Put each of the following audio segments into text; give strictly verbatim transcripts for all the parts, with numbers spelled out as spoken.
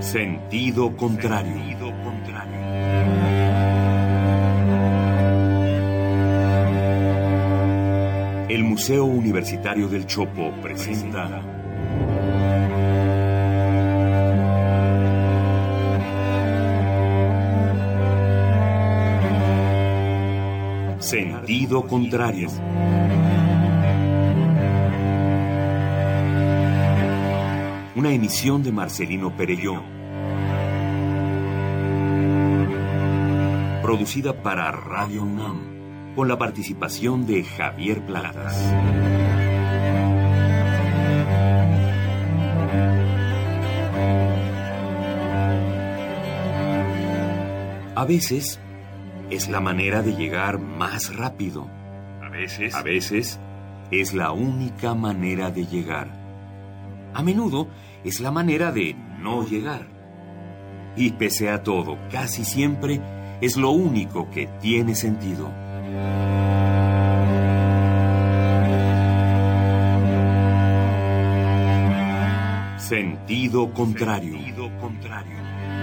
Sentido contrario. Sentido contrario. El Museo Universitario del Chopo presenta Sentido contrario. Una emisión de Marcelino Perelló, producida para Radio UNAM, con la participación de Javier Platas. A veces es la manera de llegar más rápido. A veces, a veces es la única manera de llegar. A menudo es la manera de no llegar. Y pese a todo, casi siempre es lo único que tiene sentido. Sentido contrario. Sentido contrario.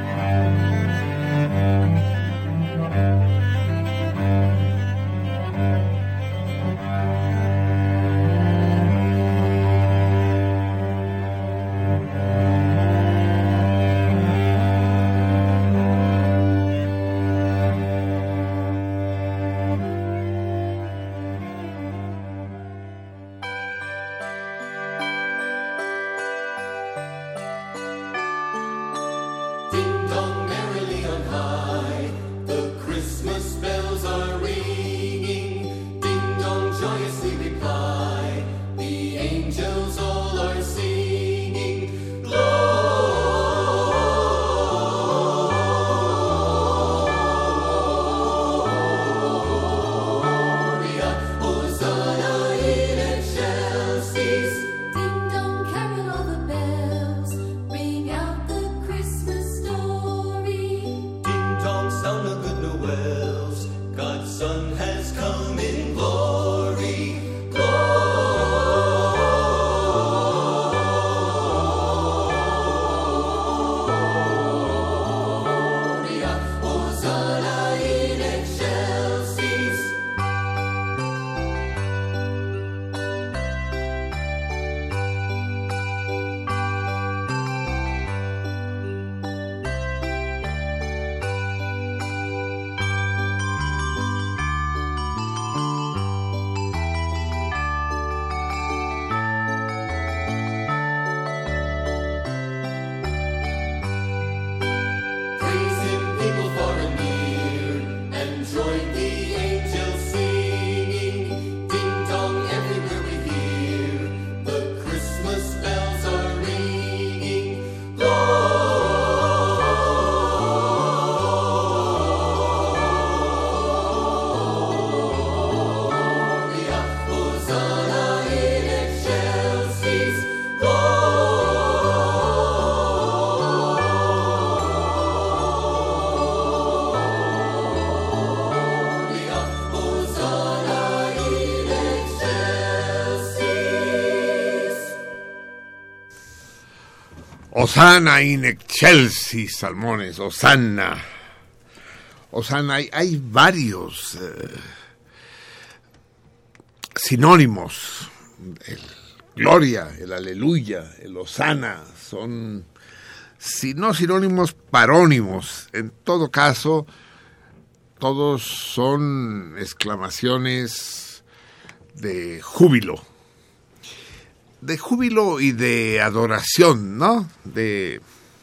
Hosanna in excelsis, Salmones, Hosanna. Hosanna, hay, hay varios eh, sinónimos. El gloria, el aleluya, el Hosanna, son, si no sinónimos, parónimos. En todo caso, todos son exclamaciones de júbilo. De júbilo y de adoración, ¿no? De,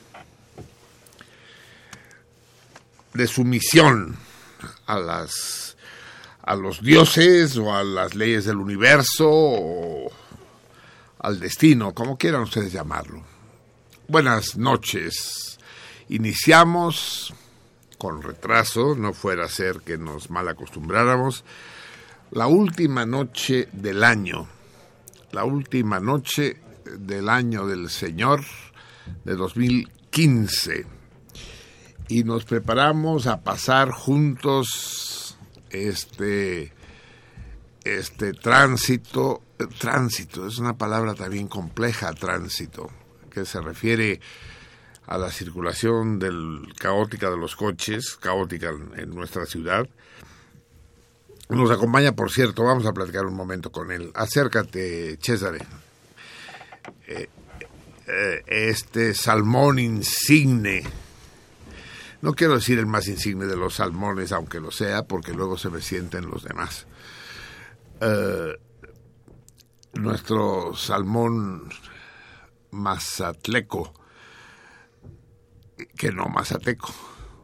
de sumisión a las a los dioses o a las leyes del universo o al destino, como quieran ustedes llamarlo. Buenas noches. Iniciamos con retraso, no fuera a ser que nos mal acostumbráramos, la última noche del año. La última noche del año del Señor de dos mil quince. Y nos preparamos a pasar juntos este, este tránsito. Tránsito es una palabra también compleja, tránsito, que se refiere a la circulación del, caótica de los coches, caótica en, en nuestra ciudad. Nos acompaña, por cierto, vamos a platicar un momento con él. Acércate, César. Eh, eh, este salmón insigne, no quiero decir el más insigne de los salmones, aunque lo sea, porque luego se me sienten los demás. Eh, nuestro salmón mazatleco, que no mazateco.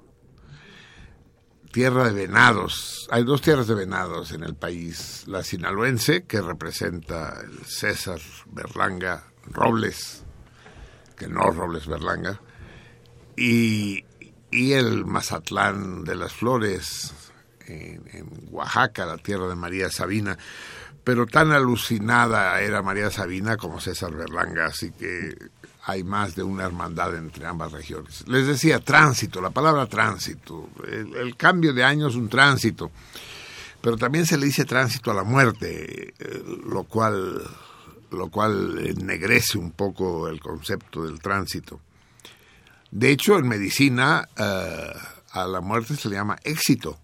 Tierra de venados. Hay dos tierras de venados en el país. La sinaloense, que representa el César Berlanga Robles, que no Robles Berlanga, y, y el Mazatlán de las Flores, en, en Oaxaca, la tierra de María Sabina. Pero tan alucinada era María Sabina como César Berlanga, así que hay más de una hermandad entre ambas regiones. Les decía tránsito, la palabra tránsito, el, el cambio de año es un tránsito, pero también se le dice tránsito a la muerte, eh, lo cual, lo cual ennegrece un poco el concepto del tránsito. De hecho, en medicina eh, a la muerte se le llama éxito,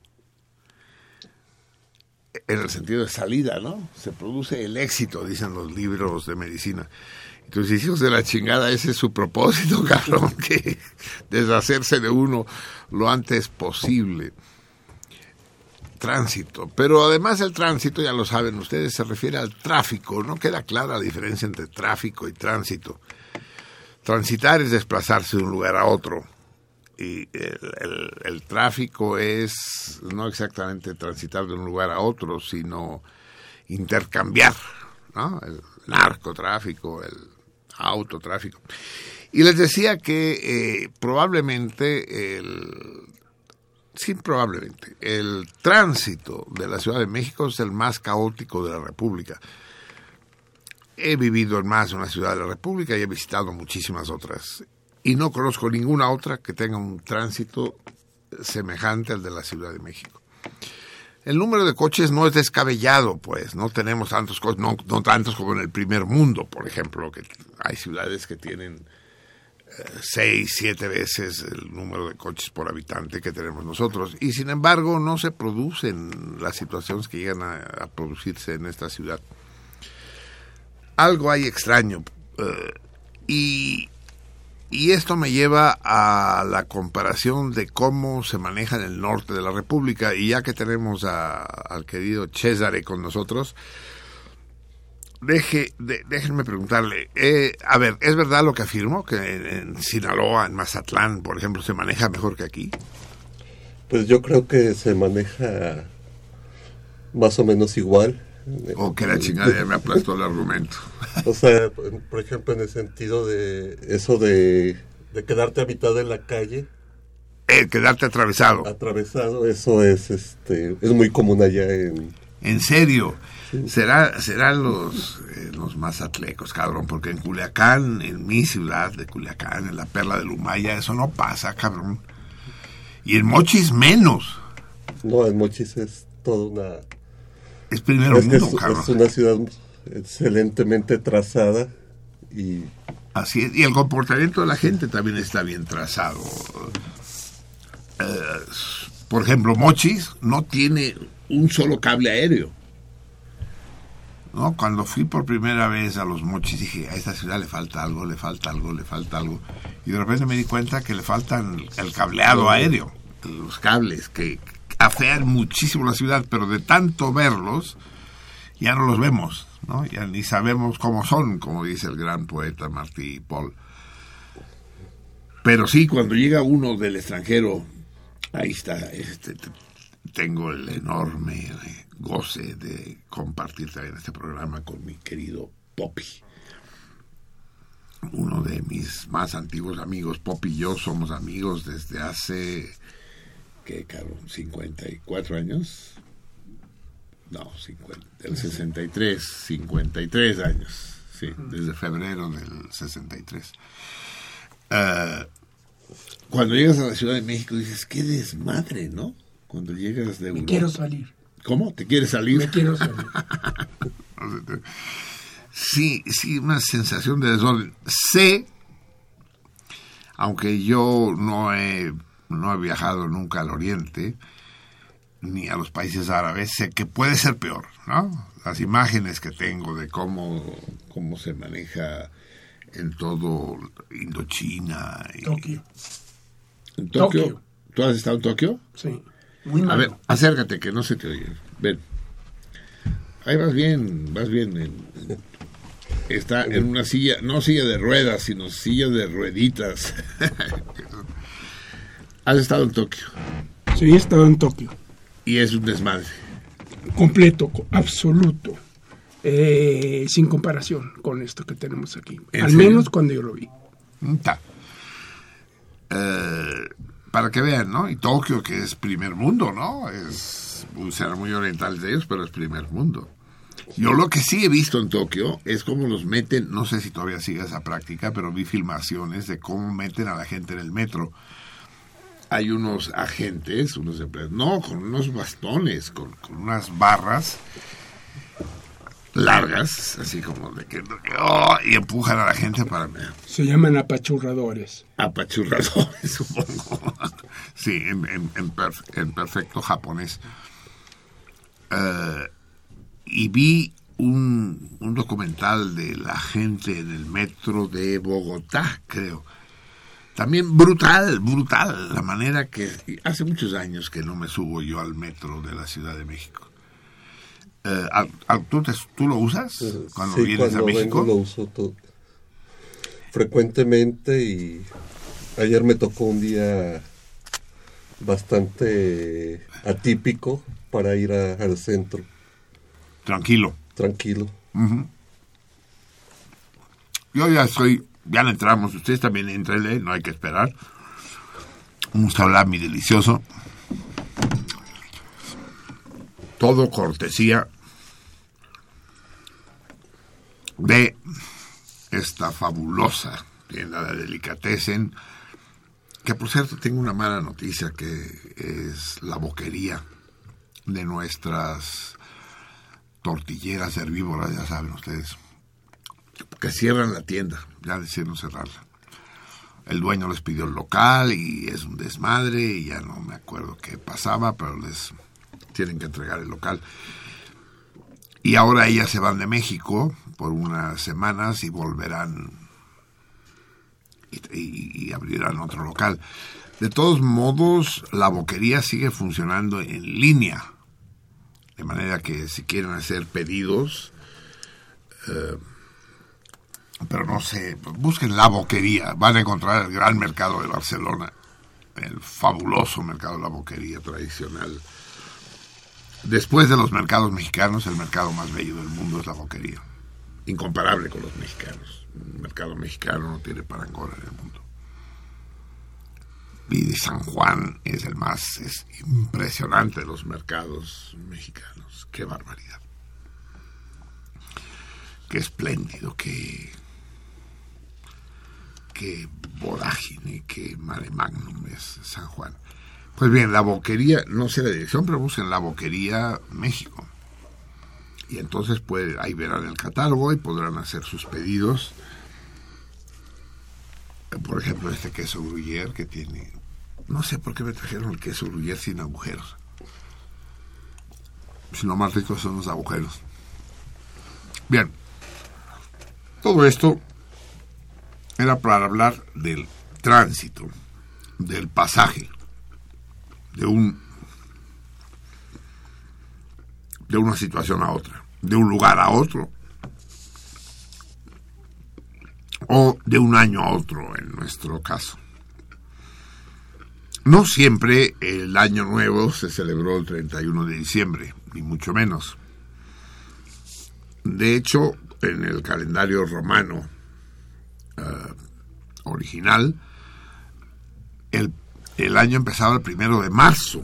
en el sentido de salida, ¿no? Se produce el éxito, dicen los libros de medicina. Entonces, hijos de la chingada, ese es su propósito, cabrón, que deshacerse de uno lo antes posible. Tránsito. Pero además el tránsito, ya lo saben ustedes, se refiere al tráfico. No queda clara la diferencia entre tráfico y tránsito. Transitar es desplazarse de un lugar a otro. Y el, el, el tráfico es no exactamente transitar de un lugar a otro, sino intercambiar, ¿no? El narcotráfico, el autotráfico. Y les decía que eh, probablemente, el, sí, probablemente, el tránsito de la Ciudad de México es el más caótico de la República. He vivido en más de una ciudad de la República y he visitado muchísimas otras. Y no conozco ninguna otra que tenga un tránsito semejante al de la Ciudad de México. El número de coches no es descabellado, pues. No tenemos tantos coches, no, no tantos como en el primer mundo, por ejemplo, que hay ciudades que tienen eh, seis, siete veces el número de coches por habitante que tenemos nosotros. Y sin embargo, no se producen las situaciones que llegan a, a producirse en esta ciudad. Algo hay extraño. Eh, y... Y esto me lleva a la comparación de cómo se maneja en el norte de la República. Y ya que tenemos a, al querido César con nosotros, deje, de, déjenme preguntarle, eh, a ver, ¿es verdad lo que afirmo? ¿Que en, en Sinaloa, en Mazatlán, por ejemplo, se maneja mejor que aquí? Pues yo creo que se maneja más o menos igual. O que la chingada ya me aplastó el argumento. O sea, por ejemplo, en el sentido de eso de, de quedarte a mitad de la calle. Eh, quedarte atravesado. Atravesado, eso es este es muy común allá en... ¿En serio? Sí. Será serán los, eh, los mazatlecos, cabrón, porque en Culiacán, en mi ciudad de Culiacán, en la Perla de Lumaya, eso no pasa, cabrón. Y en Mochis menos. No, en Mochis es toda una... Es primero es, mundo, es, cabrón. Es una ciudad excelentemente trazada y... Así es, y el comportamiento de la gente también está bien trazado. Eh, por ejemplo, Mochis no tiene un solo cable aéreo. ¿No? Cuando fui por primera vez a los Mochis dije, a esta ciudad le falta algo, le falta algo, le falta algo. Y de repente me di cuenta que le faltan el cableado aéreo, los cables que afean muchísimo la ciudad, pero de tanto verlos ya no los vemos, ¿no? Ya ni sabemos cómo son, como dice el gran poeta Martí Paul. Pero sí, cuando llega uno del extranjero, ahí está, este, tengo el enorme goce de compartir también este programa con mi querido Poppy, uno de mis más antiguos amigos. Poppy y yo somos amigos desde hace... ¿Qué, cabrón? ¿cincuenta y cuatro años? No, cincuenta, del sesenta y tres, cincuenta y tres años, sí, desde febrero del sesenta y tres. Uh, cuando llegas a la Ciudad de México dices, qué desmadre, ¿no? Cuando llegas de Europa. Me quiero salir. ¿Cómo? ¿Te quieres salir? Me quiero salir. Sí, sí, una sensación de desorden. Sé, aunque yo no he, no he viajado nunca al Oriente, ni a los países árabes, sé que puede ser peor, ¿no? Las imágenes que tengo de cómo, cómo se maneja en todo Indochina. Y... Tokio. ¿En Tokio? Tokio. ¿Tú has estado en Tokio? Sí. Muy A mal. ver, acércate, que no se te oye. Ven. Ahí vas bien, vas bien. En, está en una silla, no silla de ruedas, sino silla de rueditas. ¿Has estado en Tokio? Sí, he estado en Tokio. Y es un desmadre. Completo, co- absoluto. Eh, sin comparación con esto que tenemos aquí. ¿En Al serio? menos cuando yo lo vi. Está. Eh, para que vean, ¿no? Y Tokio, que es primer mundo, ¿no? Es, serán muy orientales de ellos, pero es primer mundo. Yo lo que sí he visto en Tokio es cómo los meten, no sé si todavía sigue esa práctica, pero vi filmaciones de cómo meten a la gente en el metro. Hay unos agentes, unos empleados, no, con unos bastones, con, con unas barras largas, así como de que, oh, y empujan a la gente para Se llaman apachurradores. apachurradores, supongo. Sí, en, en, en, perf- en perfecto japonés. Uh, y vi un, un documental de la gente en el metro de Bogotá, creo. También brutal, brutal, la manera que... Hace muchos años que no me subo yo al metro de la Ciudad de México. Eh, ¿al- al- ¿tú, te- ¿Tú lo usas cuando sí, vienes cuando a México? vengo lo uso todo, frecuentemente, y ayer me tocó un día bastante atípico para ir a- al centro, Tranquilo. tranquilo. Uh-huh. Yo ya estoy, ya le entramos, ustedes también entrenle, no hay que esperar. Un salami delicioso. Todo cortesía de esta fabulosa tienda de delicatessen, que por cierto tengo una mala noticia, que es la boquería de nuestras tortilleras herbívoras, ya saben ustedes, que cierran la tienda, ya decidieron cerrarla. El dueño les pidió el local y es un desmadre y ya no me acuerdo qué pasaba, pero les tienen que entregar el local. Y ahora ellas se van de México por unas semanas y volverán y, y, y abrirán otro local. De todos modos, la boquería sigue funcionando en línea, de manera que si quieren hacer pedidos, eh, pero no sé, busquen la boquería, van a encontrar el gran mercado de Barcelona, el fabuloso mercado de la boquería tradicional. Después de los mercados mexicanos, el mercado más bello del mundo es la boquería, incomparable con los mexicanos. El mercado mexicano no tiene parangón en el mundo. Y de San Juan es el más, es impresionante de los mercados mexicanos. Qué barbaridad. Qué espléndido, qué, qué vorágine, qué mare magnum es San Juan. Pues bien, la boquería, no sé la dirección, pero busquen la boquería México. Y entonces pues ahí verán el catálogo y podrán hacer sus pedidos. Por ejemplo, este queso gruyère que tiene... No sé por qué me trajeron el queso gruyère sin agujeros. Si lo más rico son los agujeros. Bien. Todo esto era para hablar del tránsito, del pasaje, de un de una situación a otra, de un lugar a otro, o de un año a otro en nuestro caso. No siempre el Año Nuevo se celebró el treinta y uno de diciembre, ni mucho menos. De hecho, en el calendario romano uh, original, el, el año empezaba el primero de marzo.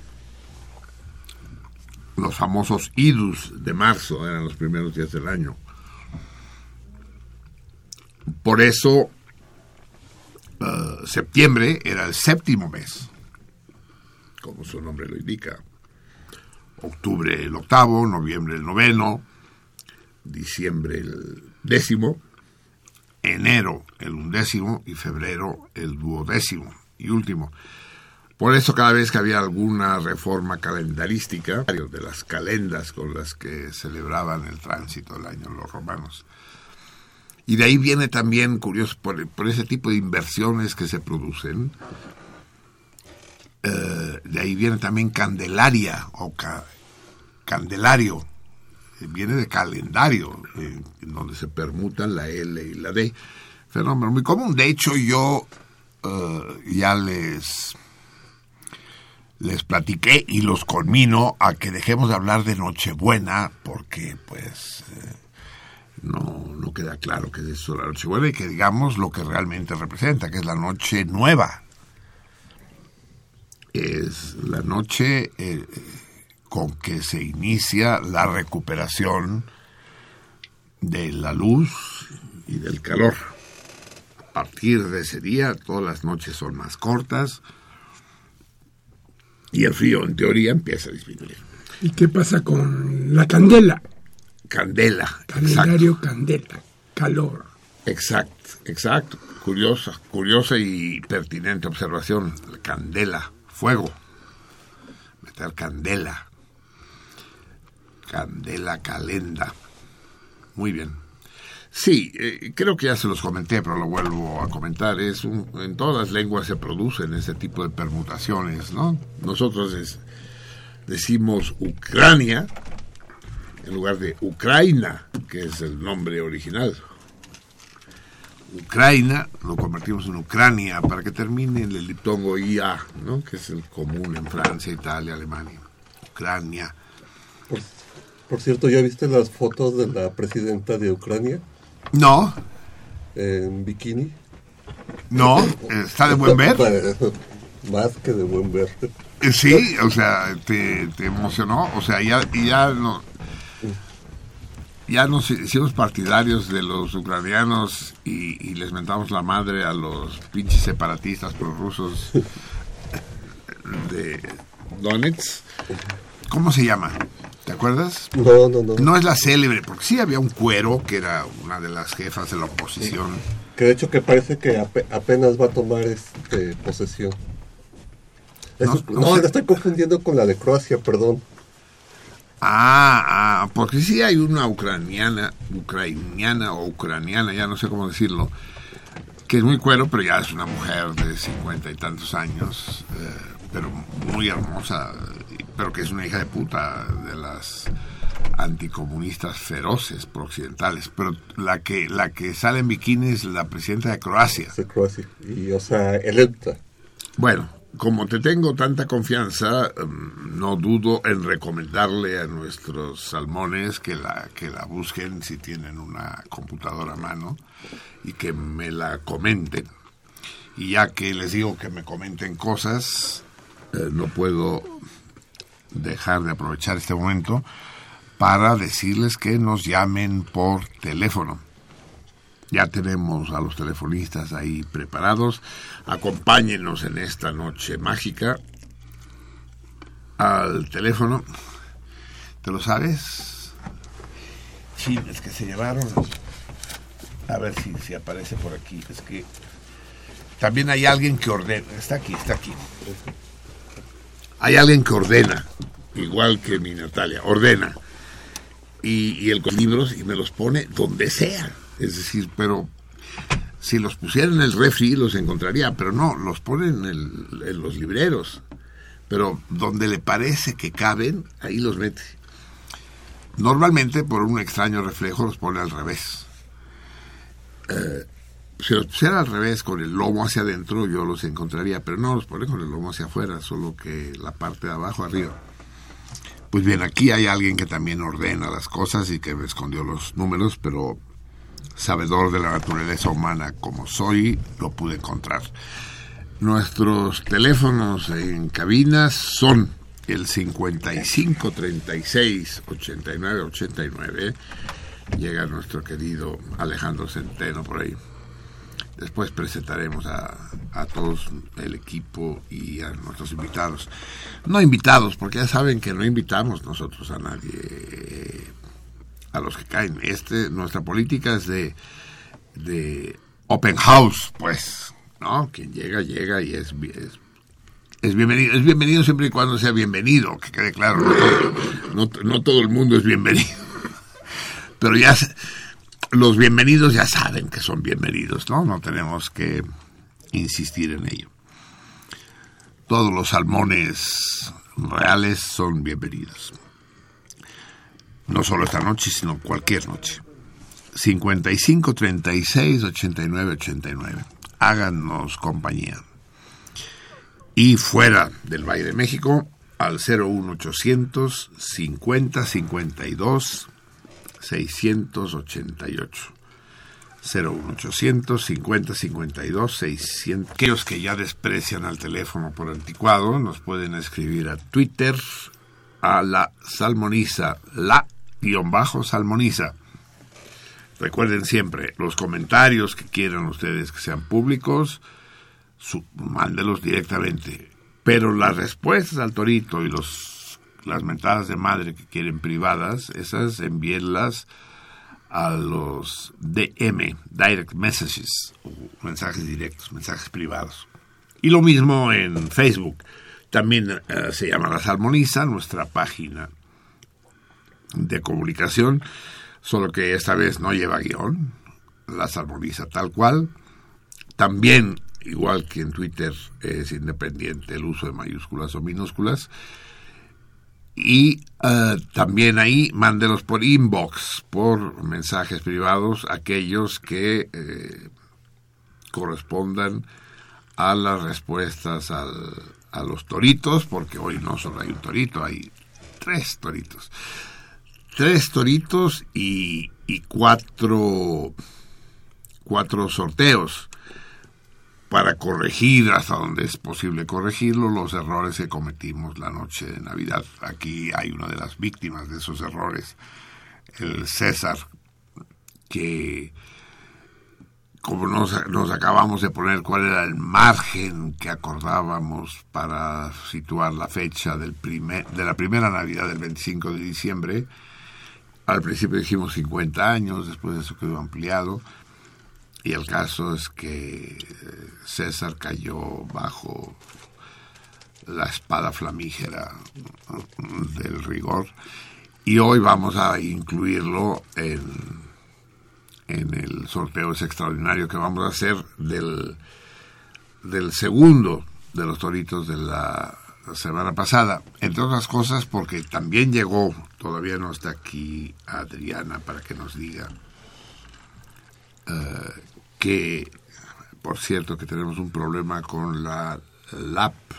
Los famosos idus de marzo eran los primeros días del año. Por eso, uh, septiembre era el séptimo mes, como su nombre lo indica. Octubre el octavo, noviembre el noveno, diciembre el décimo enero el undécimo y febrero el duodécimo y último. Por eso cada vez que había alguna reforma calendarística, de las calendas con las que celebraban el tránsito del año los romanos. Y de ahí viene también, curioso, por, por ese tipo de inversiones que se producen, eh, de ahí viene también Candelaria o ca, Candelario, viene de calendario, eh, en donde se permutan la L y la D. Fenómeno muy común. De hecho, yo uh, ya les, les platiqué y los conmino a que dejemos de hablar de Nochebuena, porque pues eh, no, no queda claro que es eso la Nochebuena, y que digamos lo que realmente representa, que es la Noche Nueva. Es la noche eh, con que se inicia la recuperación de la luz y del calor. A partir de ese día, todas las noches son más cortas y el frío, en teoría, empieza a disminuir. ¿Y qué pasa con la candela? Candela. Calendario, exacto. Candela, calor. Exacto, exacto. Curiosa, curiosa y pertinente observación. Candela, fuego. Meter candela. Candela, calenda. Muy bien. Sí, eh, creo que ya se los comenté, pero lo vuelvo a comentar. Es un, en todas las lenguas se producen ese tipo de permutaciones, ¿no? Nosotros es, decimos Ucrania en lugar de Ucraina, que es el nombre original. Ucraina lo convertimos en Ucrania para que termine en el diptongo I A, ¿no? Que es el común en Francia, Italia, Alemania. Ucrania. Por, por cierto, ¿ya viste las fotos de la presidenta de Ucrania? No. En bikini. No, está de buen ver. Más que de buen ver. Sí, o sea, te, te emocionó, o sea, ya, ya no, ya nos hicimos partidarios de los ucranianos y, y les mentamos la madre a los pinches separatistas prorrusos de Donetsk. ¿Cómo se llama? ¿Te acuerdas? No, no, no. No es la célebre, porque sí había un cuero que era una de las jefas de la oposición. Que de hecho que parece que ap- apenas va a tomar este posesión. Eso, no, no, no, se la estoy confundiendo con la de Croacia, perdón. Ah, ah, porque sí hay una ucraniana, ucraniana o ucraniana, ya no sé cómo decirlo, que es muy cuero, pero ya es una mujer de cincuenta y tantos años, eh, pero muy hermosa, pero que es una hija de puta de las anticomunistas feroces prooccidentales. Pero la que la que sale en bikini es la presidenta de Croacia. De Croacia, y o sea, electa. Bueno, como te tengo tanta confianza, no dudo en recomendarle a nuestros salmones que la que la busquen si tienen una computadora a mano y que me la comenten. Y ya que les digo que me comenten cosas, eh, no puedo dejar de aprovechar este momento para decirles que nos llamen por teléfono. Ya tenemos a los telefonistas ahí preparados. Acompáñenos en esta noche mágica al teléfono. ¿Te lo sabes? Sí, es que se llevaron. A ver si, si aparece por aquí. Es que también hay alguien que ordena. Está aquí, está aquí. Hay alguien que ordena, igual que mi Natalia, ordena. Y, y el libros y me los pone donde sea. Es decir, pero si los pusiera en el refri los encontraría, pero no, los pone en, el, en los libreros. Pero donde le parece que caben, ahí los mete. Normalmente, por un extraño reflejo, los pone al revés. Eh, si los pusiera al revés, con el lomo hacia adentro, yo los encontraría, pero no, los pone con el lomo hacia afuera, solo que la parte de abajo arriba. Pues bien, aquí hay alguien que también ordena las cosas y que me escondió los números, pero sabedor de la naturaleza humana como soy, lo pude encontrar. Nuestros teléfonos en cabinas son el cincuenta y cinco, treinta y seis, ochenta y nueve, ochenta y nueve. Llega nuestro querido Alejandro Centeno por ahí. Después presentaremos a, a todos el equipo y a nuestros invitados. No invitados, porque ya saben que no invitamos nosotros a nadie, a los que caen. Este, nuestra política es de de open house, pues, ¿no? Quien llega, llega y es, es, es bienvenido. Es bienvenido siempre y cuando sea bienvenido, que quede claro. No todo, no, no todo el mundo es bienvenido. Pero ya los bienvenidos ya saben que son bienvenidos, ¿no? No tenemos que insistir en ello. Todos los salmones reales son bienvenidos. No solo esta noche, sino cualquier noche. cincuenta y cinco, treinta y seis, ochenta y nueve, ochenta y nueve. Háganos compañía. Y fuera del Valle de México, al cero uno ochocientos cincuenta cincuenta y dos seiscientos ochenta y ocho. cero uno ochocientos cincuenta cincuenta y dos seiscientos. Aquellos que ya desprecian al teléfono por anticuado nos pueden escribir a Twitter a la salmoniza, la guión bajo salmoniza. Recuerden siempre, los comentarios que quieran ustedes que sean públicos, su, mándelos directamente. Pero las respuestas al torito y los las mentadas de madre que quieren privadas, esas envíenlas a los D M, Direct Messages, o mensajes directos, mensajes privados. Y lo mismo en Facebook. También uh, se llama La Salmoniza, nuestra página de comunicación, solo que esta vez no lleva guión, La Salmoniza tal cual. También, igual que en Twitter, es independiente el uso de mayúsculas o minúsculas. Y uh, también ahí mándelos por inbox, por mensajes privados, aquellos que eh, correspondan a las respuestas al, a los toritos, porque hoy no solo hay un torito, hay tres toritos. Tres toritos y, y cuatro, cuatro sorteos para corregir, hasta donde es posible corregirlo, los errores que cometimos la noche de Navidad. Aquí hay una de las víctimas de esos errores, el César, que como nos, nos acabamos de poner cuál era el margen que acordábamos para situar la fecha del primer, de la primera Navidad del veinticinco de diciembre, al principio dijimos cincuenta años, después de eso quedó ampliado. Y el caso es que César cayó bajo la espada flamígera del rigor. Y hoy vamos a incluirlo en, en el sorteo ese extraordinario que vamos a hacer del, del segundo de los toritos de la semana pasada. Entre otras cosas porque también llegó, todavía no está aquí Adriana para que nos diga... Uh, que, por cierto, que tenemos un problema con la L A P.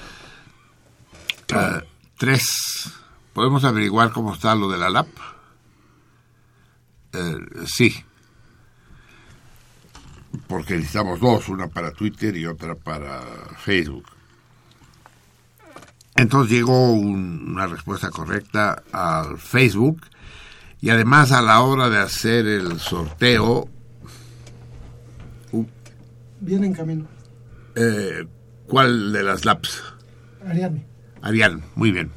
Uh, tres. ¿Podemos averiguar cómo está lo de la L A P? Uh, sí. Porque necesitamos dos, una para Twitter y otra para Facebook. Entonces llegó un, una respuesta correcta al Facebook y además a la hora de hacer el sorteo... Viene en camino. Eh, ¿Cuál de las L A Ps? Ariane. Ariane, muy bien.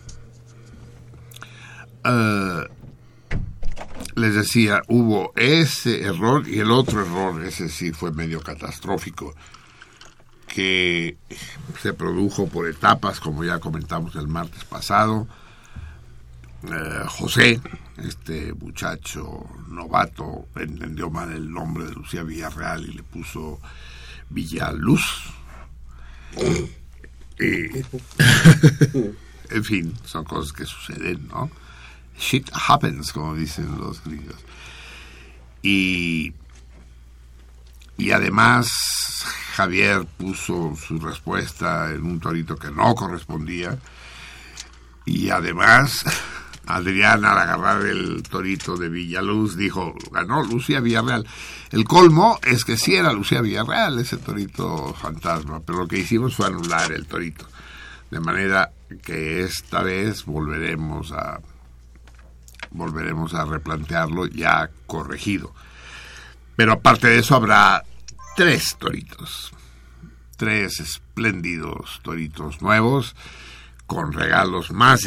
Uh, les decía, hubo ese error y el otro error, ese sí fue medio catastrófico, que se produjo por etapas, como ya comentamos el martes pasado. Uh, José, este muchacho novato, entendió mal el nombre de Lucía Villarreal y le puso Villaluz. Y, en fin, son cosas que suceden, ¿no? Shit happens, como dicen los gringos. Y, y además Javier puso su respuesta en un torito que no correspondía. Y además Adriana, al agarrar el torito de Villaluz, dijo, ganó Lucía Villarreal. El colmo es que sí era Lucía Villarreal, ese torito fantasma, pero lo que hicimos fue anular el torito. De manera que esta vez volveremos a volveremos a replantearlo ya corregido. Pero aparte de eso habrá tres toritos, tres espléndidos toritos nuevos, con regalos más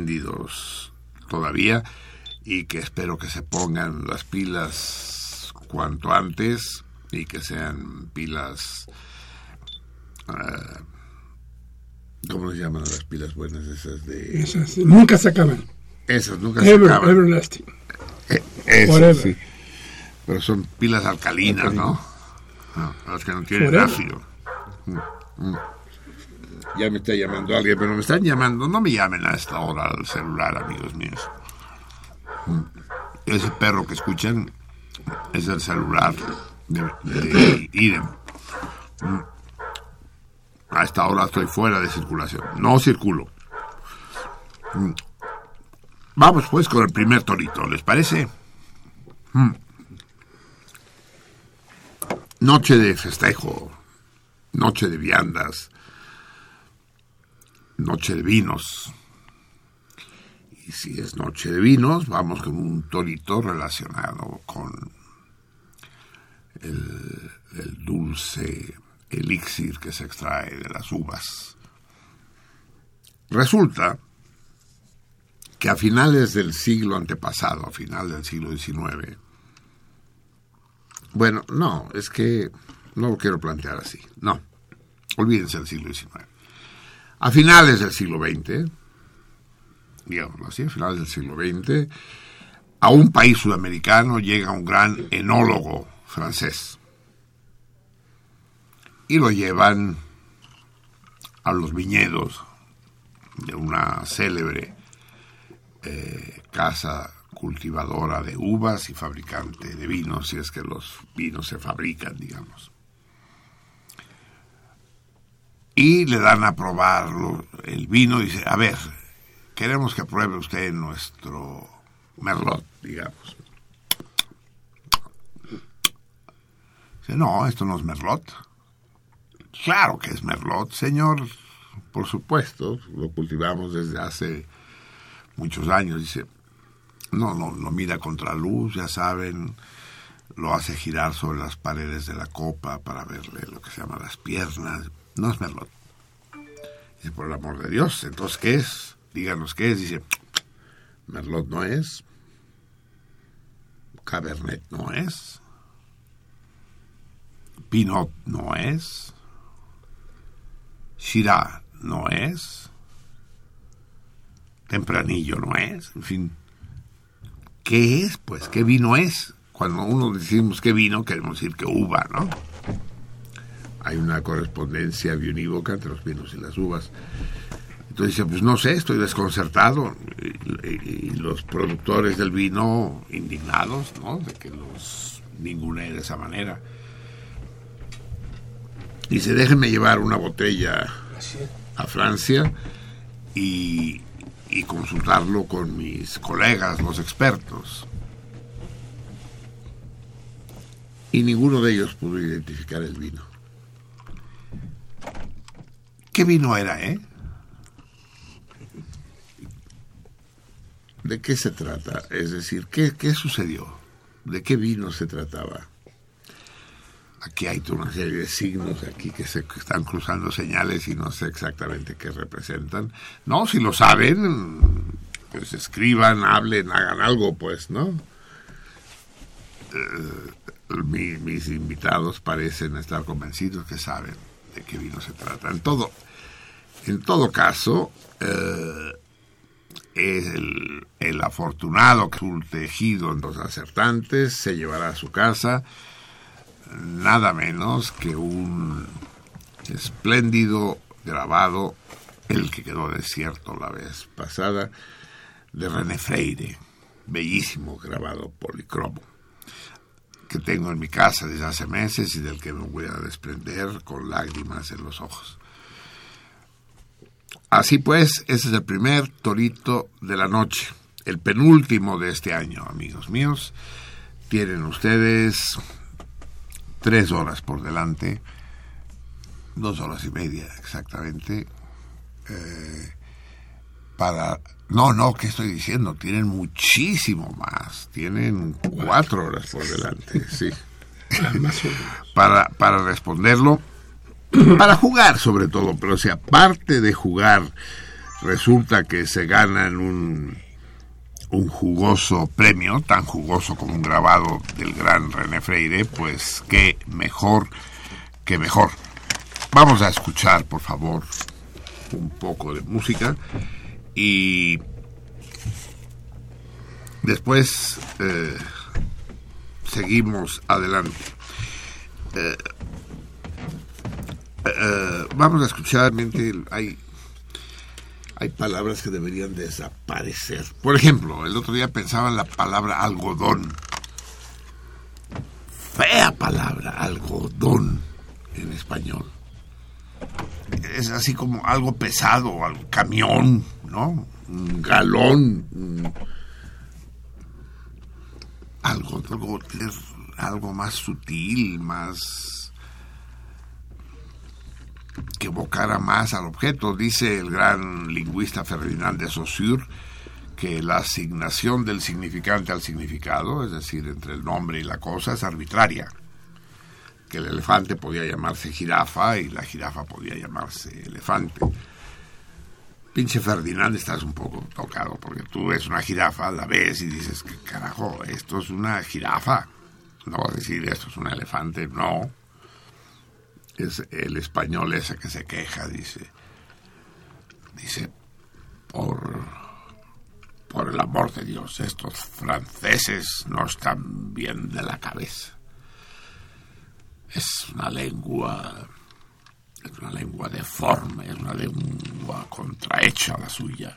espléndidos todavía, y que espero que se pongan las pilas cuanto antes y que sean pilas... Uh, ¿Cómo se llaman las pilas buenas esas de...? Esas nunca se acaban. Esas nunca Ever, se acaban. Everlasting. Eh, esas, Forever. sí. Pero son pilas alcalinas, ¿no? no las que no tienen Forever. ácido. Mm, mm. Ya me está llamando alguien, pero me están llamando. No me llamen a esta hora al celular, amigos míos. Mm. Ese perro que escuchan es el celular de, de Idem. Mm. A esta hora estoy fuera de circulación. No circulo. Mm. Vamos pues con el primer torito, ¿les parece? Mm. Noche de festejo, noche de viandas, noche de vinos. Y si es noche de vinos, vamos con un torito relacionado con el, el dulce elixir que se extrae de las uvas. Resulta que a finales del siglo antepasado, a final del siglo diecinueve, bueno, no, es que no lo quiero plantear así, no, olvídense del siglo diecinueve. A finales del siglo veinte, digámoslo así, a finales del siglo veinte, a un país sudamericano llega un gran enólogo francés y lo llevan a los viñedos de una célebre eh, casa cultivadora de uvas y fabricante de vinos, si es que los vinos se fabrican, digamos. Y le dan a probar el vino y dice, a ver, queremos que pruebe usted nuestro merlot, digamos. Dice, no, esto no es merlot. Claro que es merlot, señor, por supuesto, lo cultivamos desde hace muchos años. Dice, no, no, lo mira contra luz, ya saben, lo hace girar sobre las paredes de la copa para verle lo que se llama las piernas. No es merlot. Dice, por el amor de Dios, entonces, ¿qué es? Díganos qué es. Dice, merlot no es, cabernet no es, pinot no es, Shiraz no es, tempranillo no es, en fin. ¿Qué es? Pues, ¿qué vino es? Cuando uno decimos qué vino, queremos decir que uva, ¿no? Hay una correspondencia bionívoca entre los vinos y las uvas. Entonces dice, pues no sé, estoy desconcertado. Y, y, y los productores del vino indignados, ¿no? De que los ningunee de esa manera. Dice, déjenme llevar una botella a Francia y... y consultarlo con mis colegas, los expertos. Y ninguno de ellos pudo identificar el vino. ¿Qué vino era, eh? ¿De qué se trata? Es decir, ¿qué, qué sucedió? ¿De qué vino se trataba? Aquí hay toda una serie de signos aquí que se que están cruzando señales y no sé exactamente qué representan. No, si lo saben, pues escriban, hablen, hagan algo, pues, ¿no? Eh, mi, mis invitados parecen estar convencidos que saben de qué vino se trata. En todo, en todo caso, eh, es el, el afortunado que resulte elegido en los acertantes se llevará a su casa nada menos que un espléndido grabado, el que quedó desierto la vez pasada, de René Freire, bellísimo grabado policromo, que tengo en mi casa desde hace meses y del que me voy a desprender con lágrimas en los ojos. Así pues, ese es el primer torito de la noche, el penúltimo de este año, amigos míos. Tienen ustedes tres horas por delante, dos horas y media exactamente, eh, para... No, no, ¿qué estoy diciendo? Tienen muchísimo más, tienen cuatro horas por delante, sí. Para, para responderlo, para jugar sobre todo, pero si aparte de jugar resulta que se ganan un un jugoso premio, tan jugoso como un grabado del gran René Freire, pues qué mejor que mejor. Vamos a escuchar, por favor, un poco de música y después eh, seguimos adelante. Eh, eh, vamos a escuchar, hay... Hay palabras que deberían desaparecer. Por ejemplo, el otro día pensaba en la palabra algodón. Fea palabra, algodón, en español. Es así como algo pesado, algo, camión, ¿no? Un galón. Un, algo, algo, algo más sutil, más... que evocara más al objeto. Dice el gran lingüista Ferdinand de Saussure que la asignación del significante al significado, es decir, entre el nombre y la cosa, es arbitraria. Que el elefante podía llamarse jirafa y la jirafa podía llamarse elefante. Pinche Ferdinand, estás un poco tocado, porque tú ves una jirafa, la ves y dices, ¿qué carajo? Esto es una jirafa. No vas a decir, esto es un elefante, no. Es el español ese que se queja, dice, dice, por, por el amor de Dios, estos franceses no están bien de la cabeza. Es una lengua, es una lengua deforme, es una lengua contrahecha la suya.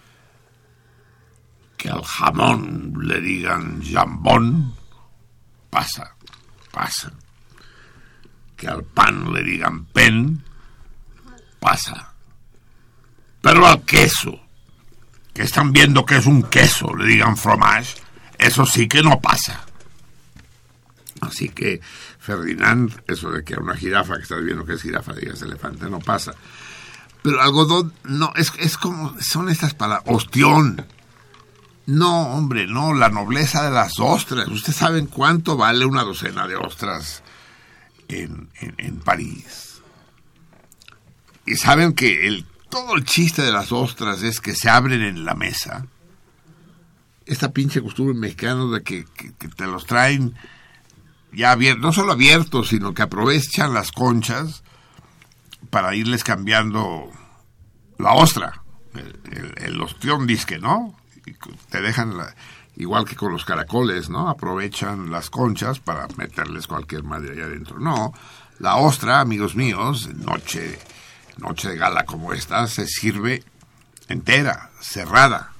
Que al jamón le digan jambón, pasa, pasa. Que al pan le digan pen, pasa. Pero al queso, que están viendo que es un queso, le digan fromage, eso sí que no pasa. Así que, Ferdinand, eso de que a una jirafa que estás viendo que es jirafa le digas elefante, no pasa. Pero algodón, no, es, es como, son estas palabras, ostión. No, hombre, no, la nobleza de las ostras. ¿Ustedes saben cuánto vale una docena de ostras En, en, en París? Y saben que el, todo el chiste de las ostras es que se abren en la mesa. Esta pinche costumbre mexicana de que, que, que te los traen ya abiertos, no solo abiertos, sino que aprovechan las conchas para irles cambiando la ostra, el, el, el ostión disque, ¿no? Y te dejan la... Igual que con los caracoles, ¿no? Aprovechan las conchas para meterles cualquier madre allá adentro. No, la ostra, amigos míos, noche, noche de gala como esta, se sirve entera, cerrada.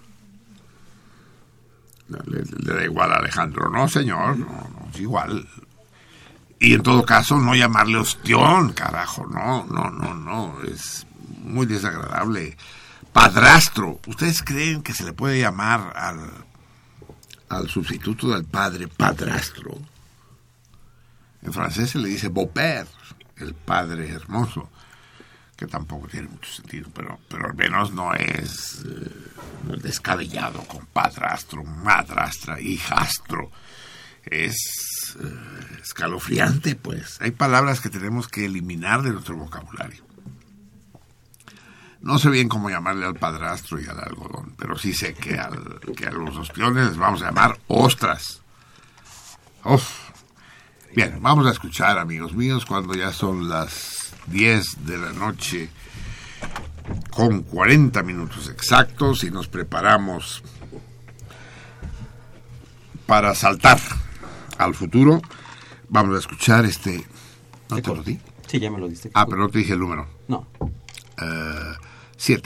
Le, le da igual a Alejandro, no, señor, no, no, es igual. Y en todo caso, no llamarle ostión, carajo, no, no, no, no, es muy desagradable. Padrastro, ¿ustedes creen que se le puede llamar al... al sustituto del padre padrastro? En francés se le dice beau-père, el padre hermoso, que tampoco tiene mucho sentido, pero, pero al menos no es, eh, no es descabellado con padrastro, madrastra, hijastro. Es eh, escalofriante, pues. Hay palabras que tenemos que eliminar de nuestro vocabulario. No sé bien cómo llamarle al padrastro y al algodón, pero sí sé que, al, que a los ostiones les vamos a llamar ostras. Uf. Bien, vamos a escuchar, amigos míos, cuando ya son las diez de la noche con cuarenta minutos exactos y nos preparamos para saltar al futuro. Vamos a escuchar este... ¿No te lo di? Sí, ya me lo diste. Ah, pero no te dije el número. No. Uh, siete.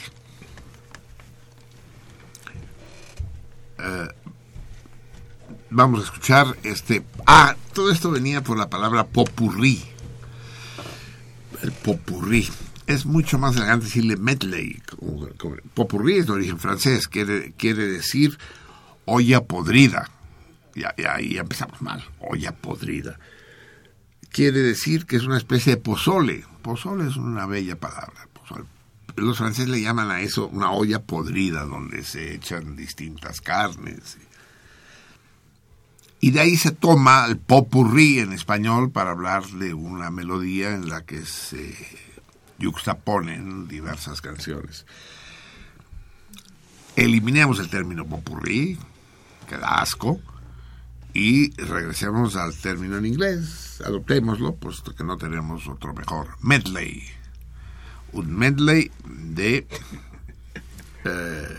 Uh, vamos a escuchar este... Ah, todo esto venía por la palabra popurrí. El popurrí. Es mucho más elegante decirle medley. Como, como, popurrí es de origen francés. Quiere, quiere decir olla podrida. Ya, ya, ya empezamos mal. Olla podrida. Quiere decir que es una especie de pozole. Pozole es una bella palabra. Pozole. Los franceses le llaman a eso una olla podrida, donde se echan distintas carnes. Y de ahí se toma el popurrí en español para hablar de una melodía en la que se yuxtaponen diversas canciones. eliminemos el término popurrí, que da asco, y regresemos al término en inglés, adoptémoslo, puesto que no tenemos otro mejor. Medley. Un medley de eh,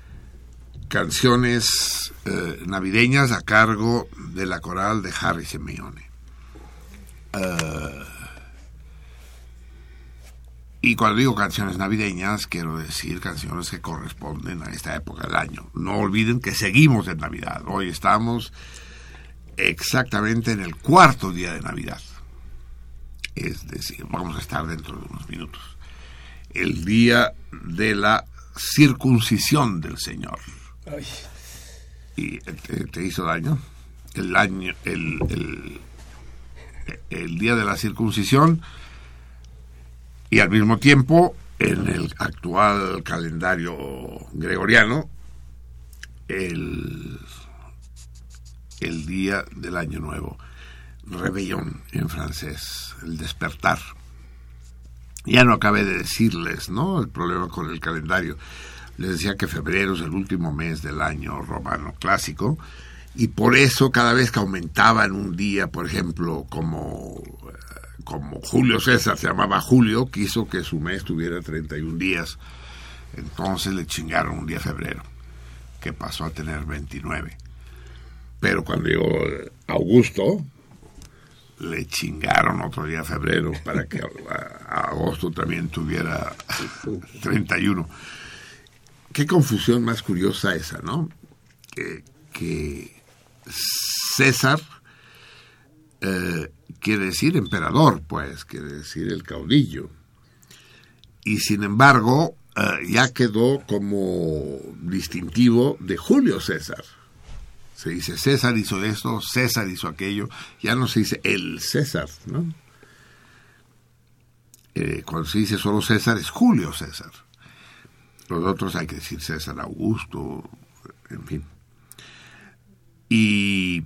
canciones eh, navideñas a cargo de la coral de Harry Simeone. Uh, y cuando digo canciones navideñas, quiero decir canciones que corresponden a esta época del año. No olviden que seguimos en Navidad. Hoy estamos exactamente en el cuarto día de Navidad. Es decir, vamos a estar dentro de unos minutos. El día de la circuncisión del Señor. Ay. ¿Y te, te hizo daño? El año, el, el, el día de la circuncisión, y al mismo tiempo, en el actual calendario gregoriano, el, el día del Año Nuevo. Réveillon en francés, el despertar. Ya no acabé de decirles, ¿no?, el problema con el calendario. Les decía que febrero es el último mes del año romano clásico, y por eso cada vez que aumentaba en un día, por ejemplo, como, como Julio César se llamaba Julio, quiso que su mes tuviera treinta y un días. Entonces le chingaron un día febrero, que pasó a tener veintinueve. Pero cuando llegó Augusto, le chingaron otro día febrero para que a, a agosto también tuviera treinta y uno. Qué confusión más curiosa esa, ¿no? Que, que César eh, quiere decir emperador, pues, quiere decir el caudillo. Y sin embargo, eh, ya quedó como distintivo de Julio César. Se dice César hizo esto, César hizo aquello, ya no se dice el César, ¿no? Eh, cuando se dice solo César es Julio César. Los otros hay que decir César Augusto, en fin. Y,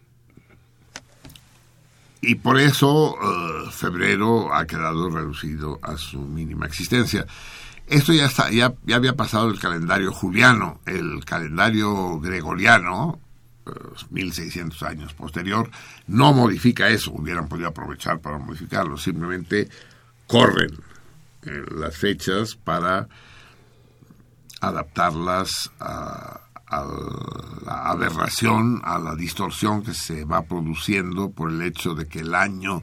y por eso uh, febrero ha quedado reducido a su mínima existencia. Esto ya está, ya, ya había pasado el calendario juliano, el calendario gregoriano, mil seiscientos años posterior, no modifica eso. Hubieran podido aprovechar para modificarlo, simplemente corren eh, las fechas para adaptarlas a, a la aberración, a la distorsión que se va produciendo por el hecho de que el año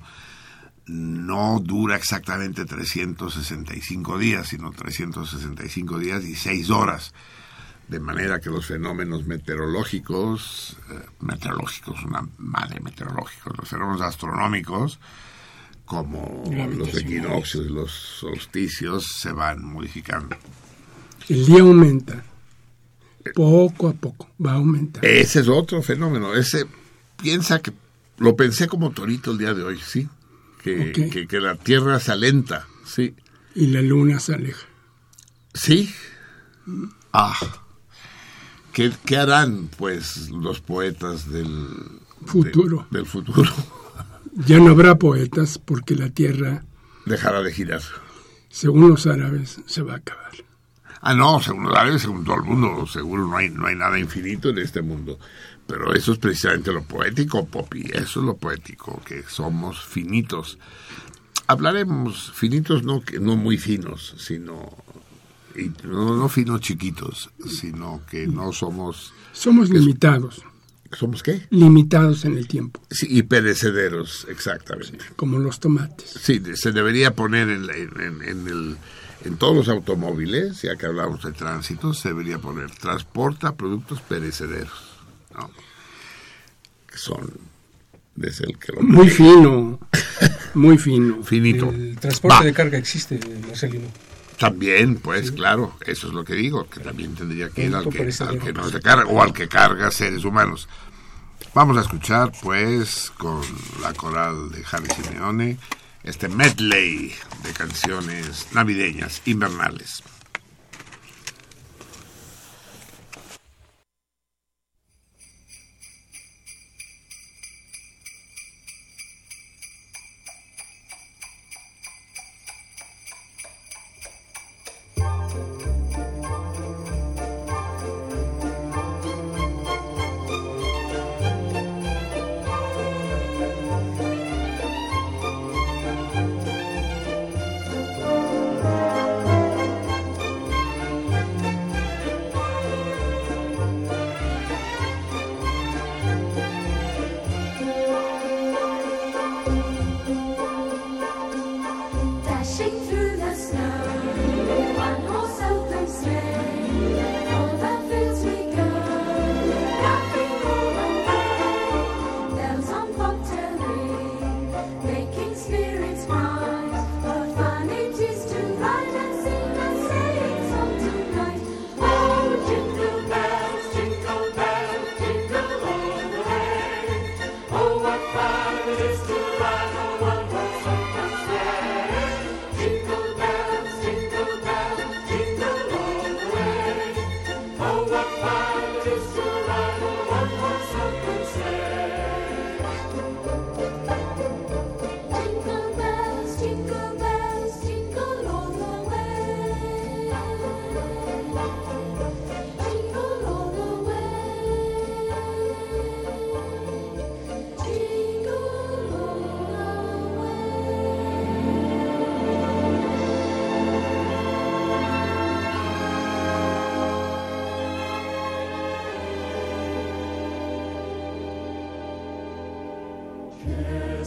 no dura exactamente trescientos sesenta y cinco días, sino trescientos sesenta y cinco días y seis horas. De manera que los fenómenos meteorológicos, eh, meteorológicos, una madre meteorológicos, los fenómenos astronómicos, como los equinoccios, los solsticios, se van modificando. El día aumenta, poco a poco, va a aumentar. Ese es otro fenómeno. Ese, piensa que, lo pensé como Torito el día de hoy, sí, que, okay. que, que la Tierra se alenta, sí. Y la Luna se aleja. Sí. Ah. ¿Qué, ¿Qué harán, pues, los poetas del futuro? De, del futuro. Ya no habrá poetas porque la Tierra dejará de girar. Según los árabes, se va a acabar. Ah, no, según los árabes, según todo el mundo, seguro no hay, no hay nada infinito en este mundo. Pero eso es precisamente lo poético, Poppy, eso es lo poético, que somos finitos. Hablaremos finitos, no, no muy finos, sino... Y no, no finos chiquitos, sino que no somos... Somos limitados. ¿Somos qué? Limitados en el tiempo. Sí, y perecederos, exactamente. Sí, como los tomates. Sí, se debería poner en, en, en, el, en todos los automóviles, ya que hablamos de tránsito, se debería poner transporta productos perecederos, ¿no? Que son... Desde el que lo muy fino, muy fino. Finito. El transporte Va. de carga existe, Marcelino. También, pues, sí. Claro, eso es lo que digo, que también tendría que ir al que, al que no se carga, o al que carga seres humanos. Vamos a escuchar, pues, con la coral de Harry Simeone, este medley de canciones navideñas, invernales.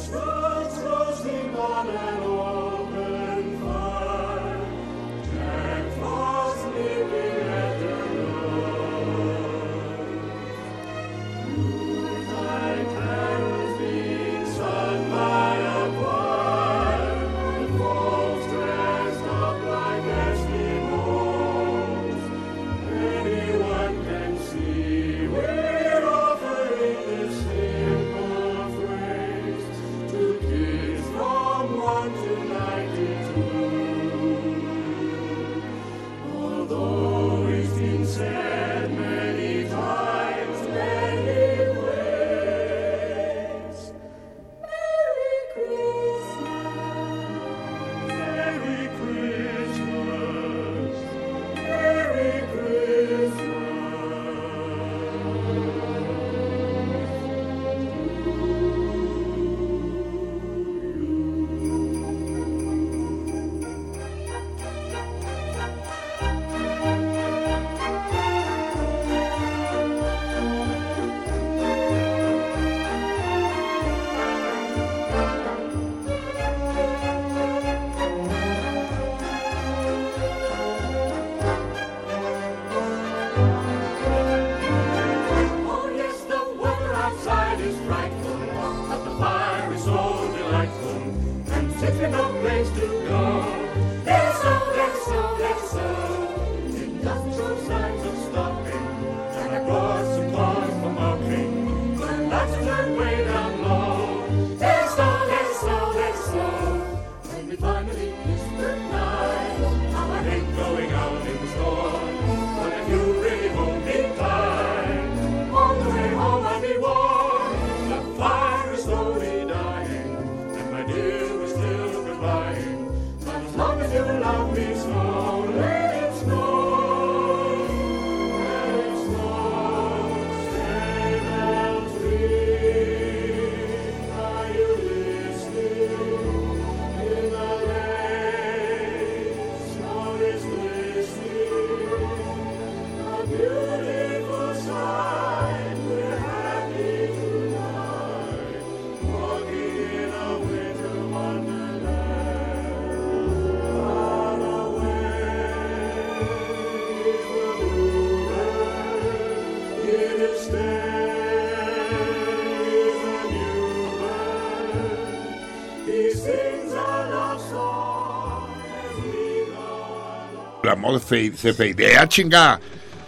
El amor se feidea, chinga.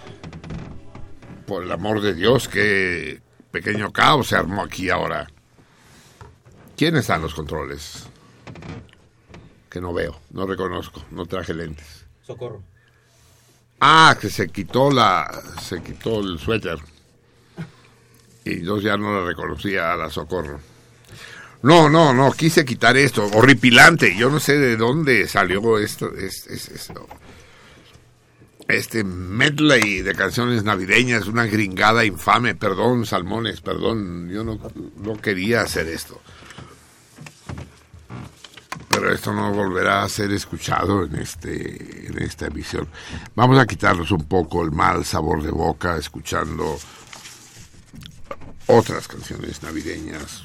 Por el amor de Dios, qué pequeño caos se armó aquí ahora. ¿Quién está en los controles? Que no veo, no reconozco, no traje lentes. Socorro. Ah, que se quitó la, se quitó el suéter. Y yo ya no la reconocía a la Socorro. No, no, no, quise quitar esto, horripilante. Yo no sé de dónde salió esto, esto, esto. Este medley de canciones navideñas, una gringada infame. Perdón, Salmones, perdón, yo no, no quería hacer esto. Pero esto no volverá a ser escuchado en este en esta emisión. Vamos a quitarnos un poco el mal sabor de boca escuchando otras canciones navideñas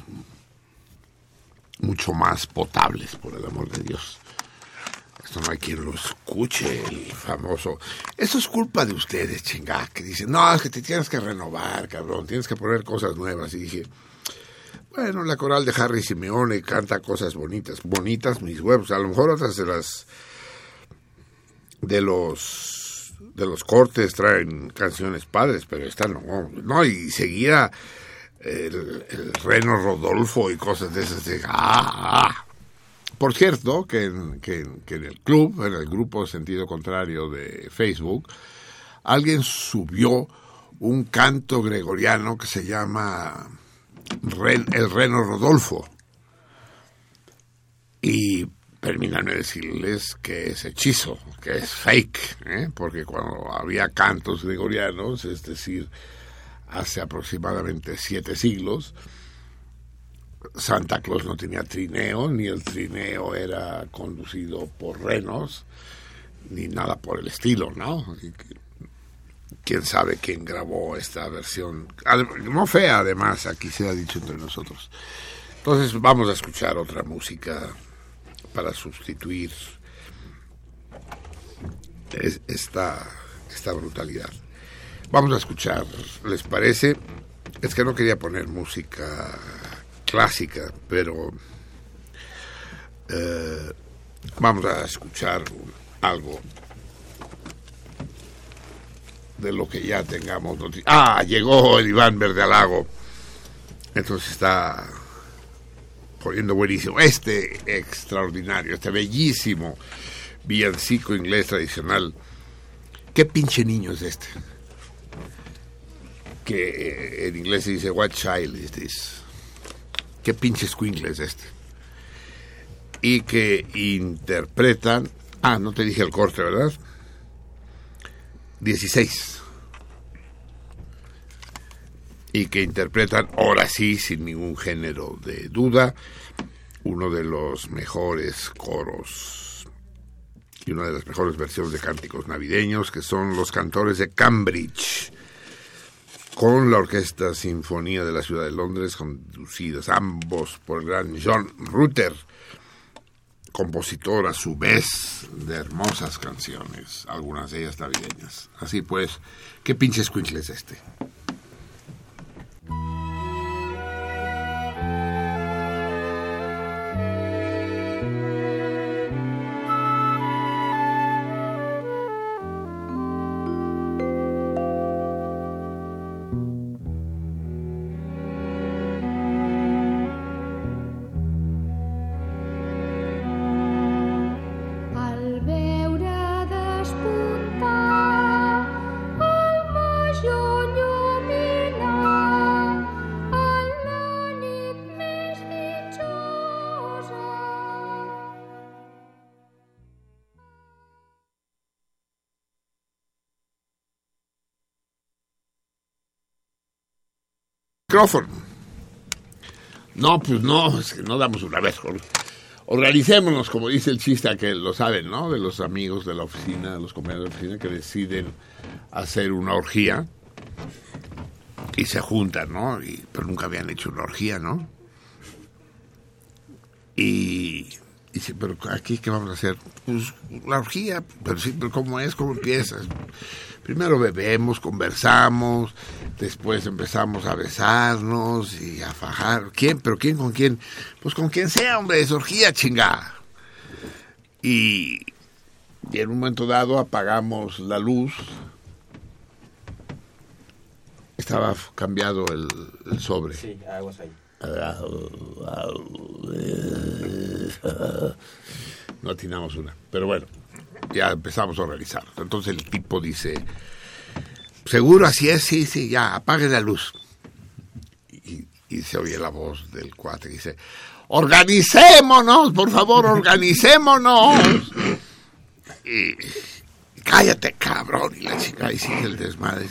mucho más potables, por el amor de Dios. Esto no hay quien lo escuche, el famoso. Eso es culpa de ustedes, chingá, que dicen, no, es que te tienes que renovar, cabrón, tienes que poner cosas nuevas. Y dije, bueno, la coral de Harry Simeone canta cosas bonitas, bonitas mis huevos. A lo mejor otras de las de los de los cortes traen canciones padres, pero esta no, no, y seguía el, el Reno Rodolfo y cosas de esas de ah, ah. Por cierto, que en, que, que en el club, en el grupo Sentido Contrario de Facebook, alguien subió un canto gregoriano que se llama Ren, el Reno Rodolfo. Y permítanme decirles que es hechizo, que es fake, ¿eh? Porque cuando había cantos gregorianos, es decir, hace aproximadamente siete siglos, Santa Claus no tenía trineo, ni el trineo era conducido por renos, ni nada por el estilo, ¿no? Quién sabe quién grabó esta versión, no fea además, aquí se ha dicho entre nosotros, Entonces vamos a escuchar otra música para sustituir es, esta, esta brutalidad. Vamos a escuchar, ¿les parece? Es que no quería poner música clásica, pero eh, vamos a escuchar algo de lo que ya tengamos. Ah, llegó el Iván Verdealago. Entonces está poniendo buenísimo. Este extraordinario, este bellísimo villancico inglés tradicional. ¿Qué pinche niño es este? Que en inglés se dice, what child is this? ¿Qué pinche escuincle es este? Y que interpretan, ah, no te dije el corte, ¿verdad? dieciséis. Y que interpretan, ahora sí, sin ningún género de duda, uno de los mejores coros y una de las mejores versiones de cánticos navideños, que son los Cantores de Cambridge, con la Orquesta Sinfonía de la Ciudad de Londres, conducidos ambos por el gran John Rutter, compositor a su vez de hermosas canciones, algunas de ellas navideñas. Así pues, ¿qué pinche escuincle es este? Micrófono. No, pues no, es que no damos una vez. Organicémonos, como dice el chiste, que lo saben, ¿no? De los amigos de la oficina, los compañeros de la oficina que deciden hacer una orgía y se juntan, ¿no? Y, pero nunca habían hecho una orgía, ¿no? Y Y dice, pero aquí, ¿qué vamos a hacer? Pues la orgía, pero sí, pero ¿cómo es? ¿Cómo empiezas? Primero bebemos, conversamos, después empezamos a besarnos y a fajar. ¿Quién? ¿Pero quién con quién? Pues con quien sea, hombre, es orgía, chingada. Y, y en un momento dado apagamos la luz. Estaba cambiado el, el sobre. Sí, aguas ahí. No atinamos una, pero bueno, ya empezamos a organizar. Entonces el tipo dice, seguro así es, sí, sí, ya, apague la luz. Y, y se oye la voz del cuate que dice, organicémonos, por favor, organicémonos. Y, cállate, cabrón, y la chica, y sigue el desmadre.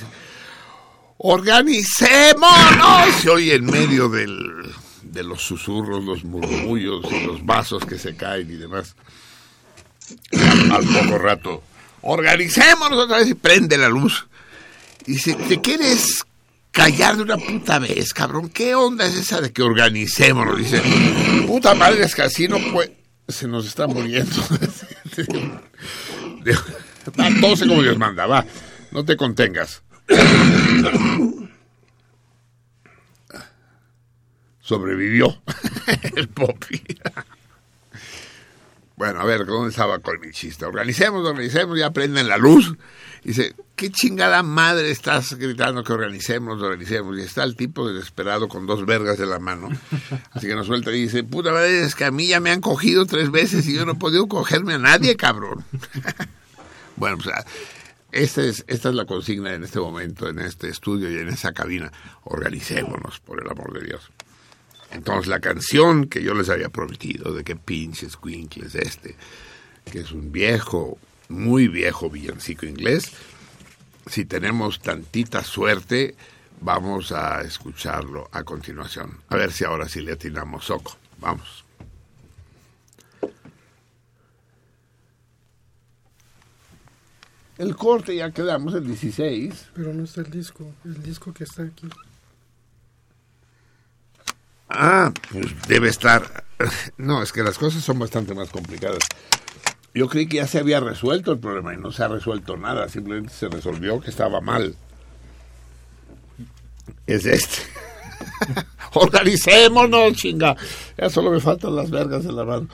¡Organicémonos! Se oye en medio del, de los susurros, los murmullos y los vasos que se caen y demás. Al, al poco rato, ¡organicémonos otra vez! Y prende la luz. Y dice, ¿te quieres callar de una puta vez, cabrón? ¿Qué onda es esa de que organicémonos? Dice, puta madre, es que así no puede... Se nos está muriendo. Va, todo sé como Dios manda, va. No te contengas. Sobrevivió el Poppy. Bueno, a ver, ¿dónde estaba con mi chiste? Organicemos, organicemos, ya prenden la luz. Dice, ¿qué chingada madre estás gritando que organicemos, organicemos? Y está el tipo desesperado con dos vergas de la mano. Así que nos suelta y dice, puta madre, es que a mí ya me han cogido tres veces y yo no he podido cogerme a nadie, cabrón. Bueno, pues... Esta es, esta es la consigna en este momento, en este estudio y en esa cabina. Organicémonos, por el amor de Dios. Entonces, la canción que yo les había prometido, de qué pinches Quinkle es este, que es un viejo, muy viejo villancico inglés. Si tenemos tantita suerte, vamos a escucharlo a continuación. A ver si ahora sí le atinamos. Soco, vamos. El corte ya quedamos el dieciséis. Pero no está el disco, el disco que está aquí. Ah, pues debe estar... No, es que las cosas son bastante más complicadas. Yo creí que ya se había resuelto el problema y no se ha resuelto nada, simplemente se resolvió que estaba mal. Es este. Organicémonos, chinga. Ya solo me faltan las vergas de la mano.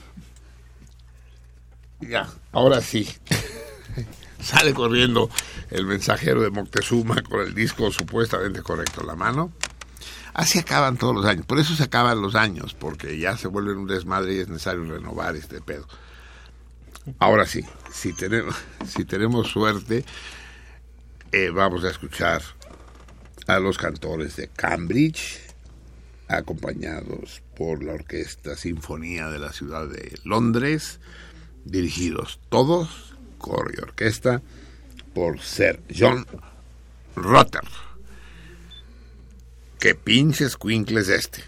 Ya, ahora sí. Sale corriendo el mensajero de Moctezuma con el disco supuestamente correcto en la mano. Así acaban todos los años. Por eso se acaban los años, porque ya se vuelven un desmadre y es necesario renovar este pedo. Ahora sí, si tenemos, si tenemos suerte, eh, vamos a escuchar a los cantores de Cambridge, acompañados por la Orquesta Sinfonía de la Ciudad de Londres, dirigidos todos, coro y orquesta, por Sir John Rutter. ¡Qué pinche escuincle es este!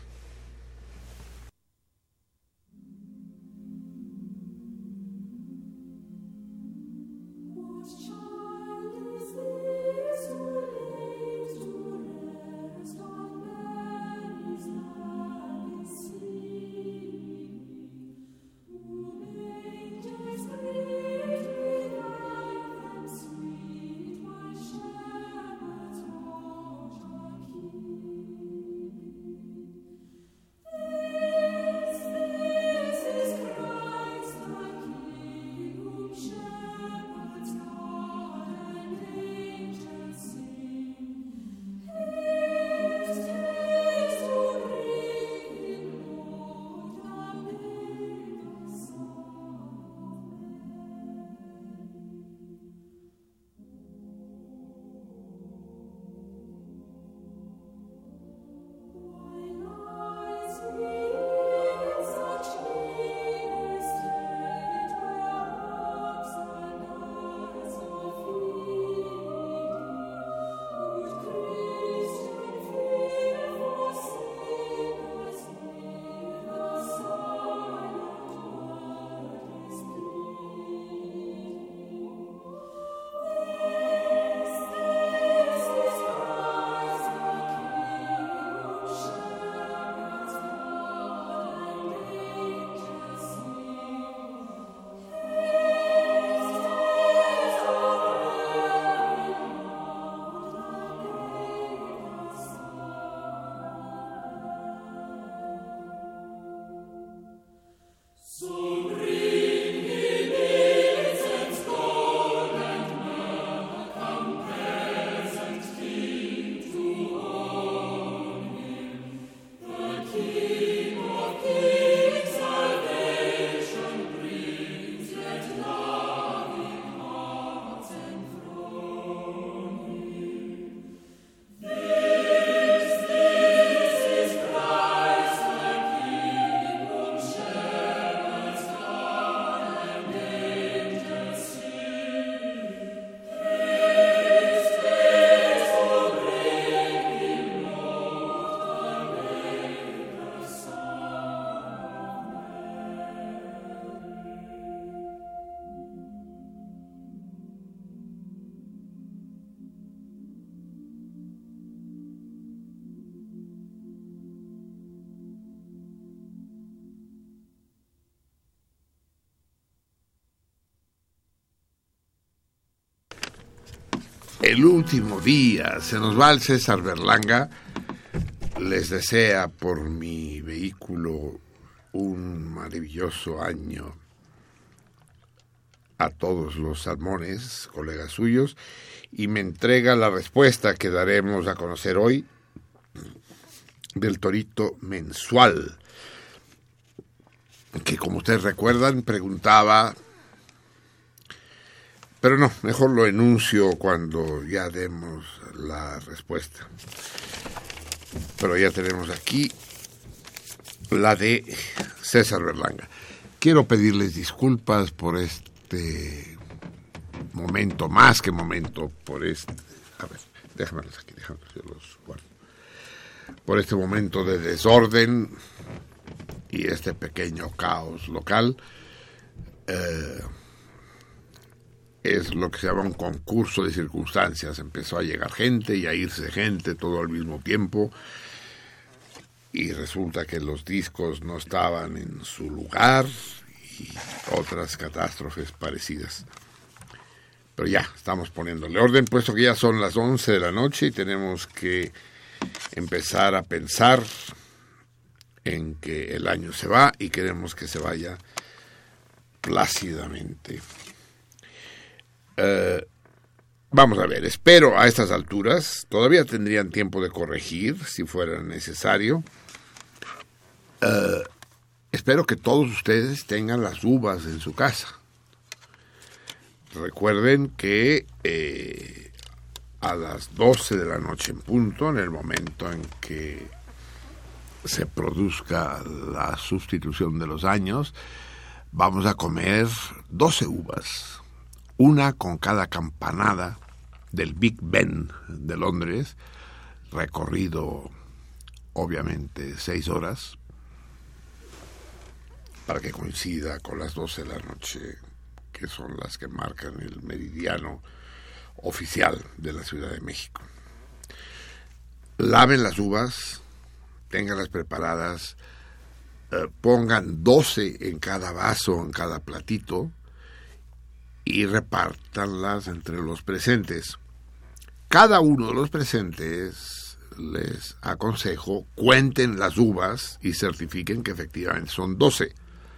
El último día, se nos va el César Berlanga, les desea por mi vehículo un maravilloso año a todos los salmones, colegas suyos, y me entrega la respuesta que daremos a conocer hoy del torito mensual, que como ustedes recuerdan preguntaba... Pero no, mejor lo enuncio cuando ya demos la respuesta. Pero ya tenemos aquí la de César Berlanga. Quiero pedirles disculpas por este momento, más que momento, por este... A ver, déjamelos aquí, déjamelos, yo los guardo. Por este momento de desorden y este pequeño caos local. Eh... Es lo que se llama un concurso de circunstancias. Empezó a llegar gente y a irse gente todo al mismo tiempo. y resulta que los discos no estaban en su lugar y otras catástrofes parecidas. Pero ya, estamos poniéndole orden, puesto que ya son las once de la noche y tenemos que empezar a pensar en que el año se va y queremos que se vaya plácidamente. Uh, vamos a ver, espero a estas alturas, todavía tendrían tiempo de corregir si fuera necesario. Uh, espero que todos ustedes tengan las uvas en su casa. Recuerden que eh, a las doce de la noche en punto, en el momento en que se produzca la sustitución de los años, vamos a comer doce uvas, una con cada campanada del Big Ben de Londres, recorrido obviamente seis horas, para que coincida con las doce de la noche, que son las que marcan el meridiano oficial de la Ciudad de México. Laven las uvas, ténganlas preparadas, eh, pongan doce en cada vaso, en cada platito, y repártanlas entre los presentes. Cada uno de los presentes, les aconsejo, cuenten las uvas y certifiquen que efectivamente son doce.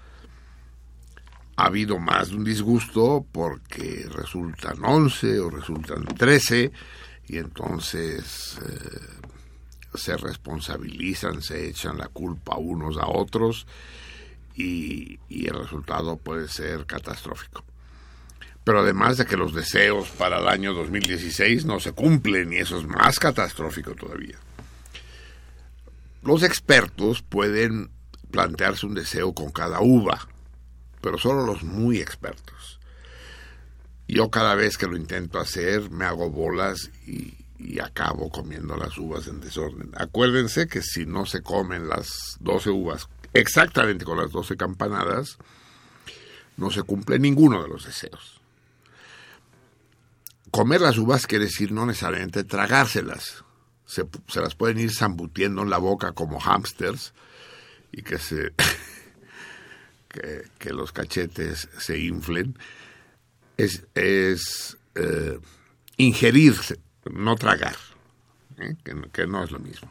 Ha habido más de un disgusto porque resultan once o resultan trece y entonces eh, se responsabilizan, se echan la culpa unos a otros y, y el resultado puede ser catastrófico. Pero además de que los deseos para el año dos mil dieciséis no se cumplen y eso es más catastrófico todavía. Los expertos pueden plantearse un deseo con cada uva, pero solo los muy expertos. Yo cada vez que lo intento hacer me hago bolas y, y acabo comiendo las uvas en desorden. Acuérdense que si no se comen las doce uvas exactamente con las doce campanadas, no se cumple ninguno de los deseos. Comer las uvas quiere decir no necesariamente tragárselas. Se, se las pueden ir zambutiendo en la boca como hámsters y que se... Que, que los cachetes se inflen, es, es eh, ingerirse, no tragar, ¿eh? que, que no es lo mismo.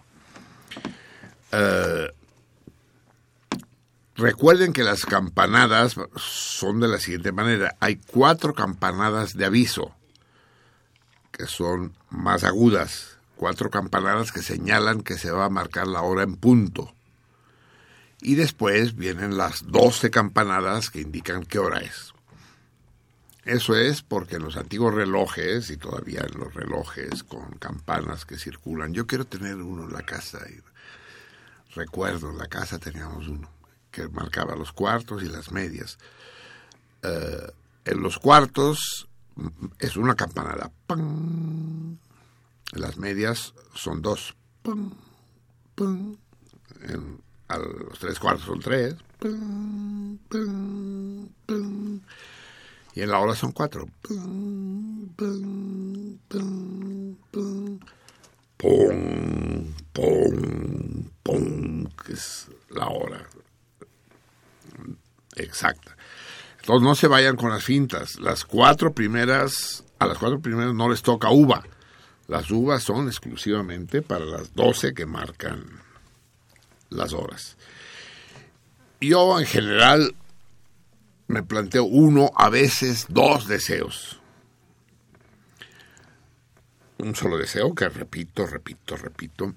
Eh, recuerden que las campanadas son de la siguiente manera. Hay cuatro campanadas de aviso, que son más agudas, cuatro campanadas que señalan que se va a marcar la hora en punto. Y después vienen las doce campanadas que indican qué hora es. Eso es porque en los antiguos relojes, y todavía en los relojes con campanas que circulan, yo quiero tener uno en la casa. Y recuerdo, en la casa teníamos uno que marcaba los cuartos y las medias. Uh, en los cuartos es una campanada. ¡Pam! En las medias son dos. ¡Pam! ¡Pam! En, a los tres cuartos son tres. Pum, pum, pum. Y en la hora son cuatro. Pum, pum, pum, pum. Pum, pum, pum, que es la hora exacta. Entonces no se vayan con las fintas. Las cuatro primeras, a las cuatro primeras no les toca uva. Las uvas son exclusivamente para las doce que marcan las horas. Yo en general me planteo uno, a veces dos deseos. Un solo deseo que repito, repito, repito.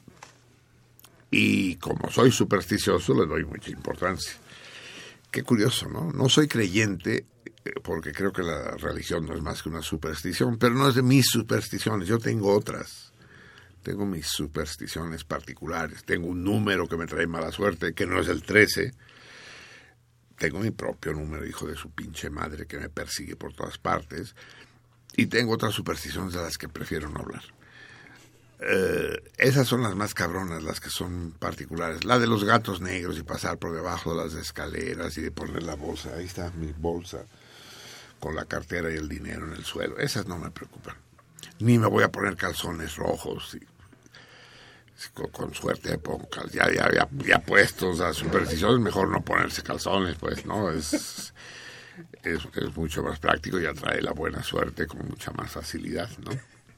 Y como soy supersticioso le doy mucha importancia. Qué curioso, ¿no? No soy creyente porque creo que la religión no es más que una superstición, pero no es de mis supersticiones, yo tengo otras. Tengo mis supersticiones particulares. Tengo un número que me trae mala suerte, que no es el trece. Tengo mi propio número, hijo de su pinche madre, que me persigue por todas partes. Y tengo otras supersticiones de las que prefiero no hablar. Eh, esas son las más cabronas, las que son particulares. La de los gatos negros y pasar por debajo de las escaleras y de poner la bolsa. Ahí está mi bolsa con la cartera y el dinero en el suelo. Esas no me preocupan. Ni me voy a poner calzones rojos. con, con suerte pongo cal- ya, ya, ya, ya puestos a supersticiones, mejor no ponerse calzones, pues, ¿no? Es, es, es mucho más práctico y atrae la buena suerte con mucha más facilidad, ¿no?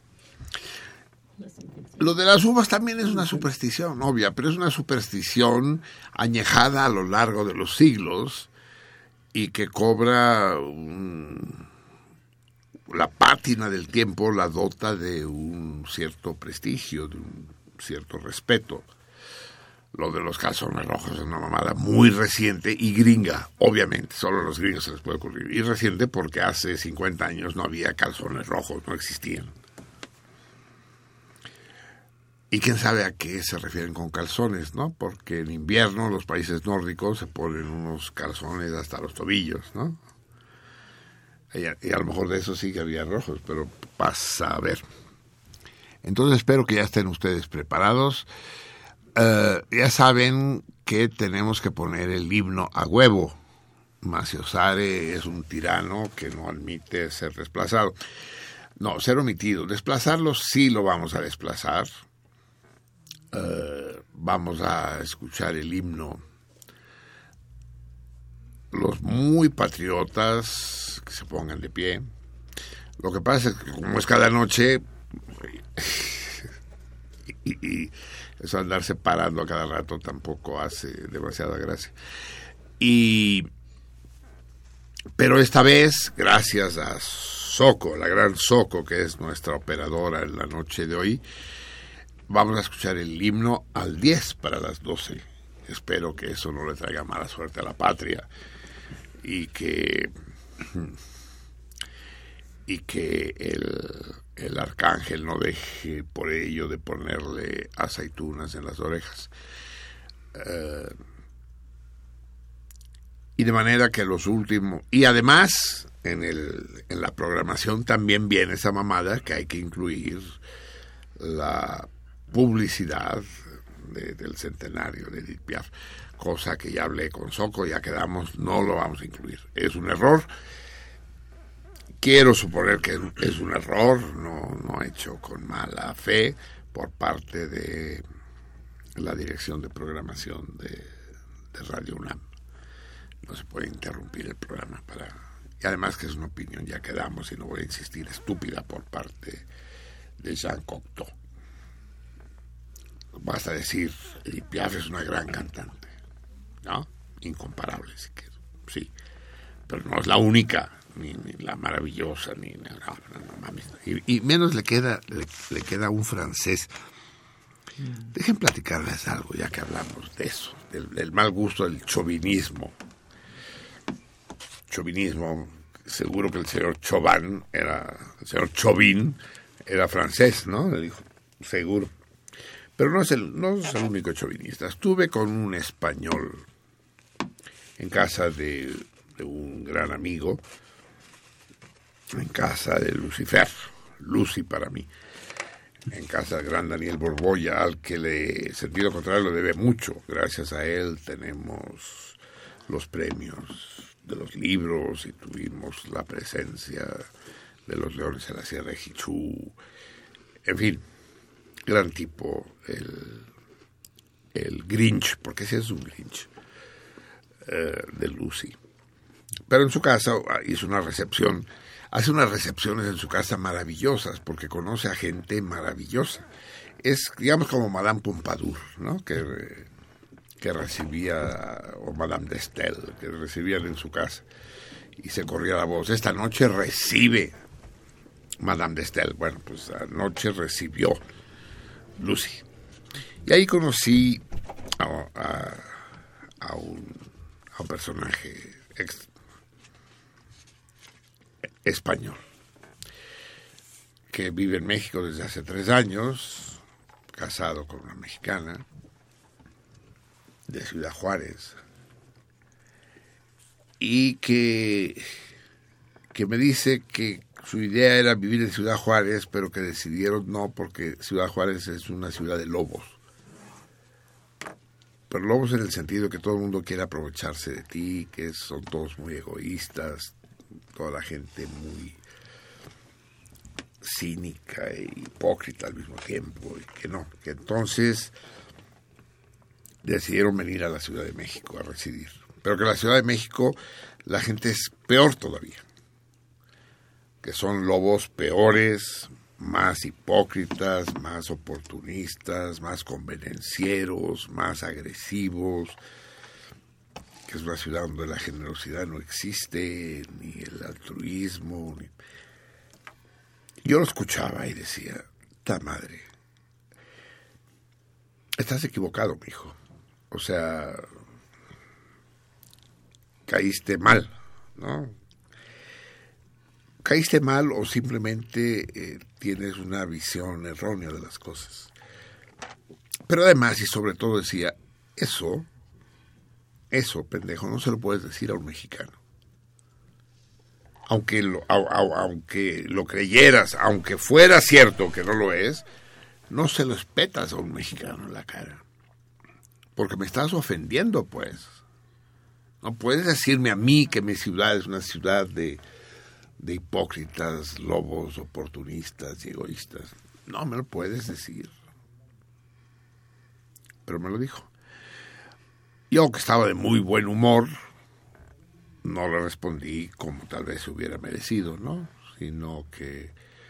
Lo de las uvas también es una superstición obvia, pero es una superstición añejada a lo largo de los siglos y que cobra un, la pátina del tiempo, la dota de un cierto prestigio, de un cierto respeto. Lo de los calzones rojos es una mamada muy reciente y gringa, obviamente, solo a los gringos se les puede ocurrir. Y reciente porque hace cincuenta años no había calzones rojos, no existían. Y quién sabe a qué se refieren con calzones, ¿no? Porque en invierno los países nórdicos se ponen unos calzones hasta los tobillos, ¿no? Y a, y a lo mejor de eso sí que había rojos, pero pasa a ver. Entonces espero que ya estén ustedes preparados. Uh, ya saben que tenemos que poner el himno a huevo. Maciosare es un tirano que no admite ser desplazado. No, ser omitido. Desplazarlo sí lo vamos a desplazar. Uh, vamos a escuchar el himno. Los muy patriotas que se pongan de pie. Lo que pasa es que como es cada noche y, y eso andarse parando a cada rato tampoco hace demasiada gracia. Y pero esta vez, gracias a Soco, la gran Soco, que es nuestra operadora en la noche de hoy, vamos a escuchar el himno al diez para las doce. Espero que eso no le traiga mala suerte a la patria y que y que el, el arcángel no deje por ello de ponerle aceitunas en las orejas. Uh, y de manera que los últimos... Y además, en, el, en la programación también viene esa mamada que hay que incluir la publicidad de, del centenario de Edith Piaf, cosa que ya hablé con Soco, ya quedamos, no lo vamos a incluir. Es un error. Quiero suponer que es un error, no, no hecho con mala fe por parte de la dirección de programación de, de Radio UNAM. No se puede interrumpir el programa para... Y además que es una opinión, ya quedamos, y no voy a insistir, estúpida por parte de Jean Cocteau. Basta decir, Edith Piaf es una gran cantante, ¿no? Incomparable, si quiero, sí. Pero no es la única, ni, ni la maravillosa, ni... No, no, no, mames. Y, y menos le queda, le, le queda un francés. Dejen platicarles algo, ya que hablamos de eso, del, del mal gusto del chauvinismo. Chauvinismo, seguro que el señor Chauvin era, el señor Chauvin era francés, ¿no? Le dijo, seguro. Pero no es el, no es el único chauvinista. Estuve con un español en casa de, de un gran amigo, en casa de Lucifer, Lucy para mí, en casa del gran Daniel Borbolla, al que le, sentido contrario, le debe mucho. Gracias a él tenemos los premios de los libros y tuvimos la presencia de los Leones en la Sierra de Jichú. En fin, gran tipo, el, el Grinch, porque ese es un Grinch, eh, de Lucy. Pero en su casa hizo una recepción, hace unas recepciones en su casa maravillosas, porque conoce a gente maravillosa. Es, digamos, como Madame Pompadour, ¿no? Que, que recibía, o Madame de Staël, que recibían en su casa, y se corría la voz. Esta noche recibe Madame de Staël. Bueno, pues anoche recibió Lucy. Y ahí conocí a, a, a, un, a un personaje ex, español que vive en México desde hace tres años, casado con una mexicana de Ciudad Juárez, y que, que me dice que su idea era vivir en Ciudad Juárez, pero que decidieron no, porque Ciudad Juárez es una ciudad de lobos. Pero lobos en el sentido que todo el mundo quiere aprovecharse de ti, que son todos muy egoístas, toda la gente muy cínica e hipócrita al mismo tiempo, y que no, que entonces decidieron venir a la Ciudad de México a residir. Pero que en la Ciudad de México la gente es peor todavía, que son lobos peores, más hipócritas, más oportunistas, más convenencieros, más agresivos, que es una ciudad donde la generosidad no existe, ni el altruismo. Ni... Yo lo escuchaba y decía, ¡ta madre! Estás equivocado, mijo. O sea, caíste mal, ¿no? Caíste mal o simplemente eh, tienes una visión errónea de las cosas. Pero además, y sobre todo decía, eso, eso, pendejo, no se lo puedes decir a un mexicano. Aunque lo, a, a, aunque lo creyeras, aunque fuera cierto que no lo es, no se lo espetas a un mexicano en la cara. Porque me estás ofendiendo, pues. No puedes decirme a mí que mi ciudad es una ciudad de... de hipócritas, lobos, oportunistas y egoístas. No me lo puedes decir. Pero me lo dijo. Yo, que estaba de muy buen humor, no le respondí como tal vez se hubiera merecido, ¿no? Sino que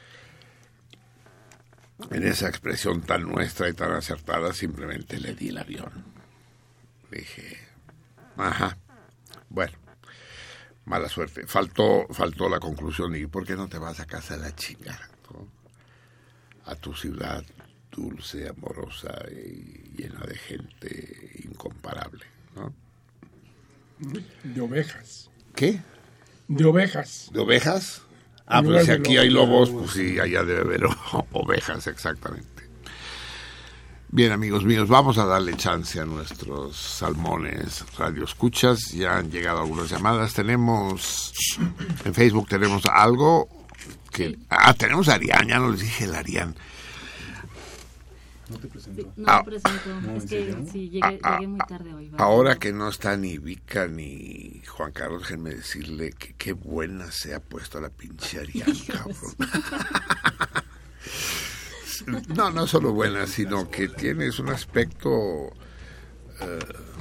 en esa expresión tan nuestra y tan acertada simplemente le di el avión. Dije, ajá, bueno. Mala suerte. Faltó faltó la conclusión. ¿Y por qué no te vas a casa de la chingada, ¿no? A tu ciudad dulce, amorosa y llena de gente incomparable, ¿no? De ovejas. ¿Qué? De ovejas. ¿De ovejas? Ah, pues si aquí hay lobos, pues sí, allá debe haber ovejas, exactamente. Bien, amigos míos, vamos a darle chance a nuestros salmones radioescuchas. Ya han llegado algunas llamadas. Tenemos, en Facebook tenemos algo que... Ah, tenemos a Arián, ya no les dije el Arián. No te presento. No Ah, me presento, no, es ¿en que serio? sí, llegué, Ah, llegué muy tarde hoy. ¿vale? Ahora que no está ni Vika ni Juan Carlos, déjenme decirle que qué buena se ha puesto la pinche Arián, cabrón. No, no solo buena, sino que tienes un aspecto eh,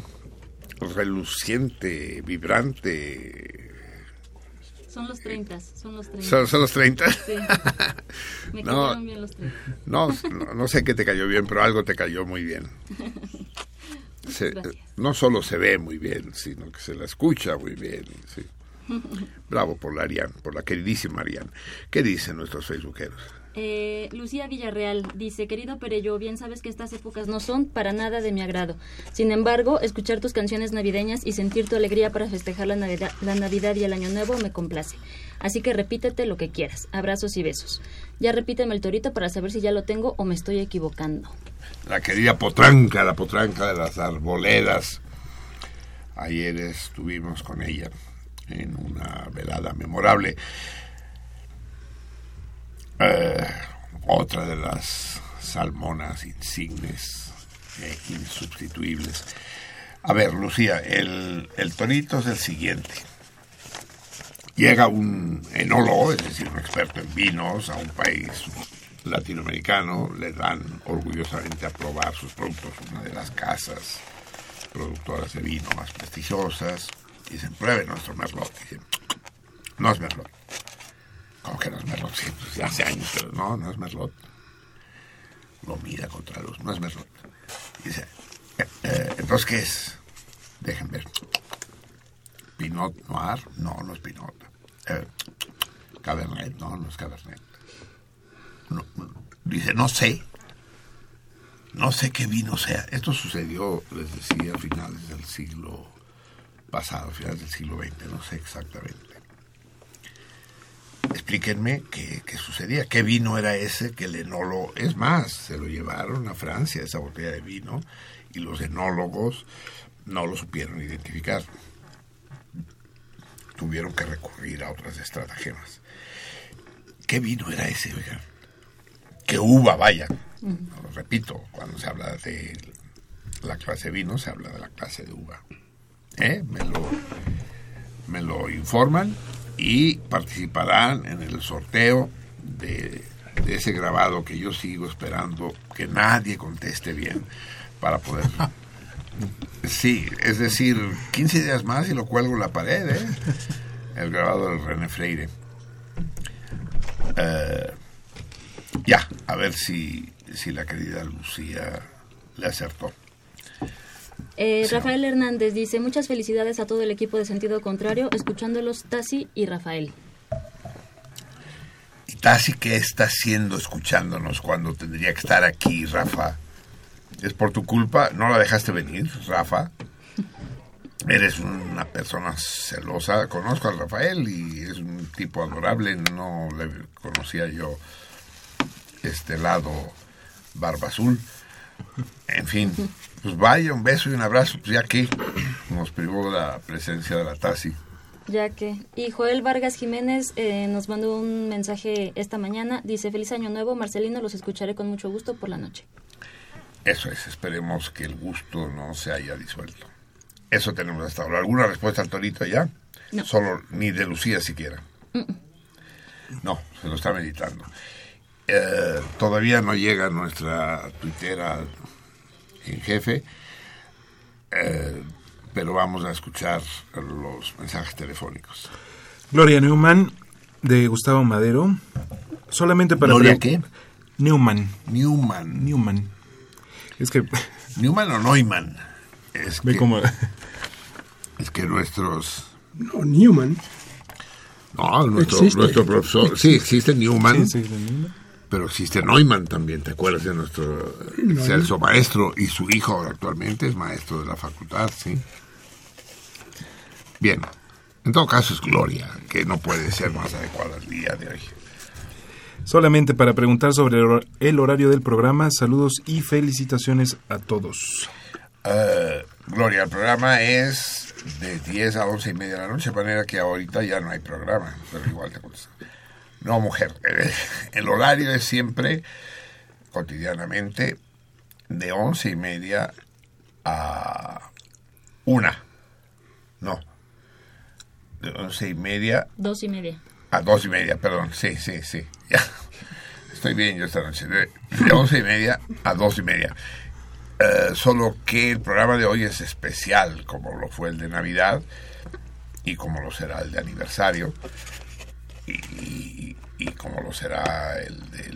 reluciente, vibrante. Son los treinta, son los treinta. ¿Son, son los treinta? Sí. Me No. cayeron bien los treinta. No, no, no sé qué te cayó bien, pero algo te cayó muy bien. Se, Gracias. no solo se ve muy bien, sino que se la escucha muy bien. Sí. Bravo por la Arián, por la queridísima Arián. ¿Qué dicen nuestros facebookeros? Eh, Lucía Villarreal dice, querido Perello, bien sabes que estas épocas no son para nada de mi agrado. Sin embargo, escuchar tus canciones navideñas y sentir tu alegría para festejar la Navidad, la Navidad y el Año Nuevo me complace. Así que repítete lo que quieras. Abrazos y besos. Ya repíteme el torito para saber si ya lo tengo o me estoy equivocando. La querida Potranca, la Potranca de las Arboledas. Ayer estuvimos con ella en una velada memorable. Eh, otra de las salmonas insignes e insubstituibles. A ver, Lucía, el, el torito es el siguiente. Llega un enólogo, es decir, un experto en vinos, a un país latinoamericano, le dan orgullosamente a probar sus productos, una de las casas productoras de vino más prestigiosas. Dicen, prueben nuestro Merlot. Dicen, no es Merlot. ¿Cómo que no es Merlot? Sí, pues ya hace años, pero no, no es Merlot. Lo mira contra luz, no es Merlot. Dice, eh, eh, entonces, ¿qué es? Dejen ver. Pinot Noir, no, no es Pinot. Eh, Cabernet, no, no es Cabernet. No, dice, no sé. No sé qué vino sea. Esto sucedió, les decía, a finales del siglo pasado, a finales del siglo veinte, no sé exactamente. Explíquenme qué, qué sucedía, qué vino era ese que el enólogo... Es más, se lo llevaron a Francia, esa botella de vino, y los enólogos no lo supieron identificar. Tuvieron que recurrir a otras estratagemas. ¿Qué vino era ese, oigan? ¿Qué uva, vaya? Uh-huh. No, repito, cuando se habla de la clase de vino, se habla de la clase de uva. ¿Eh? Me lo, me lo informan y participarán en el sorteo de de ese grabado que yo sigo esperando que nadie conteste bien para poder... Sí, es decir, quince días más y lo cuelgo en la pared, ¿eh? El grabado del René Freire. Uh, ya, a ver si, si la querida Lucía le acertó. Eh, Sí. Rafael Hernández dice, muchas felicidades a todo el equipo de Sentido Contrario, escuchándolos Tasi y Rafael. ¿Y Tasi qué está haciendo escuchándonos cuando tendría que estar aquí, Rafa? ¿Es por tu culpa? ¿No la dejaste venir, Rafa? Eres una persona celosa. Conozco al Rafael y es un tipo adorable. No le conocía yo este lado barba azul. En fin, pues vaya, un beso y un abrazo. Pues ya que nos privó la presencia de la Tasi. Ya que. Y Joel Vargas Jiménez eh, nos mandó un mensaje esta mañana. Dice, feliz año nuevo, Marcelino, los escucharé con mucho gusto por la noche. Eso es, esperemos que el gusto no se haya disuelto. Eso tenemos hasta ahora. ¿Alguna respuesta al Torito ya? No. Solo, ni de Lucía siquiera. Mm-mm. No, se lo está meditando. Eh, todavía no llega nuestra tuitera en jefe, eh, pero vamos a escuchar los mensajes telefónicos. Gloria Newman, de Gustavo Madero. Solamente para... ¿Gloria pre- qué? Newman. Newman. Newman. Es que... Newman o Neumann. Es Ve que, cómo... es que nuestros... No, Newman. No, nuestro, Existe. nuestro profesor... Sí, existe Newman. Sí, sí, de Newman. Pero existe Neumann también, ¿te acuerdas de nuestro No. Celso maestro? Y su hijo ahora actualmente es maestro de la facultad, ¿sí? Bien, en todo caso es Gloria, que no puede ser más adecuada el día de hoy. Solamente para preguntar sobre el hor- el horario del programa, saludos y felicitaciones a todos. Uh, Gloria, el programa es de diez a once y media de la noche, de manera que ahorita ya no hay programa, pero igual te contesto. No, mujer, el horario es siempre, cotidianamente, de once y media a una. No, de once y media Dos y media. a dos y media, perdón, sí, sí, sí, ya. Estoy bien yo esta noche, de, de once y media a dos y media. Uh, solo que el programa de hoy es especial, como lo fue el de Navidad y como lo será el de aniversario. Y, y, y como lo será el del,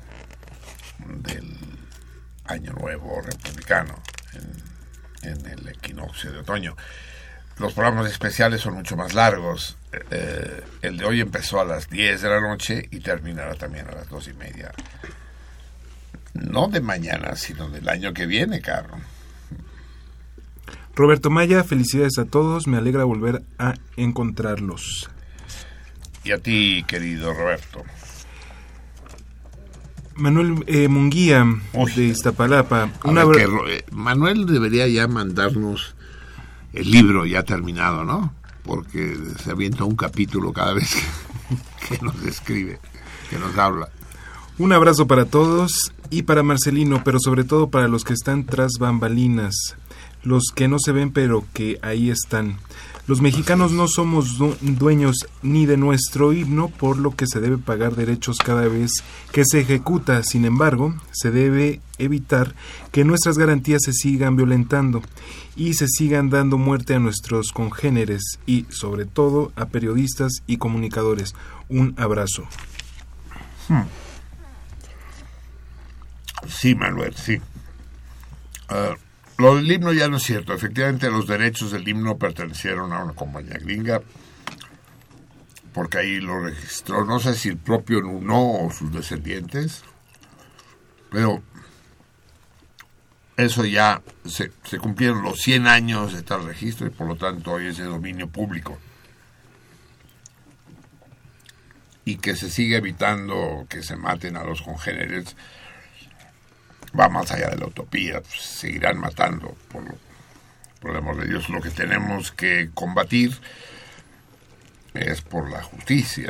del Año Nuevo Republicano en, en el equinoccio de otoño. Los programas especiales son mucho más largos. Eh, el de hoy empezó a las diez de la noche y terminará también a las dos y media. No de mañana, sino del año que viene, Carlos. Roberto Maya, felicidades a todos, me alegra volver a encontrarlos. Y a ti, querido Roberto. Manuel eh, Munguía, Uy. de Iztapalapa. A Una ver, abra- que, eh, Manuel debería ya mandarnos el libro ya terminado, ¿no? Porque se avienta un capítulo cada vez que, que nos escribe, que nos habla. Un abrazo para todos y para Marcelino, pero sobre todo para los que están tras bambalinas, los que no se ven pero que ahí están. Los mexicanos no somos du- dueños ni de nuestro himno, por lo que se debe pagar derechos cada vez que se ejecuta. Sin embargo, se debe evitar que nuestras garantías se sigan violentando y se sigan dando muerte a nuestros congéneres y, sobre todo, a periodistas y comunicadores. Un abrazo. Hmm. Sí, Manuel, sí. Uh, lo del himno ya no es cierto. Efectivamente, los derechos del himno pertenecieron a una compañía gringa, porque ahí lo registró, no sé si el propio Nuno o sus descendientes, pero eso ya se, se cumplieron los cien años de tal registro y por lo tanto hoy es de dominio público. Y que se sigue evitando que se maten a los congéneres va más allá de la utopía, pues, seguirán matando, por, lo, por el amor de Dios. Lo que tenemos que combatir es por la justicia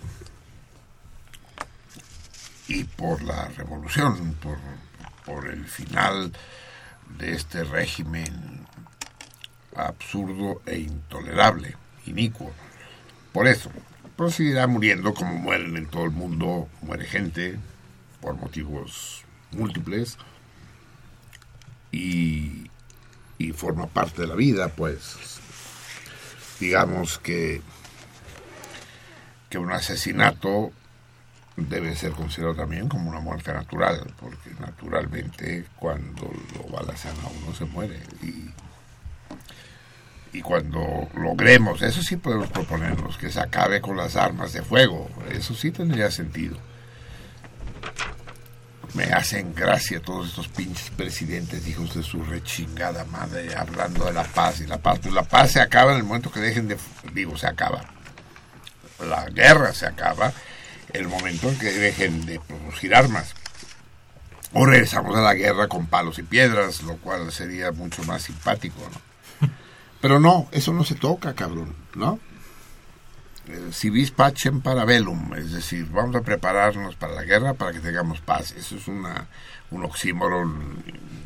y, y por la revolución, por, por el final de este régimen absurdo e intolerable, inicuo. Por eso, pues seguirá muriendo como mueren en todo el mundo, muere gente por motivos múltiples y, y forma parte de la vida, pues digamos que que un asesinato debe ser considerado también como una muerte natural, porque naturalmente cuando lo balacean a uno se muere y Y cuando logremos, eso sí podemos proponernos, que se acabe con las armas de fuego, eso sí tendría sentido. Me hacen gracia todos estos pinches presidentes, hijos de su rechingada madre, hablando de la paz y la paz. Pues la paz se acaba en el momento que dejen de... Digo, se acaba. La guerra se acaba en el momento en que dejen de producir armas. O regresamos a la guerra con palos y piedras, lo cual sería mucho más simpático, ¿no? Pero no, eso no se toca, cabrón, ¿no? Eh, si vis pacem para bellum, es decir, vamos a prepararnos para la guerra para que tengamos paz. Eso es una un oxímoron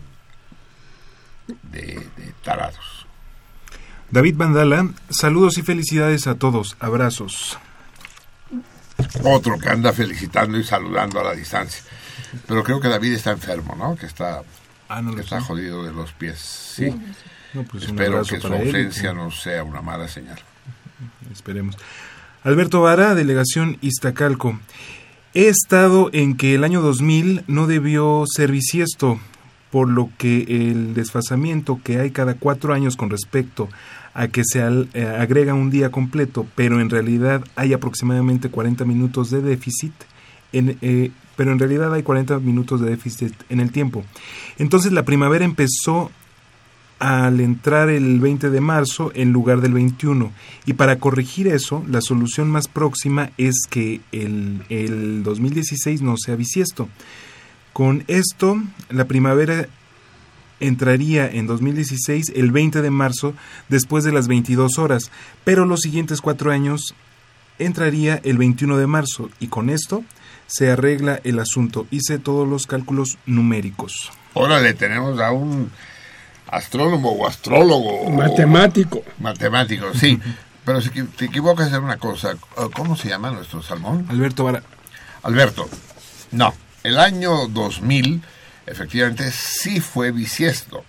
de, de tarados. David Vandala, saludos y felicidades a todos, abrazos. Otro que anda felicitando y saludando a la distancia. Pero creo que David está enfermo, ¿no? Que está, ah, no que está sé. jodido de los pies. Sí. No, pues espero que su ausencia él. no sea una mala señal. Esperemos. Alberto Vara, delegación Iztacalco. He estado en que el año dos mil no debió ser bisiesto, por lo que el desfasamiento que hay cada cuatro años con respecto a que se al, eh, agrega un día completo, pero en realidad hay aproximadamente cuarenta minutos de déficit, en, eh, pero en realidad hay cuarenta minutos de déficit en el tiempo. Entonces la primavera empezó al entrar el veinte de marzo en lugar del veintiuno, y para corregir eso la solución más próxima es que el, el dos mil dieciséis no sea bisiesto. Con esto la primavera entraría en dos mil dieciséis el veinte de marzo después de las veintidós horas, pero los siguientes cuatro años entraría el veintiuno de marzo, y con esto se arregla el asunto. Hice todos los cálculos numéricos. Órale, tenemos a un astrónomo o astrólogo. Matemático. O matemático, sí. Pero si te equivocas en una cosa, ¿cómo se llama nuestro salmón? Alberto Vara. Alberto, no. El año dos mil, efectivamente, sí fue bisiesto.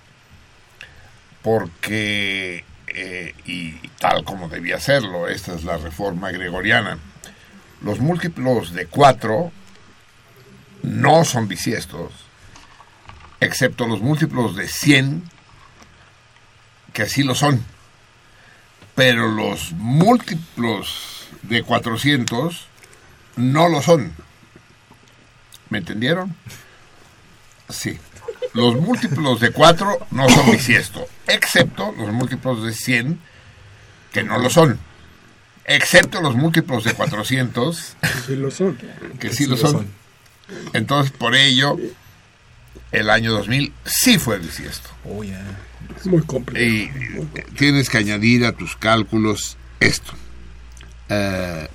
Porque, eh, y tal como debía serlo, esta es la reforma gregoriana, los múltiplos de cuatro no son bisiestos, excepto los múltiplos de cien, que así lo son. Pero los múltiplos de cuatrocientos no lo son. ¿Me entendieron? Sí. Los múltiplos de cuatro no son bisiesto, excepto los múltiplos de cien, que no lo son. Excepto los múltiplos de cuatrocientos, que sí lo son. Que sí lo son. Entonces, por ello, el año dos mil sí fue bisiesto. Oh, yeah. Muy complejo. Y tienes que añadir a tus cálculos esto. Uh,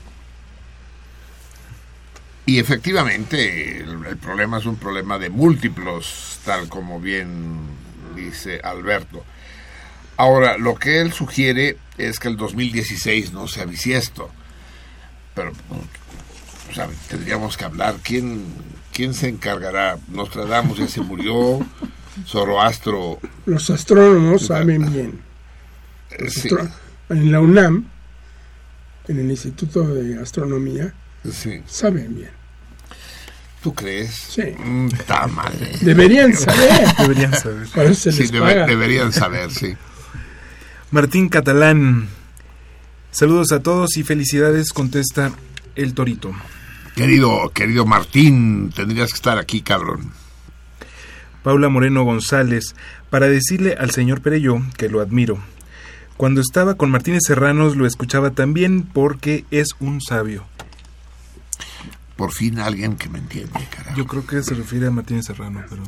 y efectivamente, el, el problema es un problema de múltiplos, tal como bien dice Alberto. Ahora, lo que él sugiere es que el dos mil dieciséis no sea bisiesto. Pero, o sea, tendríamos que hablar. ¿Quién, quién se encargará? Nostradamus ya se murió. Zoroastro. Los astrónomos saben bien. Los Sí. astro- En la UNAM, en el Instituto de Astronomía, Sí. saben bien. ¿Tú crees? Sí. Mm, ta madre. Deberían saber. Deberían saber. Para eso se Sí, les debe- paga. deberían saber, sí. Martín Catalán, saludos a todos y felicidades, contesta el Torito. Querido, querido Martín, tendrías que estar aquí, cabrón. Paula Moreno González, para decirle al señor Perelló que lo admiro. Cuando estaba con Martínez Serranos lo escuchaba también porque es un sabio. Por fin alguien que me entiende, carajo. Yo creo que se refiere a Martínez Serrano, pero...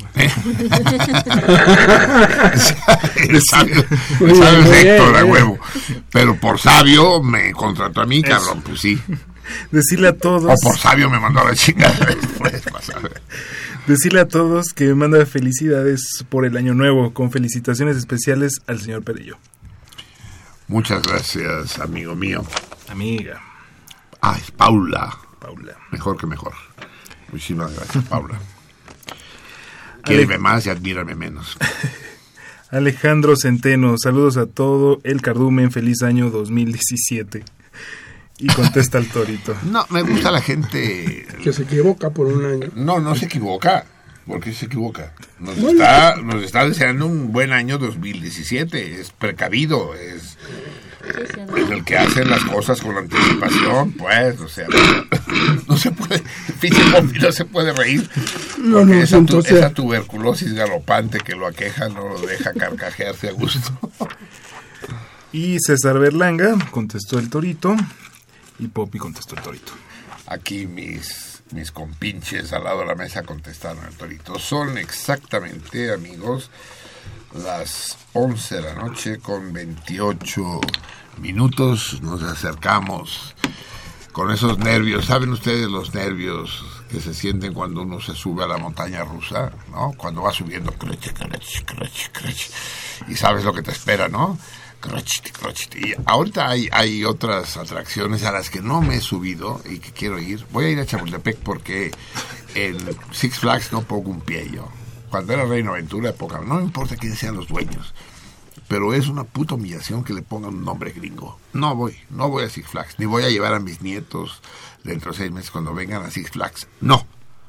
Eres sabio, Muy bien, sabes, muy bien, Héctor, a bien. huevo. Pero por sabio me contrató a mí, cabrón, pues sí. Decirle a todos... O por sabio me mandó a la chingada después, vas a ver. Decirle a todos que me manda felicidades por el año nuevo, con felicitaciones especiales al señor Perelló. Muchas gracias, amigo mío. Amiga. Ah, es Paula. Paula. Mejor que mejor. Muchísimas gracias, Paula. Quíreme más y admírame menos. Alejandro Centeno, saludos a todo el cardumen, feliz año dos mil diecisiete. Y contesta el Torito. No, me gusta la gente... Que se equivoca por un año. No, no se equivoca. ¿Por qué se equivoca? Nos, bueno. está, nos está deseando un buen año dos mil diecisiete. Es precavido, es... Es el que hace las cosas con anticipación, pues, o sea, no se puede, no se puede reír, no, no, esa, entonces... tu, esa tuberculosis galopante que lo aqueja no lo deja carcajearse a gusto. Y César Berlanga contestó el Torito, y Poppy contestó el Torito. Aquí mis, mis compinches al lado de la mesa contestaron el Torito. Son exactamente, amigos, las once de la noche con veintiocho minutos. Nos acercamos con esos nervios. ¿Saben ustedes los nervios que se sienten cuando uno se sube a la montaña rusa? ¿No? Cuando va subiendo, crech, crech, crech, crech, y sabes lo que te espera, ¿no? Crech, crech. Y ahorita hay, hay otras atracciones a las que no me he subido y que quiero ir. Voy a ir a Chapultepec porque en Six Flags no pongo un pie yo. Cuando era Reino Aventura, época, no me importa quiénes sean los dueños, pero es una puta humillación que le pongan un nombre gringo. No voy, no voy a Six Flags, ni voy a llevar a mis nietos dentro de seis meses cuando vengan a Six Flags. No.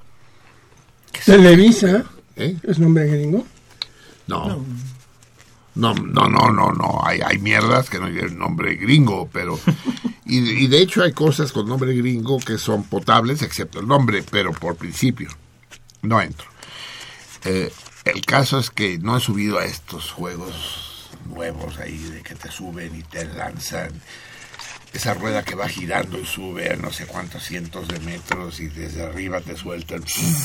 ¿Televisa? ¿Eh? ¿Es nombre gringo? No. No, no, no, no, no. Hay, hay mierdas que no llevan nombre gringo, pero... Y, y de hecho hay cosas con nombre gringo que son potables, excepto el nombre, pero por principio no entro. Eh, el caso es que no he subido a estos juegos nuevos ahí de que te suben y te lanzan esa rueda que va girando y sube a no sé cuántos cientos de metros y desde arriba te sueltan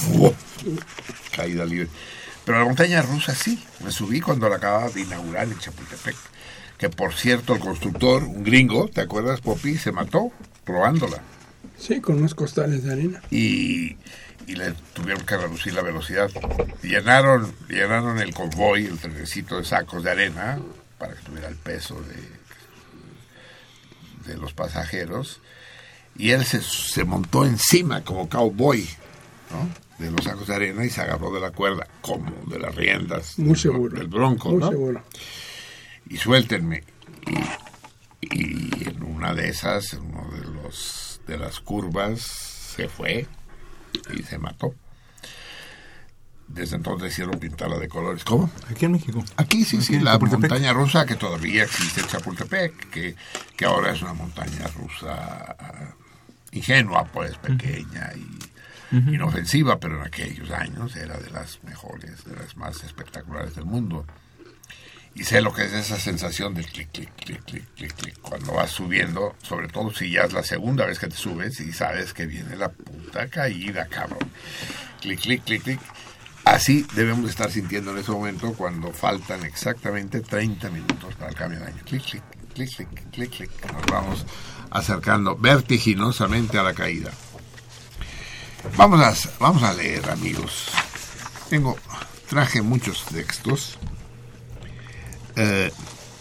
caída libre. Pero la montaña rusa sí, me subí cuando la acababa de inaugurar en Chapultepec, que por cierto el constructor, un gringo, ¿te acuerdas, Poppy? Se mató probándola. Sí, con unos costales de arena. Y... y le tuvieron que reducir la velocidad. Llenaron llenaron el convoy, el trenecito de sacos de arena, para que tuviera el peso de, de los pasajeros, y él se, se montó encima como cowboy, ¿no?, de los sacos de arena y se agarró de la cuerda, como de las riendas. Muy seguro. Del bronco, Muy ¿no? seguro. Y suéltenme. Y, y en una de esas, en uno de los de las curvas, se fue y se mató. Desde entonces hicieron pintarla de colores. ¿Cómo? Aquí en México. Aquí sí, Aquí sí, en la Chapultepec. montaña rusa que todavía existe en Chapultepec, que, que ahora es una montaña rusa ingenua, pues, pequeña y uh-huh. inofensiva, pero en aquellos años era de las mejores, de las más espectaculares del mundo. Y sé lo que es esa sensación del clic, clic, clic, clic, clic, clic, cuando vas subiendo, sobre todo si ya es la segunda vez que te subes y sabes que viene la puta caída, cabrón. Clic, clic, clic, clic. Así debemos estar sintiendo en ese momento cuando faltan exactamente treinta minutos para el cambio de año. Clic, clic, clic, clic, clic, clic. Nos vamos acercando vertiginosamente a la caída. Vamos a, vamos a leer, amigos. Tengo, traje muchos textos. Eh,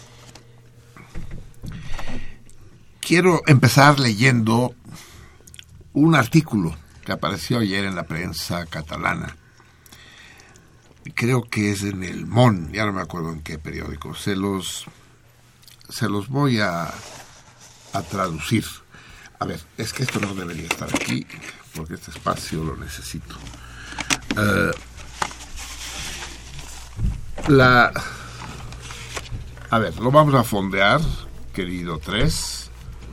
quiero empezar leyendo un artículo que apareció ayer en la prensa catalana. Creo que es en el Món, ya no me acuerdo en qué periódico. Se los, se los voy a, a traducir. A ver, es que esto no debería estar aquí, porque este espacio lo necesito. Eh, la... A ver, lo vamos a fondear, querido tres,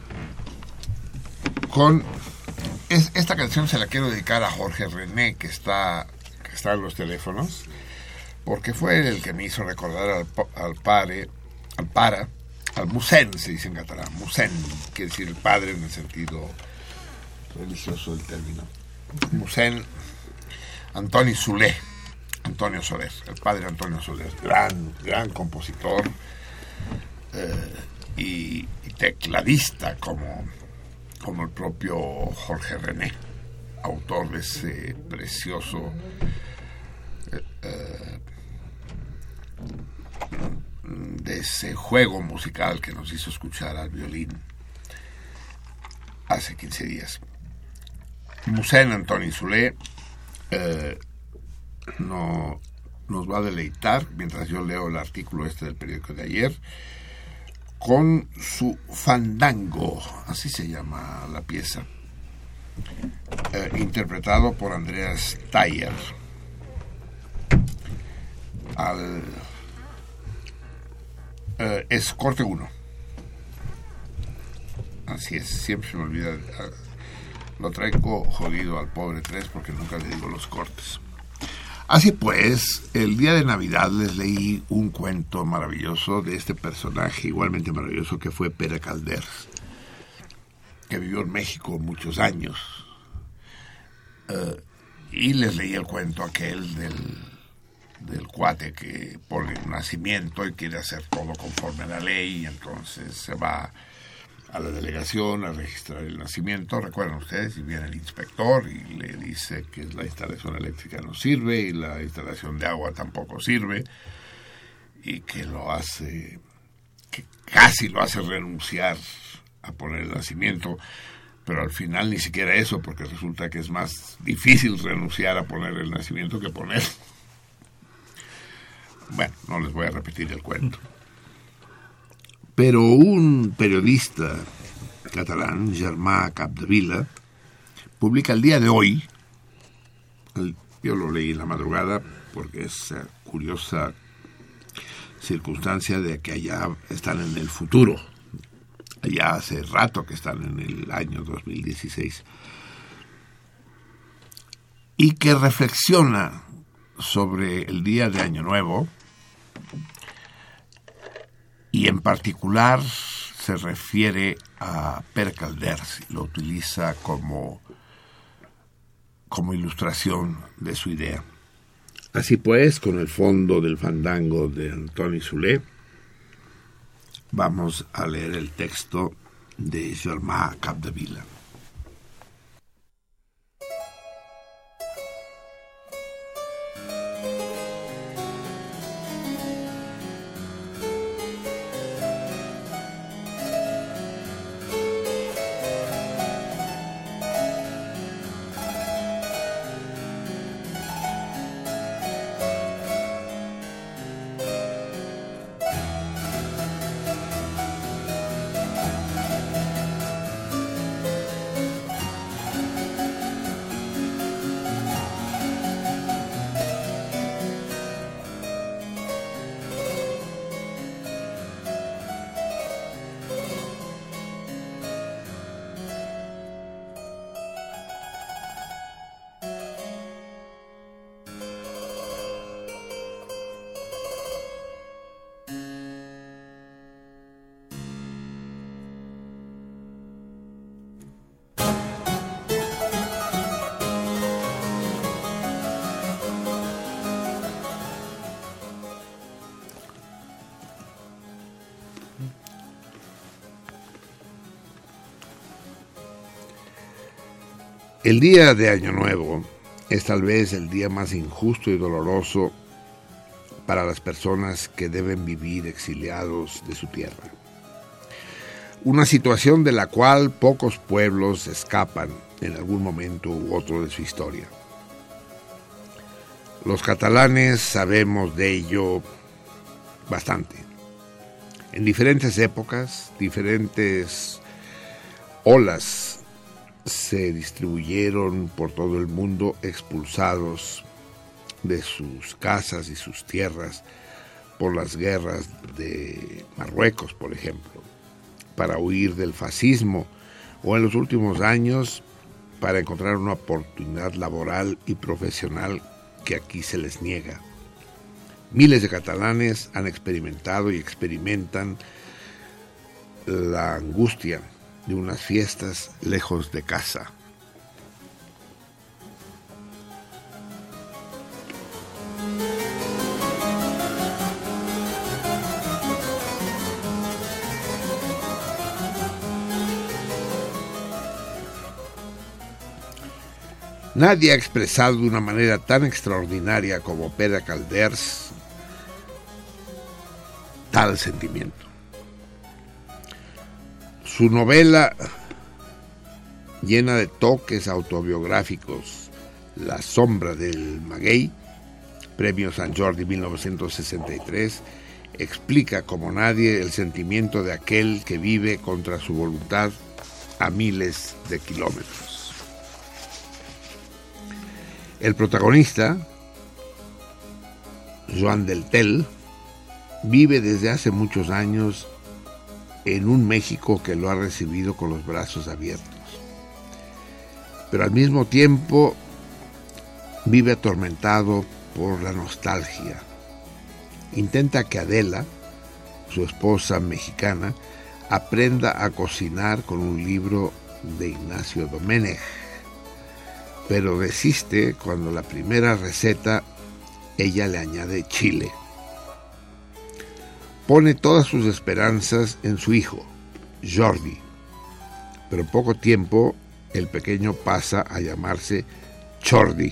con... Es, esta canción se la quiero dedicar a Jorge René, que está, que está en los teléfonos, porque fue el que me hizo recordar al, al padre, al para, al Musén, se dice en catalán, Musén, quiere decir el padre en el sentido religioso del término. Musén Antoni Soler, Antonio Soler, el padre Antonio Soler, gran, gran compositor, Eh, y, y tecladista como, como el propio Jorge René, autor de ese precioso eh, eh, de ese juego musical que nos hizo escuchar al violín hace quince días. Mossèn Antoni Soler eh, no, nos va a deleitar, mientras yo leo el artículo este del periódico de ayer, con su Fandango, así se llama la pieza, eh, interpretado por Andreas Thayer. Al, eh, es corte uno. Así es, siempre se me olvida. Eh, lo traigo jodido al pobre tres porque nunca le digo los cortes. Así pues, el día de Navidad les leí un cuento maravilloso de este personaje igualmente maravilloso que fue Pere Calders, que vivió en México muchos años. Uh, y les leí el cuento aquel del, del cuate que pone un nacimiento y quiere hacer todo conforme a la ley, y entonces se va a la delegación a registrar el nacimiento. Recuerdan ustedes, y viene el inspector y le dice que la instalación eléctrica no sirve y la instalación de agua tampoco sirve, y que lo hace, que casi lo hace renunciar a poner el nacimiento, pero al final ni siquiera eso, porque resulta que es más difícil renunciar a poner el nacimiento que poner. Bueno, no les voy a repetir el cuento. Pero un periodista catalán, Germà Capdevila, publica el día de hoy, el, yo lo leí en la madrugada porque es uh, curiosa circunstancia de que allá están en el futuro, allá hace rato que están en el año dos mil dieciséis, y que reflexiona sobre el día de Año Nuevo. Y en particular se refiere a Pere Calders, lo utiliza como, como ilustración de su idea. Así pues, con el fondo del Fandango de Antoni Soler, vamos a leer el texto de Germà Capdevila. El día de Año Nuevo es tal vez el día más injusto y doloroso para las personas que deben vivir exiliados de su tierra. Una situación de la cual pocos pueblos escapan en algún momento u otro de su historia. Los catalanes sabemos de ello bastante. En diferentes épocas, diferentes olas se distribuyeron por todo el mundo, expulsados de sus casas y sus tierras por las guerras de Marruecos, por ejemplo, para huir del fascismo, o en los últimos años para encontrar una oportunidad laboral y profesional que aquí se les niega. Miles de catalanes han experimentado y experimentan la angustia de unas fiestas lejos de casa. Nadie ha expresado de una manera tan extraordinaria como Pere Calders tal sentimiento. Su novela llena de toques autobiográficos. La sombra del maguey, Premio Sant Jordi mil novecientos sesenta y tres, explica como nadie el sentimiento de aquel que vive contra su voluntad a miles de kilómetros. El protagonista, Joan del Tel, vive desde hace muchos años en un México que lo ha recibido con los brazos abiertos. Pero al mismo tiempo vive atormentado por la nostalgia. Intenta que Adela, su esposa mexicana, aprenda a cocinar con un libro de Ignacio Doménech, pero resiste cuando la primera receta ella le añade chile. Pone todas sus esperanzas en su hijo, Jordi, pero en poco tiempo el pequeño pasa a llamarse Chordi,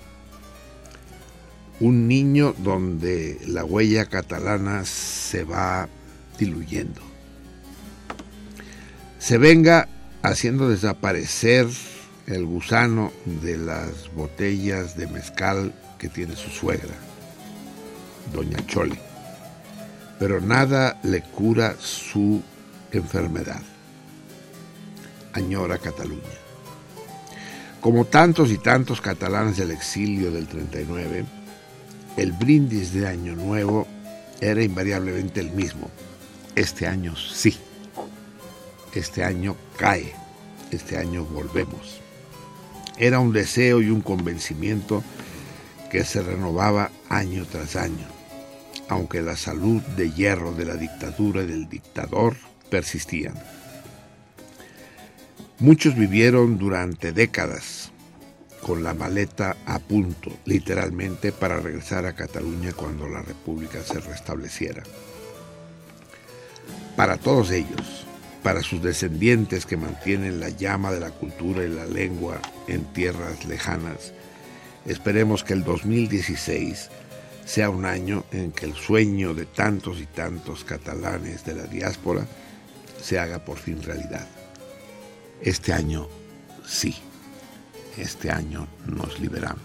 un niño donde la huella catalana se va diluyendo. Se venga haciendo desaparecer el gusano de las botellas de mezcal que tiene su suegra, doña Chole, pero nada le cura su enfermedad. Añora Cataluña. Como tantos y tantos catalanes del exilio del treinta y nueve, el brindis de Año Nuevo era invariablemente el mismo. Este año sí. Este año cae. Este año volvemos. Era un deseo y un convencimiento que se renovaba año tras año, aunque la salud de hierro de la dictadura y del dictador persistían. Muchos vivieron durante décadas con la maleta a punto, literalmente, para regresar a Cataluña cuando la República se restableciera. Para todos ellos, para sus descendientes que mantienen la llama de la cultura y la lengua en tierras lejanas, esperemos que el dos mil dieciséis sea un año en que el sueño de tantos y tantos catalanes de la diáspora se haga por fin realidad. Este año sí. Este año nos liberamos.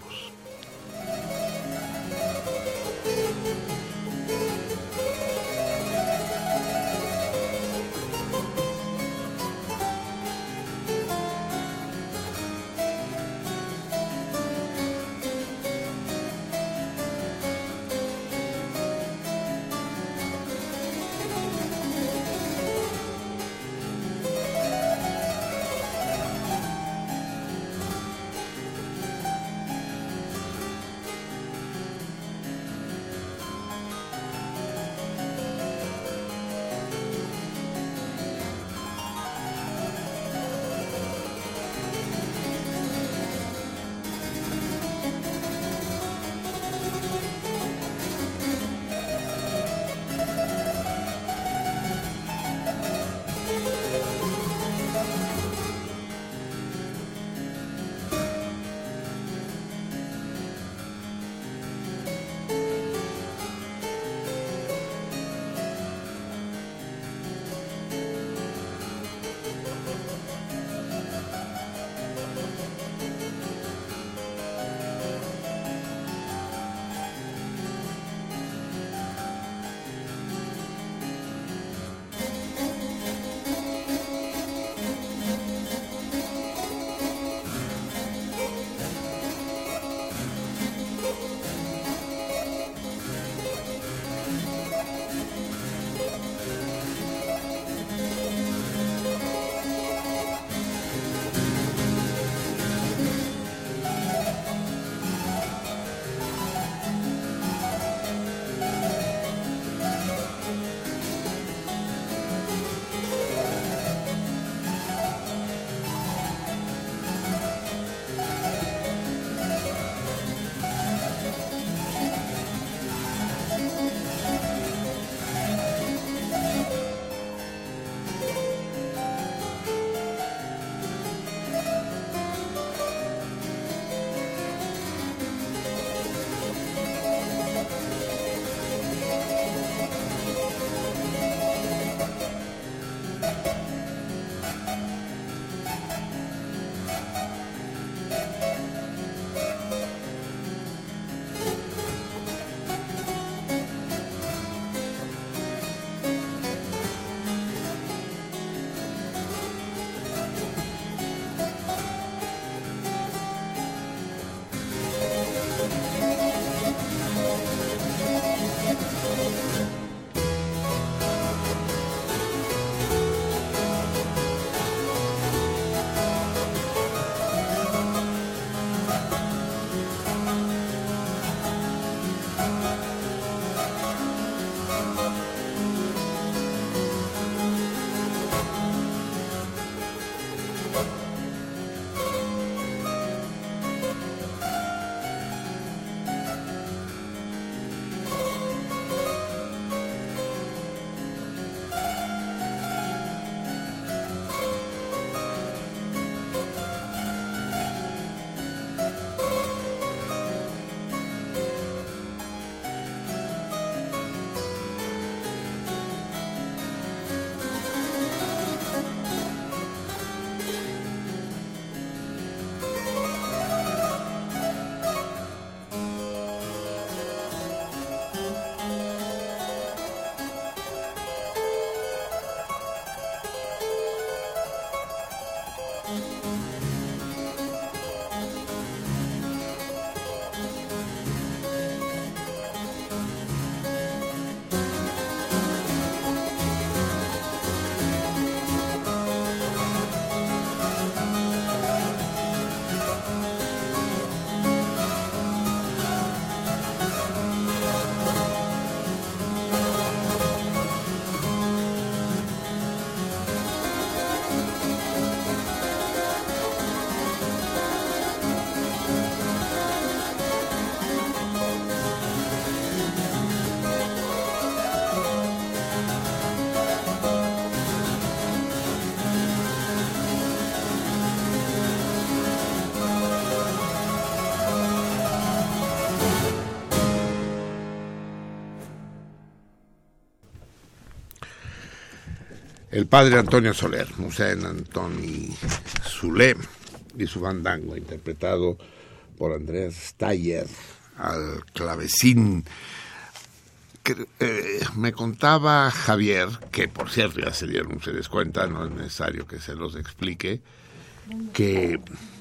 el padre Antonio Soler, Mosén Antoni Soler y su fandango, interpretado por Andreas Steyer al clavecín. Que, eh, me contaba Javier, que por cierto ya se dieron ustedes cuenta, no es necesario que se los explique, que,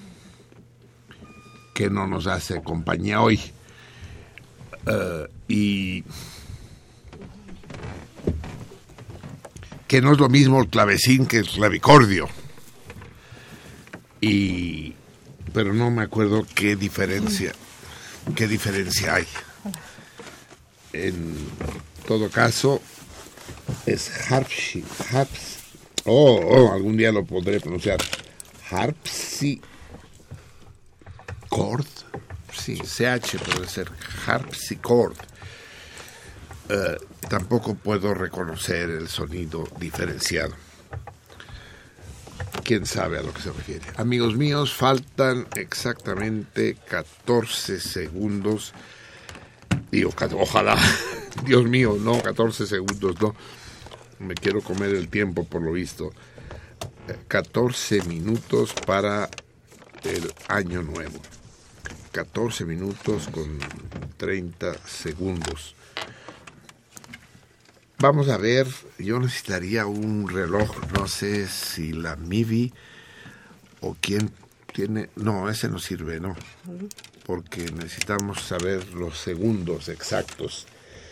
que no nos hace compañía hoy. Uh, y que no es lo mismo el clavecín que el clavicordio. Y pero no me acuerdo qué diferencia qué diferencia hay. En todo caso es harpsi, harps, oh, oh, algún día lo podré pronunciar, harpsichord, sí, C H puede ser harpsichord. Uh, tampoco puedo reconocer el sonido diferenciado. ¿Quién sabe a lo que se refiere? Amigos míos, faltan exactamente catorce segundos. Digo, ojalá, Dios mío, no, catorce segundos, no. Me quiero comer el tiempo, por lo visto. catorce minutos para el año nuevo. catorce minutos con treinta segundos. Vamos a ver, yo necesitaría un reloj, no sé si la Mivi o quién tiene, no, ese no sirve, no, porque necesitamos saber los segundos exactos.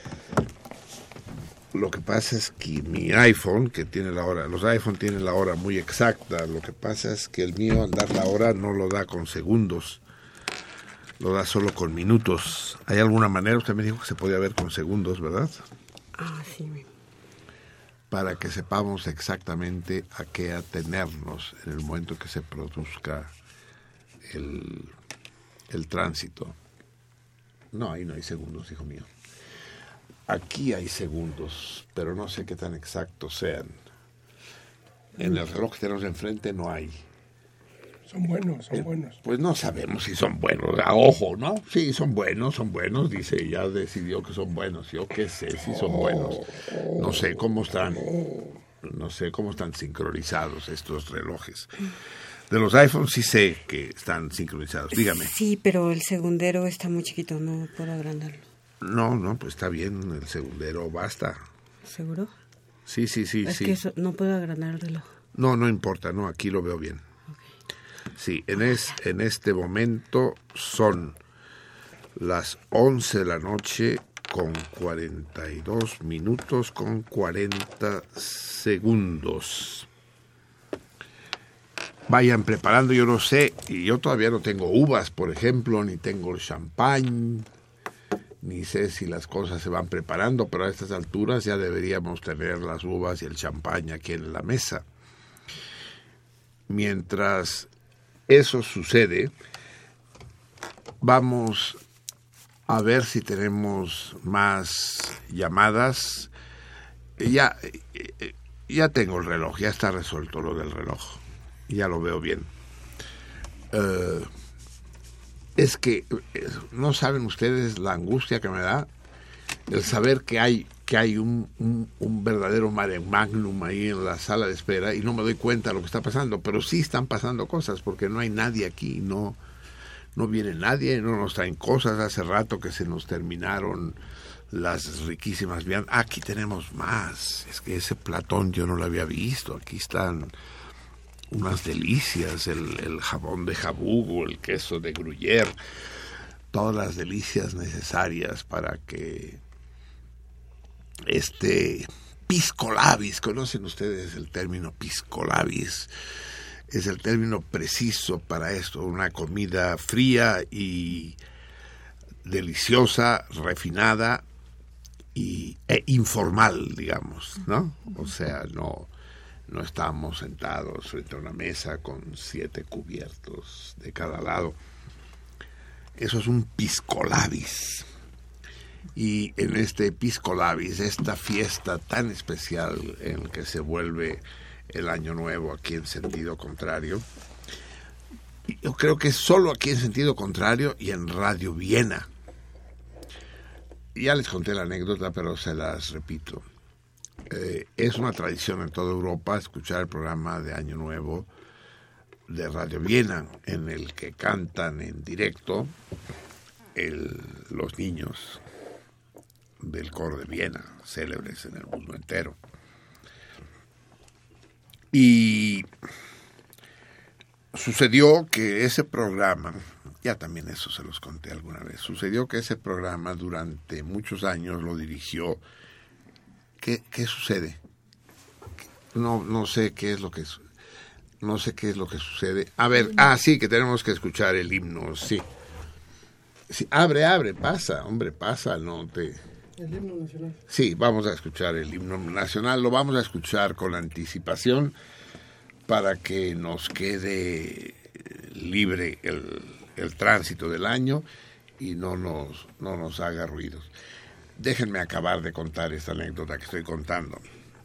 Lo que pasa es que mi iPhone, que tiene la hora, los iPhone tienen la hora muy exacta, lo que pasa es que el mío al dar la hora no lo da con segundos, lo da solo con minutos. ¿Hay alguna manera? Usted me dijo que se podía ver con segundos, ¿verdad? Ah, sí. Para que sepamos exactamente a qué atenernos en el momento que se produzca el, el tránsito. No, ahí no hay segundos, hijo mío. Aquí hay segundos, pero no sé qué tan exactos sean. En el reloj que tenemos enfrente no hay. Son buenos, son buenos. Pues no sabemos si son buenos, a ojo, ¿no? Sí, son buenos, son buenos, dice, ya decidió que son buenos. Yo qué sé si son buenos. No sé cómo están, no sé cómo están sincronizados estos relojes. De los iPhones sí sé que están sincronizados, dígame. Sí, pero el segundero está muy chiquito, no puedo agrandarlo. No, no, pues está bien, el segundero basta. ¿Seguro? Sí, sí, sí, es sí. Es que eso, no puedo agrandar el reloj. No, no importa, no, aquí lo veo bien. Sí, en, es, en este momento son las once de la noche con cuarenta y dos minutos con cuarenta segundos. Vayan preparando, yo no sé, y yo todavía no tengo uvas, por ejemplo, ni tengo champán, ni sé si las cosas se van preparando, pero a estas alturas ya deberíamos tener las uvas y el champán aquí en la mesa. Mientras eso sucede, vamos a ver si tenemos más llamadas. Ya, ya tengo el reloj, ya está resuelto lo del reloj, ya lo veo bien. Uh, es que no saben ustedes la angustia que me da el saber que hay que hay un, un, un verdadero mare magnum ahí en la sala de espera y no me doy cuenta de lo que está pasando, pero sí están pasando cosas porque no hay nadie aquí, no, no viene nadie, no nos traen cosas. Hace rato que se nos terminaron las riquísimas viandas. Aquí tenemos más, es que ese platón yo no lo había visto, aquí están unas delicias, el, el jabón de jabugo, el queso de gruyère, todas las delicias necesarias para que este pisco labis, ¿conocen ustedes el término pisco labis? Es el término preciso para esto, una comida fría y deliciosa, refinada y e informal, digamos, ¿no? O sea, no, no estamos sentados frente a una mesa con siete cubiertos de cada lado. Eso es un pisco labis. Y en este pisco labis, esta fiesta tan especial en que se vuelve el Año Nuevo aquí en sentido contrario, yo creo que es solo aquí en sentido contrario y en Radio Viena. Ya les conté la anécdota, pero se las repito. eh, es una tradición en toda Europa escuchar el programa de Año Nuevo de Radio Viena, en el que cantan en directo el, los niños del coro de Viena, célebres en el mundo entero. Y sucedió que ese programa, ya también eso se los conté alguna vez, sucedió que ese programa durante muchos años lo dirigió. ¿Qué, qué sucede? No, no sé qué es lo que no sé qué es lo que sucede. A ver, ah, sí, que tenemos que escuchar el himno, sí. Sí, abre, abre, pasa, hombre, pasa, no te... El himno nacional. Sí, vamos a escuchar el himno nacional, lo vamos a escuchar con anticipación para que nos quede libre el, el tránsito del año y no nos, no nos haga ruidos. Déjenme acabar de contar esta anécdota que estoy contando.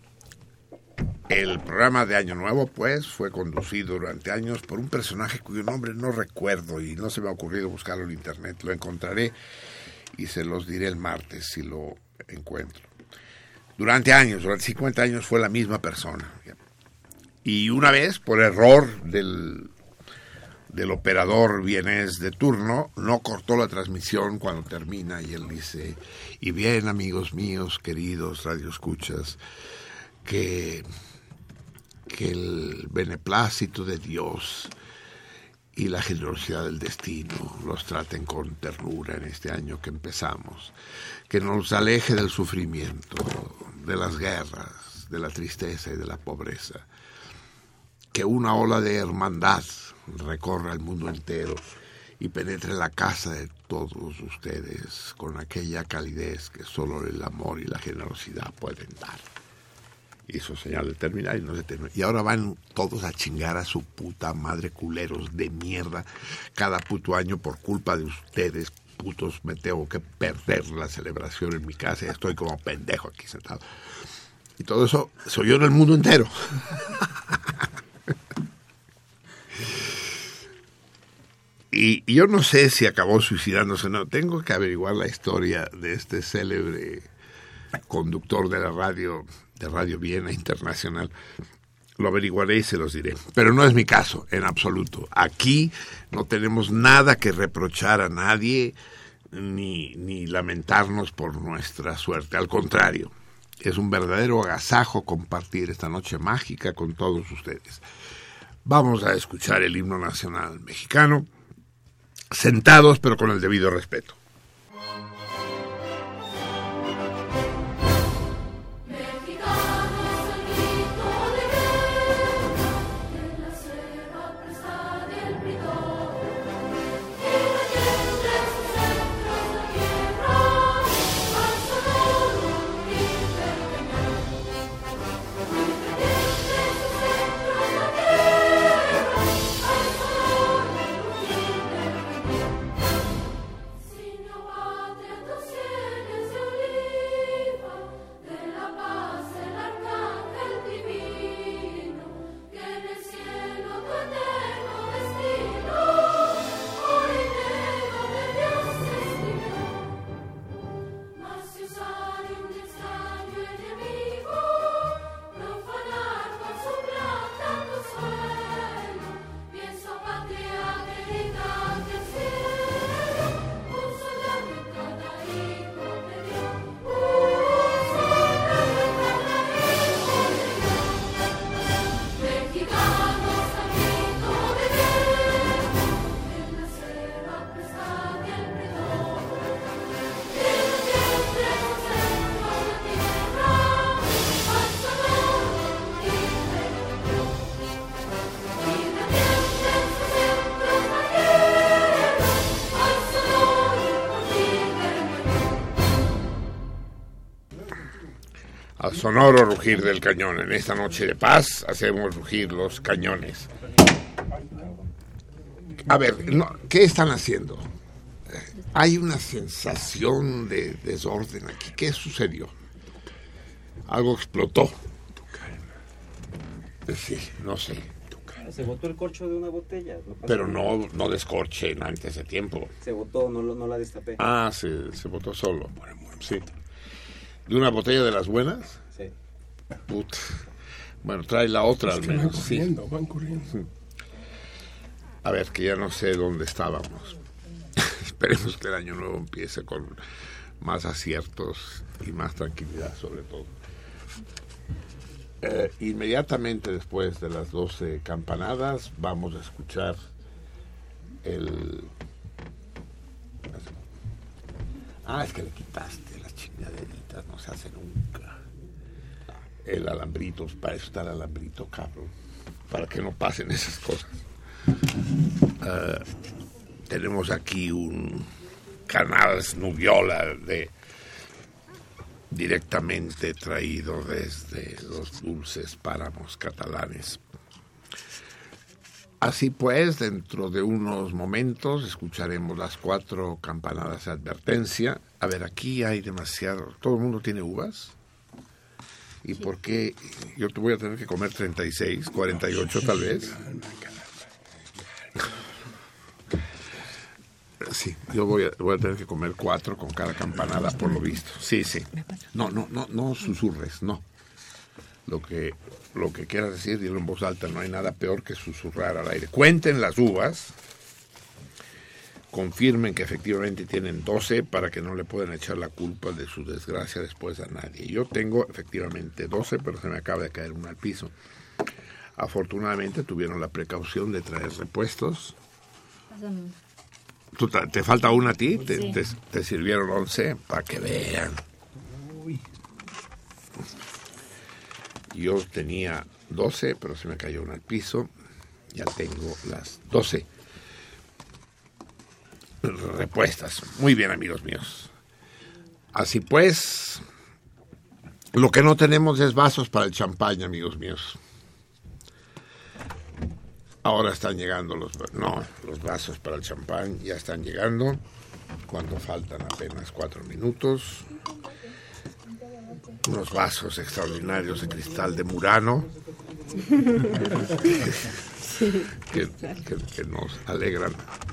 El programa de Año Nuevo, pues, fue conducido durante años por un personaje cuyo nombre no recuerdo y no se me ha ocurrido buscarlo en internet. Lo encontraré y se los diré el martes si lo encuentro. Durante años, durante cincuenta años fue la misma persona. Y una vez, por error del, del operador vienés de turno, no cortó la transmisión cuando termina y él dice, y bien, amigos míos, queridos radioescuchas, que, que el beneplácito de Dios y la generosidad del destino los traten con ternura en este año que empezamos, que nos aleje del sufrimiento, de las guerras, de la tristeza y de la pobreza, que una ola de hermandad recorra el mundo entero y penetre la casa de todos ustedes con aquella calidez que solo el amor y la generosidad pueden dar. Hizo señal de terminar y no se terminó. Y ahora van todos a chingar a su puta madre, culeros de mierda, cada puto año por culpa de ustedes, putos. Me tengo que perder la celebración en mi casa y estoy como pendejo aquí sentado. Y todo eso se oyó en el mundo entero. Y, y yo no sé si acabó suicidándose o no. Tengo que averiguar la historia de este célebre conductor de la radio, de Radio Viena Internacional. Lo averiguaré y se los diré. Pero no es mi caso, en absoluto. Aquí no tenemos nada que reprochar a nadie, ni, ni lamentarnos por nuestra suerte. Al contrario, es un verdadero agasajo compartir esta noche mágica con todos ustedes. Vamos a escuchar el himno nacional mexicano, sentados pero con el debido respeto. Al sonoro rugir del cañón, en esta noche de paz hacemos rugir los cañones. A ver, no, ¿qué están haciendo? Hay una sensación de desorden aquí. ¿Qué sucedió? Algo explotó. Sí, no sé. Se botó el corcho de una botella. No Pero no, no descorchen antes de tiempo. Se botó, no, no la destapé. Ah, se, se botó solo. Sí. ¿De una botella de las buenas? Sí. Puta. Bueno, trae la otra Es al que van menos. corriendo, Sí. van corriendo. A ver, que ya no sé dónde estábamos. Esperemos que el año nuevo empiece con más aciertos y más tranquilidad, sobre todo. Eh, inmediatamente después de las doce campanadas vamos a escuchar el... Ah, es que le quitaste las chingaderitas, no se hace nunca. El alambrito, para eso está el alambrito, cabrón. Para que no pasen esas cosas. Uh, tenemos aquí un canal Nubiola de directamente traído desde los dulces páramos catalanes. Así pues, dentro de unos momentos escucharemos las cuatro campanadas de advertencia. A ver, aquí hay demasiado... ¿Todo el mundo tiene uvas? ¿Y sí. por qué? Yo te voy a tener que comer treinta y seis, cuarenta y ocho tal vez. Sí, yo voy a, voy a tener que comer cuatro con cada campanada, por lo visto. Sí, sí. No, no, no, no susurres, no. Lo que, lo que quieras decir, dilo en voz alta. No hay nada peor que susurrar al aire. Cuenten las uvas, confirmen que efectivamente tienen doce para que no le puedan echar la culpa de su desgracia después a nadie. Yo tengo efectivamente doce, pero se me acaba de caer una al piso. Afortunadamente tuvieron la precaución de traer repuestos. Pásame. ¿Tú, ¿Te falta una a ti? ¿Te, sí. te, te sirvieron once? Para que vean. Uy. Yo tenía doce, pero se me cayó una al piso. Ya tengo las doce repuestas. Muy bien, amigos míos. Así pues, lo que no tenemos es vasos para el champán, amigos míos. Ahora están llegando los... No, los vasos para el champán ya están llegando, cuando faltan apenas cuatro minutos. Unos vasos extraordinarios de cristal de Murano, que, que, que nos alegran,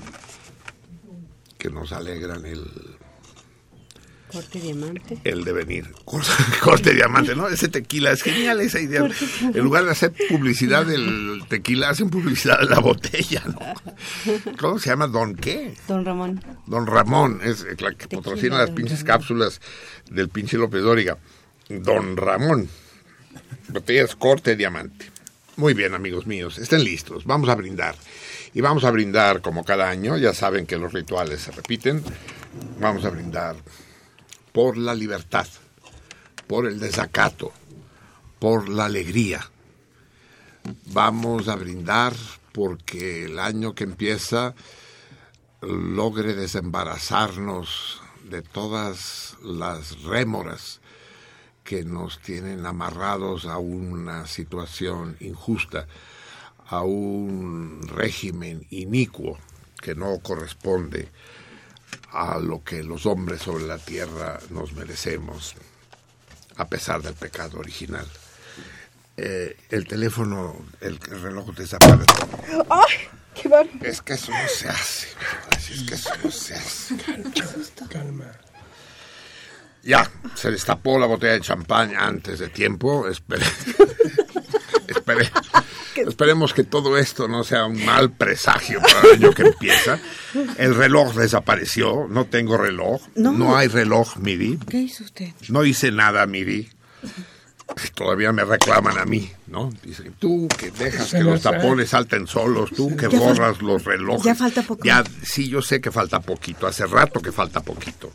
que nos alegran el... Corte diamante. El devenir. Corte, corte diamante, ¿no? Ese tequila, es genial esa idea. En lugar de hacer publicidad del tequila, hacen publicidad de la botella, ¿no? ¿Cómo se llama? ¿Don qué? Don Ramón. Don Ramón, es la que tequila, patrocina las pinches Ramón. Cápsulas del pinche López Dóriga. Don Ramón. Botellas corte diamante. Muy bien, amigos míos, estén listos. Vamos a brindar. Y vamos a brindar como cada año. Ya saben que los rituales se repiten. Vamos a brindar por la libertad, por el desacato, por la alegría. Vamos a brindar porque el año que empieza logre desembarazarnos de todas las rémoras que nos tienen amarrados a una situación injusta, a un régimen inicuo que no corresponde a lo que los hombres sobre la tierra nos merecemos, a pesar del pecado original. Eh, el teléfono, el, el reloj desaparece. ¡Ay! ¡Qué bárbaro! Es que eso no se hace, es que eso no se hace. Calma. Ya, se destapó la botella de champán antes de tiempo. Espere. Espere. Esperemos que todo esto no sea un mal presagio para el año que empieza. El reloj desapareció, no tengo reloj, no, no hay reloj M I D I. ¿Qué hizo usted? No hice nada M I D I. Todavía me reclaman a mí, ¿no? Dicen, tú que dejas que los tapones salten solos, tú que borras los relojes. Ya falta poco. Ya, sí, yo sé que falta poquito, hace rato que falta poquito.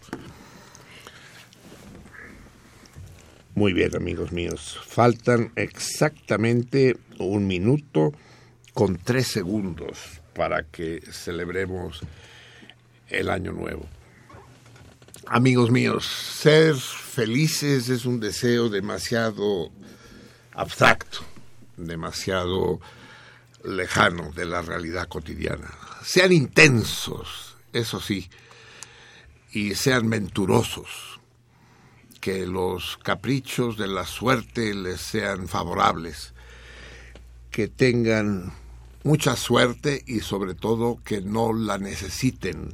Muy bien, amigos míos. Faltan exactamente un minuto con tres segundos para que celebremos el año nuevo. Amigos míos, ser felices es un deseo demasiado abstracto, demasiado lejano de la realidad cotidiana. Sean intensos, eso sí, y sean venturosos. Que los caprichos de la suerte les sean favorables, que tengan mucha suerte y sobre todo que no la necesiten,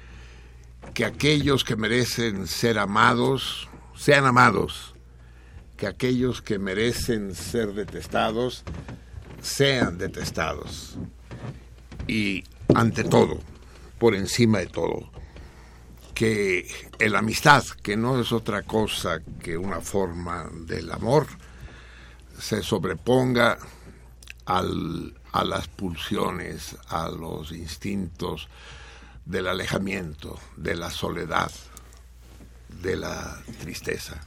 que aquellos que merecen ser amados sean amados que aquellos que merecen ser detestados sean detestados. Y ante todo, por encima de todo, que la amistad, que no es otra cosa que una forma del amor, se sobreponga al, a las pulsiones, a los instintos del alejamiento, de la soledad, de la tristeza.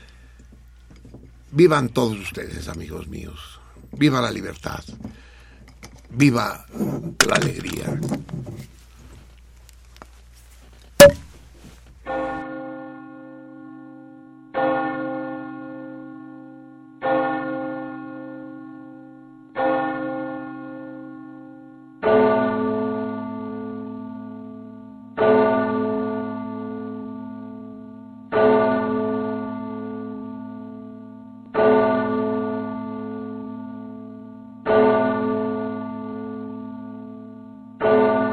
Vivan todos ustedes, amigos míos. Viva la libertad. Viva la alegría. Thank you.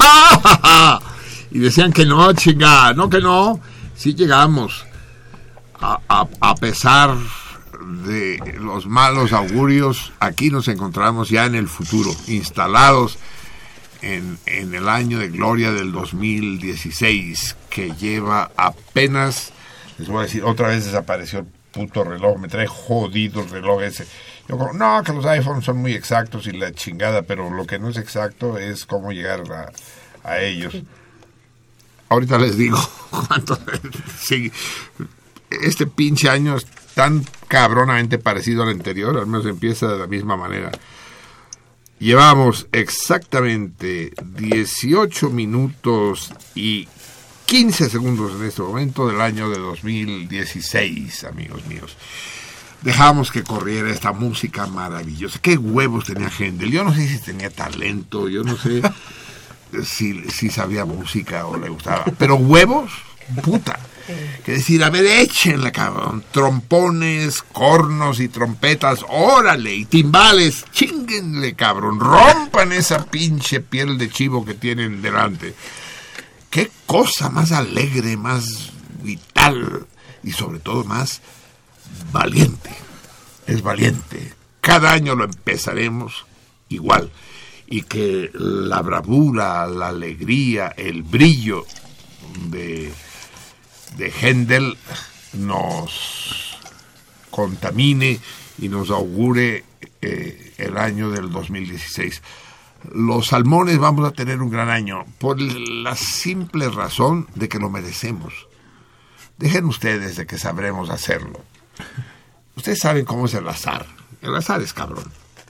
Y decían que no, chinga, no que no. Sí llegamos. A, a, a pesar de los malos augurios, aquí nos encontramos ya en el futuro, instalados en, en el año de gloria del dos mil dieciséis, que lleva apenas, les voy a decir, otra vez desapareció el puto reloj, me trae jodido el reloj ese. Yo como, no, que los iPhones son muy exactos y la chingada, pero lo que no es exacto es cómo llegar a, a ellos. Ahorita les digo cuánto... Sí, este pinche año es tan cabronamente parecido al anterior, al menos empieza de la misma manera. Llevamos exactamente dieciocho minutos y quince segundos en este momento del año de dos mil dieciséis, amigos míos. Dejamos que corriera esta música maravillosa. ¿Qué huevos tenía Händel? Yo no sé si tenía talento, yo no sé si, si sabía música o le gustaba, pero huevos, puta. Que decir, a ver, échenle, cabrón, trompones, cornos y trompetas, órale, y timbales, chinguenle, cabrón, rompan esa pinche piel de chivo que tienen delante. Qué cosa más alegre, más vital y sobre todo más valiente. Es valiente. Cada año lo empezaremos igual. Y que la bravura, la alegría, el brillo de... de Händel nos contamine y nos augure eh, el año del dos mil dieciséis. Los salmones vamos a tener un gran año por la simple razón de que lo merecemos. Dejen ustedes de que sabremos hacerlo. Ustedes saben cómo es el azar. El azar es cabrón.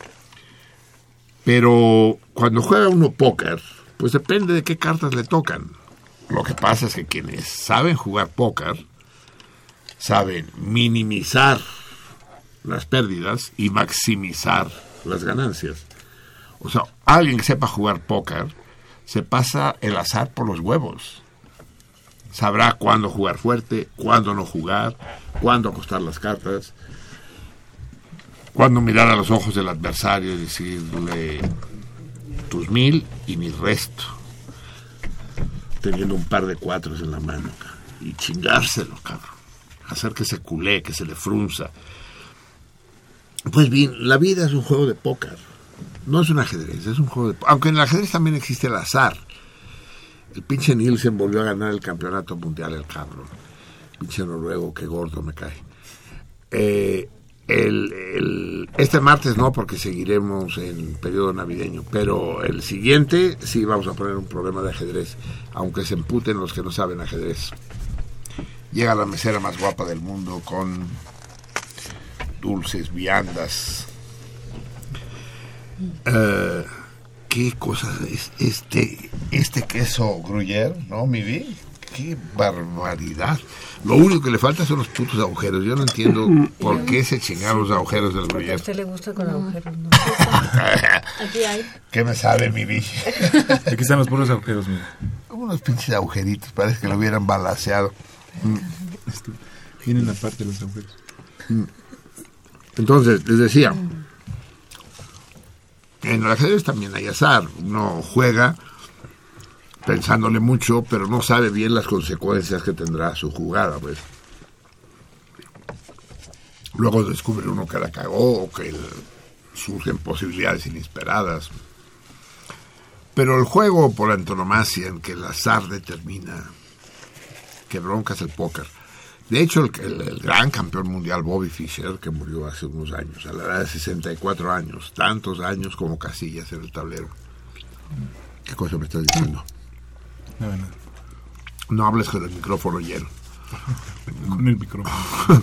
Pero cuando juega uno póker, pues depende de qué cartas le tocan. Lo que pasa es que quienes saben jugar póker saben minimizar las pérdidas y maximizar las ganancias. O sea, alguien que sepa jugar póker se pasa el azar por los huevos. Sabrá cuándo jugar fuerte, cuándo no jugar, cuándo acostar las cartas, cuándo mirar a los ojos del adversario y decirle tus mil y mi resto, teniendo un par de cuatros en la mano, y chingárselo, cabrón, hacer que se culé, que se le frunza. Pues bien, la vida es un juego de póker, no es un ajedrez, es un juego de póker, aunque en el ajedrez también existe el azar. El pinche Nielsen volvió a ganar el campeonato mundial, el cabrón, pinche noruego, qué gordo me cae. Eh, el, el, este martes no, porque seguiremos en periodo navideño, pero el siguiente sí vamos a poner un programa de ajedrez, aunque se emputen los que no saben ajedrez. Llega la mesera más guapa del mundo con dulces, viandas. Uh, ¿Qué cosa es este, este queso Gruyère, no, mi vi? ¡Qué barbaridad! Lo único que le falta son los putos agujeros. Yo no entiendo por qué se chingaron los agujeros del Gruyère. A usted le gusta con agujeros, ¿no? Aquí hay. ¿Qué me sabe, mi vi? Aquí están los puros agujeros, mira. Unos pinches agujeritos, parece que lo hubieran balaceado. Vienen aparte los agujeros. Entonces, les decía, en el ajedrez también hay azar. Uno juega pensándole mucho, pero no sabe bien las consecuencias que tendrá su jugada, pues. Luego descubre uno que la cagó o que el, surgen posibilidades inesperadas. Pero el juego por antonomasia en que el azar determina que bronca es el póker. De hecho, el, el, el gran campeón mundial Bobby Fischer, que murió hace unos años, a la edad de sesenta y cuatro años, tantos años como Casillas en el tablero. ¿Qué cosa me estás diciendo? No, no. No hables con el micrófono lleno. Con el micrófono.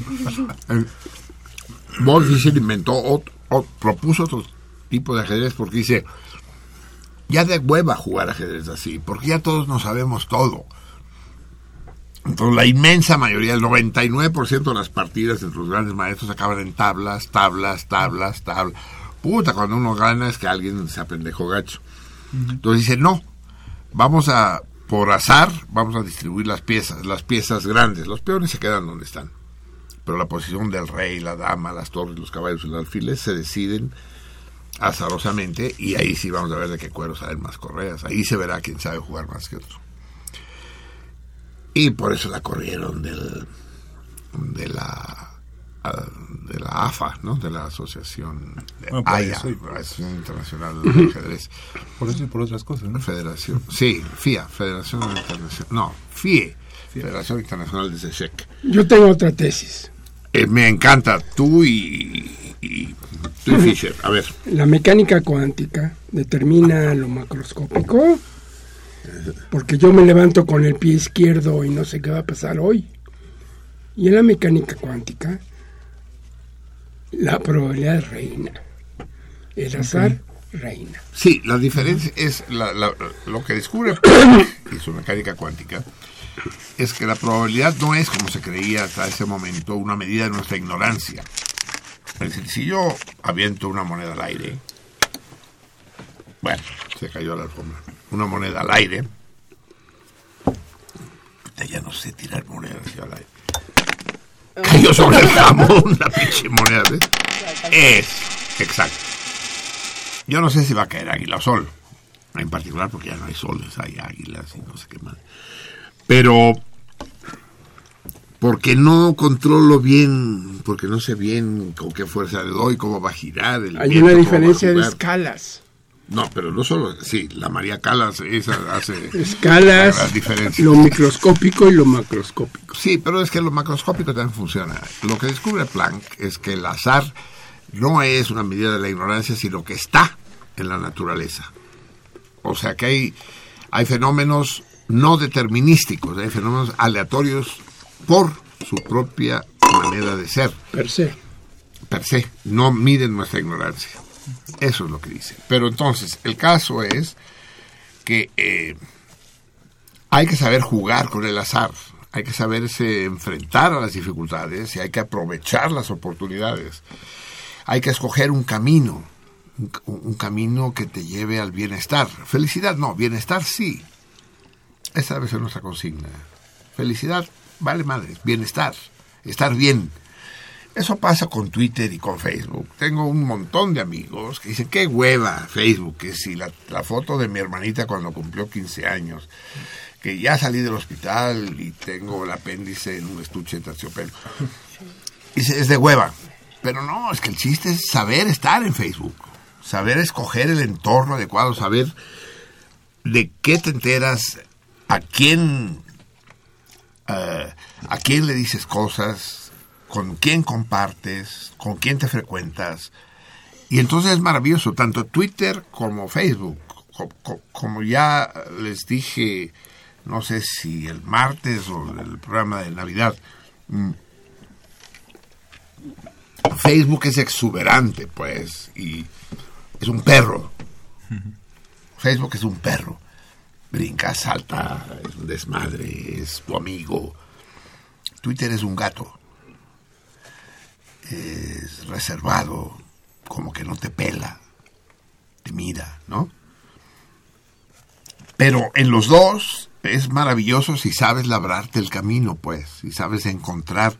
Bobby Fischer inventó, otro, otro, propuso otro tipo de ajedrez porque dice, ya de hueva jugar ajedrez así, porque ya todos no sabemos todo. Entonces la inmensa mayoría, el noventa y nueve por ciento de las partidas entre los grandes maestros acaban en tablas, tablas, tablas, tablas. Puta, cuando uno gana es que alguien se apendejó gacho. Uh-huh. Entonces dice, no, vamos a, por azar, vamos a distribuir las piezas, las piezas grandes. Los peones se quedan donde están. Pero la posición del rey, la dama, las torres, los caballos y los alfiles se deciden azarosamente, y ahí sí vamos a ver de qué cuero salen más correas. Ahí se verá quién sabe jugar más que otro. Y por eso la corrieron del de la de la A F A, ¿no? De la Asociación de bueno, A I A, eso y- Asociación Internacional de Ajedrez. Por eso y por otras cosas, ¿no? Federación, sí, F I A, Federación Internacional, no, F I E, Federación Internacional de Zechek. Yo tengo otra tesis. Eh, me encanta, tú y, y tú y Fisher. A ver, La mecánica cuántica determina lo macroscópico, porque yo me levanto con el pie izquierdo y no sé qué va a pasar hoy. Y en la mecánica cuántica, la probabilidad reina. El azar reina. sí, la diferencia es la, la- lo que descubre y su mecánica cuántica es que la probabilidad no es, como se creía hasta ese momento, una medida de nuestra ignorancia. Es decir, si yo aviento una moneda al aire, bueno, se cayó la alfombra, una moneda al aire, puta, ya no sé tirar monedas yo al aire, cayó sobre el jamón la pinche moneda, ¿ves? Es, exacto. Yo no sé si va a caer águila o sol, en particular porque ya no hay soles, hay águilas y no sé qué más. Pero porque no controlo bien, porque no sé bien con qué fuerza le doy, cómo va a girar el Hay viento, una cómo diferencia va a de jugar. escalas. No, pero no solo, sí, la María Calas, esa hace la gran Escalas, diferencia. lo microscópico y lo macroscópico. Sí, pero es que lo macroscópico también funciona. Lo que descubre Planck es que el azar no es una medida de la ignorancia, sino que está en la naturaleza. O sea que hay, hay fenómenos no determinísticos, hay fenómenos aleatorios por su propia manera de ser. Per se. Per se, no miden nuestra ignorancia. Eso es lo que dice. Pero entonces, el caso es que eh, hay que saber jugar con el azar, hay que saberse enfrentar a las dificultades y hay que aprovechar las oportunidades. Hay que escoger un camino, un, un camino que te lleve al bienestar. Felicidad no, bienestar sí. Esa debe ser nuestra consigna. Felicidad, vale madres, bienestar, estar bien. Eso pasa con Twitter y con Facebook. Tengo un montón de amigos que dicen, qué hueva Facebook, que si la, la foto de mi hermanita cuando cumplió quince años, que ya salí del hospital y tengo el apéndice en un estuche de terciopelo. Dice, es de hueva. Pero no, es que el chiste es saber estar en Facebook, saber escoger el entorno adecuado, saber de qué te enteras, a quién, uh, a quién le dices cosas, con quién compartes, con quién te frecuentas. Y entonces es maravilloso, tanto Twitter como Facebook. Como, como ya les dije, no sé si el martes o el programa de Navidad, Facebook es exuberante, pues, y es un perro. Facebook es un perro. Brinca, salta, es un desmadre, es tu amigo. Twitter es un gato. Es reservado, como que no te pela, te mira, ¿no? Pero en los dos es maravilloso si sabes labrarte el camino, pues, si sabes encontrar.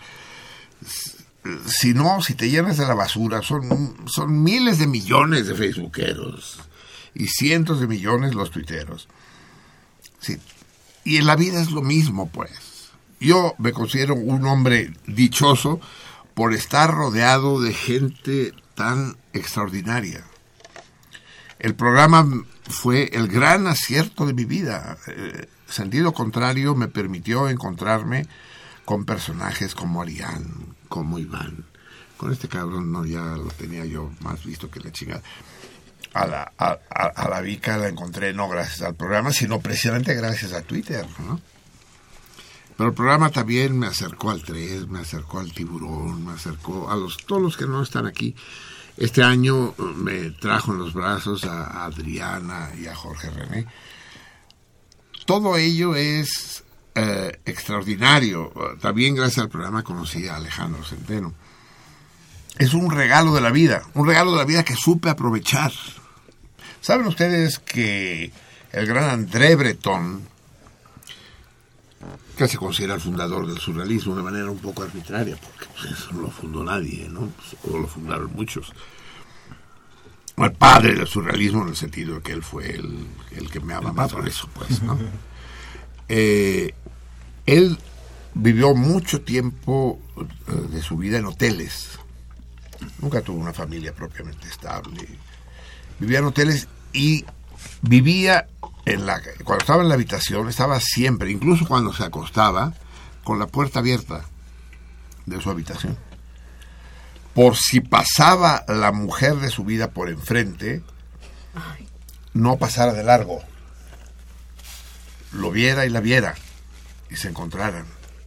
Si no, si te llenas de la basura, son, son miles de millones de facebookeros y cientos de millones los tuiteros. Sí. Y en la vida es lo mismo, pues. Yo me considero un hombre dichoso por estar rodeado de gente tan extraordinaria. El programa fue el gran acierto de mi vida. Eh, sentido contrario me permitió encontrarme con personajes como Arián, como Iván. Con este cabrón no, ya lo tenía yo más visto que la chingada. A la, a, a, a la Vica la encontré no gracias al programa, sino precisamente gracias a Twitter, ¿no? Pero el programa también me acercó al Tres, me acercó al Tiburón, me acercó a los todos los que no están aquí. Este año me trajo en los brazos a Adriana y a Jorge René. Todo ello es eh, extraordinario. También gracias al programa conocí a Alejandro Centeno. Es un regalo de la vida, un regalo de la vida que supe aprovechar. ¿Saben ustedes que el gran André Breton, que se considera el fundador del surrealismo de manera un poco arbitraria, porque pues, eso no lo fundó nadie, ¿no? Pues, o lo fundaron muchos. el padre del surrealismo, en el sentido de que él fue el, el que me ama más por eso, pues, ¿no? Eh, él vivió mucho tiempo eh, de su vida en hoteles. Nunca tuvo una familia propiamente estable. Vivía en hoteles y vivía en la... Cuando estaba en la habitación, estaba siempre, incluso cuando se acostaba, con la puerta abierta de su habitación. Por si pasaba la mujer de su vida por enfrente, no pasara de largo. Lo viera y la viera y se encontraran.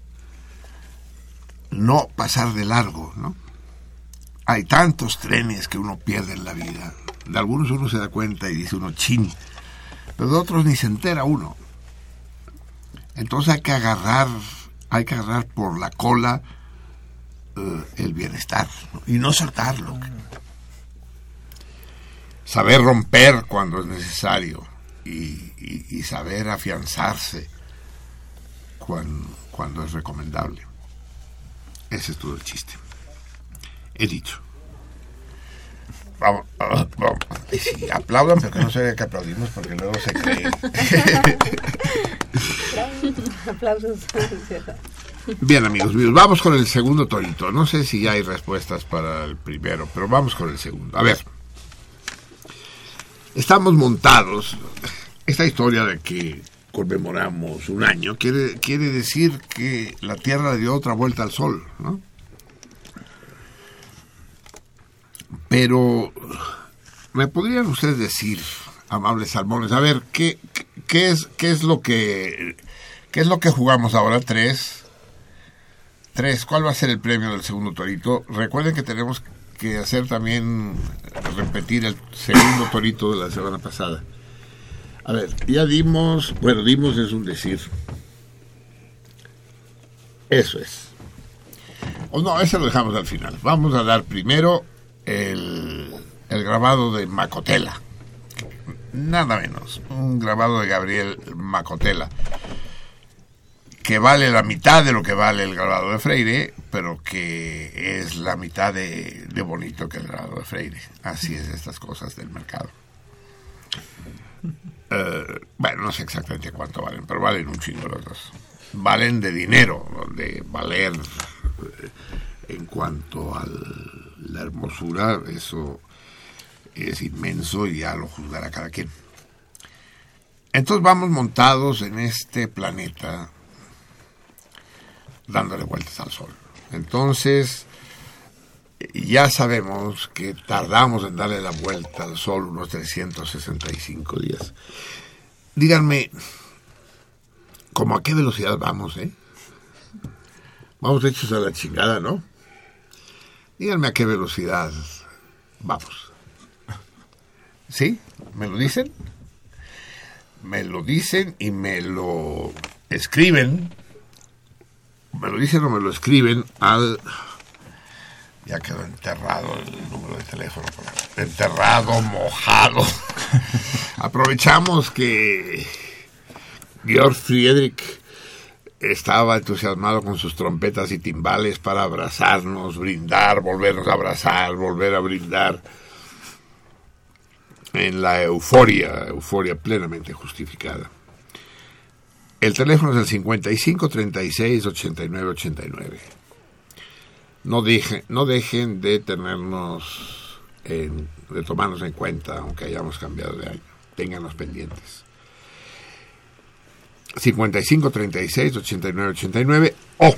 No pasar de largo, ¿no? Hay tantos trenes que uno pierde en la vida. De algunos uno se da cuenta y dice uno, chin, pero de otros ni se entera uno. Entonces hay que agarrar, hay que agarrar por la cola uh, el bienestar, ¿no? Y no soltarlo. Saber romper cuando es necesario y, y, y saber afianzarse cuando, cuando es recomendable. Ese es todo el chiste. He dicho. Vamos, vamos, vamos. Sí, aplaudan, pero que no se vea que aplaudimos porque luego se cree. Aplausos. Bien, amigos míos, vamos con el segundo torito. No sé si ya hay respuestas para el primero, pero vamos con el segundo. A ver, estamos montados. Esta historia de que conmemoramos un año quiere, quiere decir que la Tierra le dio otra vuelta al Sol, ¿no? Pero, ¿me podrían ustedes decir, amables salmones, a ver, qué, qué es, qué es lo que, qué es lo que jugamos ahora? Tres, tres. ¿Cuál va a ser el premio del segundo torito? Recuerden que tenemos que hacer también repetir el segundo torito de la semana pasada. A ver, ya dimos, bueno, dimos es un decir. Eso es. O no, ese lo dejamos al final. Vamos a dar primero el, el grabado de Macotela. Nada menos, un grabado de Gabriel Macotela, que vale la mitad de lo que vale el grabado de Freire, pero que es la mitad de, de bonito que el grabado de Freire. Así es estas cosas del mercado. Uh, bueno, no sé exactamente cuánto valen, pero valen un chingo los dos. Valen de dinero, de valer en cuanto a la hermosura, eso es inmenso y ya lo juzgará cada quien. Entonces vamos montados en este planeta dándole vueltas al Sol. Entonces ya sabemos que tardamos en darle la vuelta al Sol unos trescientos sesenta y cinco días. Díganme, ¿cómo a qué velocidad vamos, eh? Vamos hechos a la chingada, ¿no? Díganme a qué velocidad vamos. ¿Sí? ¿Me lo dicen? Me lo dicen y me lo escriben. Me lo dicen o me lo escriben al... Ya quedó enterrado el número de teléfono. Enterrado, mojado. Aprovechamos que Georg Friedrich estaba entusiasmado con sus trompetas y timbales para abrazarnos, brindar, volvernos a abrazar, volver a brindar. En la euforia, euforia plenamente justificada. El teléfono es el cincuenta y cinco, treinta y seis, ochenta y nueve, ochenta y nueve. No dejen, no dejen de tenernos, en, de tomarnos en cuenta, aunque hayamos cambiado de año. Ténganlos pendientes. cincuenta y cinco, treinta y seis, ochenta y nueve, ochenta y nueve o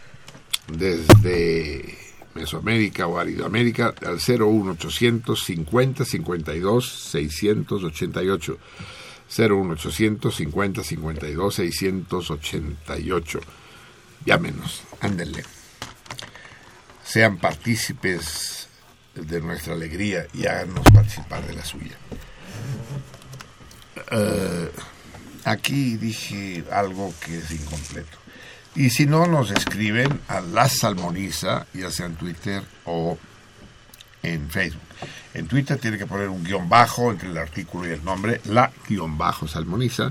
desde Mesoamérica o Aridoamérica al cero uno ochocientos cincuenta, cincuenta y dos, seiscientos ochenta y ocho. cero uno ochocientos cincuenta, cincuenta y dos, seiscientos ochenta y ocho. Llámenos, ándenle. Sean partícipes de nuestra alegría y háganos participar de la suya. Uh, aquí dije algo que es incompleto. Y si no, nos escriben a La Salmoniza, ya sea en Twitter o en Facebook. En Twitter tiene que poner un guión bajo entre el artículo y el nombre, la guión bajo Salmoniza.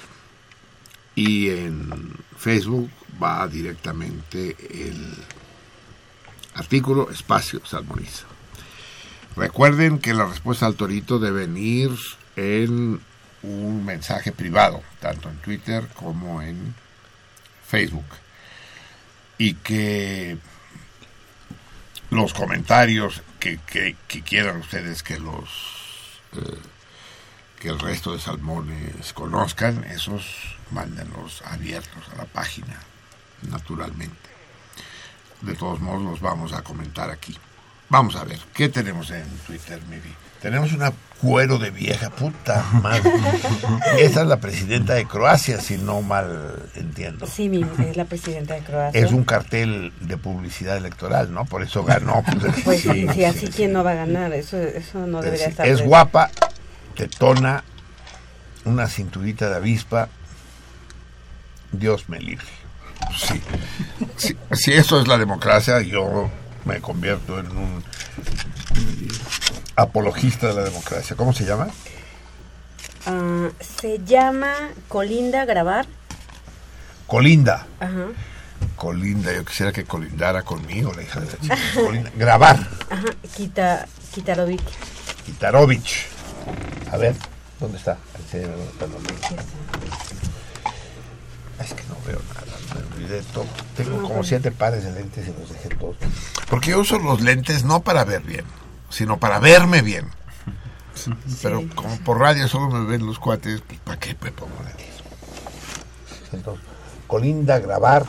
Y en Facebook va directamente el artículo, espacio, Salmoniza. Recuerden que la respuesta al torito debe ir en un mensaje privado, tanto en Twitter como en Facebook. Y que los comentarios que, que, que quieran ustedes que los eh, que el resto de salmones conozcan, esos mándenlos abiertos a la página, naturalmente. De todos modos los vamos a comentar aquí. Vamos a ver, ¿qué tenemos en Twitter, Miri? Tenemos una cuero de vieja, puta madre. Esa es la presidenta de Croacia, si no mal entiendo. Sí, mi, es la presidenta de Croacia. Es un cartel de publicidad electoral, ¿no? Por eso ganó. Pues, pues sí, sí, sí, así sí, quién sí. no va a ganar, eso, eso no debería Sí, estar. es de... guapa, tetona, una cinturita de avispa. Dios me libre. Sí. Si, si eso es la democracia, yo me convierto en un apologista de la democracia. ¿Cómo se llama? Uh, se llama Colinda Grabar. Colinda. Ajá. Colinda, yo quisiera que colindara conmigo, la hija de la chica. Colinda. Grabar. Ajá, Kita, Kitarovic. Kitarovich. A ver, ¿dónde está? Enséñame dónde está el nombre. Es que no veo nada, me olvidé todo. Tengo como siete pares de lentes y los dejé todos. Porque yo uso los lentes no para ver bien, sino para verme bien. Sí. Pero como por radio solo me ven los cuates, pues ¿para qué me pongo lentes? Entonces, Colinda Grabar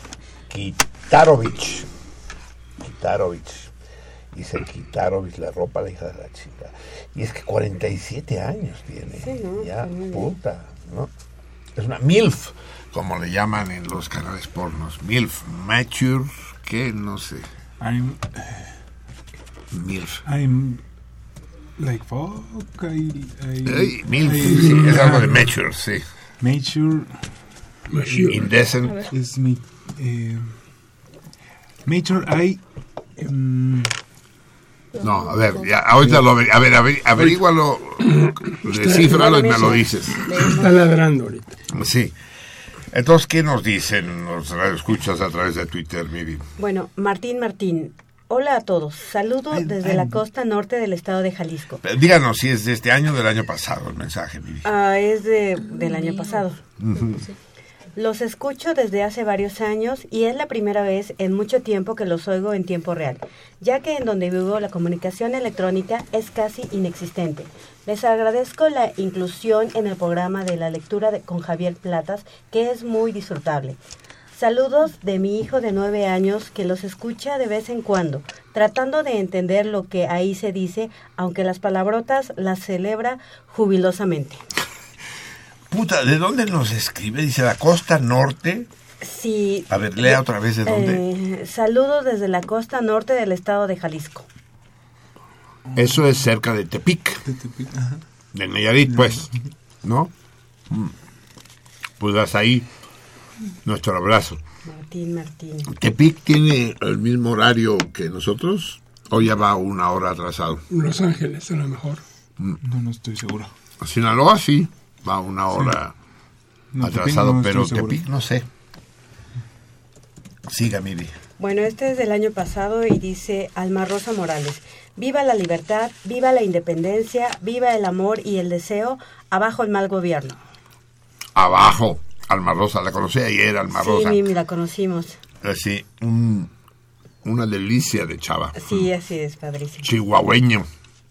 Kitarovich. Kitarovich. Dice Kitarovich, la ropa, la hija de la chica. Y es que cuarenta y siete años tiene. Sí, ¿no? Ya, Sí, puta, ¿no? Es una MILF, como le llaman en los canales pornos. MILF, mature, ¿qué? No sé. I'm... MILF. I'm... Like fuck, I... I Hey, MILF, I, sí, es algo de um, mature, sí. Mature... Indecent. Es mi... Eh, mature, I... Um, No, a ver, ya, ahorita lo averi- a ver, averi- averígualo, descífralo y me lo dices. Está ladrando ahorita. Sí. Entonces, ¿qué nos dicen los radioescuchas a través de Twitter, Miri? Bueno, Martín Martín. Hola a todos. Saludo Ay, desde ay. la costa norte del estado de Jalisco. Díganos si es de este año o del año pasado el mensaje, Miri. Ah, es de, del año pasado. Ujú. Los escucho desde hace varios años y es la primera vez en mucho tiempo que los oigo en tiempo real, ya que en donde vivo la comunicación electrónica es casi inexistente. Les agradezco la inclusión en el programa de la lectura de, con Javier Platas, que es muy disfrutable. Saludos de mi hijo de nueve años que los escucha de vez en cuando, tratando de entender lo que ahí se dice, aunque las palabrotas las celebra jubilosamente. Puta, ¿de dónde nos escribe? Dice la costa norte. Sí. A ver, lea otra vez de dónde. Eh, saludos desde la costa norte del estado de Jalisco. Eso es cerca de Tepic. de Tepic, ajá. De Nayarit, pues. ¿No? Mm. Pues hasta ahí nuestro abrazo. Martín, Martín. ¿Tepic tiene el mismo horario que nosotros? ¿O ya va una hora atrasado? Los Ángeles, a lo mejor. No, no estoy seguro. Sinaloa sí, va una hora sí. No, atrasado, Tepic no pero estoy seguro. Tepic no sé. Siga, Miri. Bueno, este es del año pasado y dice Alma Rosa Morales. Viva la libertad, viva la independencia, viva el amor y el deseo, abajo el mal gobierno. Abajo, Alma Rosa, la conocí ayer, Alma Sí, Rosa. Mimi, la conocimos. Sí, un, una delicia de chava. Sí, así es, padrísimo. Chihuahueño.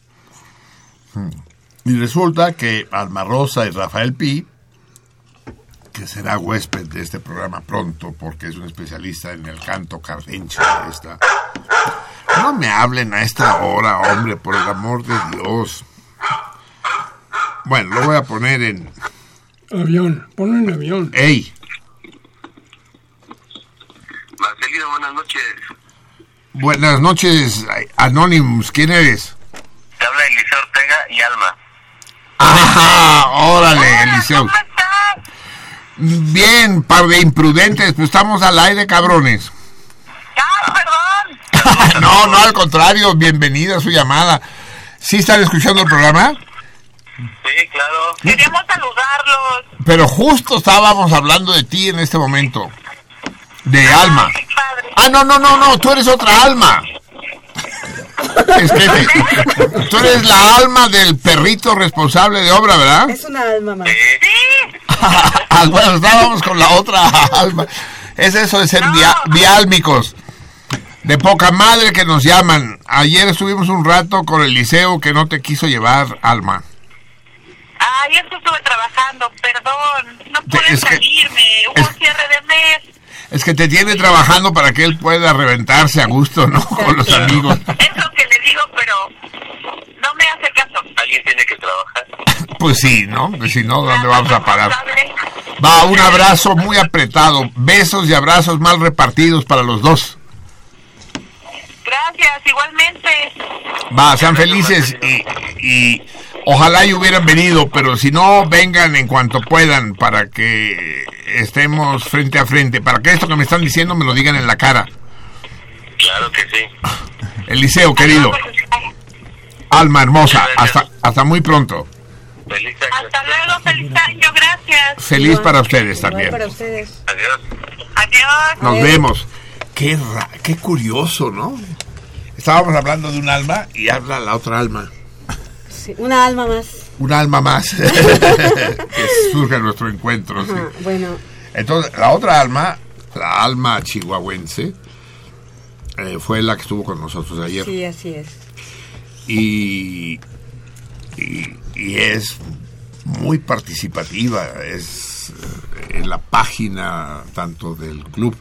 Y resulta que Alma Rosa y Rafael Pi, que será huésped de este programa pronto, porque es un especialista en el canto cardenche de esta. No me hablen a esta hora, hombre, por el amor de Dios. Bueno, lo voy a poner en... Avión, ponlo en avión. ¡Ey! Marcelino, buenas noches. Buenas noches, Anonymous. ¿Quién eres? Te habla Eliseo Ortega y Alma. ¡Ah! ¡Órale, Hola, Eliseo! ¿cómo estás? Bien, par de imprudentes, pues estamos al aire, cabrones. ¡Ah, perdón! No, no, al contrario, bienvenida a su llamada. ¿Sí están escuchando el programa? Sí, claro. Queríamos saludarlos. Pero justo estábamos hablando de ti en este momento. De Alma. Qué padre. Ah, no, no, no, no, tú eres otra Alma. Es que te- tú eres la alma del perrito responsable de obra, ¿verdad? Es una alma más. Ah, bueno, estábamos con la otra alma. Es eso de ser via- viálmicos. De poca madre que nos llaman. Ayer estuvimos un rato con el liceo que no te quiso llevar, Alma. Ay, es que estuve trabajando, perdón. No pude Es que- salirme. Hubo es- un cierre de mes. Es que te tiene trabajando para que él pueda reventarse a gusto, ¿no? Con los amigos. Es lo que le digo, pero no me hace caso. Alguien tiene que trabajar. Pues sí, ¿no? Pues si no, ¿dónde vamos a parar? Va, un abrazo muy apretado. Besos y abrazos mal repartidos para los dos. Gracias, igualmente. Va, sean felices y, y ojalá y hubieran venido, pero si no, vengan en cuanto puedan para que estemos frente a frente, para que esto que me están diciendo me lo digan en la cara. Claro que sí. Eliseo, querido. Alma hermosa, hasta, hasta muy pronto. Feliz año. Hasta luego, feliz año, gracias. Feliz Igual- para ustedes igual también. para ustedes. Adiós. Adiós. Nos Adiós. vemos. Qué, ra- qué curioso, ¿no? Estábamos hablando de un alma y habla la otra alma. Sí, una alma más. Un alma más que surge en nuestro encuentro. Sí. Ajá, bueno, Entonces, la otra alma, la alma chihuahuense, eh, fue la que estuvo con nosotros ayer. sí, así es. Y, y, y es muy participativa, es eh, en la página tanto del club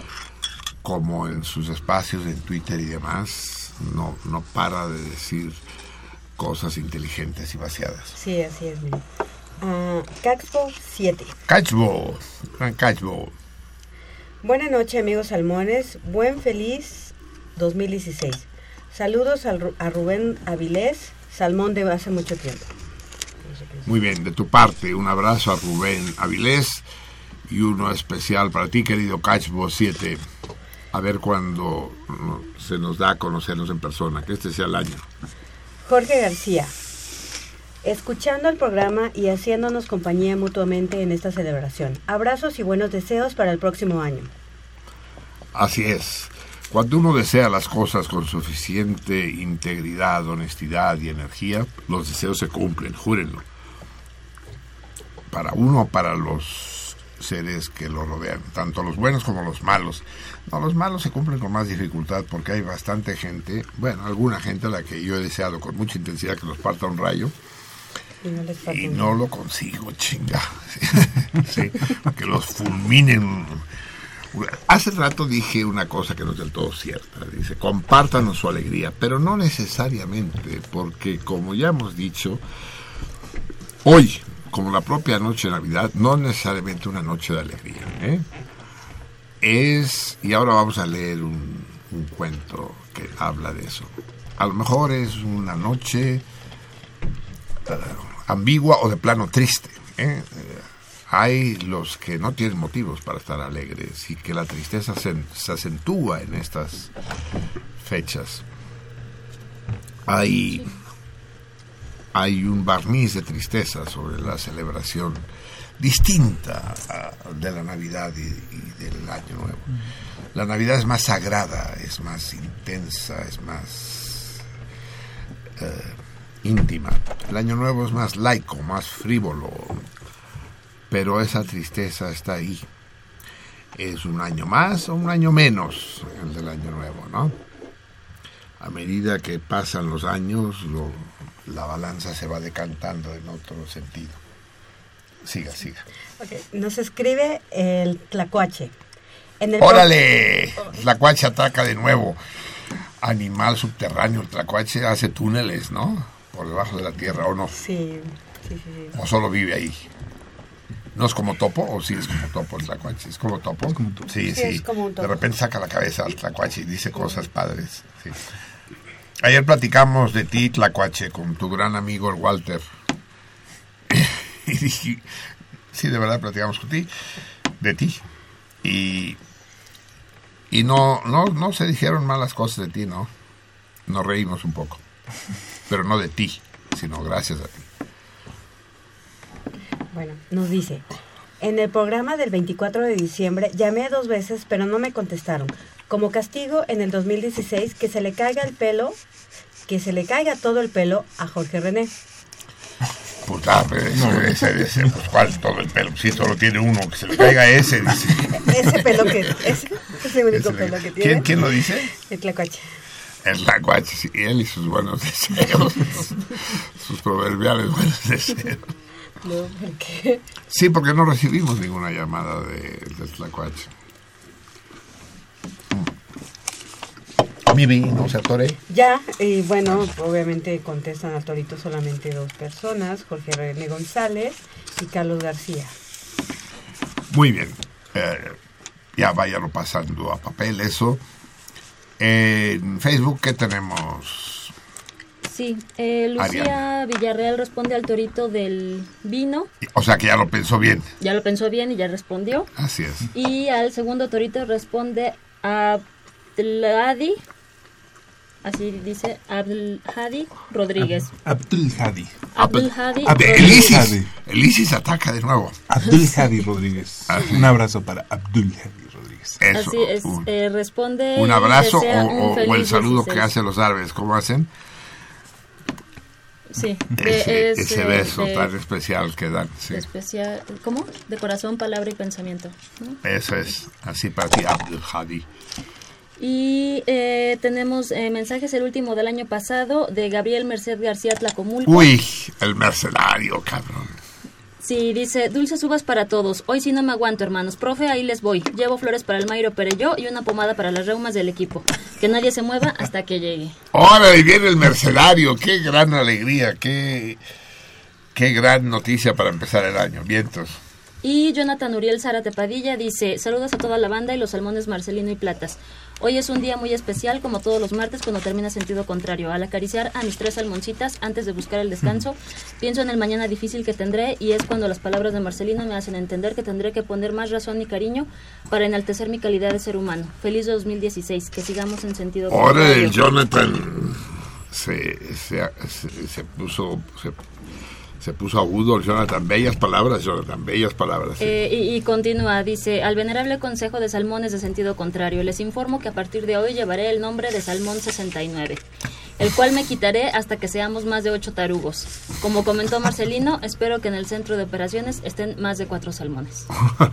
como en sus espacios en Twitter y demás, no, no para de decir cosas inteligentes y vaciadas. Sí, así es. Mira. Ah, Caxpo siete. Catchball, gran catchball. Buenas noches, amigos salmones. Buen feliz dos mil dieciséis. Saludos al Ru- a Rubén Avilés, salmón de hace mucho tiempo. Muy bien, de tu parte, un abrazo a Rubén Avilés y uno especial para ti, querido Catchball siete. A ver cuándo no, se nos da a conocernos en persona, que este sea el año. Jorge García. Escuchando el programa y haciéndonos compañía mutuamente en esta celebración. Abrazos y buenos deseos para el próximo año. Así es. Cuando uno desea las cosas con suficiente integridad, honestidad y energía, los deseos se cumplen, júrenlo. Para uno o para los seres que lo rodean, tanto los buenos como los malos. No, los malos se cumplen con más dificultad porque hay bastante gente, bueno, alguna gente a la que yo he deseado con mucha intensidad que los parta un rayo. Y no les falta Y un- no lo consigo, chinga. Sí, que los fulminen. Hace rato dije una cosa que no es del todo cierta. Dice, compártanos su alegría, pero no necesariamente, porque como ya hemos dicho, hoy, como la propia noche de Navidad, no necesariamente una noche de alegría, ¿eh? Es, y ahora vamos a leer un, un cuento que habla de eso. A lo mejor es una noche uh, ambigua o de plano triste, ¿eh? Eh, hay los que no tienen motivos para estar alegres y que la tristeza se, se acentúa en estas fechas. Hay, hay un barniz de tristeza sobre la celebración distinta a, de la Navidad y, y del Año Nuevo. La Navidad es más sagrada, es más intensa, es más eh, íntima. El Año Nuevo es más laico, más frívolo, pero esa tristeza está ahí. Es un año más o un año menos el del Año Nuevo, ¿no? A medida que pasan los años, lo, la balanza se va decantando en otro sentido. Siga, siga. Okay. Nos escribe el Tlacuache. En el ¡Órale! Tlacuache ataca de nuevo. Animal subterráneo. El Tlacuache hace túneles, ¿no? Por debajo de la tierra, ¿o no? Sí, sí, sí. sí. ¿O solo vive ahí? ¿No es como topo? ¿O sí es como topo el Tlacuache? ¿Es como topo? Es como topo. Sí, Sí, sí. es como un topo. De repente saca la cabeza al Tlacuache y dice cosas padres. Sí. Ayer platicamos de ti, Tlacuache, con tu gran amigo el Walter. Y dije, sí, de verdad platicamos con ti, de ti. Y, y no, no, no se dijeron malas cosas de ti, ¿no? Nos reímos un poco. Pero no de ti, sino gracias a ti. Bueno, nos dice, en el programa del veinticuatro de diciembre llamé dos veces, pero no me contestaron. Como castigo, en el dos mil dieciséis, que se le caiga el pelo que se le caiga todo el pelo a Jorge René. Puta, pero ese, ese, ese, pues cuál todo el pelo, si solo tiene uno, que se le caiga ese, dice. Ese pelo que, ese, ese único ese pelo que tiene. ¿Quién, ¿Quién lo dice? El Tlacuache. El Tlacuache, sí, él y sus buenos deseos, sus proverbiales buenos deseos. No, ¿por qué? Sí, porque no recibimos ninguna llamada de, de Tlacuache. Mi no se atore. Ya, y bueno, obviamente contestan al torito solamente dos personas, Jorge René González y Carlos García. Muy bien, eh, ya váyalo pasando a papel eso. En Facebook, ¿qué tenemos? Sí, eh, Lucía Ariana Villarreal responde al torito del vino. O sea que ya lo pensó bien. Ya lo pensó bien y ya respondió. Así es. Y al segundo torito responde a Abdelhadi, así dice, Abdelhadi Rodríguez. Abdelhadi. Abdelhadi. El ISIS. El ISIS ataca de nuevo. Abdelhadi Rodríguez. Así. Un abrazo para Abdelhadi Rodríguez. Eso. Así es, un, eh, responde. Un abrazo o, o, o el saludo dieciséis. Que hacen los árabes. ¿Cómo hacen? Sí. Ese, es, ese eh, beso de, tan especial que dan. Sí. Especial, ¿cómo? De corazón, palabra y pensamiento, ¿no? Eso es. Así para ti, Abdelhadi. Y eh, tenemos eh, mensajes, el último del año pasado, de Gabriel Merced García Tlacomulco. Uy, el mercenario, cabrón. Sí, dice, dulces uvas para todos. Hoy sí no me aguanto, hermanos. Profe, ahí les voy. Llevo flores para el Mayro Perelló y una pomada para las reumas del equipo. Que nadie se mueva hasta que llegue. Ahora ahí viene el mercenario. Qué gran alegría, qué, qué gran noticia para empezar el año. Vientos. Y Jonathan Uriel Zárate Padilla dice, saludos a toda la banda y los salmones Marcelino y Platas. Hoy es un día muy especial, como todos los martes, cuando termina sentido contrario. Al acariciar a mis tres salmoncitas antes de buscar el descanso, pienso en el mañana difícil que tendré, y es cuando las palabras de Marcelino me hacen entender que tendré que poner más razón y cariño para enaltecer mi calidad de ser humano. Feliz dos mil dieciséis, que sigamos en sentido contrario. Ahora el Jonathan se, se, se, se puso... Se... Se puso agudo, Jonathan, bellas palabras, Jonathan, bellas palabras. Sí. Eh, y, y continúa, dice, al venerable consejo de salmones de sentido contrario, les informo que a partir de hoy llevaré el nombre de Salmón sesenta y nueve, el cual me quitaré hasta que seamos más de ocho tarugos. Como comentó Marcelino, espero que en el centro de operaciones estén más de cuatro salmones.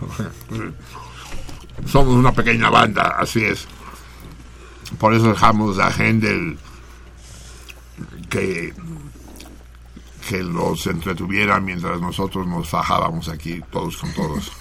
Somos una pequeña banda, así es. Por eso dejamos a Händel que... que los entretuvieran mientras nosotros nos fajábamos aquí todos con todos.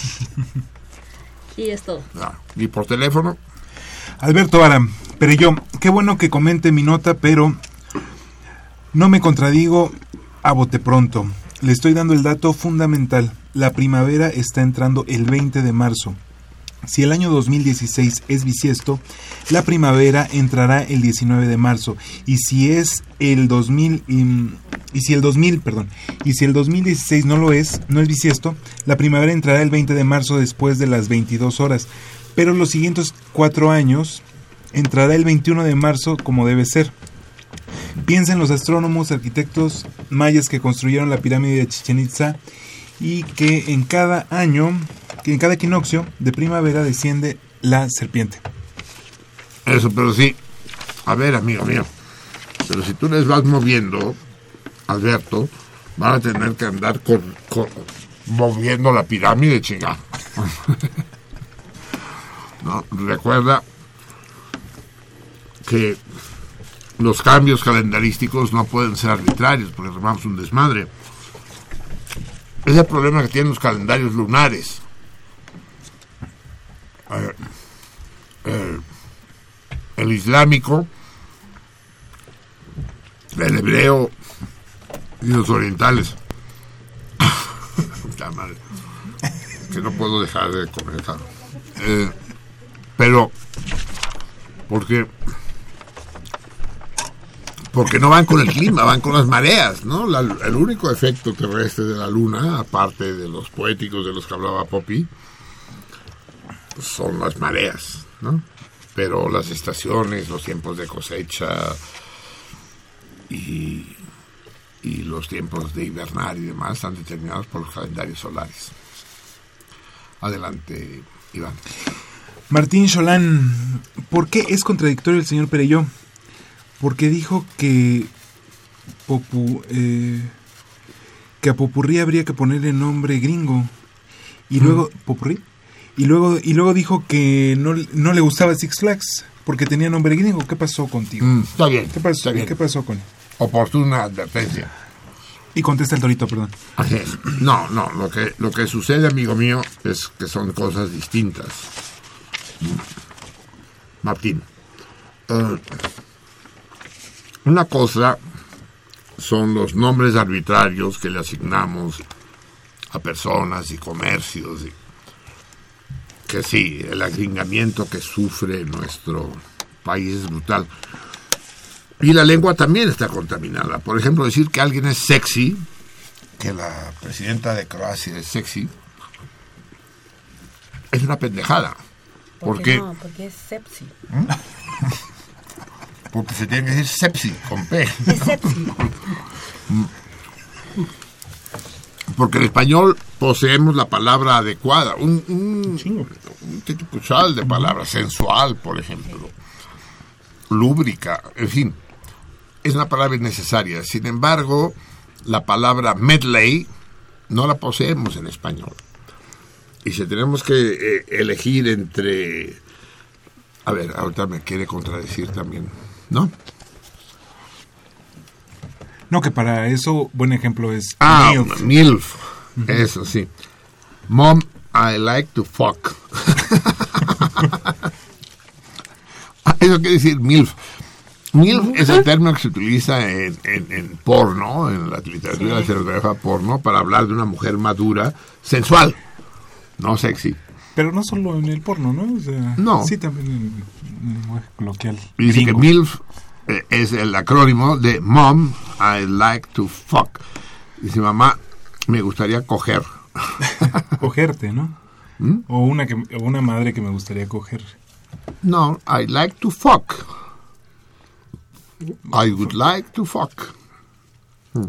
Y es todo. Ya. ¿Y por teléfono? Alberto Ara, pero yo, qué bueno que comente mi nota, pero no me contradigo a bote pronto. Le estoy dando el dato fundamental. La primavera está entrando el veinte de marzo. Si el año dos mil dieciséis es bisiesto, la primavera entrará el diecinueve de marzo, y si es el dos mil y, y si el dos mil, perdón, y si el dos mil dieciséis no lo es, no es bisiesto, la primavera entrará el veinte de marzo después de las veintidós horas, pero los siguientes cuatro años entrará el veintiuno de marzo como debe ser. Piensen los astrónomos, arquitectos mayas que construyeron la pirámide de Chichén Itzá, y que en cada año, que en cada equinoccio de primavera desciende la serpiente. Eso, pero sí, a ver, amigo mío, pero si tú les vas moviendo, Alberto, van a tener que andar con, con, moviendo la pirámide, chingada. No, recuerda que los cambios calendarísticos no pueden ser arbitrarios, porque armamos un desmadre. Es el problema que tienen los calendarios lunares. Eh, eh, el islámico, el hebreo y los orientales. Puta madre, que no puedo dejar de comentar. Eh, pero, porque porque no van con el clima, van con las mareas, ¿no? La, el único efecto terrestre de la luna, aparte de los poéticos de los que hablaba Poppy, pues son las mareas, ¿no? Pero las estaciones, los tiempos de cosecha y, y los tiempos de hibernar y demás están determinados por los calendarios solares. Adelante, Iván. Martín Cholán, ¿por qué es contradictorio el señor Perelló? porque dijo que popu, eh, que a popurrí habría que ponerle nombre gringo. Y luego, mm. ¿popurrí? Y luego, y luego dijo que no, no le gustaba Six Flags porque tenía nombre gringo. ¿Qué pasó contigo? Mm, está bien. ¿Qué pasó, está bien. ¿Qué pasó con él? Oportuna advertencia. Y contesta el Torito, perdón. No, no, lo que, lo que sucede, amigo mío, es que son cosas distintas. Martín, uh, una cosa son los nombres arbitrarios que le asignamos a personas y comercios, y que sí, el agringamiento que sufre nuestro país es brutal. Y la lengua también está contaminada. Por ejemplo, decir que alguien es sexy, que la presidenta de Croacia es sexy, es una pendejada. ¿Por porque qué no? Porque es sepsi. ¿Mm? Porque se tiene que decir sepsi, con P. Es sepsi. Porque en español poseemos la palabra adecuada, un, un, un titipuchal de palabras, sensual, por ejemplo, lúbrica, en fin, es una palabra innecesaria. Sin embargo, la palabra medley no la poseemos en español. Y si tenemos que eh, elegir entre... A ver, ahorita me quiere contradecir también, ¿no? No, que para eso, buen ejemplo es ah, MILF. MILF. Uh-huh. Eso sí. Mom, I like to fuck. Eso quiere decir MILF. MILF es el término que se utiliza en, en, en porno, en la literatura de cinematografía porno, para hablar de una mujer madura, sensual, no sexy. Pero no solo en el porno, ¿no? O sea, no. Sí, también en el lenguaje coloquial. Y dice gringo. que MILF eh, es el acrónimo de Mom, I like to fuck. Dice, mamá, me gustaría coger. Cogerte, ¿no? ¿Mm? O una, que, o una madre que me gustaría coger. No, I like to fuck. I would like to fuck. Hmm.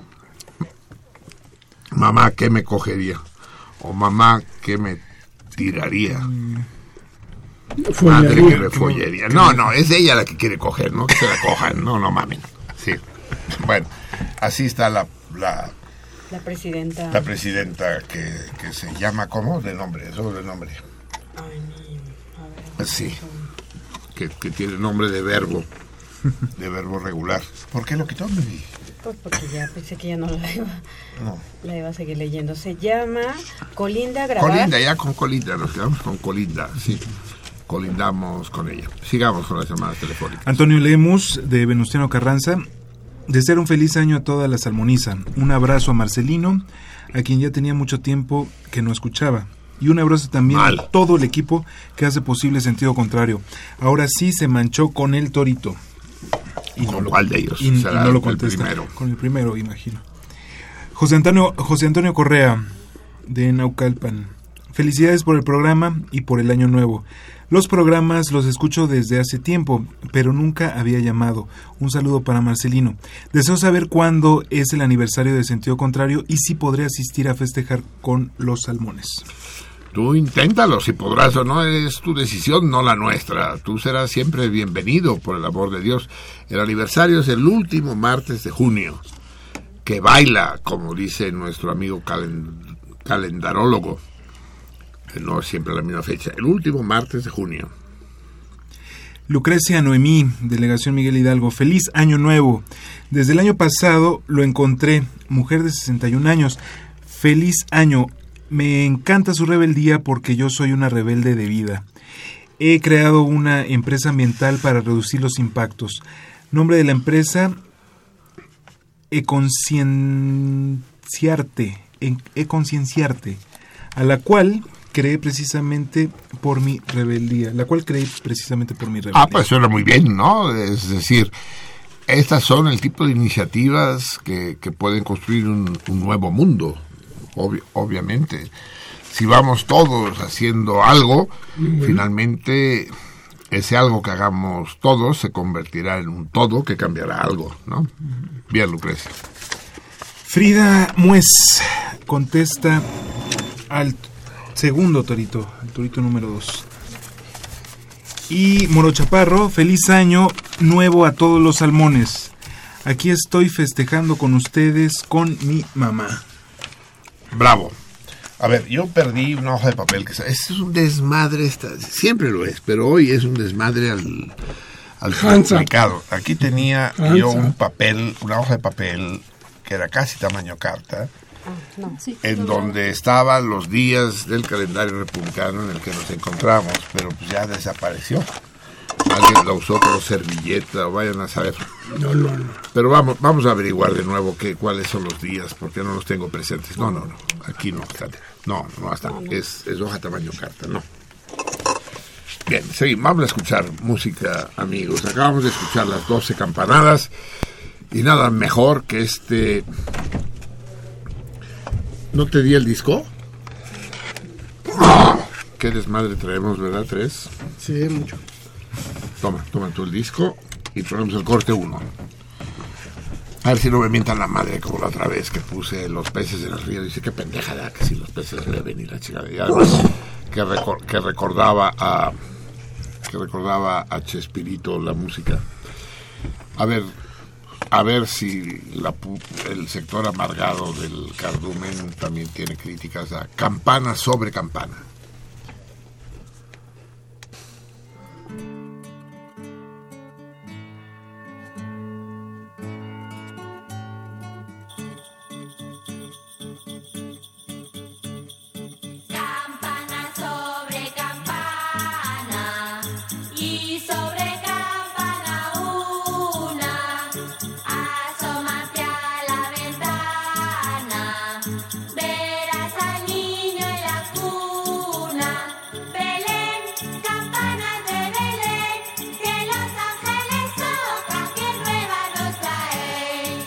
Mamá, ¿qué me cogería? O mamá, ¿qué me tiraría? Follaría. Madre que me follaría. No, no, es ella la que quiere coger, ¿no? Que se la cojan. No, no mamen. Sí. Bueno, así está la... la La presidenta. La presidenta que, que se llama, ¿cómo? De nombre, solo de nombre. Ay, mi, a ver, sí. Que, que tiene nombre de verbo. De verbo regular. ¿Por qué lo quitó, Meli? Pues porque ya pensé que ya no la iba, no. la iba a seguir leyendo. Se llama Colinda Grabar. Colinda, ya con Colinda, nos quedamos con Colinda, sí. Colindamos con ella. Sigamos con las llamadas telefónicas. Antonio Lemus, de Venustiano Carranza. Desear un feliz año a toda la Salmoniza. Un abrazo a Marcelino, a quien ya tenía mucho tiempo que no escuchaba. Y un abrazo también Mal. a todo el equipo que hace posible Sentido Contrario. Ahora sí se manchó con el Torito. Y ¿Con no cuál lo, de ellos? Y, y no lo contesta. El con el primero, imagino. José Antonio, José Antonio Correa, de Naucalpan. Felicidades por el programa y por el año nuevo. Los programas los escucho desde hace tiempo, pero nunca había llamado. Un saludo para Marcelino. Deseo saber cuándo es el aniversario de Sentido Contrario y si podré asistir a festejar con los salmones. Tú inténtalo, si podrás o no, es tu decisión, no la nuestra. Tú serás siempre bienvenido, por el amor de Dios. El aniversario es el último martes de junio, que baila, como dice nuestro amigo calend- calendarólogo. No es siempre la misma fecha, el último martes de junio. Lucrecia Noemí, Delegación Miguel Hidalgo. Feliz año nuevo. Desde el año pasado lo encontré, mujer de sesenta y un años. Feliz año. Me encanta su rebeldía porque yo soy una rebelde de vida. He creado una empresa ambiental para reducir los impactos. Nombre de la empresa, Econcienciarte, Econcienciarte, a la cual creé precisamente por mi rebeldía, la cual creé precisamente por mi rebeldía. Ah, pues suena muy bien, ¿no? Es decir, estas son el tipo de iniciativas que, que pueden construir un, un nuevo mundo. Obvio, obviamente, si vamos todos haciendo algo, uh-huh. finalmente ese algo que hagamos todos se convertirá en un todo que cambiará algo, ¿no? Uh-huh. Bien, Lucrecia. Frida Muez contesta al segundo torito, el torito número dos. Y Moro Chaparro, feliz año nuevo a todos los salmones. Aquí estoy festejando con ustedes con mi mamá. Bravo. A ver, yo perdí una hoja de papel. que Es un desmadre, esta, siempre lo es, pero hoy es un desmadre al, al complicado. Aquí tenía Hansa. yo un papel, una hoja de papel que era casi tamaño carta, Ah, no. Sí, en no, donde estaban los días del calendario republicano en el que nos encontramos, pero pues ya desapareció. Alguien lo usó como servilleta, o vayan a saber. No, no, no. Pero vamos vamos a averiguar de nuevo qué cuáles son los días, porque no los tengo presentes. No, no, no. Aquí no están. No, no están. Es, es hoja tamaño carta, no. Bien, seguimos. Vamos a escuchar música, amigos. Acabamos de escuchar las doce campanadas y nada mejor que este... ¿No te di el disco? Qué desmadre traemos, ¿verdad? Tres. Sí, mucho. Toma, toma tú el disco y ponemos el corte uno. A ver si no me mientan la madre como la otra vez que puse los peces en el río. Dice, qué pendejada, que si los peces beben y la chingada. Y además, que, recor- que recordaba a que recordaba a Chespirito la música. A ver, a ver si la, pu- el sector amargado del cardumen también tiene críticas a Campana sobre Campana. Campana sobre campana y sobre campana una, asómate a la ventana, verás al niño en la cuna. Belén, campanas de Belén, que los ángeles tocan, que nueva nos trae.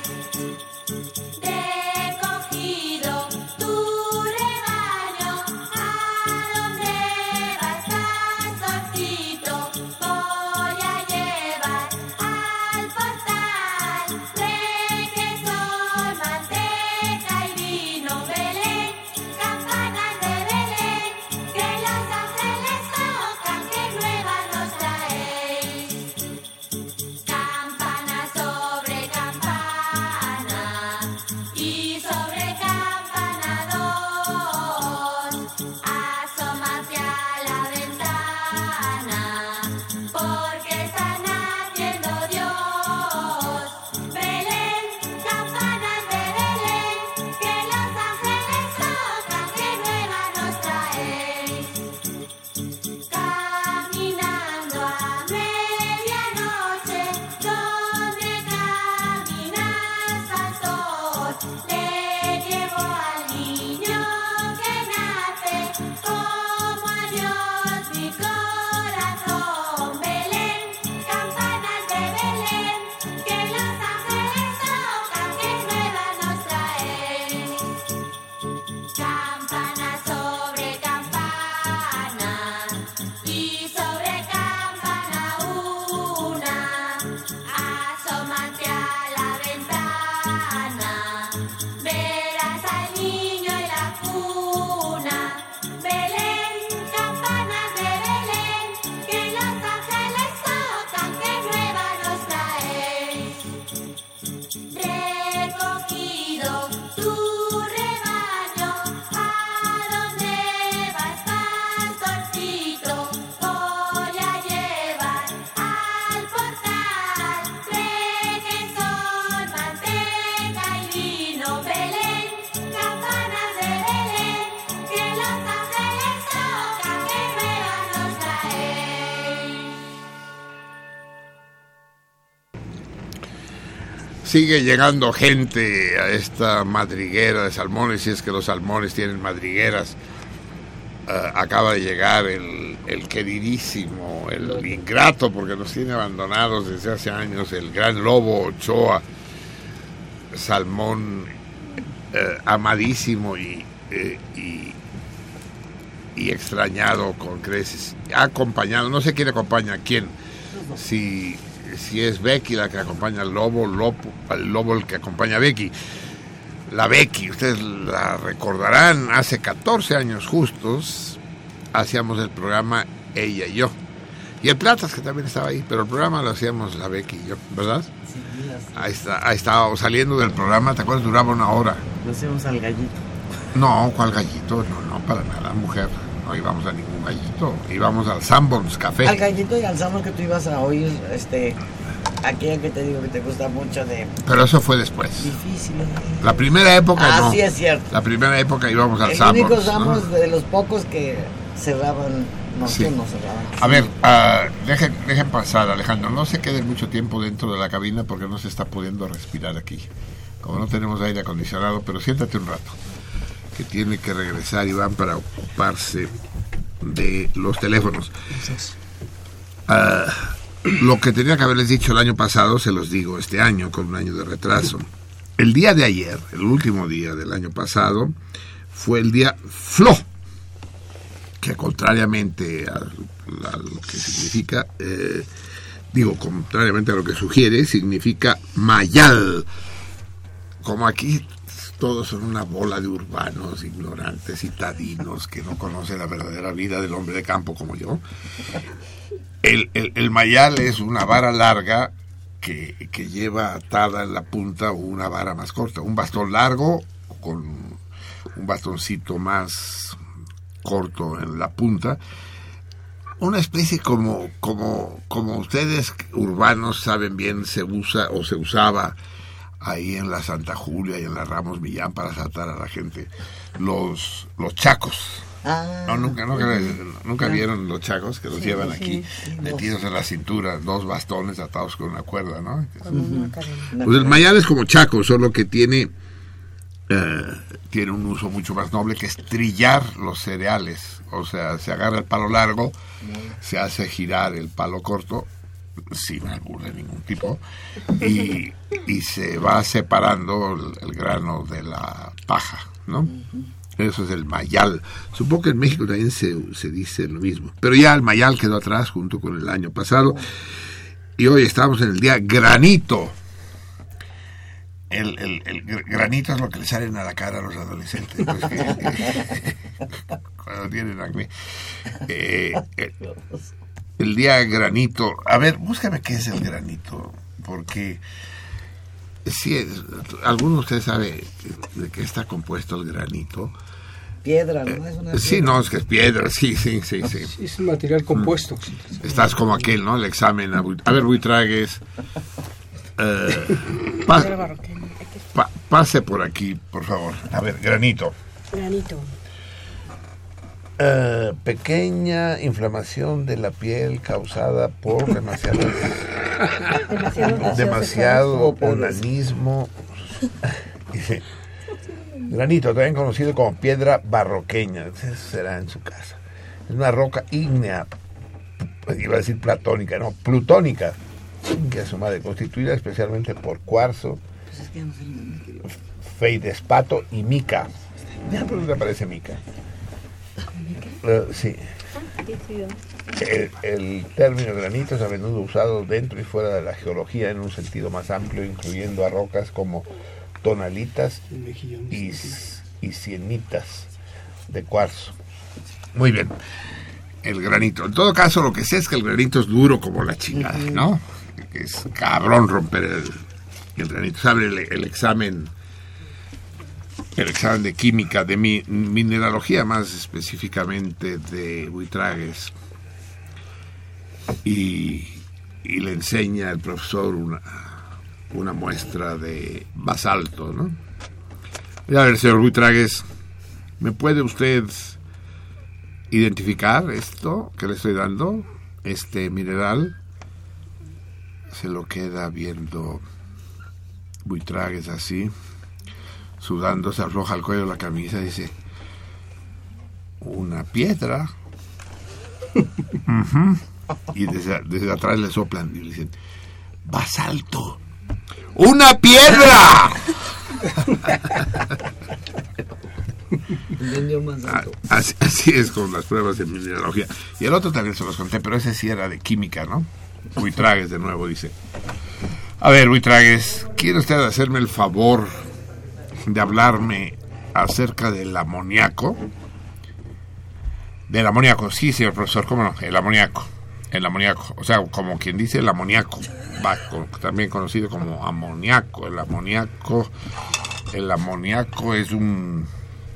Recogido tu rebaño, ¿a dónde vas, pastorcito? Voy a llevar al portal requesón, manteca y vino. Belén, campanas de Belén, que los ángeles tocan, que nueva nos traéis. Campana sobre campana y sobre campana dos, asómate a la ventana, porque está naciendo Dios. Belén, campanas de Belén, que los ángeles tocan, que nueva nos traéis. Caminando a medianoche, donde caminas, pastor, le llevo al niño que nace, como a Dios mi corazón. Belén, campanas de Belén, que los ángeles tocan, que nueva nos traéis. Campana sobre campana y sobre campana una, asómate a la ventana, verás al niño en la cuna. Belén, campanas de Belén, que los ángeles tocan, que nueva nos traéis. Recogido tu rebaño, ¿a dónde vas, pastorcito? Voy a llevar al portal requesón, manteca y vino. Belén, campanas de Belén, que los ángeles tocan, que nueva nos traéis. Sigue llegando gente a esta madriguera de salmones, si es que los salmones tienen madrigueras. Uh, acaba de llegar el, el queridísimo, el ingrato, porque nos tiene abandonados desde hace años, el gran Lobo Ochoa, salmón uh, amadísimo y, eh, y, y extrañado con creces. Ha acompañado, no sé quién acompaña a quién, si... si es Becky la que acompaña al lobo, lobo, al lobo el que acompaña a Becky. La Becky, ustedes la recordarán, hace catorce años justos hacíamos el programa Ella y Yo. Y el Platas, que también estaba ahí, pero el programa lo hacíamos la Becky y yo, ¿verdad? Ahí está, ahí estábamos saliendo del programa, ¿te acuerdas? Duraba una hora. Lo hacíamos al gallito. No, ¿cuál gallito? No, no, para nada, mujer. No íbamos a ningún gallito, íbamos al Sanborns Café. Al gallito y al Sanborns que tú ibas a oír, este, aquella que te digo que te gusta mucho de... Pero eso fue después. Difícil. La primera época ah, no. sí es cierto. La primera época íbamos al El Sanborns. El único Sanborns, ¿no? De los pocos que cerraban, no, sí. que no cerraban. A ver, uh, dejen, dejen pasar, Alejandro, no se queden mucho tiempo dentro de la cabina porque no se está pudiendo respirar aquí. Como no tenemos aire acondicionado, pero siéntate un rato, que tiene que regresar Iván para ocuparse de los teléfonos. Uh, lo que tenía que haberles dicho el año pasado, se los digo este año, con un año de retraso. El día de ayer, el último día del año pasado, fue el día Flo, que contrariamente a, a lo que significa, eh, digo, contrariamente a lo que sugiere, significa Mayal. Como aquí todos son una bola de urbanos, ignorantes, citadinos, que no conocen la verdadera vida del hombre de campo como yo. El, el, el mayal es una vara larga que, que lleva atada en la punta una vara más corta. Un bastón largo con un bastoncito más corto en la punta. Una especie como, como, como ustedes urbanos saben bien, se usa o se usaba ahí en la Santa Julia y en la Ramos Millán para asaltar a la gente, los los chacos. Ah, no, nunca nunca, nunca vieron los chacos que los sí, llevan aquí sí, sí, metidos en la cintura, dos bastones atados con una cuerda, ¿no? Uh-huh. Pues el mayal es como chaco, solo que tiene eh, tiene un uso mucho más noble, que es trillar los cereales. O sea, se agarra el palo largo, se hace girar el palo corto sin albur de ningún tipo y, y se va separando el, el grano de la paja, ¿no? Uh-huh. Eso es el mayal. Supongo que en México también se, se dice lo mismo, pero ya el mayal quedó atrás junto con el año pasado y hoy estamos en el día granito. El, el, el granito es lo que le salen a la cara a los adolescentes, pues que, eh, cuando tienen acné. Eh, eh, El día granito. A ver, búscame qué es el granito, porque si es, alguno de ustedes sabe de qué está compuesto el granito. Piedra, ¿no? Es una piedra. Sí, no, es que es piedra, sí, sí, sí, sí. Es un material compuesto. Estás como aquel, ¿no? El examen. A, a ver, Buitragues. Eh, pa, pa, pase por aquí, por favor. A ver, granito. Granito. Uh, pequeña inflamación de la piel causada por demasiado demasiado, demasiado onanismo. Dice, granito, también conocido como piedra barroqueña, eso será en su casa. Es una roca ígnea, iba a decir platónica, no, plutónica, que es su madre, constituida especialmente por cuarzo, feldespato y mica. Ya, ¿por dónde aparece mica? Uh, sí. El, el término granito es a menudo usado dentro y fuera de la geología en un sentido más amplio, incluyendo a rocas como tonalitas y, y sienitas de cuarzo. Muy bien. El granito. En todo caso, lo que sé es que el granito es duro como la chingada, ¿no? Que es cabrón romper el, el granito. Se abre el, el examen... El examen de química, de mi, mineralogía más específicamente de Buitragues, y, y le enseña el profesor una, una muestra de basalto, ¿no? A ver, señor Buitragues, ¿me puede usted identificar esto que le estoy dando? Este mineral. Se lo queda viendo Buitragues así, sudando, se afloja el cuello de la camisa y dice, una piedra. Uh-huh. Y desde, desde atrás le soplan y le dicen, basalto. ¡Una piedra! así, así es con las pruebas de mineralogía. Y el otro también se los conté, pero ese sí era de química, ¿no? Buitragues de nuevo dice, a ver, Buitragues, ¿quiere usted hacerme el favor de hablarme acerca del amoníaco? Del amoníaco, sí, señor profesor, cómo no, el amoníaco. El amoníaco, o sea, como quien dice el amoníaco, va, con, también conocido como amoníaco. El amoníaco, el amoníaco es un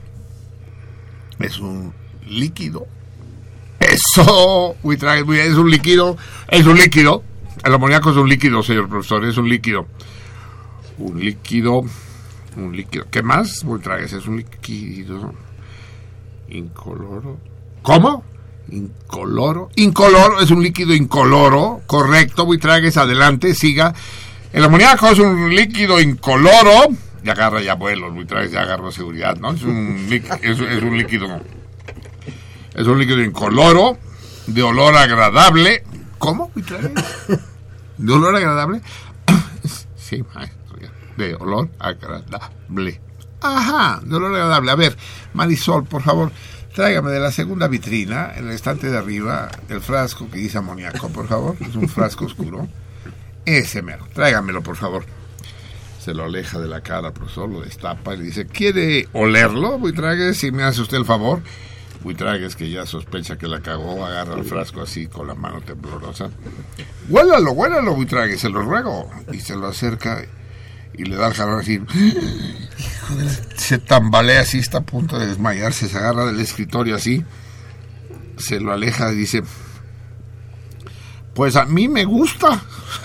es un líquido. Eso, es un líquido, es un líquido. El amoníaco es un líquido, señor profesor, es un líquido. Un líquido, un líquido. ¿Qué más? Buitragues, es un líquido incoloro. ¿Cómo? Incoloro. Incoloro, es un líquido incoloro. Correcto, Buitragues, adelante, siga. El amoníaco es un líquido incoloro. Ya agarra ya vuelos, Buitragues, ya agarró seguridad, ¿no? Es un, es, es un líquido. Es un líquido incoloro, de olor agradable. ¿Cómo, Buitragues? ¿De olor agradable? Sí, maestro, de olor agradable. Ajá, de olor agradable. A ver, Marisol, por favor, tráigame de la segunda vitrina, en el estante de arriba, el frasco que dice amoníaco, por favor. Es un frasco oscuro. Ese mero, tráigamelo, por favor. Se lo aleja de la cara, profesor, lo destapa y le dice, ¿quiere olerlo, Buitragues? Si me hace usted el favor. Buitragues, que ya sospecha que la cagó, agarra el frasco así con la mano temblorosa. Huélalo, huélalo, Buitragues, se lo ruego. Y se lo acerca y le da el jalón así. Se tambalea así, está a punto de desmayarse, se agarra del escritorio así, se lo aleja y dice, pues a mí me gusta.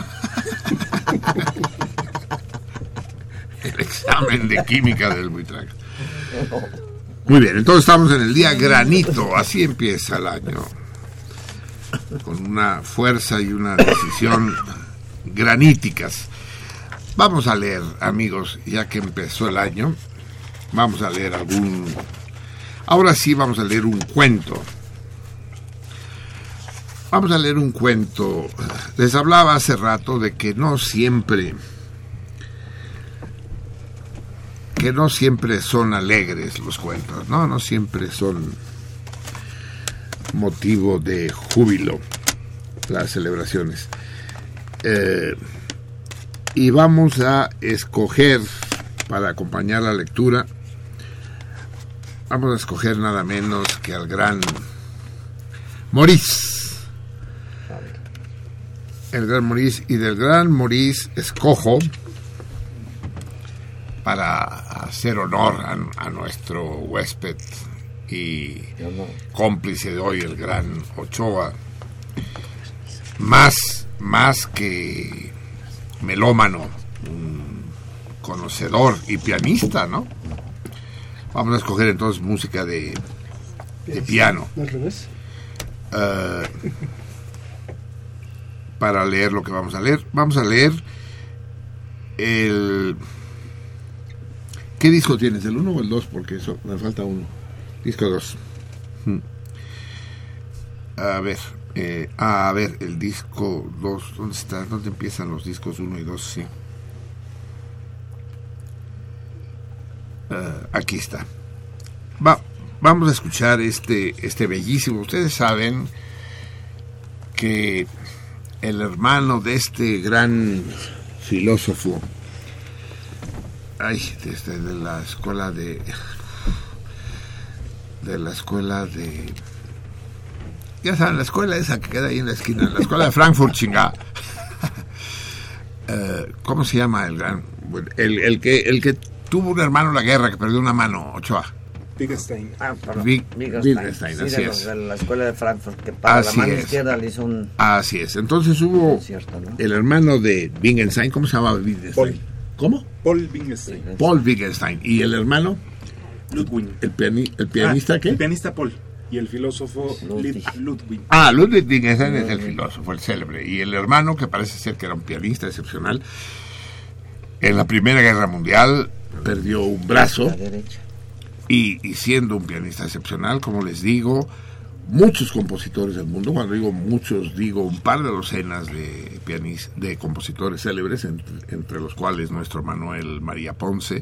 El examen de química del Buitragues. Muy bien, entonces estamos en el día granito, así empieza el año, con una fuerza y una decisión graníticas. Vamos a leer, amigos, ya que empezó el año, vamos a leer algún... Ahora sí vamos a leer un cuento. Vamos a leer un cuento. Les hablaba hace rato de que no siempre... que no siempre son alegres los cuentos, no, no siempre son motivo de júbilo las celebraciones. Eh, y vamos a escoger, para acompañar la lectura, vamos a escoger nada menos que al gran Maurice. El gran Maurice, y del gran Maurice escojo, para hacer honor a, a nuestro huésped y cómplice de hoy, el gran Ochoa, más, más que melómano, un conocedor y pianista, ¿no? Vamos a escoger entonces música de, de piano. ¿Al revés? Uh, para leer lo que vamos a leer. Vamos a leer el... ¿Qué disco tienes? ¿El uno o el dos? Porque eso, me falta uno. Disco dos. Hmm. A ver, eh, a ver, el disco dos, ¿dónde está? ¿Dónde empiezan los discos uno y dos? Sí. Uh, aquí está. Va, vamos a escuchar este, este bellísimo. Ustedes saben que el hermano de este gran filósofo, ay, desde de la escuela de de la escuela de ya saben, la escuela esa que queda ahí en la esquina, la escuela de Frankfurt, chingá. uh, ¿Cómo se llama el gran bueno, el, el que el que tuvo un hermano en la guerra que perdió una mano? Ochoa. Wittgenstein. Ah, perdón. Big, Wittgenstein, así sí, de, es. de la escuela de Frankfurt, que para así la mano es. izquierda le hizo un... Así es. Entonces hubo cierto, ¿no? el hermano de Wittgenstein, ¿cómo se llamaba Wittgenstein? Paul. ¿Cómo? Paul Wittgenstein. Paul Wittgenstein. ¿Y el hermano? Ludwig. ¿El, piani ¿el pianista ah, qué? El pianista Paul. Y el filósofo Ludwig. Ludwig. Ah, Ludwig Wittgenstein es el filósofo, el célebre. Y el hermano, que parece ser que era un pianista excepcional, en la Primera Guerra Mundial perdió un brazo. La derecha. Y, y siendo un pianista excepcional, como les digo, muchos compositores del mundo, cuando digo muchos, digo un par de docenas de pianis, de compositores célebres, entre, entre los cuales nuestro Manuel María Ponce,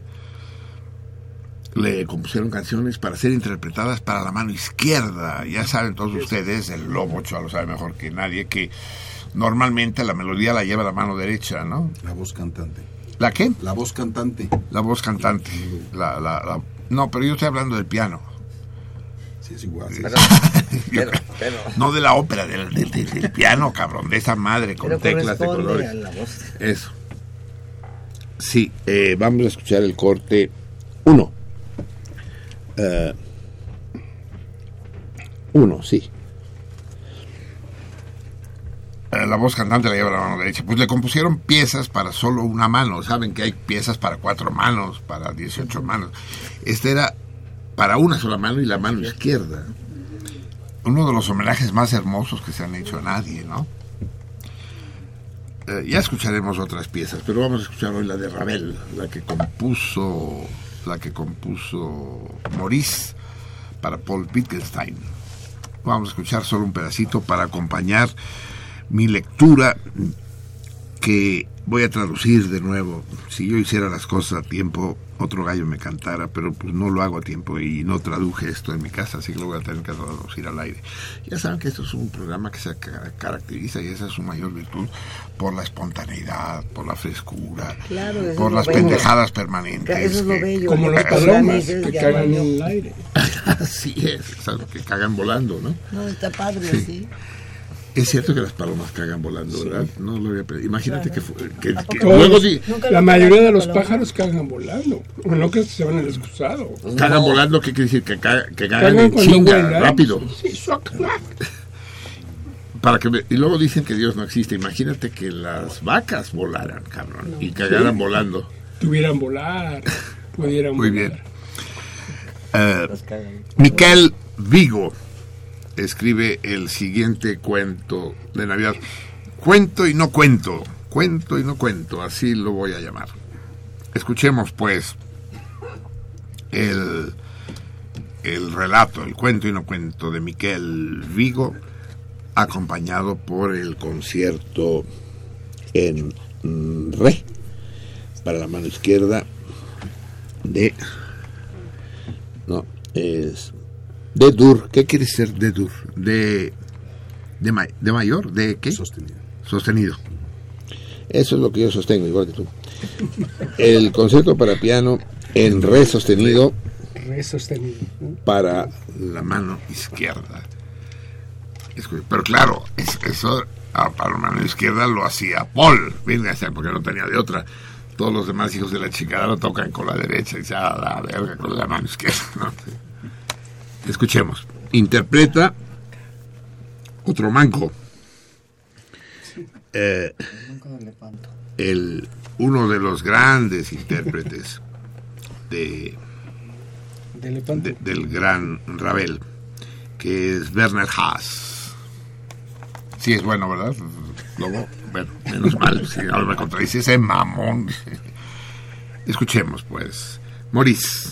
le compusieron canciones para ser interpretadas para la mano izquierda. Ya saben todos ustedes, el Lobo Ochoa lo sabe mejor que nadie, que normalmente la melodía la lleva la mano derecha, ¿no? La voz cantante. ¿La qué? La voz cantante. La voz cantante. La, la, la... No, pero yo estoy hablando del piano. Sí, sí es igual. Pero, pero, pero- No de la ópera, del, del- del- del piano, cabrón, de esa madre con pero teclas de corresponde colores. a la voz. Eso. Sí, eh, vamos a escuchar el corte uno. Eh, uno, sí. Eh, La voz cantante la lleva la mano derecha. Pues le compusieron piezas para solo una mano. Saben que hay piezas para cuatro manos, para dieciocho manos. Este era para una sola mano y la mano izquierda. Uno de los homenajes más hermosos que se han hecho a nadie, ¿no? Eh, ya escucharemos otras piezas, pero vamos a escuchar hoy la de Ravel, la que compuso, la que compuso Maurice para Paul Wittgenstein. Vamos a escuchar solo un pedacito para acompañar mi lectura, que voy a traducir de nuevo. Si yo hiciera las cosas a tiempo, otro gallo me cantara, pero pues no lo hago a tiempo y no traduje esto en mi casa, así que lo voy a tener que traducir al aire. Ya saben que esto es un programa que se ca- caracteriza, y esa es su mayor virtud, por la espontaneidad, por la frescura, Claro, eso por es lo las bello. pendejadas permanentes. Eso es lo que- bello. Como los que palomas organices, que ya cagan valió. en el aire. Así es, o sea, que cagan volando, ¿no? No, está padre Sí. así. Es cierto que las palomas cagan volando, ¿verdad? No lo había pedido. Imagínate que, fu- que, que Todos- luego di- la mayoría de los pájaros cagan volando. O no que se van al excusado. cagan volando, ¿qué quiere decir? Que, ca- que cagan Cagan en cuando chinga, vuelan. rápido. Sí, suaca. Para que me- y luego dicen que Dios no existe. Imagínate que las vacas volaran, cabrón, y cagaran Sí. volando. Tuvieran volar, pudieran Muy volar. bien. Eh, Miquel Vigo escribe el siguiente cuento de Navidad. Cuento y no cuento. Cuento y no cuento, así lo voy a llamar. Escuchemos, pues, el, el relato, el cuento y no cuento de Miquel Vigo, acompañado por el concierto en mm, re, para la mano izquierda, de... No, es... de dur. ¿Qué quiere ser de dur? De... De, ma- de mayor, ¿de qué? Sostenido. Sostenido. Eso es lo que yo sostengo, igual que tú. El concierto para piano en re sostenido Re sostenido. ¿no? para la mano izquierda. Escu- Pero claro, es- eso ah, para la mano izquierda lo hacía Paul, venga, porque no tenía de otra. Todos los demás hijos de la chingada lo tocan con la derecha y se a la verga con la mano izquierda, ¿no? Escuchemos. Interpreta otro manco. Eh, el, uno de los grandes intérpretes de, de- del gran Ravel, que es Werner Haas. Sí, es bueno, ¿verdad? Lobo, bueno, menos mal, si ahora me contradice ese mamón. Escuchemos, pues, Maurice.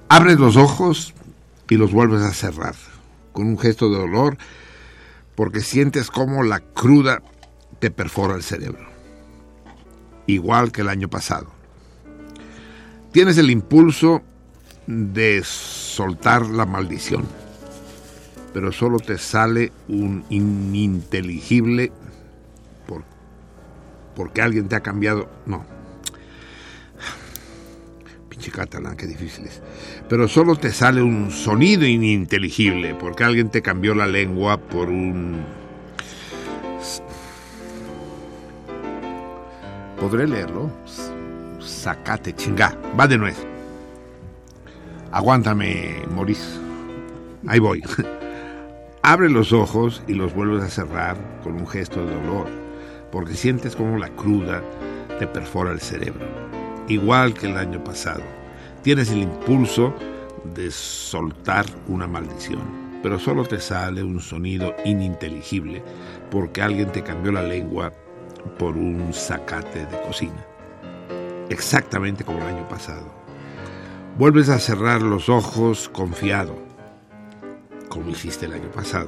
Abres los ojos y los vuelves a cerrar, con un gesto de dolor, porque sientes cómo la cruda te perfora el cerebro, igual que el año pasado. Tienes el impulso de soltar la maldición, pero solo te sale un ininteligible por, porque alguien te ha cambiado. No. Pinche catalán, qué difícil es. Pero solo te sale un sonido ininteligible porque alguien te cambió la lengua por un... ¿Podré leerlo? Sacate, chingá. Va de nuez. Aguántame, Maurice. Ahí voy. Abre los ojos y los vuelves a cerrar con un gesto de dolor, porque sientes como la cruda te perfora el cerebro, igual que el año pasado. Tienes el impulso de soltar una maldición, pero solo te sale un sonido ininteligible, porque alguien te cambió la lengua por un zacate de cocina. Exactamente como el año pasado. Vuelves a cerrar los ojos confiado, como hiciste el año pasado.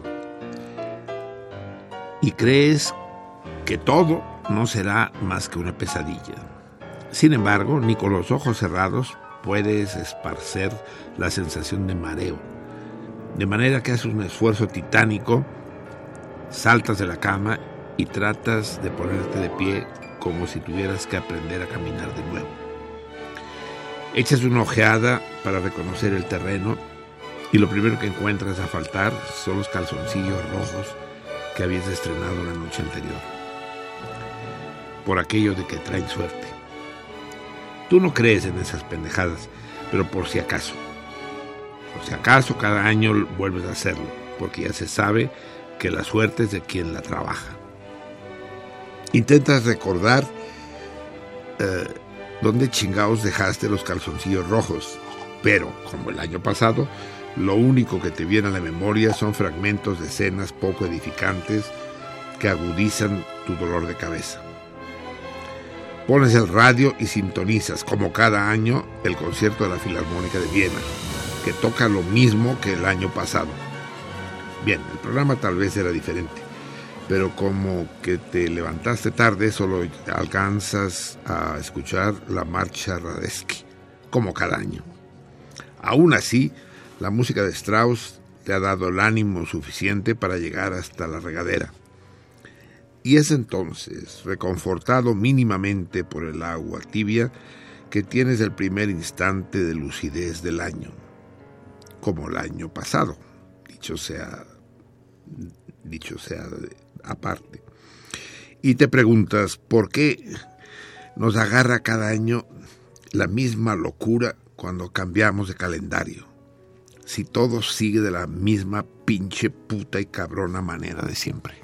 Y crees que todo no será más que una pesadilla. Sin embargo, ni con los ojos cerrados puedes esparcer la sensación de mareo. De manera que haces un esfuerzo titánico, saltas de la cama y tratas de ponerte de pie como si tuvieras que aprender a caminar de nuevo. Echas una ojeada para reconocer el terreno y lo primero que encuentras a faltar son los calzoncillos rojos que habías estrenado la noche anterior, por aquello de que traen suerte. Tú no crees en esas pendejadas, pero por si acaso, por si acaso cada año vuelves a hacerlo, porque ya se sabe que la suerte es de quien la trabaja. Intentas recordar eh, dónde chingados dejaste los calzoncillos rojos, pero, como el año pasado, lo único que te viene a la memoria son fragmentos de escenas poco edificantes que agudizan tu dolor de cabeza. Pones el radio y sintonizas, como cada año, el concierto de la Filarmónica de Viena, que toca lo mismo que el año pasado. Bien, el programa tal vez era diferente, pero como que te levantaste tarde, solo alcanzas a escuchar la marcha Radetzky, como cada año. Aún así, la música de Strauss te ha dado el ánimo suficiente para llegar hasta la regadera. Y es entonces, reconfortado mínimamente por el agua tibia, que tienes el primer instante de lucidez del año, como el año pasado, dicho sea, dicho sea de, aparte. Y te preguntas, ¿por qué nos agarra cada año la misma locura cuando cambiamos de calendario? Si todo sigue de la misma pinche puta y cabrona manera de siempre.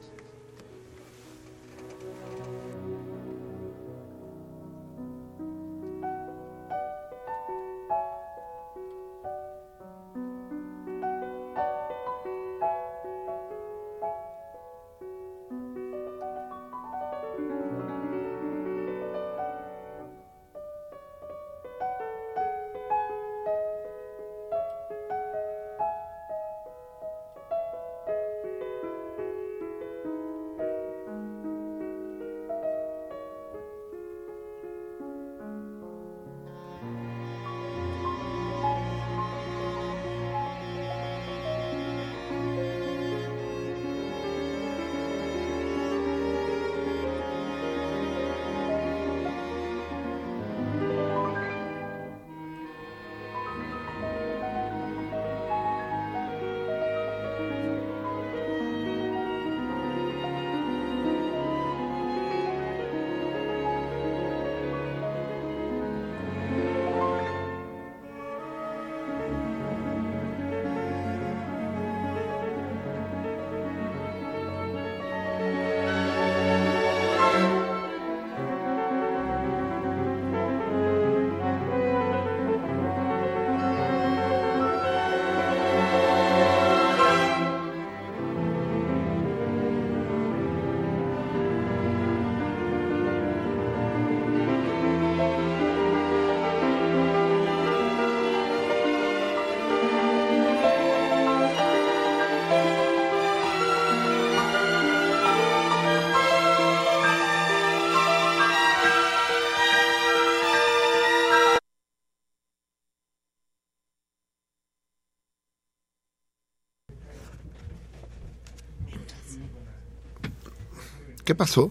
¿Qué pasó?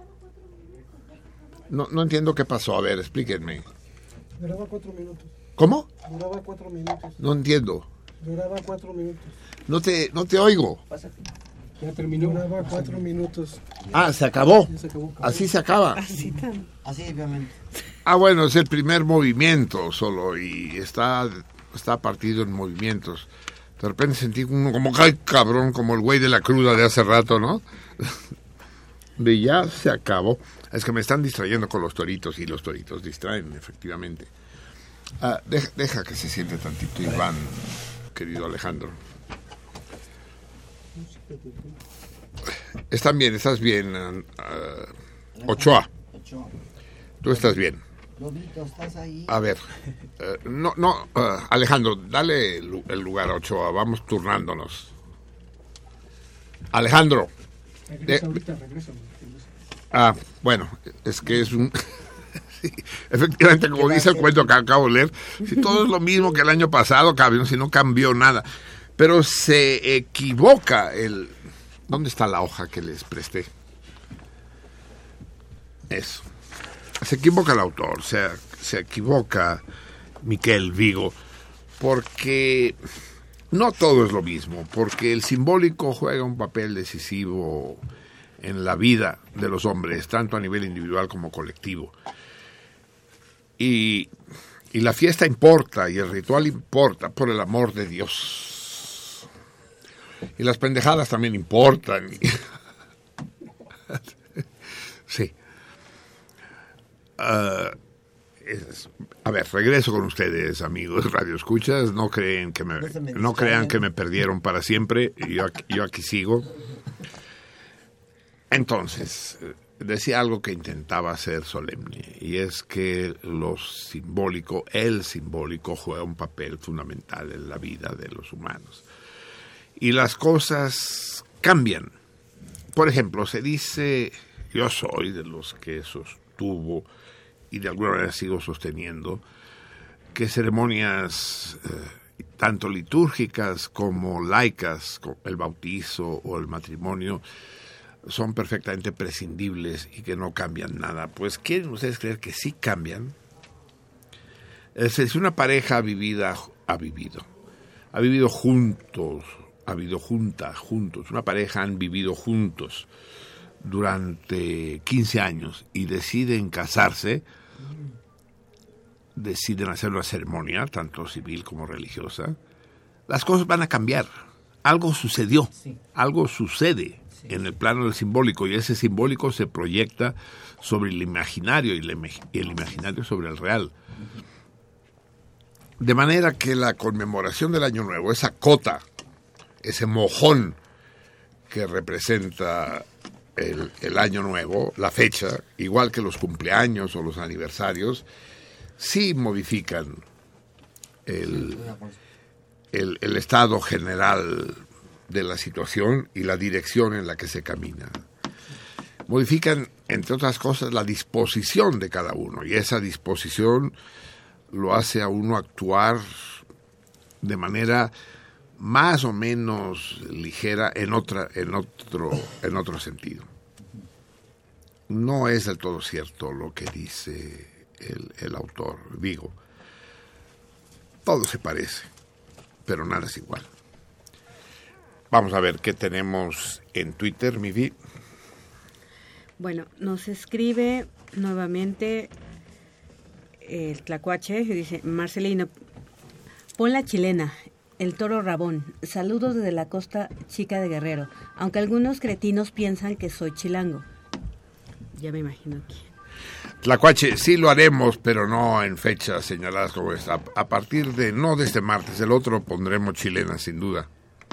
No, no entiendo qué pasó. A ver, explíquenme. Duraba cuatro minutos. ¿Cómo? Duraba cuatro minutos. No entiendo. Duraba cuatro minutos. No te, no te oigo. Ya terminó. Duraba cuatro minutos. Ah, se acabó. Ya se acabó. Así se acaba. Así tan. Así, obviamente. Ah, bueno, es el primer movimiento solo y está, está partido en movimientos. De repente sentí uno como, ¡ay, cabrón! Como el güey de la cruda de hace rato, ¿no? De ya se acabó. Es que me están distrayendo con los toritos y los toritos distraen, efectivamente. Ah, deja, deja que se siente tantito Iván, querido Alejandro. Están bien, estás bien, uh, Ochoa. Tú estás bien. Lobito, ¿estás ahí? A ver, uh, no, no, uh, Alejandro, dale el, el lugar a Ochoa, vamos turnándonos. Alejandro. Regresa de, ahorita, regresa. Ah, bueno, es que es un... sí, efectivamente, como dice el cuento que acabo de leer, si todo es lo mismo que el año pasado, cabrón, si no cambió nada. Pero se equivoca el... ¿Dónde está la hoja que les presté? Eso. Se equivoca el autor, se, se equivoca Miquel Vigo, porque no todo es lo mismo, porque el simbólico juega un papel decisivo en la vida de los hombres, tanto a nivel individual como colectivo. Y, y la fiesta importa, y el ritual importa, por el amor de Dios. Y las pendejadas también importan. Sí. Uh, es, a ver, regreso con ustedes, amigos Radio Escuchas. No creen que me, no crean que me perdieron para siempre. Yo, yo aquí sigo. Entonces, decía algo que intentaba ser solemne, y es que lo simbólico, el simbólico, juega un papel fundamental en la vida de los humanos. Y las cosas cambian. Por ejemplo, se dice, yo soy de los que sostuvo, y de alguna manera sigo sosteniendo, que ceremonias eh, tanto litúrgicas como laicas, como el bautizo o el matrimonio, son perfectamente prescindibles y que no cambian nada. Pues, ¿quieren ustedes creer que sí cambian? Es decir, si una pareja vivida ha vivido, ha vivido juntos, ha vivido juntas, juntos, una pareja han vivido juntos durante quince años y deciden casarse, deciden hacer una ceremonia, tanto civil como religiosa, las cosas van a cambiar. Algo sucedió, sí. algo sucede. Sí. En el plano del simbólico, y ese simbólico se proyecta sobre el imaginario y el imaginario sobre el real. De manera que la conmemoración del Año Nuevo, esa cota, ese mojón que representa el, el Año Nuevo, la fecha, igual que los cumpleaños o los aniversarios, sí modifican el, el, el estado general de la situación y la dirección en la que se camina. Modifican, entre otras cosas, la disposición de cada uno, y esa disposición lo hace a uno actuar de manera más o menos ligera en otra, en otro, en otro sentido. No es del todo cierto lo que dice el, el autor Vigo. Todo se parece, pero nada es igual. Vamos a ver qué tenemos en Twitter, mi Vi. Bueno, nos escribe nuevamente el Tlacuache, dice: Marcelino, pon la chilena, el toro rabón. Saludos desde la costa chica de Guerrero, aunque algunos cretinos piensan que soy chilango. Ya me imagino que... Tlacuache, sí lo haremos, pero no en fechas señaladas como esta. A partir de, no de este martes, el otro pondremos chilena, sin duda.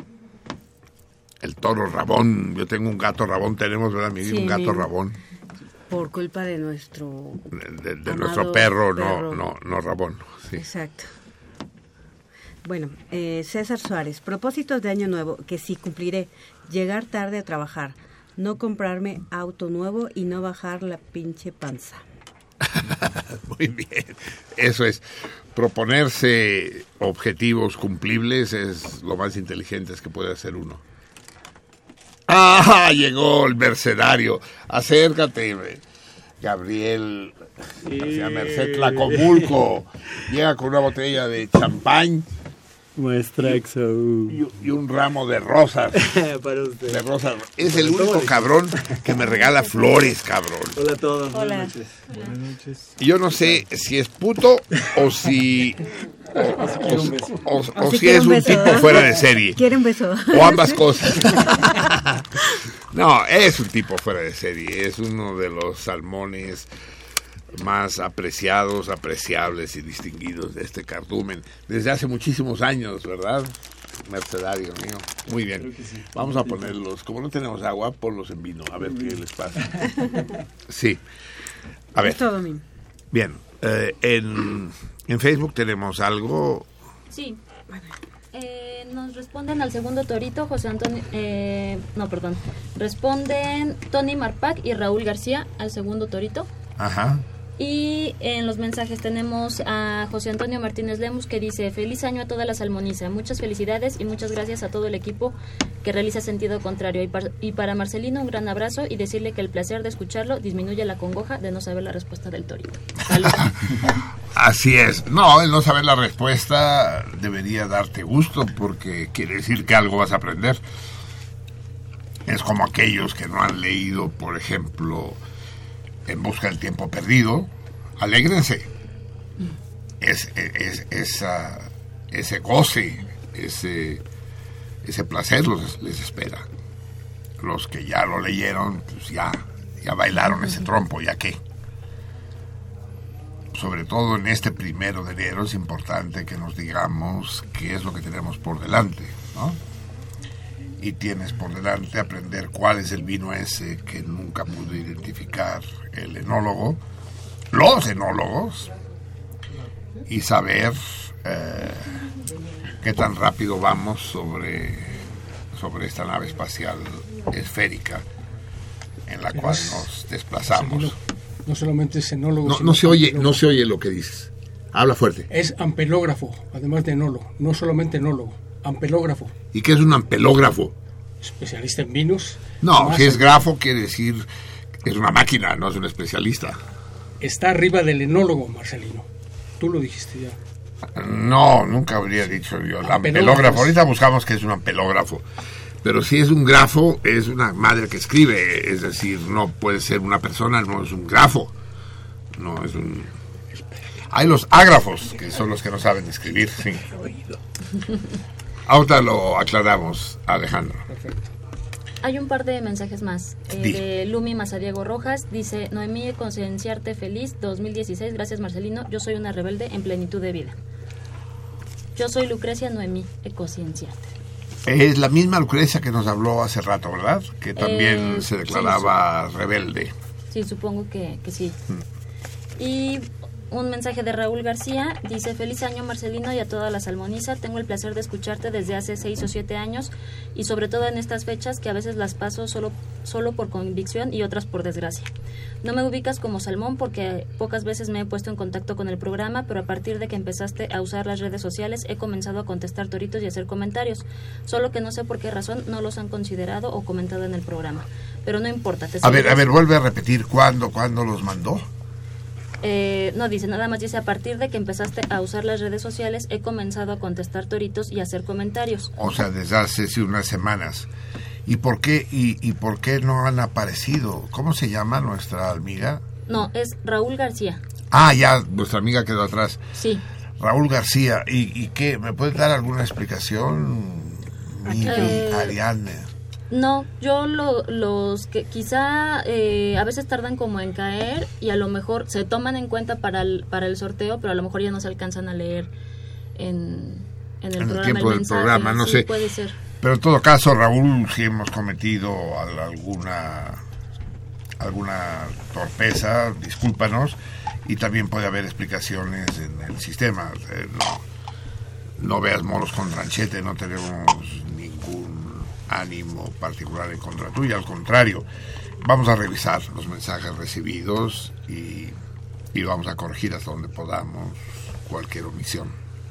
El toro rabón, yo tengo un gato rabón, tenemos, ¿verdad, mi? Sí, un gato mi, rabón. Por culpa de nuestro... De, de, de nuestro perro, perro, no, no, no rabón. Sí. Exacto. Bueno, eh, César Suárez, propósitos de Año Nuevo, que sí cumpliré: llegar tarde a trabajar, no comprarme auto nuevo y no bajar la pinche panza. Muy bien, eso es. Proponerse objetivos cumplibles es lo más inteligente que puede hacer uno. Ah, llegó el mercenario. Acércate, Gabriel García Merced Tlacomulco. Llega con una botella de champán. Muestra Exo. Y, y un ramo de rosas. Para usted. De rosas. Es el único cabrón que me regala flores, cabrón. Hola a todos. Hola. Buenas noches. Buenas noches. Y yo no sé si es puto o si... O, o, o, o si es un tipo fuera de serie. Quiere un beso. O ambas cosas. No, es un tipo fuera de serie. Es uno de los salmones más apreciados, apreciables y distinguidos de este cardumen. Desde hace muchísimos años, ¿verdad? Mercedario mío. Muy bien. Sí. Vamos a ponerlos. Como no tenemos agua, ponlos en vino. A ver qué les pasa. Sí. A ver. Es todo, Min. Bien. Eh, en, en Facebook tenemos algo. Sí. Eh, nos responden al segundo torito José Antonio. Eh, no, perdón. Responden Tony Marpac y Raúl García al segundo torito. Ajá. Y en los mensajes tenemos a José Antonio Martínez Lemus, que dice: feliz año a toda la Salmoniza, muchas felicidades y muchas gracias a todo el equipo que realiza Sentido Contrario, y, par- y para Marcelino un gran abrazo y decirle que el placer de escucharlo disminuye la congoja de no saber la respuesta del torito. Salud. Así es. No, el no saber la respuesta debería darte gusto, porque quiere decir que algo vas a aprender. Es como aquellos que no han leído, por ejemplo, En busca del tiempo perdido. Alégrense. Es, es, esa, ese goce, ese, ese placer los, les espera. Los que ya lo leyeron, pues ya, ya bailaron ese trompo, ¿ya qué? Sobre todo en este primero de enero es importante que nos digamos qué es lo que tenemos por delante, ¿no? Y tienes por delante aprender cuál es el vino ese que nunca pudo identificar el enólogo, los enólogos, y saber eh, qué tan rápido vamos sobre, sobre esta nave espacial esférica en la cual nos desplazamos. No solamente es enólogo. No, no se oye, no se oye lo que dices. Habla fuerte. Es ampelógrafo, además de enólogo. No solamente enólogo, ampelógrafo. ¿Y qué es un ampelógrafo? Especialista en vinos. No, si es grafo quiere decir que es una máquina, no es un especialista. Está arriba del enólogo, Marcelino. Tú lo dijiste ya. No, nunca habría dicho yo. El ampelógrafo. Ahorita buscamos qué es un ampelógrafo. Pero si es un grafo, es una madre que escribe. Es decir, no puede ser una persona, no es un grafo. No es un... Hay los ágrafos, que son los que no saben escribir, sí. Ahorita lo aclaramos, Alejandro. Perfecto. Hay un par de mensajes más. Eh, de Lumi Mazadiego Rojas. Dice: Noemí, concienciarte feliz dos mil dieciséis. Gracias, Marcelino. Yo soy una rebelde en plenitud de vida. Yo soy Lucrecia Noemí, concienciarte. Es la misma Lucrecia que nos habló hace rato, ¿verdad? Que también Eh, se declaraba sí, sí. rebelde. Sí, supongo que, que sí. Mm. Y un mensaje de Raúl García. Dice: feliz año, Marcelino, y a toda la Salmoniza. Tengo el placer de escucharte desde hace seis o siete años, y sobre todo en estas fechas que a veces las paso solo, solo por convicción y otras por desgracia. No me ubicas como Salmón porque pocas veces me he puesto en contacto con el programa, pero a partir de que empezaste a usar las redes sociales he comenzado a contestar toritos y hacer comentarios, solo que no sé por qué razón no los han considerado o comentado en el programa. Pero no importa. Te a ver, a ver, vuelve a repetir cuándo, cuándo los mandó. Eh, no dice, nada más dice: a partir de que empezaste a usar las redes sociales he comenzado a contestar toritos y a hacer comentarios. O sea, desde hace sí, unas semanas. ¿Y por qué y, y por qué no han aparecido? ¿Cómo se llama nuestra amiga? No, es Raúl García. Ah, ya, nuestra amiga quedó atrás. Sí. Raúl García. ¿Y, y qué? ¿Me puedes dar alguna explicación, Miguel, Eh, Ariane? No, yo lo, los que quizá eh, a veces tardan como en caer y a lo mejor se toman en cuenta para el, para el sorteo, pero a lo mejor ya no se alcanzan a leer en, en el En el programa. tiempo el del mensaje. programa, no Sí, sé. puede ser. Pero en todo caso, Raúl, si hemos cometido alguna alguna torpeza, discúlpanos, y también puede haber explicaciones en el sistema. Eh, no, no veas moros con tranchete, no tenemos ningún ánimo particular en contra tuya, al contrario. Vamos a revisar los mensajes recibidos y, y vamos a corregir hasta donde podamos cualquier omisión.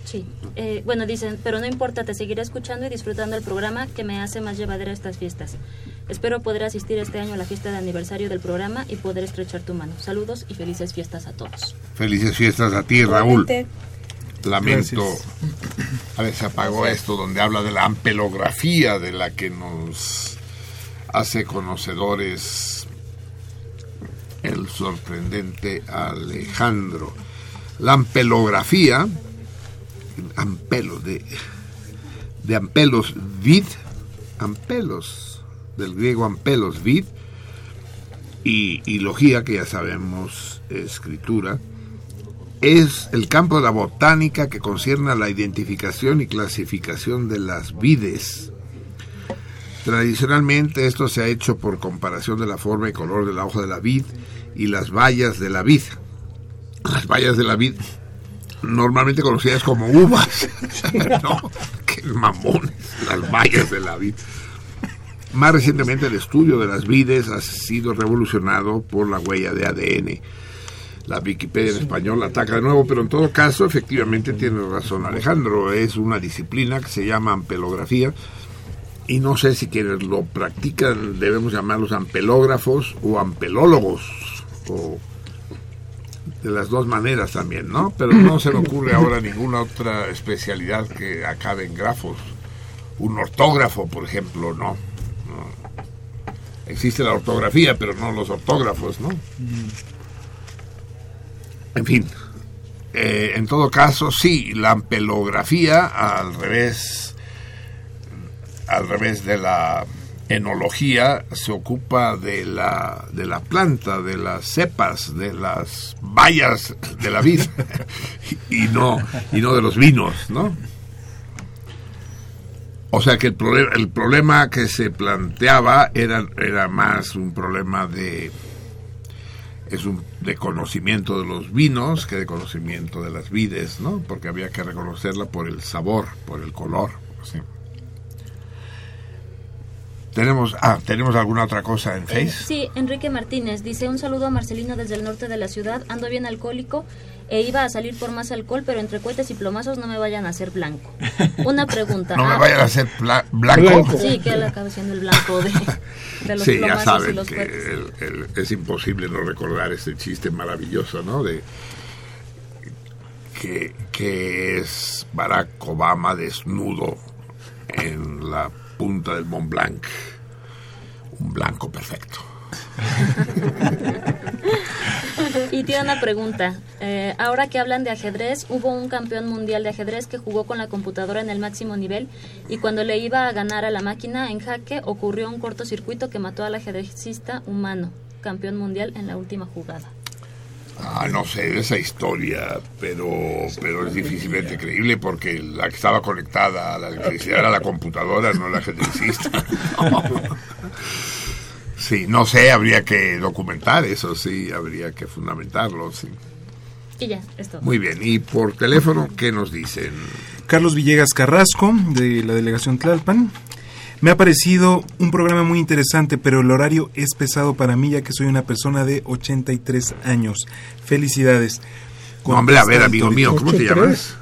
Sí, eh, bueno, dicen, pero no importa, te seguiré escuchando y disfrutando el programa que me hace más llevadera estas fiestas. Espero poder asistir este año a la fiesta de aniversario del programa y poder estrechar tu mano. Saludos y felices fiestas a todos. Felices fiestas a ti, Raúl. Igualmente. Lamento. Gracias. A ver, se apagó esto donde habla de la ampelografía de la que nos hace conocedores el sorprendente Alejandro. La ampelografía, ampelos de, de ampelos vid, ampelos, del griego ampelos vid, y, y logía, que ya sabemos, escritura, es el campo de la botánica que concierne a la identificación y clasificación de las vides. Tradicionalmente esto se ha hecho por comparación de la forma y color de la hoja de la vid y las bayas de la vid. Las bayas de la vid, normalmente conocidas como uvas. No, qué mamones, las bayas de la vid. Más recientemente el estudio de las vides ha sido revolucionado por la huella de A D N. La Wikipedia en español la ataca de nuevo, pero en todo caso, efectivamente tiene razón Alejandro, es una disciplina que se llama ampelografía, y no sé si quienes lo practican debemos llamarlos ampelógrafos o ampelólogos, o de las dos maneras también, ¿no? Pero no se me ocurre ahora ninguna otra especialidad que acabe en grafos. Un ortógrafo, por ejemplo, no. no. Existe la ortografía, pero no los ortógrafos, ¿no? En fin, eh, en todo caso, sí, la ampelografía, al revés, al revés de la enología, se ocupa de la de la planta, de las cepas, de las bayas de la vid y no y no de los vinos, ¿no? O sea que el problema el problema que se planteaba era era más un problema de es un de conocimiento de los vinos que de conocimiento de las vides, ¿no? Porque había que reconocerla por el sabor, por el color, ¿sí? Tenemos, ah, ¿tenemos alguna otra cosa en Face? Eh, sí, Enrique Martínez dice, un saludo a Marcelino desde el norte de la ciudad, ando bien alcohólico e iba a salir por más alcohol, pero entre cohetes y plomazos no me vayan a hacer blanco. Una pregunta. ¿No ah, me vayan a hacer bla- blanco? Sí, que él acaba siendo el blanco de, de los sí, plomazos ya saben y los que cohetes. el, el, es imposible no recordar este chiste maravilloso, ¿no? De que, que es Barack Obama desnudo en la punta del Mont Blanc, un blanco perfecto. Y tiene una pregunta. Eh, ahora que hablan de ajedrez, hubo un campeón mundial de ajedrez que jugó con la computadora en el máximo nivel y cuando le iba a ganar a la máquina en jaque ocurrió un cortocircuito que mató al ajedrecista humano, campeón mundial en la última jugada. Ah, no sé esa historia, pero pero es difícilmente creíble porque la que estaba conectada a la electricidad era la computadora, no el ajedrecista. No. Sí, no sé, habría que documentar eso, sí, habría que fundamentarlo, sí. Y ya, es todo. Muy bien, y por teléfono, ¿qué nos dicen? Carlos Villegas Carrasco, de la delegación Tlalpan. Me ha parecido un programa muy interesante, pero el horario es pesado para mí, ya que soy una persona de ochenta y tres años. Felicidades. No, hombre, a ver, amigo mío, ¿cómo te llamas?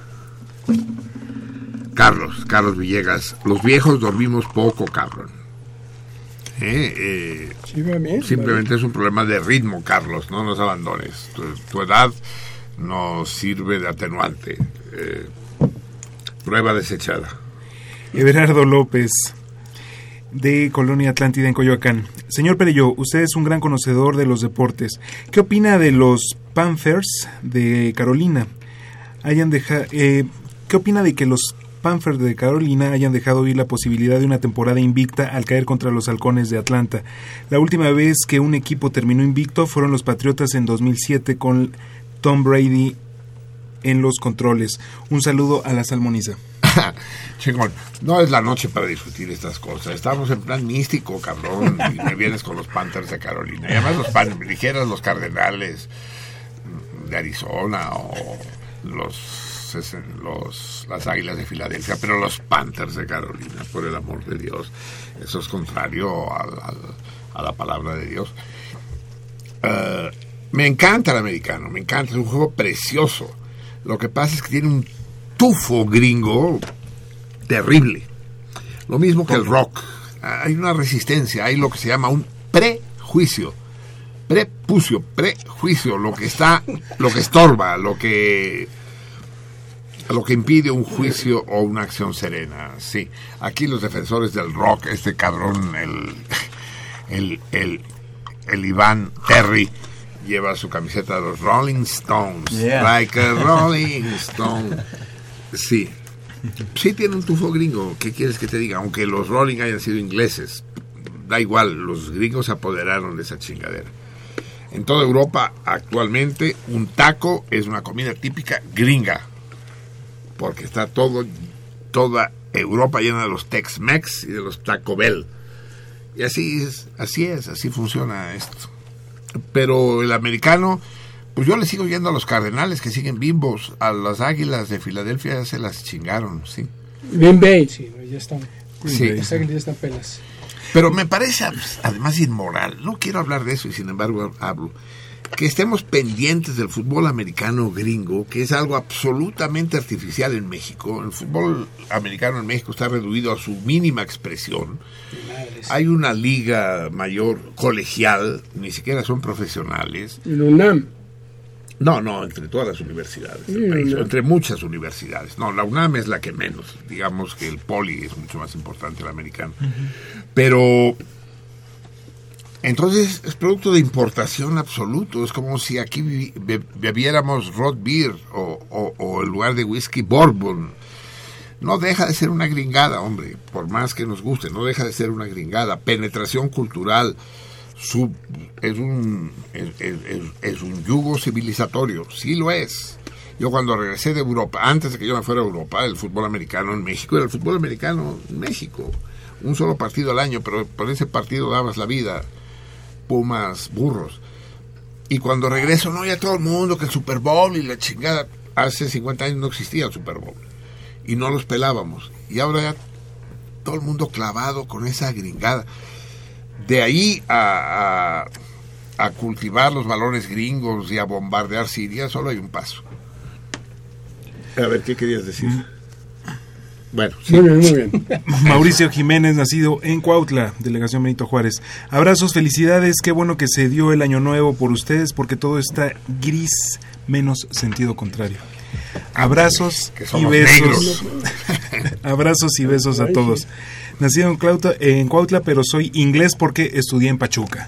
Carlos, Carlos Villegas. Los viejos dormimos poco, cabrón. ¿Eh? Eh, sí, va bien, simplemente va bien. Es un problema de ritmo, Carlos, no nos abandones. Tu, tu edad nos sirve de atenuante. Eh, prueba desechada. Everardo López, de Colonia Atlántida en Coyoacán. Señor Perelló, usted es un gran conocedor de los deportes. ¿Qué opina de los Panthers de Carolina? Hayan deja, eh, ¿Qué opina de que los Panthers de Carolina hayan dejado ir la posibilidad de una temporada invicta al caer contra los Halcones de Atlanta? La última vez que un equipo terminó invicto fueron los Patriotas en dos mil siete con Tom Brady en los controles. Un saludo a la salmoniza. Chingón, no es la noche para discutir estas cosas. Estamos en plan místico, cabrón, y me vienes con los Panthers de Carolina. Y además los Panthers, dijeras los Cardenales de Arizona o los, los las Águilas de Filadelfia, pero los Panthers de Carolina, por el amor de Dios. Eso es contrario al, al, a la palabra de Dios. Uh, me encanta el americano, me encanta, es un juego precioso. Lo que pasa es que tiene un tufo gringo terrible. Lo mismo que el rock. Hay una resistencia, hay lo que se llama un prejuicio. Prepucio, prejuicio, lo que está, lo que estorba, lo que lo que impide un juicio o una acción serena. Sí, aquí los defensores del rock, este cabrón, el el el, el Iván Terry lleva su camiseta de los Rolling Stones, Yeah. like a Rolling Stone. Sí, sí tiene un tufo gringo. ¿Qué quieres que te diga? Aunque los Rolling hayan sido ingleses, da igual, los gringos se apoderaron de esa chingadera. En toda Europa actualmente un taco es una comida típica gringa, porque está todo, toda Europa llena de los Tex-Mex y de los Taco Bell. Y así es, así es, así funciona esto. Pero el americano, pues yo le sigo yendo a los Cardenales, que siguen vivos, a las Águilas de Filadelfia ya se las chingaron, sí. Green Bay, sí, ya están. Sí. Las Águilas ya están pelas. Pero me parece además inmoral, no quiero hablar de eso y sin embargo hablo, que estemos pendientes del fútbol americano gringo, que es algo absolutamente artificial en México. El fútbol americano en México está reducido a su mínima expresión. Hay una liga mayor colegial, ni siquiera son profesionales. El UNAM. No, no, entre todas las universidades del Sí, país, ¿no? entre muchas universidades. No, la UNAM es la que menos, digamos que el Poli es mucho más importante el americano. Pero entonces es producto de importación absoluto, es como si aquí bebi- be- bebiéramos Rot Beer o, o, o en lugar de whisky Bourbon. No deja de ser una gringada, hombre, por más que nos guste, no deja de ser una gringada. Penetración cultural, Sub, es un es, es, es- es un yugo civilizatorio, sí lo es. Yo cuando regresé de Europa, antes de que yo me fuera a Europa, el fútbol americano en México era el fútbol americano en México, un solo partido al año, pero por ese partido dabas la vida, Pumas, Burros. Y cuando regreso, no, ya todo el mundo, que el Super Bowl y la chingada, hace cincuenta años no existía el Super Bowl y no los pelábamos, y ahora ya todo el mundo clavado con esa gringada. De ahí a, a, a cultivar los valores gringos y a bombardear Siria, solo hay un paso. A ver, ¿qué querías decir? Bueno, sí. Muy bien, muy bien. Mauricio Jiménez, nacido en Cuautla, delegación Benito Juárez. Abrazos, felicidades, qué bueno que se dio el año nuevo por ustedes, porque todo está gris, menos sentido contrario. Abrazos Que y somos besos. negros. Abrazos y besos a todos. Nacido en Cuautla, en Cuautla, pero soy inglés porque estudié en Pachuca.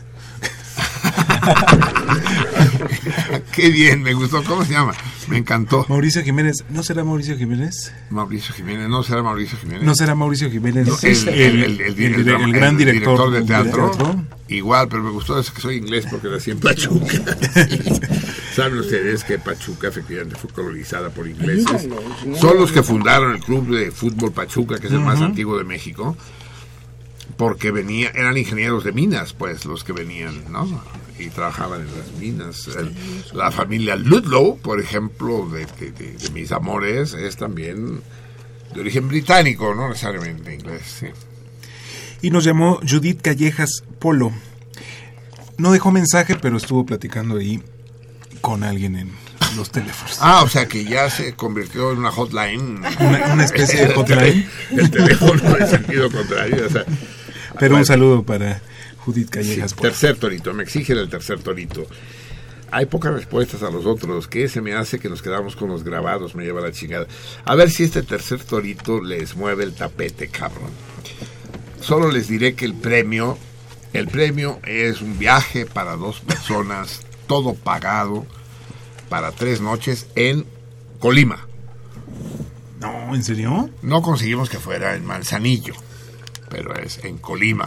Qué bien, me gustó. ¿Cómo se llama? Me encantó. Mauricio Jiménez, ¿no será Mauricio Jiménez? Mauricio Jiménez, ¿no será Mauricio Jiménez? No será Mauricio Jiménez. No, el, el, el, el, el, el, el gran el director, de teatro, de teatro. Igual, pero me gustó eso que soy inglés porque nací en Pachuca. Saben ustedes que Pachuca efectivamente fue colonizada por ingleses. Son los que fundaron el club de fútbol Pachuca, que es el más Ujú. antiguo de México, porque venía, eran ingenieros de minas, pues, los que venían, ¿no? Y trabajaban en las minas. El- la familia Ludlow, por ejemplo, de, de, de- de mis amores, es también de origen británico, no necesariamente inglés, sí. Y nos llamó Judith Callejas Polo. No dejó mensaje, pero estuvo platicando ahí con alguien en los teléfonos. Ah, o sea que ya se convirtió en una hotline. Una, una especie de hotline. El teléfono en sentido contrario. O sea, Pero bueno, un saludo para Judith Callejas sí, Polo. tercer torito, me exigen el tercer torito. Hay pocas respuestas a los otros. ¿Qué se me hace que nos quedamos con los grabados? Me lleva la chingada. A ver si este tercer torito les mueve el tapete, cabrón. Solo les diré que el premio, el premio es un viaje para dos personas, todo pagado, para tres noches en Colima. No, ¿en serio? No conseguimos que fuera en Manzanillo, pero es en Colima.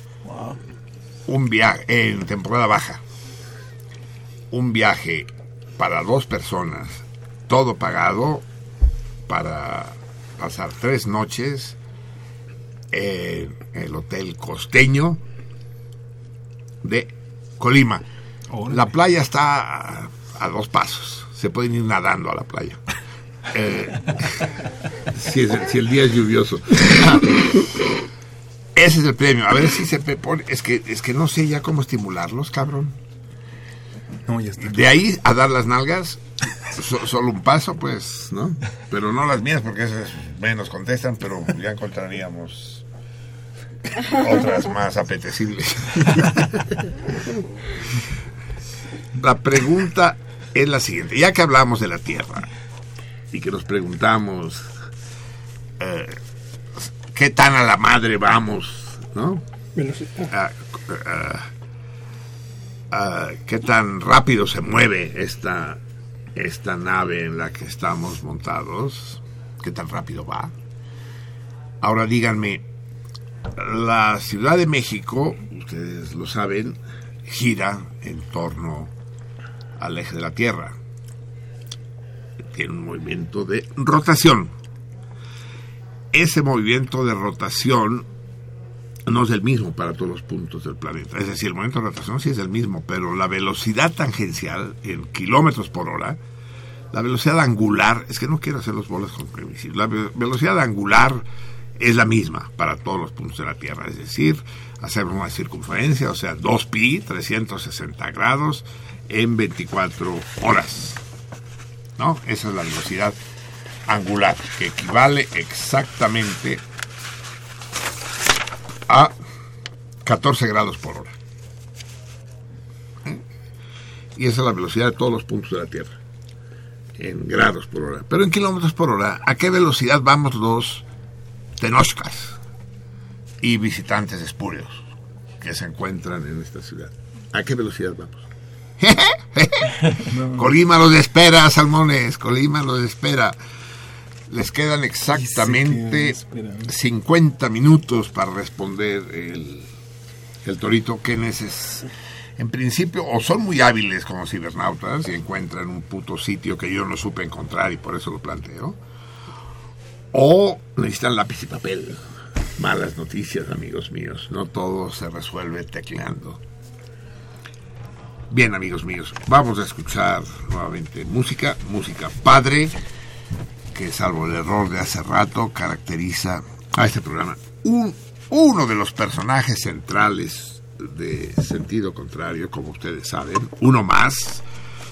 Un viaje en temporada baja. Un viaje para dos personas, todo pagado, para pasar tres noches en el Hotel Costeño de Colima. La playa está a, a dos pasos. Se pueden ir nadando a la playa. Eh, si, es- si el día es lluvioso. Ese es el premio. A ver si se pe- pone. Es que, es que no sé ya cómo estimularlos, cabrón. No, ya está. De ahí a dar las nalgas, so- solo un paso, pues, ¿no? Pero no las mías, porque esas menos contestan, pero ya encontraríamos otras más apetecibles. La pregunta es la siguiente. Ya que hablamos de la Tierra y que nos preguntamos eh, qué tan a la madre vamos, ¿no? Ah, ah, ah, qué tan rápido se mueve esta, esta nave en la que estamos montados, qué tan rápido va. Ahora díganme, la Ciudad de México, ustedes lo saben, gira en torno al eje de la Tierra. Tiene un movimiento de rotación. Ese movimiento de rotación no es el mismo para todos los puntos del planeta. Es decir, el movimiento de rotación sí es el mismo, pero la velocidad tangencial en kilómetros por hora, la velocidad angular, es que no quiero hacer los bolas con previsibles, la ve- velocidad angular es la misma para todos los puntos de la Tierra. Es decir, hacer una circunferencia, o sea, dos pi, trescientos sesenta grados, en veinticuatro horas. ¿No? Esa es la velocidad angular, que equivale exactamente a catorce grados por hora. ¿Eh? Y esa es la velocidad de todos los puntos de la Tierra, en grados por hora. Pero en kilómetros por hora, ¿a qué velocidad vamos los tenochcas y visitantes espurios que se encuentran en esta ciudad? ¿A qué velocidad vamos? No. Colima los espera, salmones, Colima los espera. Les quedan exactamente cincuenta minutos para responder el, el torito. Quienes es, en principio o son muy hábiles como cibernautas y encuentran un puto sitio que yo no supe encontrar y por eso lo planteo, o necesitan lápiz y papel. Malas noticias, amigos míos, no todo se resuelve tecleando. Bien, amigos míos, vamos a escuchar nuevamente música, música padre, que salvo el error de hace rato, caracteriza a este programa. Un, uno de los personajes centrales de Sentido Contrario, como ustedes saben, uno más.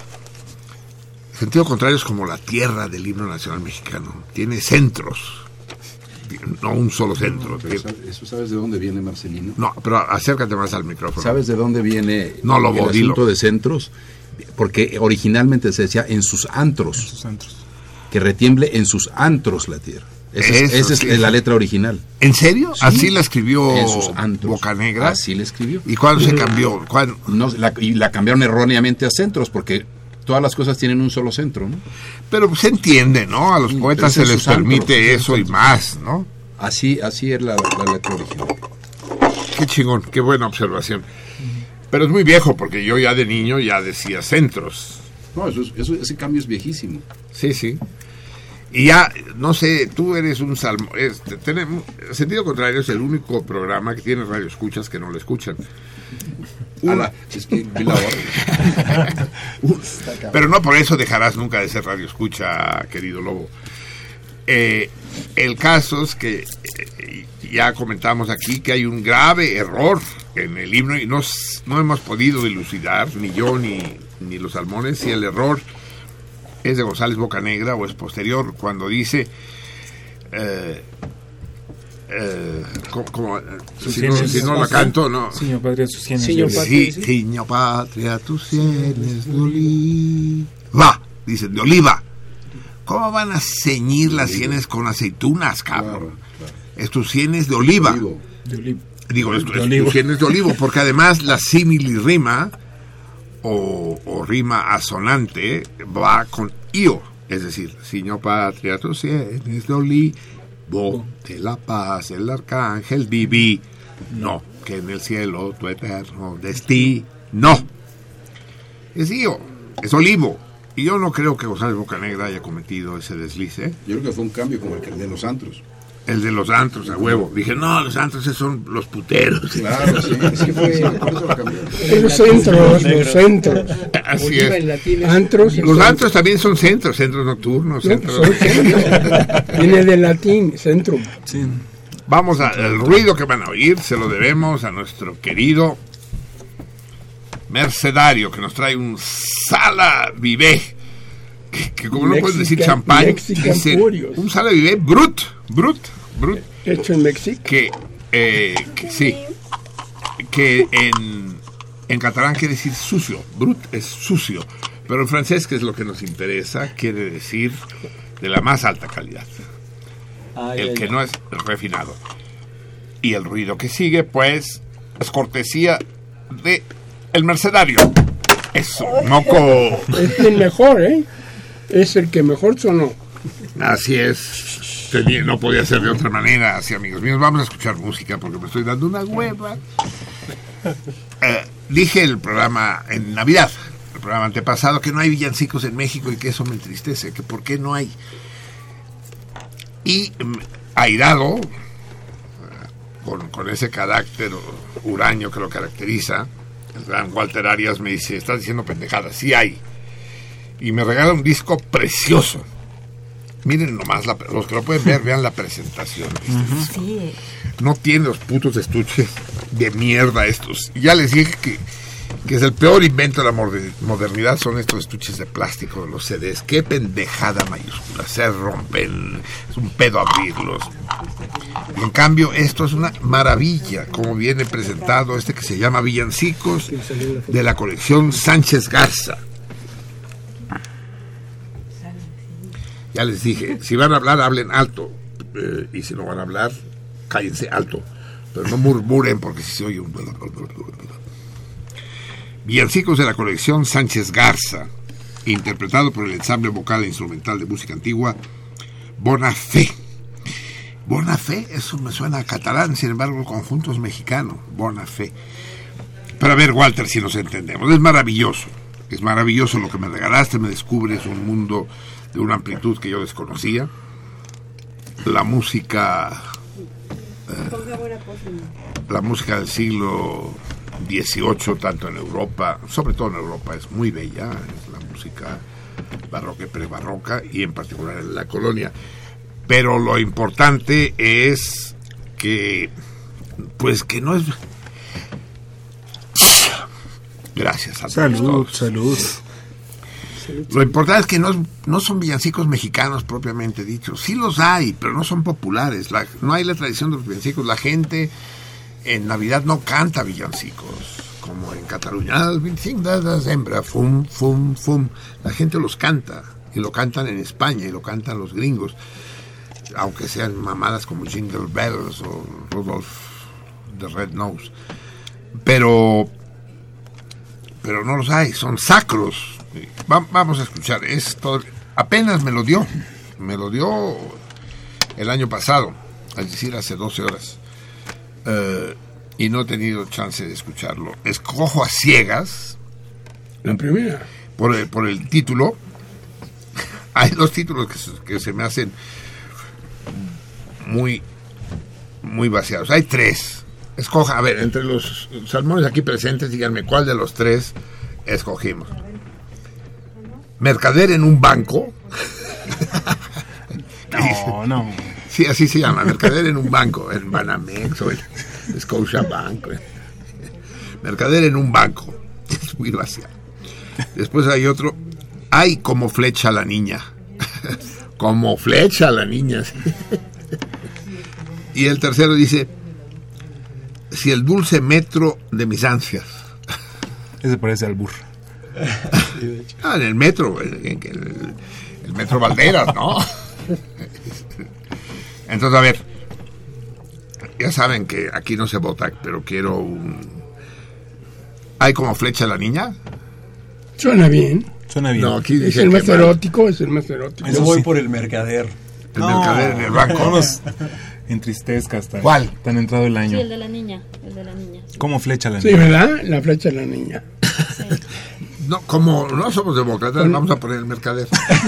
Sentido Contrario es como la tierra del himno nacional mexicano, tiene centros, no un solo centro. Pero ¿eso sabes de dónde viene, Marcelino? No, pero acércate más al micrófono. ¿Sabes de dónde viene no, lo el dilo. asunto de centros? Porque originalmente se decía en sus antros. En sus antros. Que retiemble en sus antros la tierra. Esa es, Eso, esa sí, es la sí. letra original. ¿En serio? Sí. Así la escribió En sus antros. Bocanegra. Así la escribió. ¿Y cuándo se cambió? ¿Cuándo? No, la, y la cambiaron erróneamente a centros porque todas las cosas tienen un solo centro, ¿no? Pero se entiende, ¿no? A los Sí, poetas pero se es les sus permite antros, eso y más, ¿no? Así, así es la, la letra original. Qué chingón, qué buena observación. Pero es muy viejo porque yo ya de niño ya decía centros. No, eso, es- eso ese cambio es viejísimo. Sí, sí. Y ya, no sé, tú eres un salmo. Este, tenemos, Sentido Contrario es el único programa que tiene radioescuchas que no lo escuchan. Ala, es que vi la hora. Pero no por eso dejarás nunca de ser radioescucha, querido Lobo. Eh, el caso es que eh, ya comentamos aquí que hay un grave error en el himno y no, s- no hemos podido dilucidar, ni yo ni, ni los salmones, si el error es de González Bocanegra o es posterior, cuando dice eh, eh, como, como, eh, si, no, si no la canto, no. Señor Patria, tus sienes Sí, de oliva. sí, Señor Patria, tus sienes de oliva. Dicen, de oliva. ¿Cómo van a ceñir las sienes con aceitunas, cabrón? Es tus sienes de oliva. De olivo. Digo, es, De es olivo. tus sienes de olivo, porque además la similirrima o, o rima asonante va con io. Es decir, Señor Patria, tus sienes de olivo, de la paz, el arcángel viví. No, que en el cielo tu eterno destino. No. Es io, es olivo. Y yo no creo que González Bocanegra haya cometido ese deslice. Yo creo que fue un cambio como el que el de los antros. El de los antros, a huevo. Dije, no, los antros esos son los puteros. Claro, sí, sí fue, sí, por eso lo cambió. Los centros, los centros. Así Oliva es. en latín es antros. Los antros también son centros, centros nocturnos. No, Centros... son centros. Viene del latín, centrum. Sí. Vamos al ruido que van a oír, se lo debemos a nuestro querido Mercedario, que nos trae un Sala Vivé, que, que como no Mexican- pueden decir champán, Mexican dice Furious. un Sala Vivé Brut, Brut, Brut. Hecho en México. Que, eh, que sí, que en, en catalán quiere decir sucio, Brut es sucio, pero en francés, que es lo que nos interesa, quiere decir de la más alta calidad. Ay, el ay, que ay. no es refinado. Y el ruido que sigue, pues, es cortesía de el Mercedario. Eso, moco. Es el mejor, ¿eh? Es el que mejor sonó. Así es. Tenía- no podía ser de otra manera. Así, amigos míos, vamos a escuchar música porque me estoy dando una hueva. Eh, dije el programa en Navidad, el programa antepasado, que no hay villancicos en México y que eso me entristece, que por qué no hay. Y mm, airado, eh, con, con ese carácter huraño que lo caracteriza, el gran Walter Arias me dice, estás diciendo pendejadas, sí hay. Y me regala un disco precioso. Miren nomás, la, los que lo pueden ver, vean la presentación. Sí. No tiene los putos estuches de mierda estos. Y ya les dije que, que es el peor invento de la moder- modernidad, son estos estuches de plástico de los C Ds. Qué pendejada mayúscula, se rompen, es un pedo abrirlos. Y en cambio, esto es una maravilla, como viene presentado este que se llama Villancicos, de la colección Sánchez Garza. Ya les dije, si van a hablar, hablen alto. Eh, y si no van a hablar, cállense alto. Pero no murmuren porque si se oye un... Villancicos de la colección Sánchez Garza, interpretado por el ensamble vocal e instrumental de música antigua Bona Fe. Bona Fe, eso me suena a catalán, sin embargo el conjunto es mexicano. Bona Fe. Pero a ver, Walter, si nos entendemos, es maravilloso. Es maravilloso lo que me regalaste, me descubres un mundo de una amplitud que yo desconocía. La música... Eh, la música del siglo dieciocho, tanto en Europa, sobre todo en Europa, es muy bella. Es la música barroca y prebarroca, y en particular en la colonia. Pero lo importante es que, pues que no es... Gracias a Salud, todos. salud. Lo importante es que no, no son villancicos mexicanos propiamente dichos. Sí los hay, pero no son populares. La, no hay la tradición de los villancicos. La gente en Navidad no canta villancicos, como en Cataluña. El veinticinco de diciembre, fum, fum, fum. La gente los canta, y lo cantan en España, y lo cantan los gringos. Aunque sean mamadas como Jingle Bells o Rudolph the Red Nose. Pero, pero no los hay, son sacros. Va, vamos a escuchar esto. Apenas me lo dio, me lo dio el año pasado, es decir, hace doce horas. Uh, y no he tenido chance de escucharlo. Escojo a ciegas. La primera. Por el, por el título. Hay dos títulos que se, que se me hacen muy, muy vaciados. Hay tres. Escoja, a ver, entre los salmones aquí presentes, díganme cuál de los tres escogimos. Mercader en un banco. No, no. Sí, así se llama, Mercader en un banco, en Banamex o en Scotiabank. Mercader en un banco. Es muy vaciado. Después hay otro. Ay, como flecha la niña. Como flecha la niña. Sí. Y el tercero dice: si el dulce metro de mis ansias. Ese parece albur. Ah, en el metro, en, en, en el, el metro Valderas, ¿no? Entonces, a ver, ya saben que aquí no se vota, pero quiero un... ¿Hay como flecha la niña? Suena bien. Suena bien. No, aquí Es dice el que más mal. erótico, es el más erótico. Yo voy por el mercader. El mercader en el banco. No nos entristezcas tan, ¿Cuál? tan entrado el año. Sí, el de la niña, el de la niña. ¿Cómo flecha la Sí, niña? ¿verdad? La flecha de la niña. No, como no somos demócratas, vamos a poner el mercader.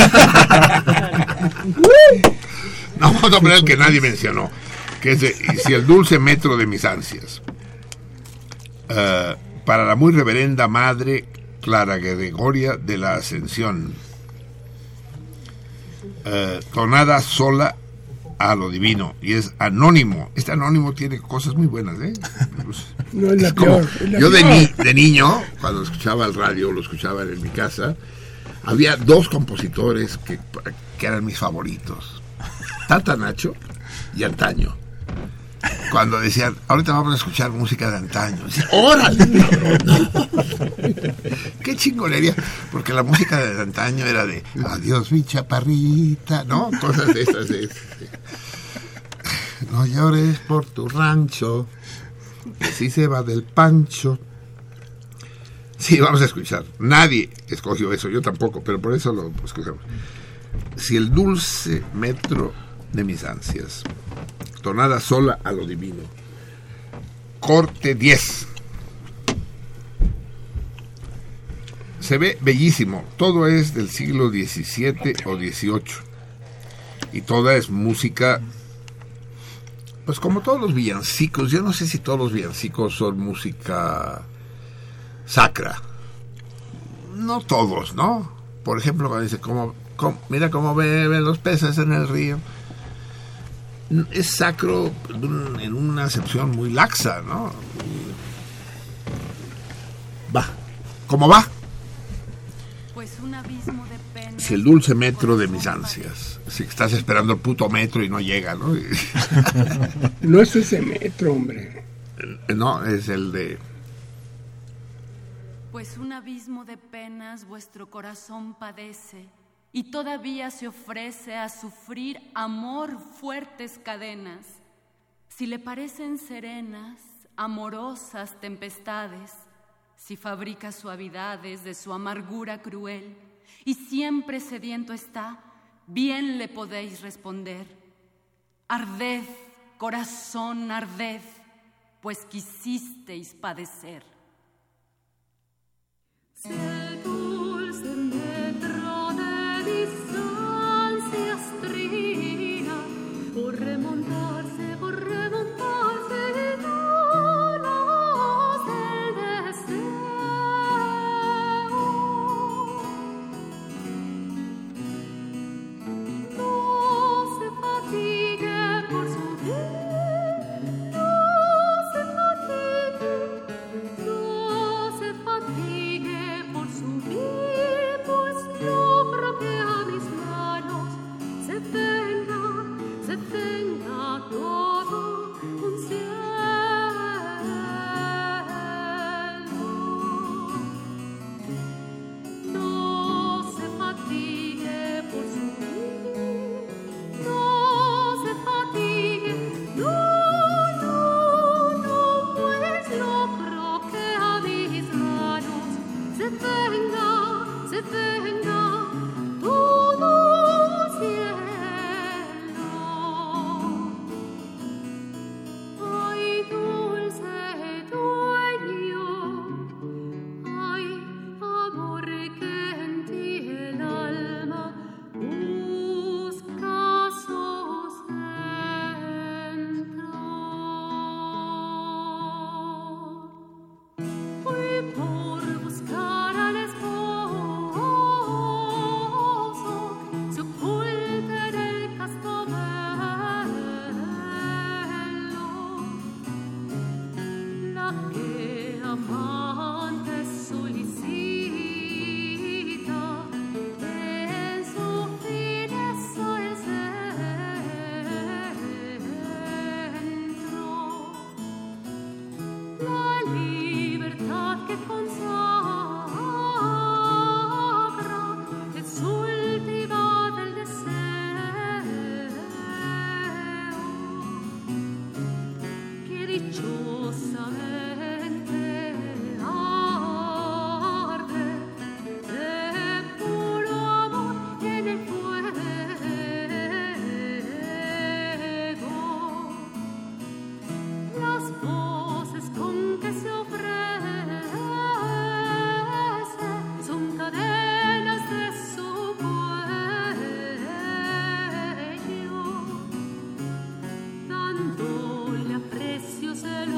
No, vamos a poner el que nadie mencionó, que es de, y si el dulce metro de mis ansias. Uh, para la muy reverenda madre Clara Gregoria de la Ascensión. Uh, tonada sola a lo divino y es anónimo. Este anónimo tiene cosas muy buenas, ¿eh? No es la Es como- peor. es la yo de, peor. ni- de niño, cuando escuchaba el radio, lo escuchaba en mi casa, había dos compositores que, que eran mis favoritos. Tata Nacho y Antaño. Cuando decían, ahorita vamos a escuchar música de antaño. Decía, ¡órale, cabrón! ¡Qué chingonería! Porque la música de antaño era de, adiós mi chaparrita, ¿no? Cosas de esas. De, de, no llores por tu rancho, si se va del pancho. Sí, vamos a escuchar. Nadie escogió eso, yo tampoco, pero por eso lo escogemos. Si el dulce metro de mis ansias, tonada sola a lo divino, corte diez. Se ve bellísimo, todo es del siglo diecisiete o dieciocho y toda es música, pues como todos los villancicos. Yo no sé si todos los villancicos son música sacra, no todos, ¿no? Por ejemplo, cuando dice, como, como, mira cómo beben los peces en el río, es sacro en una acepción muy laxa, ¿no? Va, ¿cómo va? Pues un abismo de pena. Si el dulce metro de mis ansias, si estás esperando el puto metro y no llega, ¿no? No es ese metro, hombre. No, es el de... Pues un abismo de penas vuestro corazón padece, y todavía se ofrece a sufrir amor fuertes cadenas. Si le parecen serenas, amorosas tempestades, si fabrica suavidades de su amargura cruel, y siempre sediento está, bien le podéis responder. Arded, corazón, arded, pues quisisteis padecer. Si el dulce metro de mis ansias trina, por remontarse, por remontarse, ganas del deseo. No se fatigue por subir, no se fatigue, no se fatigue por subir, pues logro que a mis manos se tenga, se tenga todo un cielo. No se fatigue por subir, no se fatigue, no, no, no, pues logro que a mis manos se tenga, se tenga todo un cielo. Ay, dulce dueño, ay, amor que en ti el alma busca su centro. Fui por buscar al esposo, se oculta en el casto velo, la que amante solicita en su fineza el centro. La libertad que consagra es última del deseo. Que dichosamente arde de puro amor en el fuego. Las voces con que se ofrece son cadenas de su cuello, dándole a precios el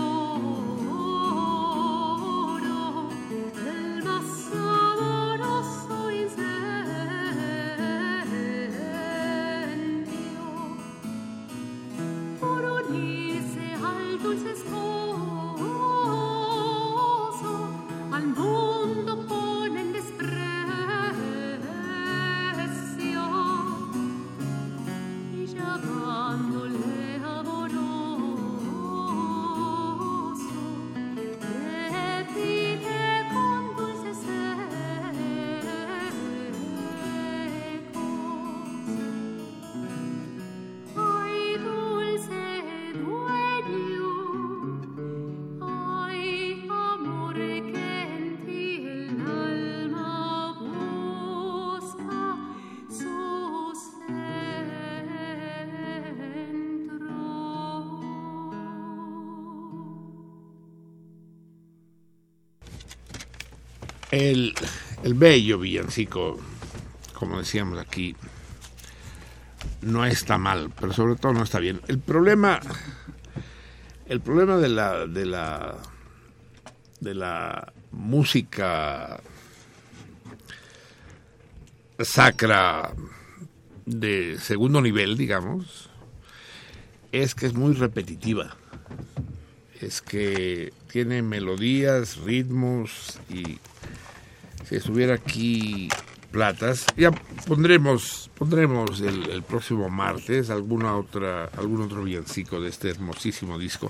oro del más amoroso incendio. El, el bello villancico, como decíamos aquí, no está mal, pero sobre todo no está bien. El problema, el problema de la, de la, de la música sacra de segundo nivel, digamos, es que es muy repetitiva. Es que tiene melodías, ritmos, y si estuviera aquí Platas, ya pondremos pondremos el, el próximo martes alguna otra algún otro villancico de este hermosísimo disco.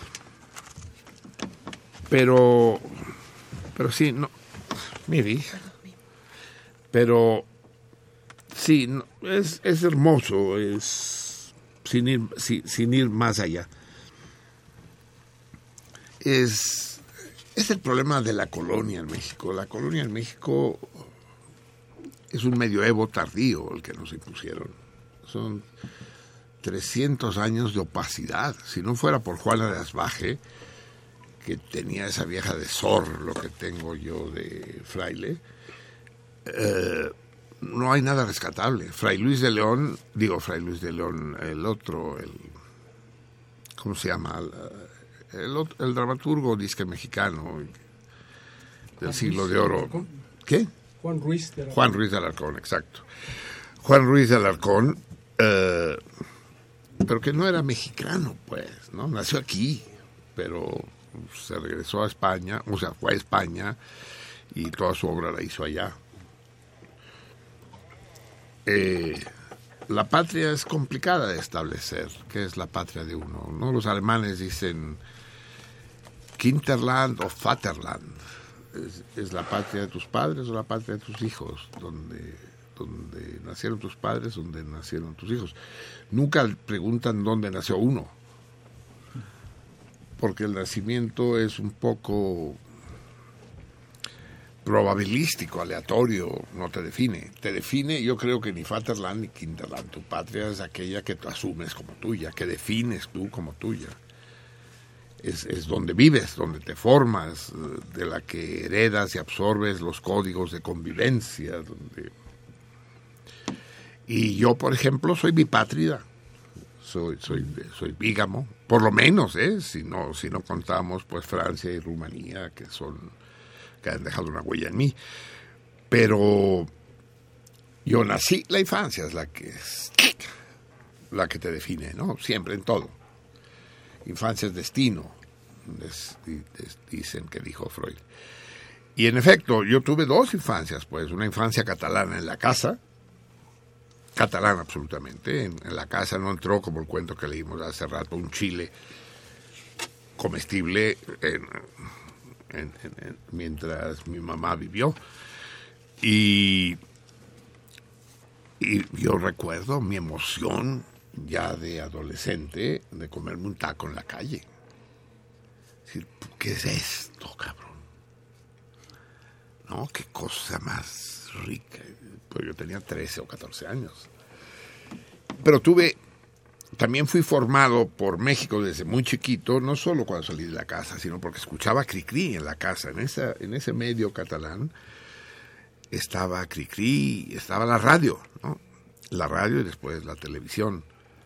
Pero pero sí, no, mire, pero sí, no, es es hermoso, es sin ir sin, sin ir más allá. Es, es el problema de la colonia en México. La colonia en México es un medioevo tardío el que nos impusieron. Son trescientos años de opacidad. Si no fuera por Juana de Asbaje, que tenía esa vieja de Sor, lo que tengo yo de fraile, eh, no hay nada rescatable. Fray Luis de León, digo Fray Luis de León, el otro, el ¿cómo se llama? El, otro, el dramaturgo disque mexicano del siglo de oro. ¿Qué? Juan Ruiz de Alarcón. Juan Ruiz de Alarcón, exacto. Juan Ruiz de Alarcón, eh, pero que no era mexicano, pues, ¿no? Nació aquí, pero se regresó a España, o sea, fue a España y toda su obra la hizo allá. Eh, la patria es complicada de establecer. ¿Qué es la patria de uno? ¿No? Los alemanes dicen Kinderland o Vaterland. Es, es la patria de tus padres o la patria de tus hijos, donde, donde nacieron tus padres, donde nacieron tus hijos. Nunca preguntan dónde nació uno, porque el nacimiento es un poco probabilístico, aleatorio, no te define. Te define, yo creo que ni Vaterland ni Kinderland. Tu patria es aquella que tú asumes como tuya, que defines tú como tuya. Es, es donde vives, donde te formas, de la que heredas y absorbes los códigos de convivencia. Donde... Y yo, por ejemplo, soy bipátrida. Soy, soy, soy bígamo, por lo menos, ¿eh? Si no, si no contamos, pues, Francia y Rumanía, que son... que han dejado una huella en mí. Pero yo nací, la infancia es la que es la que te define, ¿no? Siempre, en todo. Infancia es destino, es, es, dicen que dijo Freud. Y en efecto, yo tuve dos infancias, pues, una infancia catalana en la casa, catalana absolutamente, en, en la casa no entró, como el cuento que leímos hace rato, un chile comestible en, En, en, en, mientras mi mamá vivió, y, y yo recuerdo mi emoción ya de adolescente de comerme un taco en la calle. Es decir, ¿qué es esto, cabrón? No, qué cosa más rica. Pues yo tenía trece o catorce años, pero tuve también fui formado por México desde muy chiquito, no solo cuando salí de la casa, sino porque escuchaba Cricri en la casa. En, esa, en ese medio catalán estaba Cricri, estaba la radio, ¿no? La radio y después la televisión.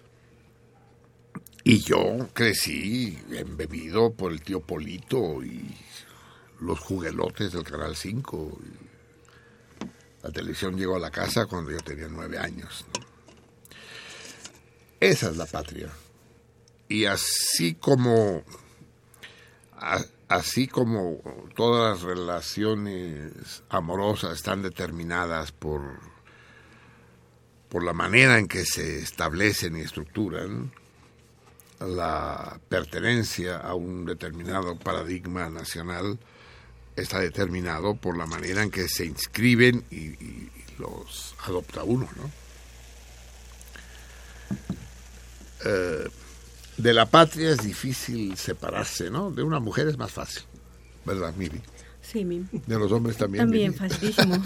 Y yo crecí embebido por el tío Polito y los juguelotes del Canal cinco. La televisión llegó a la casa cuando yo tenía nueve años, ¿no? Esa es la patria. Y así como a, así como todas las relaciones amorosas están determinadas por por la manera en que se establecen y estructuran, la pertenencia a un determinado paradigma nacional está determinado por la manera en que se inscriben y, y, y los adopta uno, ¿no? Eh, de la patria es difícil separarse, ¿no? De una mujer es más fácil, ¿verdad, Miri? Sí, Mimi. De los hombres también. También, Miri. facilísimo.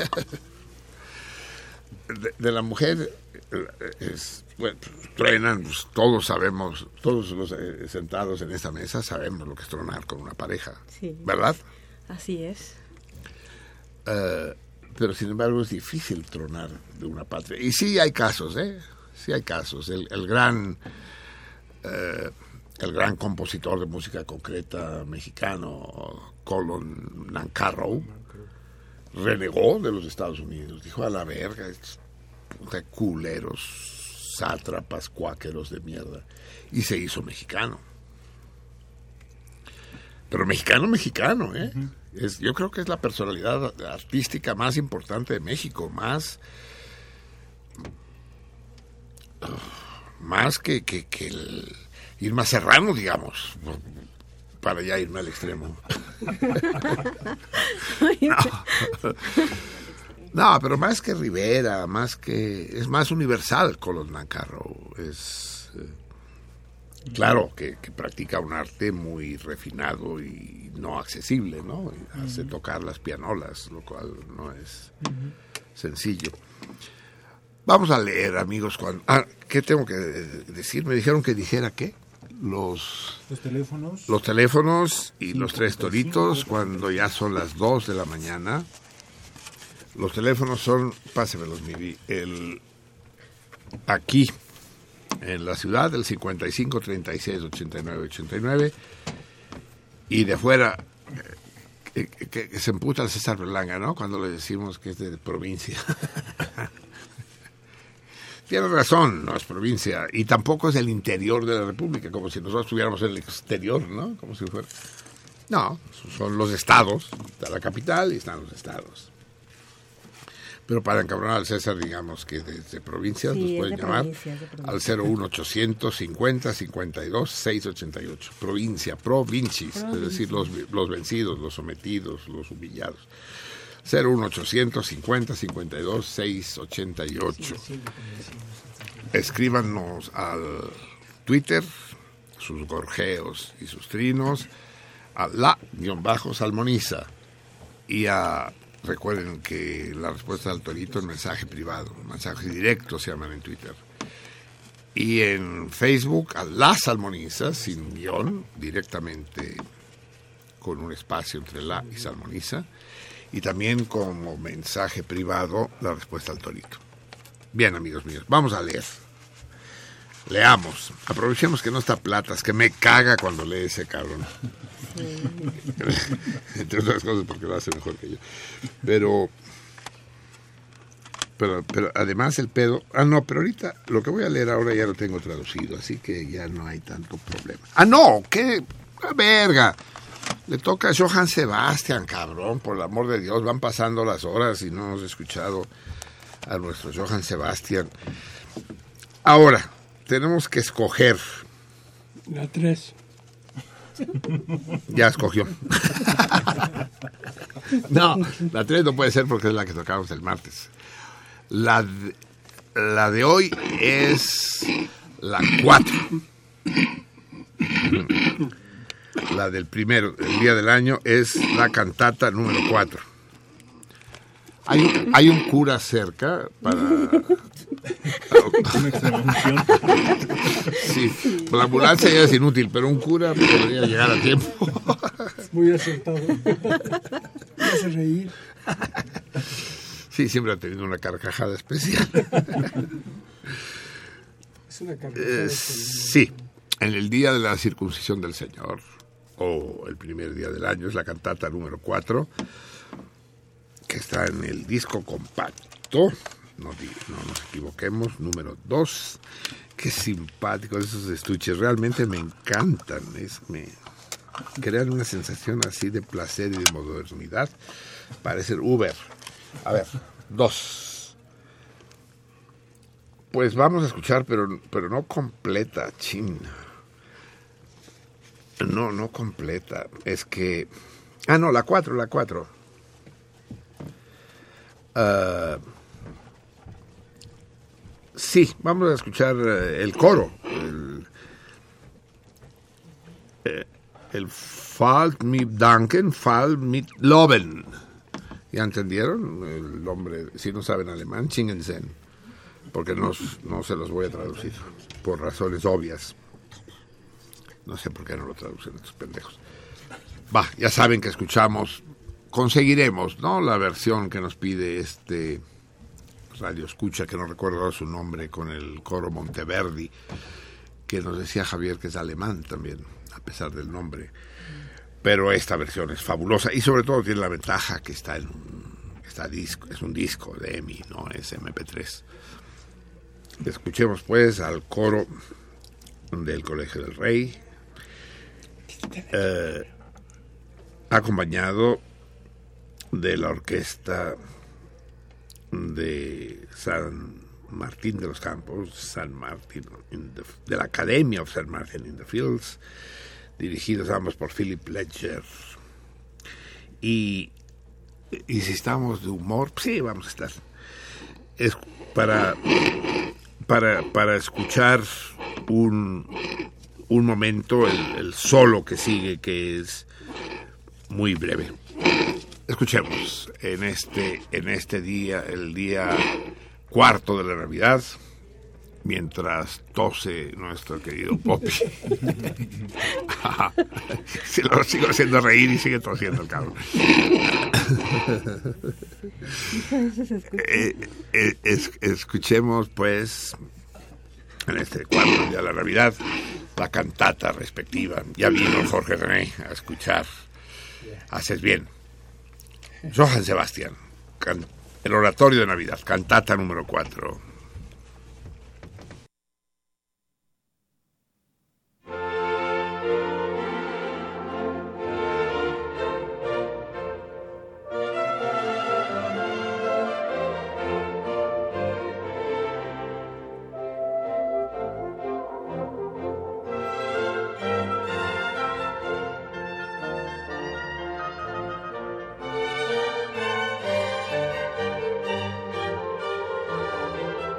De, de la mujer es, bueno, truenan, pues, todos sabemos, todos los eh, sentados en esta mesa sabemos lo que es tronar con una pareja, Sí. ¿verdad? Así es. Uh, pero sin embargo es difícil tronar de una patria. Y sí hay casos, ¿eh? Sí hay casos. El, el gran uh, el gran compositor de música concreta mexicano, Colin Nancarrow, renegó de los Estados Unidos. Dijo, a la verga, estos puta culeros, sátrapas, cuáqueros de mierda. Y se hizo mexicano. Pero mexicano, mexicano, ¿eh? Uh-huh. Es, yo creo que es la personalidad artística más importante de México, más uh, más que, que, que el Irma Serrano, digamos, para ya irme al extremo. no. no, pero más que Rivera, más que es más universal Colin Nancarrow, es eh, claro que, que practica un arte muy refinado y no accesible, ¿no? Y hace tocar las pianolas, lo cual no es uh-huh. sencillo. Vamos a leer, amigos. Cuando, ah, ¿qué tengo que decir? Me dijeron que dijera ¿qué? Los, los teléfonos. Los teléfonos y los tres toritos cuando ya son las dos de la mañana. Los teléfonos son, pásemelos, mi el aquí en la ciudad, el cincuenta y cinco, treinta y seis, ochenta y nueve, ochenta y nueve, y de fuera, eh, que, que, que se emputa el César Berlanga, ¿no? Cuando le decimos que es de provincia. Tiene razón, no es provincia, y tampoco es el interior de la República, como si nosotros estuviéramos en el exterior, ¿no? Como si fuera... No, son los estados, está la capital y están los estados. Pero para encabronar al César, digamos que desde provincias sí, nos pueden llamar al cero uno ochocientos cincuenta, cincuenta y dos, seiscientos ochenta y ocho. Provincia, provincis, es decir, los, los vencidos, los sometidos, los humillados. cero uno ochocientos cincuenta, cincuenta y dos, seiscientos ochenta y ocho. Escríbanos al Twitter sus gorjeos y sus trinos, a la-salmoniza y a... Recuerden que la respuesta del torito es mensaje privado, mensajes directos se llaman en Twitter. Y en Facebook, a la salmoniza, sin guión, directamente con un espacio entre la y salmoniza. Y también como mensaje privado, la respuesta al torito. Bien, amigos míos, vamos a leer. Leamos. Aprovechemos que no está Platas, que me caga cuando lee ese cabrón. Sí. Entre otras cosas porque lo hace mejor que yo. Pero, pero, pero además el pedo... Ah, no, pero ahorita lo que voy a leer ahora ya lo tengo traducido, así que ya no hay tanto problema. Ah, no, qué ah, verga. Le toca a Johann Sebastian, cabrón, por el amor de Dios. Van pasando las horas y no hemos escuchado a nuestro Johann Sebastian. Ahora, tenemos que escoger. La tres. Ya escogió. No, la tres no puede ser porque es la que tocamos el martes. La de, la de hoy es la cuatro. La del primero, el día del año, es la cantata número cuatro. Hay un, hay un cura cerca para... Una extrafunción. Sí, la ambulancia ya es inútil, pero un cura podría llegar a tiempo. Muy acertado. Me hace reír. Sí, siempre ha tenido una carcajada especial. Es una carcajada eh, Sí, en el día de la circuncisión del Señor, o el primer día del año, es la cantata número cuatro, que está en el disco compacto. No, no nos equivoquemos, número dos. Qué simpáticos esos estuches, realmente me encantan, es, me crean una sensación así de placer y de modernidad. Parece Uber. A ver, dos. Pues vamos a escuchar, pero, pero no completa, chin. No, no completa, es que... Ah, no, la cuatro, la cuatro. Ah... Uh, Sí, vamos a escuchar uh, el coro, el, eh, el Falt mit danken, Falt mit loben. ¿Ya entendieron? El nombre, si no saben alemán, chingensen, porque no, no se los voy a traducir, por razones obvias. No sé por qué no lo traducen estos pendejos. Va, ya saben que escuchamos conseguiremos, ¿no?, la versión que nos pide este radio escucha, que no recuerdo su nombre, con el coro Monteverdi, que nos decía Javier que es alemán también, a pesar del nombre. Pero esta versión es fabulosa y sobre todo tiene la ventaja que está en un, está disco, es un disco de E M I, no es eme pe tres. Escuchemos pues al coro del Colegio del Rey, eh, acompañado de la orquesta de San Martín de los Campos, San Martín in the, de la Academia of Saint Martin in the Fields, dirigidos ambos por Philip Ledger. Y, y si estamos de humor, sí, vamos a estar. Es para, para, para escuchar un, un momento, el, el solo que sigue, que es muy breve. Escuchemos en este, en este día, el día cuarto de la Navidad, mientras tose nuestro querido Poppy. Se lo sigo haciendo reír y sigue tosiendo el cabrón. eh, eh, es, escuchemos pues en este cuarto día de la Navidad la cantata respectiva. Ya vino Jorge René a escuchar Haces bien. Johann Sebastian, can, el oratorio de Navidad, cantata número cuatro. Thank you.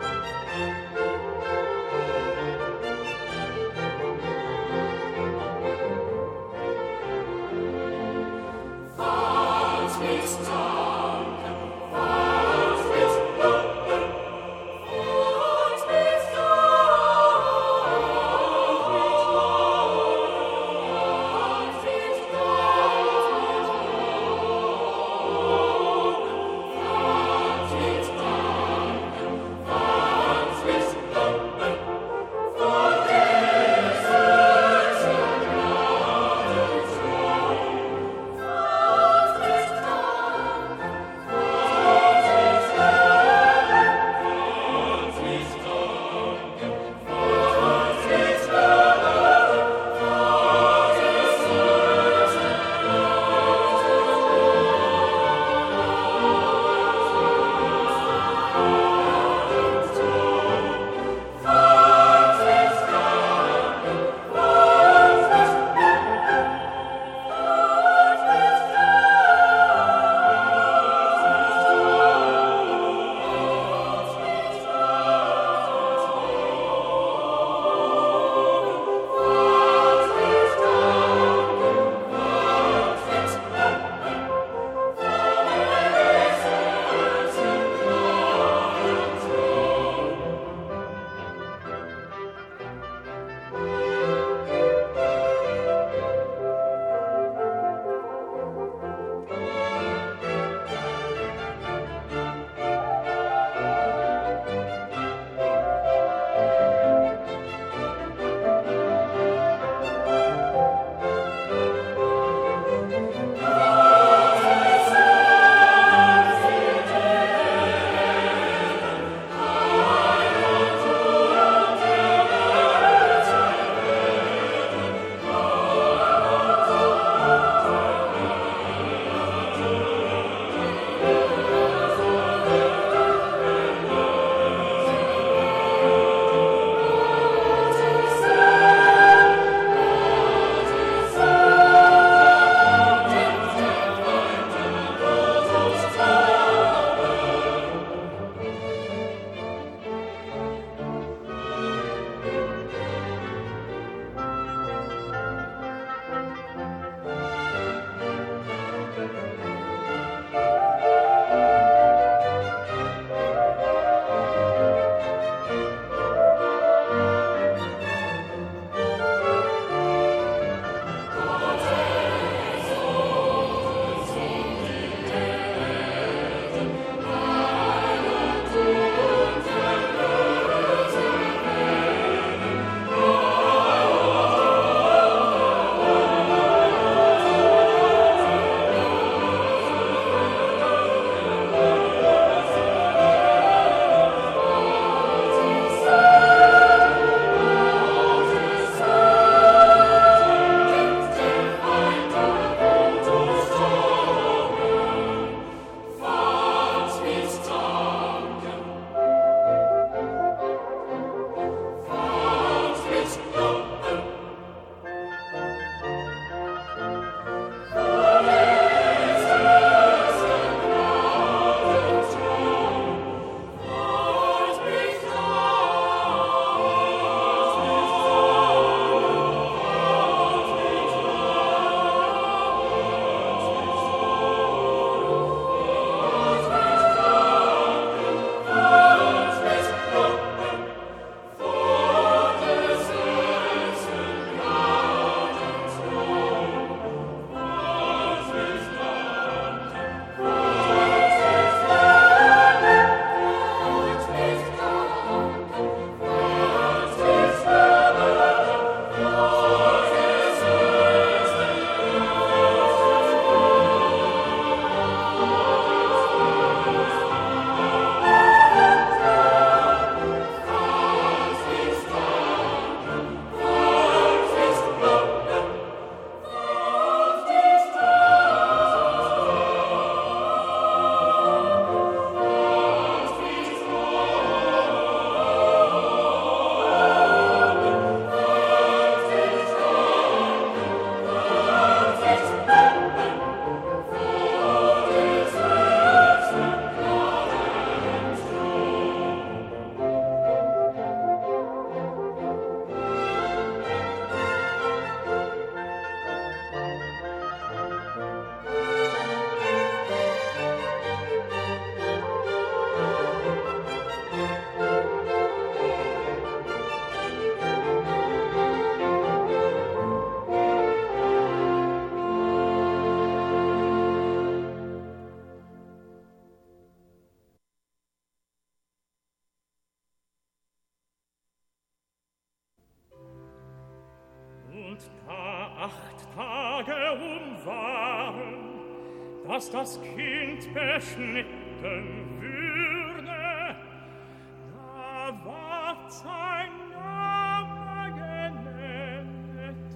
da acht Tage um waren, dass das Kind beschnitten würde, da ward sein Name genennet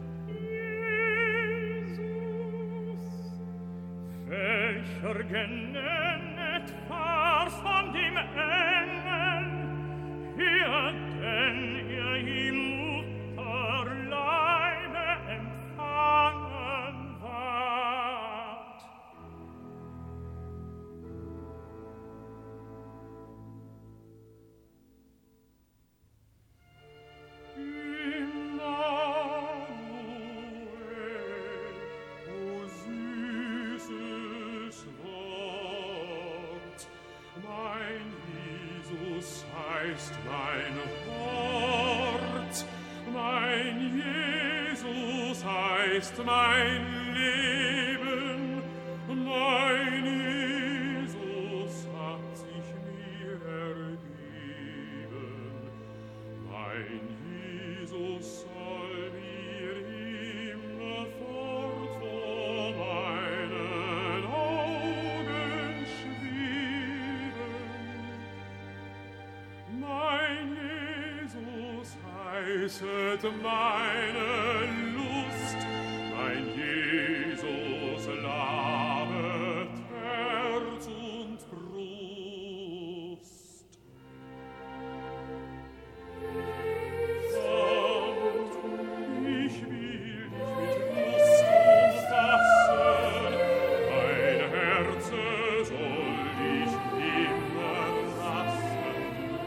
Jesus, welcher genennet war von dem Engel, hier denn er ihm Mutterleibe empfangen ward. Heißt mein Wort, mein Jesus heißt mein Leben, mein Jesus hat sich mir ergeben, mein Jesus soll mir immerfort vor meinen Augen schweben. Mein Jesus heißet meine Lust, mein Jesus labet Herz und Brust. Und ich will dich mit Lust umfassen, mein Herz soll dich immer lassen.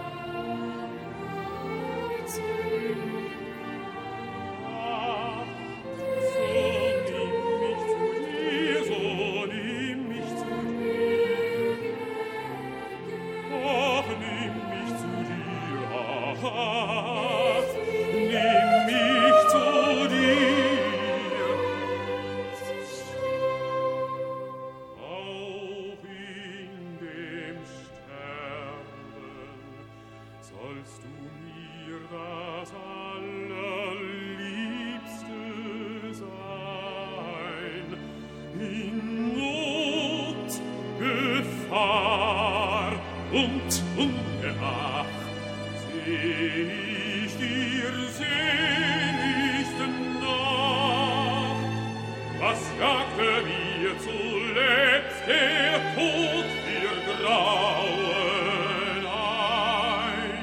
Sollst du mir das Allerliebste sein, in Not, Gefahr und Unbeacht, seh ich dir sehnlichst nach. Was jagte mir zuletzt der Tod für Grauen ein?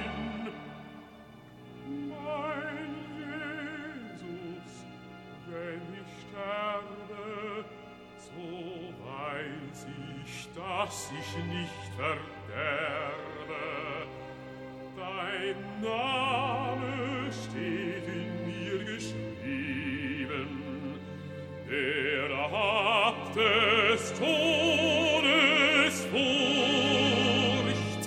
Mein Jesus, wenn ich sterbe, so weiß ich, dass ich nicht verderbe. Dein Name steht in mir geschrieben, der hat des Todes Furcht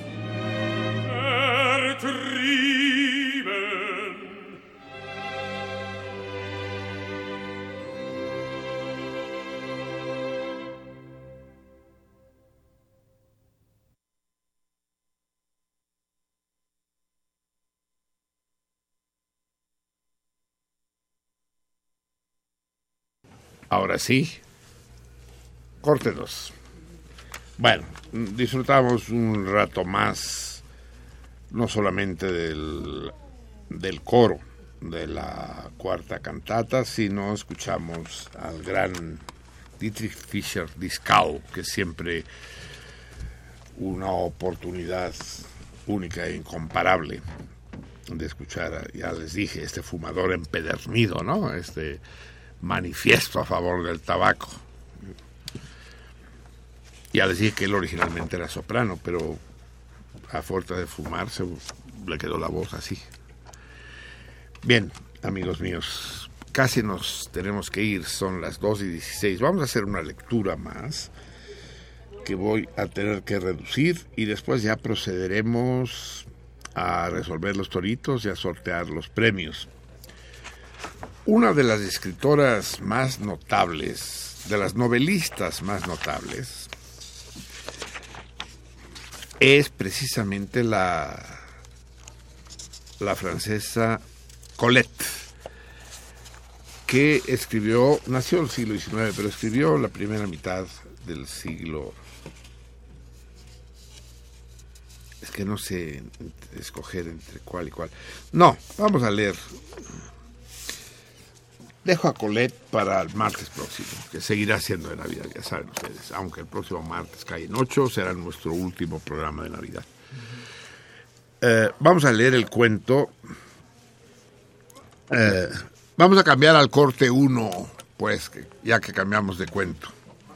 vertrieben. Ahora sí, córtenos. Bueno, disfrutamos un rato más, no solamente del, del coro de la cuarta cantata, sino escuchamos al gran Dietrich Fischer-Dieskau, que es siempre una oportunidad única e incomparable de escuchar, ya les dije, este fumador empedernido, ¿no? Este manifiesto a favor del tabaco. Ya les dije que él originalmente era soprano, pero a fuerza de fumar se le quedó la voz así. Bien, amigos míos, casi nos tenemos que ir, son las dos y dieciséis. Vamos a hacer una lectura más que voy a tener que reducir y después ya procederemos a resolver los toritos y a sortear los premios. Una de las escritoras más notables, de las novelistas más notables, es precisamente la, la francesa Colette. que escribió, nació el siglo diecinueve, pero escribió la primera mitad del siglo. Es que no sé escoger entre cuál y cuál. No, vamos a leer. Dejo a Colette para el martes próximo, que seguirá siendo de Navidad, ya saben ustedes. Aunque el próximo martes cae en ocho, será nuestro último programa de Navidad. Eh, vamos a leer el cuento. Eh, vamos a cambiar al corte uno, pues, que, ya que cambiamos de cuento.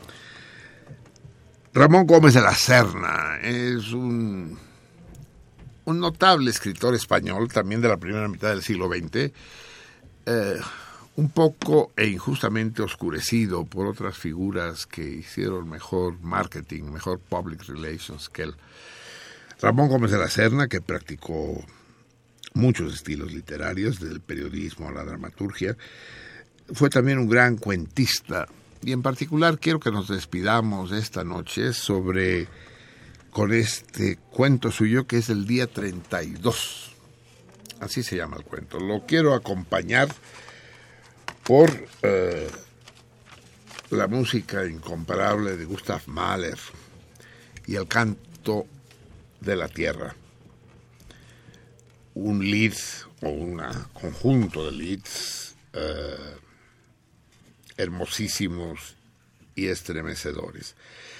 Ramón Gómez de la Serna es un, un notable escritor español, también de la primera mitad del siglo veinte, eh, un poco e injustamente oscurecido por otras figuras que hicieron mejor marketing, mejor public relations que él. Ramón Gómez de la Serna, que practicó muchos estilos literarios, del periodismo a la dramaturgia, fue también un gran cuentista, y en particular quiero que nos despidamos esta noche sobre con este cuento suyo que es el día treinta y dos. Así se llama el cuento. Lo quiero acompañar por eh, la música incomparable de Gustav Mahler y el canto de la tierra. Un lead o un conjunto de leads eh, hermosísimos y estremecedores.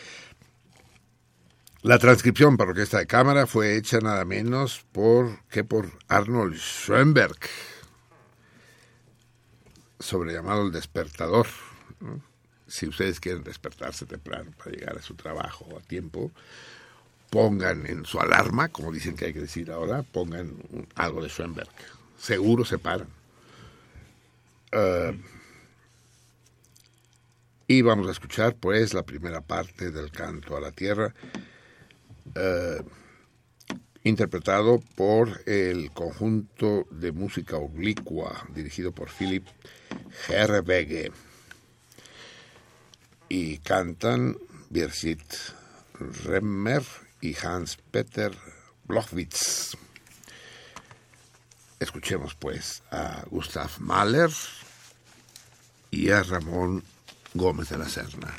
La transcripción para orquesta de cámara fue hecha nada menos por que por Arnold Schoenberg, sobre llamado El Despertador, ¿no? Si ustedes quieren despertarse temprano para llegar a su trabajo a tiempo, pongan en su alarma, como dicen que hay que decir ahora, pongan un, algo de Schoenberg. Seguro se paran. Uh, y vamos a escuchar, pues, la primera parte del canto a la tierra, uh, interpretado por el conjunto de música oblicua, dirigido por Philipp Herwege. Y cantan Birgit Remmer y Hans-Peter Blachwitz. Escuchemos, pues, a Gustav Mahler y a Ramón Gómez de la Serna.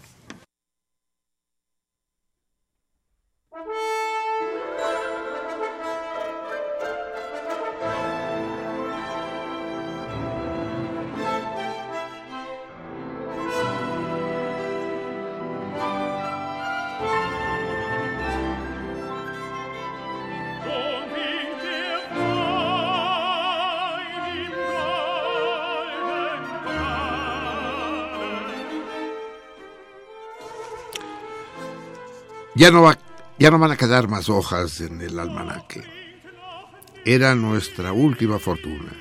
Ya no, va, ya no van a quedar más hojas en el almanaque. Era nuestra última fortuna.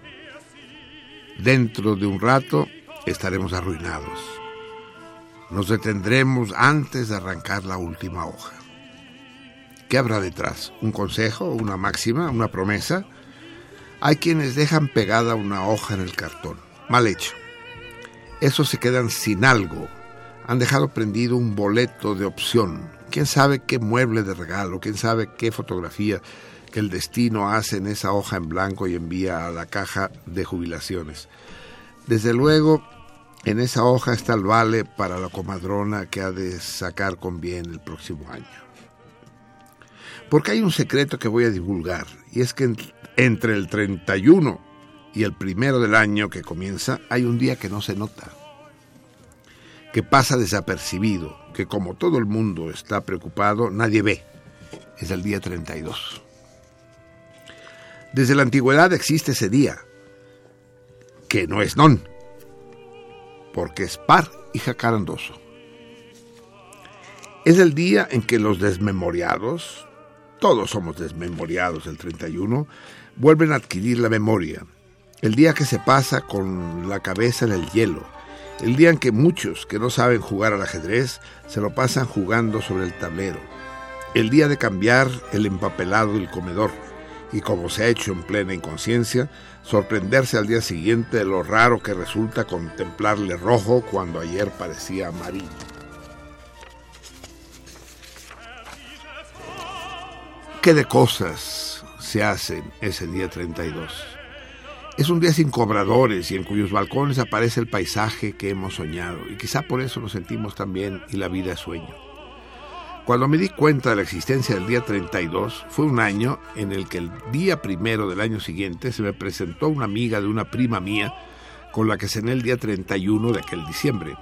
Dentro de un rato estaremos arruinados. Nos detendremos antes de arrancar la última hoja. ¿Qué habrá detrás? ¿Un consejo? ¿Una máxima? ¿Una promesa? Hay quienes dejan pegada una hoja en el cartón. Mal hecho. Esos se quedan sin algo. Han dejado prendido un boleto de opción. ¿Quién sabe qué mueble de regalo? ¿Quién sabe qué fotografía que el destino hace en esa hoja en blanco y envía a la caja de jubilaciones? Desde luego, en esa hoja está el vale para la comadrona que ha de sacar con bien el próximo año. Porque hay un secreto que voy a divulgar, y es que entre el treinta y uno y el primero del año que comienza, hay un día que no se nota, que pasa desapercibido, que como todo el mundo está preocupado, nadie ve. Es el día treinta y dos. Desde la antigüedad existe ese día, que no es non, porque es par y jacarandoso. Es el día en que los desmemoriados, todos somos desmemoriados el treinta y uno, vuelven a adquirir la memoria. El día que se pasa con la cabeza en el hielo. El día en que muchos que no saben jugar al ajedrez se lo pasan jugando sobre el tablero. El día de cambiar el empapelado del comedor y, como se ha hecho en plena inconsciencia, sorprenderse al día siguiente de lo raro que resulta contemplarle rojo cuando ayer parecía amarillo. ¿Qué de cosas se hacen ese día treinta y dos? Es un día sin cobradores y en cuyos balcones aparece el paisaje que hemos soñado, y quizá por eso nos sentimos tan bien y la vida es sueño. Cuando me di cuenta de la existencia del día treinta y dos, fue un año en el que el día primero del año siguiente se me presentó una amiga de una prima mía con la que cené el día treinta y uno de aquel diciembre.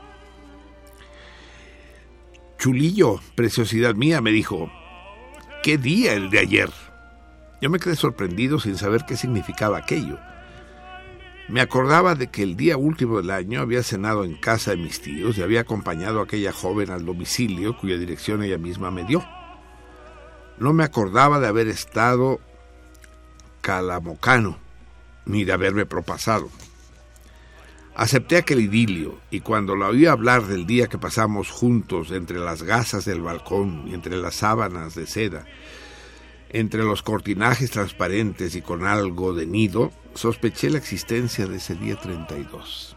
Chulillo, preciosidad mía, me dijo, ¿qué día el de ayer? Yo me quedé sorprendido sin saber qué significaba aquello. Me acordaba de que el día último del año había cenado en casa de mis tíos y había acompañado a aquella joven al domicilio cuya dirección ella misma me dio. No me acordaba de haber estado calamocano, ni de haberme propasado. Acepté aquel idilio, y cuando la oí hablar del día que pasamos juntos entre las gasas del balcón y entre las sábanas de seda, entre los cortinajes transparentes y con algo de nido, sospeché la existencia de ese día treinta y dos.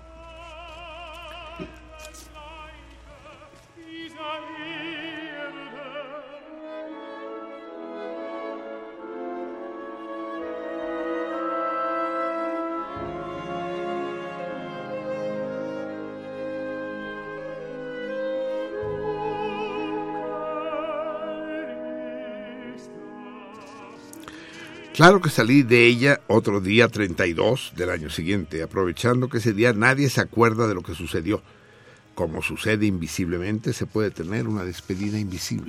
Claro que salí de ella otro día treinta y dos del año siguiente, aprovechando que ese día nadie se acuerda de lo que sucedió. Como sucede invisiblemente, se puede tener una despedida invisible.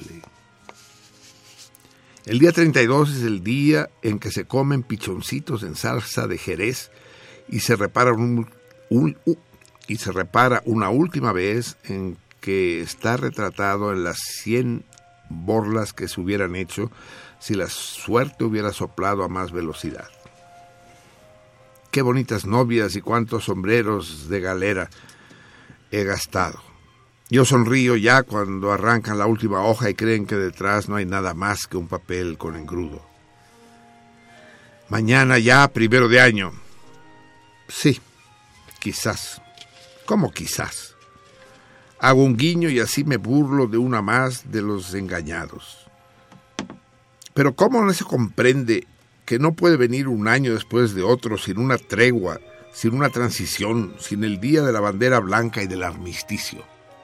El día treinta y dos es el día en que se comen pichoncitos en salsa de Jerez y se repara, un, un, un, y se repara una última vez en que está retratado en las cien borlas que se hubieran hecho si la suerte hubiera soplado a más velocidad. Qué bonitas novias y cuántos sombreros de galera he gastado. Yo sonrío ya cuando arrancan la última hoja y creen que detrás no hay nada más que un papel con engrudo. Mañana ya, primero de año. Sí, quizás. ¿Cómo quizás? Hago un guiño y así me burlo de una más de los engañados. Pero ¿cómo no se comprende que no puede venir un año después de otro sin una tregua, sin una transición, sin el día de la bandera blanca y del armisticio?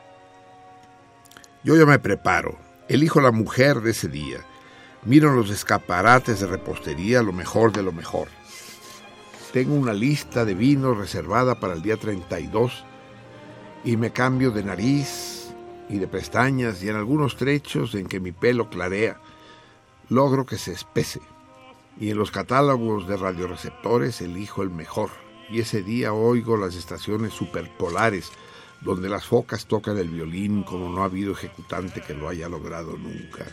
Yo ya me preparo, elijo la mujer de ese día, miro en los escaparates de repostería lo mejor de lo mejor. Tengo una lista de vinos reservada para el día treinta y dos y me cambio de nariz y de pestañas y en algunos trechos en que mi pelo clarea, logro que se espese, y en los catálogos de radioreceptores elijo el mejor, y ese día oigo las estaciones superpolares, donde las focas tocan el violín como no ha habido ejecutante que lo haya logrado nunca.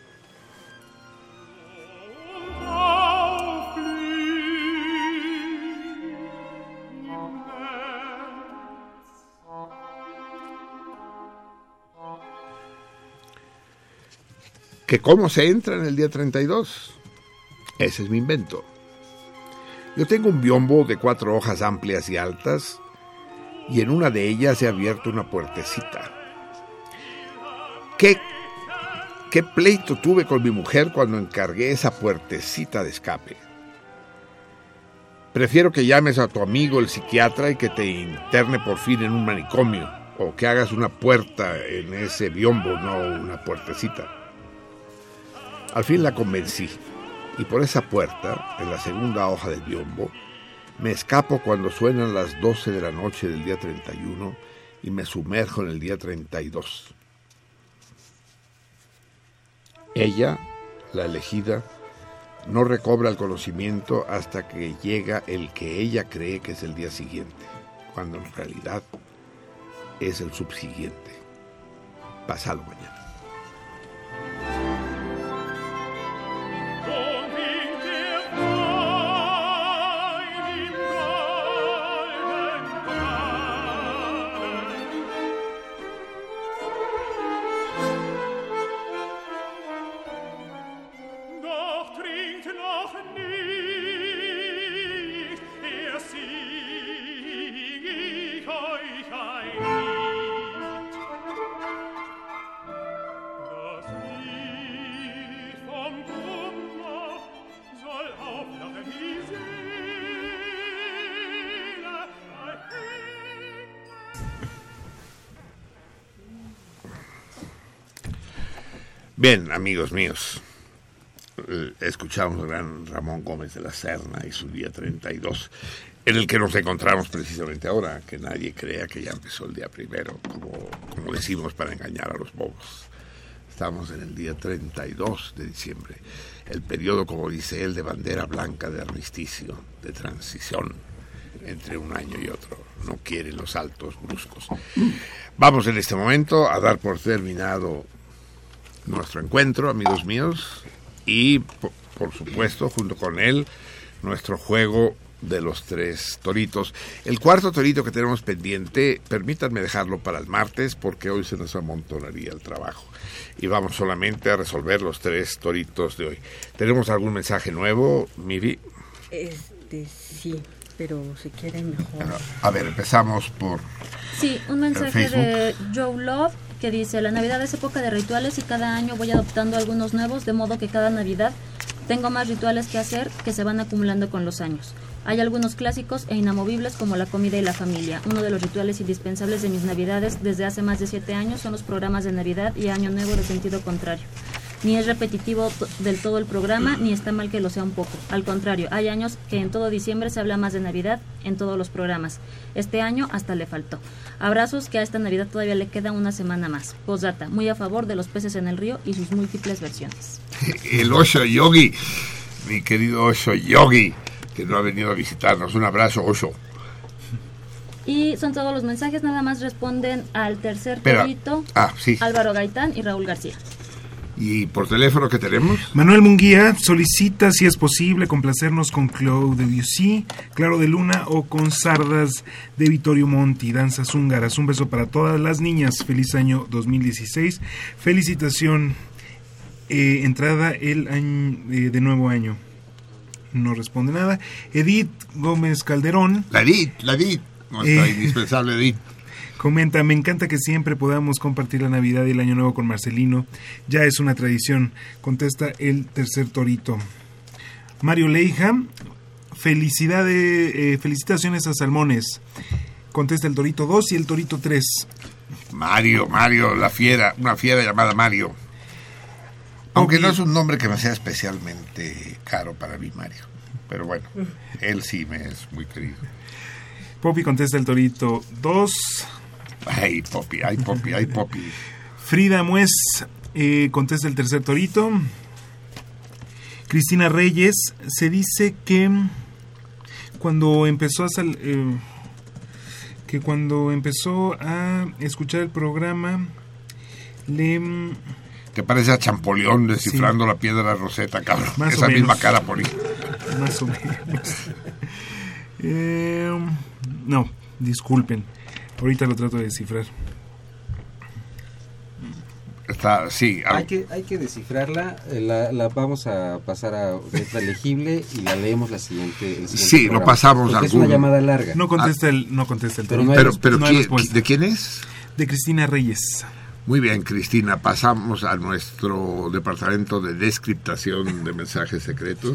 ¿Que cómo se entra en el día treinta y dos? Ese es mi invento. Yo tengo un biombo de cuatro hojas amplias y altas, y en una de ellas he abierto una puertecita. ¿Qué, qué pleito tuve con mi mujer cuando encargué esa puertecita de escape? Prefiero que llames a tu amigo el psiquiatra y que te interne por fin en un manicomio, o que hagas una puerta en ese biombo, no una puertecita. Al fin la convencí, y por esa puerta, en la segunda hoja del biombo, me escapo cuando suenan las doce de la noche del día treinta y uno y me sumerjo en el día treinta y dos. Ella, la elegida, no recobra el conocimiento hasta que llega el que ella cree que es el día siguiente, cuando en realidad es el subsiguiente, pasado mañana. Bien, amigos míos, eh, escuchamos al gran Ramón Gómez de la Serna y su día treinta y dos, en el que nos encontramos precisamente ahora, que nadie crea que ya empezó el día primero, como, como decimos para engañar a los bobos. Estamos en el día treinta y dos de diciembre, el periodo, como dice él, de bandera blanca, de armisticio, de transición entre un año y otro. No quieren los saltos bruscos. Vamos en este momento a dar por terminado nuestro encuentro, amigos míos, y por, por supuesto, junto con él, nuestro juego de los tres toritos. El cuarto torito que tenemos pendiente, permítanme dejarlo para el martes, porque hoy se nos amontonaría el trabajo. Y vamos solamente a resolver los tres toritos de hoy. ¿Tenemos algún mensaje nuevo, Miri? Este, sí, pero si quieren mejor. A ver, empezamos por... Sí, un mensaje de Joe Love que dice: la Navidad es época de rituales y cada año voy adoptando algunos nuevos, de modo que cada Navidad tengo más rituales que hacer que se van acumulando con los años. Hay algunos clásicos e inamovibles como la comida y la familia. Uno de los rituales indispensables de mis Navidades desde hace más de siete años son los programas de Navidad y Año Nuevo de sentido contrario. Ni es repetitivo t- del todo el programa, ni está mal que lo sea un poco. Al contrario, hay años que en todo diciembre se habla más de Navidad en todos los programas. Este año hasta le faltó. Abrazos, que a esta Navidad todavía le queda una semana más. Postdata, muy a favor de los peces en el río y sus múltiples versiones. El Osho Yogi, mi querido Osho Yogi, que no ha venido a visitarnos. Un abrazo, Osho. Y son todos los mensajes, nada más responden al tercer Espera. torito, Ah, sí. Álvaro Gaitán y Raúl García. ¿Y por teléfono qué tenemos? Manuel Munguía solicita, si es posible, complacernos con Claude Debussy, Claro de Luna o con Sardas de Vittorio Monti, danzas húngaras. Un beso para todas las niñas. Feliz año dos mil dieciséis. Felicitación. Eh, entrada el año eh, de nuevo año. No responde nada. Edith Gómez Calderón. La Edith, la Edith. Nuestra Eh, indispensable Edith. Comenta: me encanta que siempre podamos compartir la Navidad y el Año Nuevo con Marcelino. Ya es una tradición. Contesta el tercer torito. Mario Leija: felicidades, eh, felicitaciones a Salmones. Contesta el torito dos y el torito tres. Mario, Mario, la fiera, una fiera llamada Mario. Aunque no es un nombre que me sea especialmente caro para mí, Mario. Pero bueno, él sí me es muy querido. Poppy contesta el torito dos. Ay, Poppy, ay, Poppy, ay, Poppy. Frida Muez eh, contesta el tercer torito. Cristina Reyes: se dice que cuando empezó a sal, eh, que cuando empezó a escuchar el programa le... Te parece a Champollion descifrando Sí. la piedra Rosetta, cabrón. Más Esa o misma menos. cara por ahí. Más o menos. eh, no, disculpen. Ahorita lo trato de descifrar. Está, sí. Hay que, hay que descifrarla, eh, la, la vamos a pasar a letra legible y la leemos la siguiente. el siguiente Sí, lo programa, pasamos porque es algún- una llamada larga. No contesta el, no contesta el Pero torito. no hay Pero, resp- pero no hay ¿quién- respuesta. ¿de quién es? De Cristina Reyes. Muy bien, Cristina, pasamos a nuestro departamento de descriptación de mensajes secretos.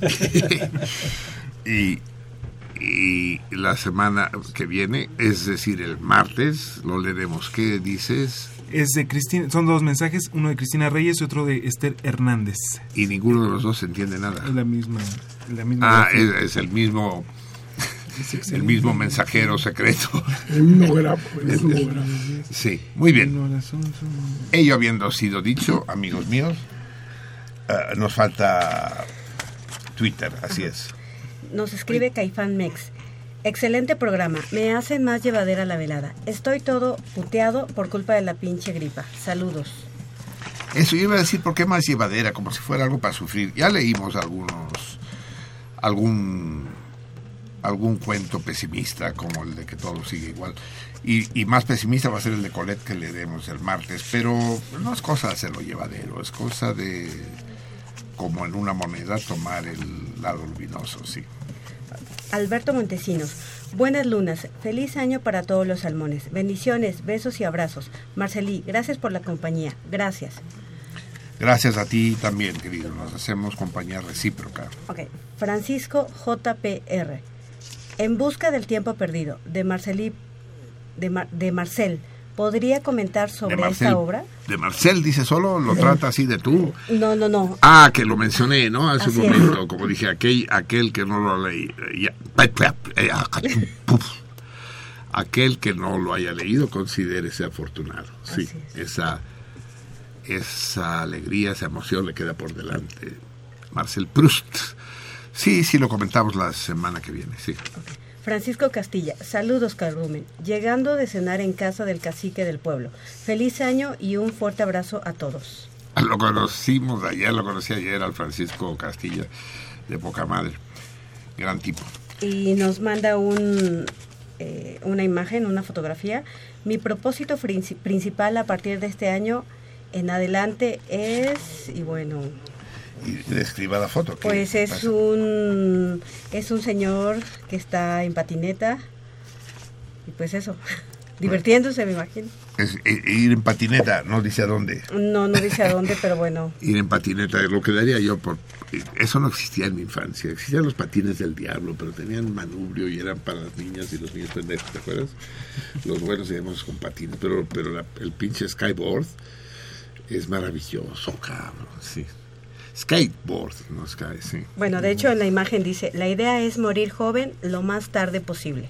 y, y la semana que viene, es decir, el martes, lo leeremos. ¿Qué dices? Es de Cristina, son dos mensajes, uno de Cristina Reyes y otro de Esther Hernández. Y ninguno de los dos se entiende nada. Es la misma, la misma Ah, es, es el mismo... El mismo mensajero secreto. El mismo grafo, el mismo grafo. Sí, muy bien. Ello habiendo sido dicho, amigos míos, uh, nos falta Twitter, así es. Nos escribe Caifán Mex. Excelente programa, me hacen más llevadera la velada. Estoy todo puteado por culpa de la pinche gripa. Saludos. Eso, yo iba a decir, ¿por qué más llevadera? Como si fuera algo para sufrir. Ya leímos algunos, algún, algún cuento pesimista, como el de que todo sigue igual. Y, y más pesimista va a ser el de Colette que leeremos el martes. Pero no es cosa de hacerlo llevadero, es cosa de, como en una moneda, tomar el lado luminoso, sí. Alberto Montesinos. Buenas lunas, feliz año para todos los salmones. Bendiciones, besos y abrazos. Marcelí, gracias por la compañía. Gracias. Gracias a ti también, querido. Nos hacemos compañía recíproca. Ok. Francisco J P R. En busca del tiempo perdido, de Marcelí, de, Mar, de Marcel. ¿Podría comentar sobre De Marcel. esta obra? de Marcel, dice solo, lo trata así de tú. No, no, no. Ah, que lo mencioné, ¿no? Hace Así un es. momento, como dije, aquel, aquel que no lo leí. ya, eh, puf. Aquel que no lo haya leído, considérese afortunado. Sí, esa, esa alegría, esa emoción le queda por delante. Marcel Proust. Sí, sí, lo comentamos la semana que viene, sí. Okay. Francisco Castilla, saludos Carmen, llegando de cenar en casa del cacique del pueblo. Feliz año y un fuerte abrazo a todos. Lo conocimos ayer, lo conocí ayer al Francisco Castilla, de poca madre, gran tipo. Y nos manda un, eh, una imagen, una fotografía. Mi propósito princi- principal a partir de este año en adelante es, y bueno... Y describa la foto. Pues es pasa? un es un señor que está en patineta y pues eso, divirtiéndose, me imagino. Es, es, ir en patineta, no dice a dónde. No, no dice a dónde, pero bueno. Ir en patineta, lo que daría yo por... Eso no existía en mi infancia. Existían los patines del diablo, pero tenían manubrio y eran para las niñas y los niños pendejos, ¿te acuerdas? Los buenos íbamos con patines, pero, pero la, el pinche skyboard es maravilloso, cabrón, sí. Skateboard, no sky, sí. Bueno, de hecho en la imagen dice, la idea es morir joven lo más tarde posible.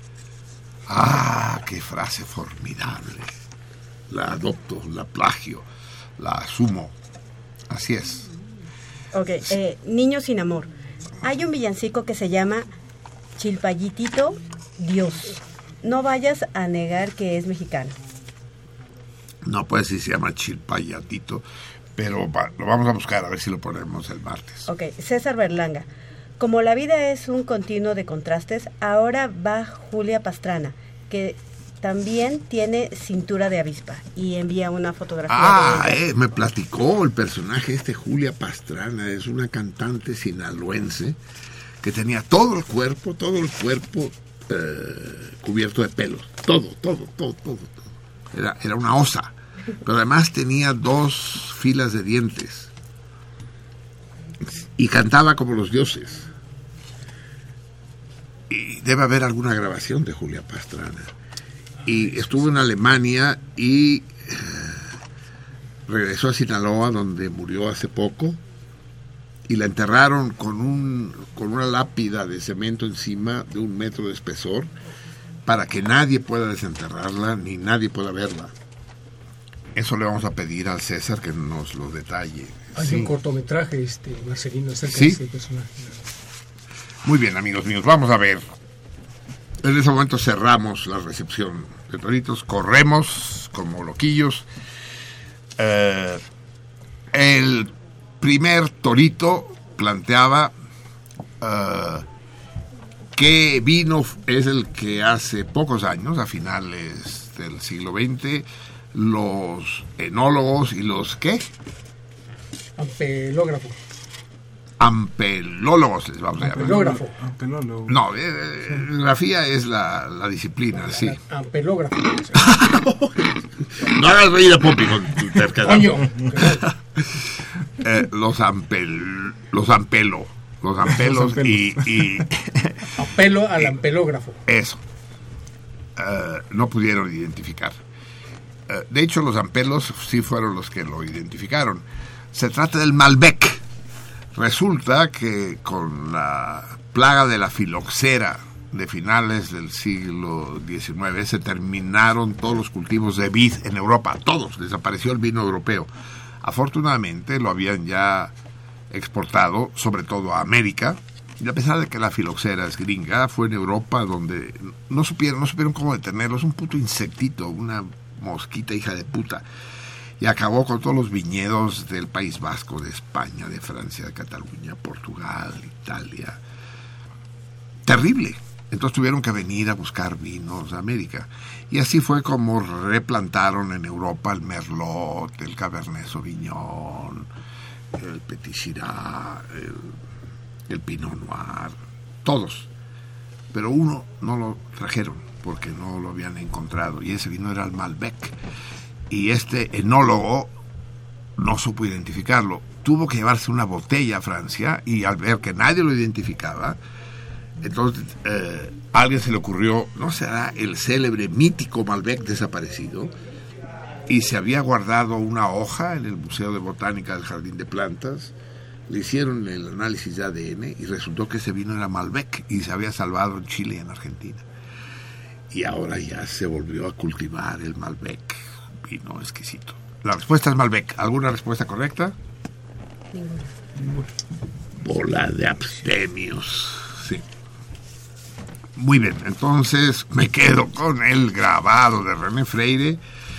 Ah, qué frase formidable. La adopto, la plagio, la asumo. Así es. Ok, eh, Niño sin amor. Hay un villancico que se llama Chilpayitito Dios. No vayas a negar que es mexicano. No, pues sí se llama Chilpayatito. Pero va, lo vamos a buscar, a ver si lo ponemos el martes. Ok, César Berlanga. Como la vida es un continuo de contrastes, ahora va Julia Pastrana, que también tiene cintura de avispa, y envía una fotografía. Ah, de ella. Eh, me platicó el personaje este, Julia Pastrana, es una cantante sinaloense que tenía todo el cuerpo, todo el cuerpo eh, cubierto de pelos. Todo, todo, todo, todo. todo. Era, era una osa. Pero además tenía dos filas de dientes y cantaba como los dioses. Y debe haber alguna grabación de Julia Pastrana. Y estuvo en Alemania y eh, regresó a Sinaloa, donde murió hace poco, y la enterraron con un con una lápida de cemento encima de un metro de espesor para que nadie pueda desenterrarla ni nadie pueda verla. Eso le vamos a pedir al César que nos lo detalle. Hay sí. un cortometraje, este, Marcelino, acerca ¿Sí? de este personaje. Muy bien, amigos míos, vamos a ver. En ese momento cerramos la recepción de toritos, corremos como loquillos. Eh, el primer torito planteaba uh, qué vino es el que hace pocos años, a finales del siglo veinte, los enólogos y los ¿qué? Ampelógrafo. Ampelólogos les vamos a llamar. Ampelógrafo. Ampelólogo. No, eh, grafía es la, la disciplina, sí. Ampelógrafo. No hagas reír a Popi con tu terquedad. Coño. eh, los ampel, los ampelo, los ampelos y, y apelo al ampelógrafo. Eso. Uh, no pudieron identificar. Uh, de hecho, los ampelos sí fueron los que lo identificaron. Se trata del Malbec. Resulta que con la plaga de la filoxera de finales del siglo diecinueve se terminaron todos los cultivos de vid en Europa, todos, desapareció el vino europeo. Afortunadamente lo habían ya exportado, sobre todo a América, y a pesar de que la filoxera es gringa, fue en Europa donde no supieron, no supieron cómo detenerlo, es un puto insectito, una mosquita hija de puta. Y acabó con todos los viñedos del País Vasco, de España, de Francia, de Cataluña, Portugal, Italia. Terrible. Entonces tuvieron que venir a buscar vinos a América. Y así fue como replantaron en Europa el Merlot, el Cabernet Sauvignon, el Petit Syrah, el, el Pinot Noir, todos. Pero uno no lo trajeron porque no lo habían encontrado, y ese vino era el Malbec. Y este enólogo no supo identificarlo. Tuvo que llevarse una botella a Francia, y al ver que nadie lo identificaba, entonces eh, a alguien se le ocurrió, ¿no será el célebre mítico Malbec desaparecido? y se había guardado una hoja en el Museo de Botánica del Jardín de Plantas. Le hicieron el análisis de A D N y resultó que ese vino era Malbec y se había salvado en Chile y en Argentina. Y ahora ya se volvió a cultivar el Malbec, vino exquisito. La respuesta es Malbec. ¿Alguna respuesta correcta? Ninguna. Bola de abstemios. Sí. Muy bien, entonces me quedo con el grabado de René Freire.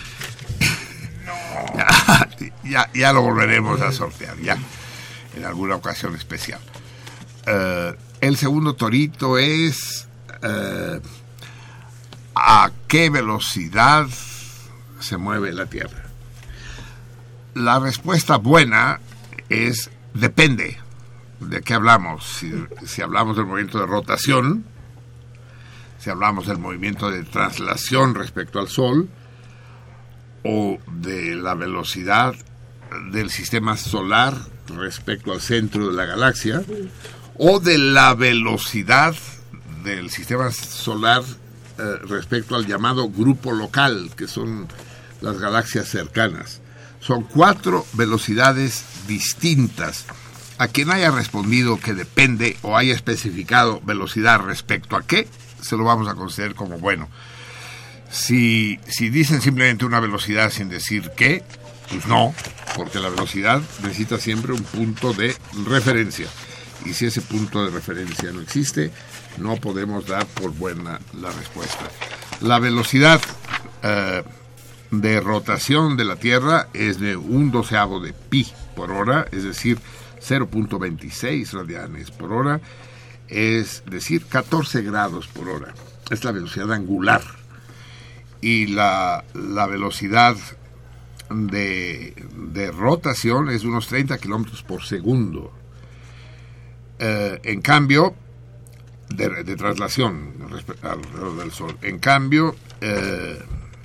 ya, ya, ya lo volveremos a sortear, ya, en alguna ocasión especial. Uh, el segundo torito es uh, ¿a qué velocidad se mueve la Tierra? La respuesta buena es depende. ¿De qué hablamos? Si, si hablamos del movimiento de rotación, si hablamos del movimiento de traslación respecto al Sol, o de la velocidad del sistema solar respecto al centro de la galaxia, o de la velocidad del sistema solar eh, respecto al llamado grupo local, que son las galaxias cercanas. Son cuatro velocidades distintas. A quien haya respondido que depende o haya especificado velocidad respecto a qué, se lo vamos a considerar como bueno. Si, si dicen simplemente una velocidad sin decir qué, pues no, porque la velocidad necesita siempre un punto de referencia. Y si ese punto de referencia no existe, no podemos dar por buena la respuesta. La velocidad eh, de rotación de la Tierra es de un doceavo de pi por hora, es decir, cero punto veintiséis radianes por hora, es decir, catorce grados por hora. Es la velocidad angular. Y la, la velocidad de, de rotación es de unos treinta kilómetros por segundo. Eh, en cambio, de, de traslación alrededor del Sol. En cambio, eh,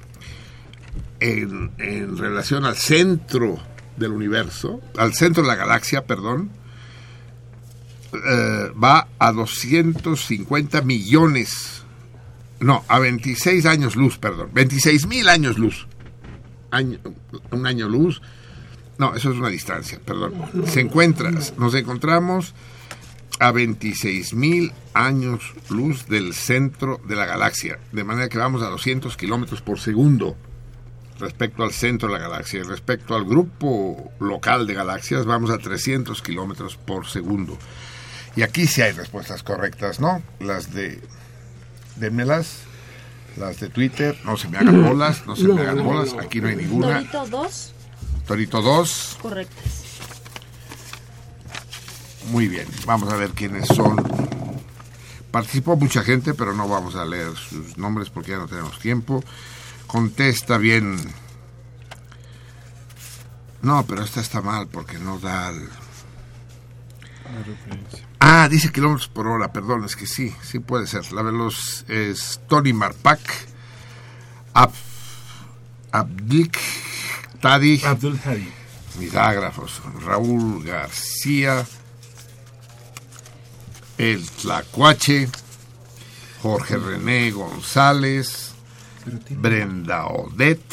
en, en relación al centro del universo, al centro de la galaxia, perdón, eh, va a doscientos cincuenta millones, no, a veintiséis años luz, perdón, veintiséis mil años luz, año, un año luz, no, eso es una distancia, perdón, se encuentra, nos encontramos a veintiséis mil años luz del centro de la galaxia, de manera que vamos a doscientos kilómetros por segundo respecto al centro de la galaxia, y respecto al grupo local de galaxias vamos a trescientos kilómetros por segundo. Y aquí sí hay respuestas correctas, ¿no? Las de... Démelas. Las de Twitter. No se me hagan bolas, no se me hagan bolas. Aquí no hay ninguna. Torito dos. Torito dos. Correctas. Muy bien. Vamos a ver quiénes son. Participó mucha gente, pero no vamos a leer sus nombres porque ya no tenemos tiempo. Contesta bien. No, pero esta está mal porque no da el... Ah, dice kilómetros por hora, perdón, es que sí, sí puede ser. La veloz es Tony Marpak, Ab, Abdik Tadi, Abdul Hadi, Midágrafos, Raúl García, El Tlacuache, Jorge René González, Brenda Odet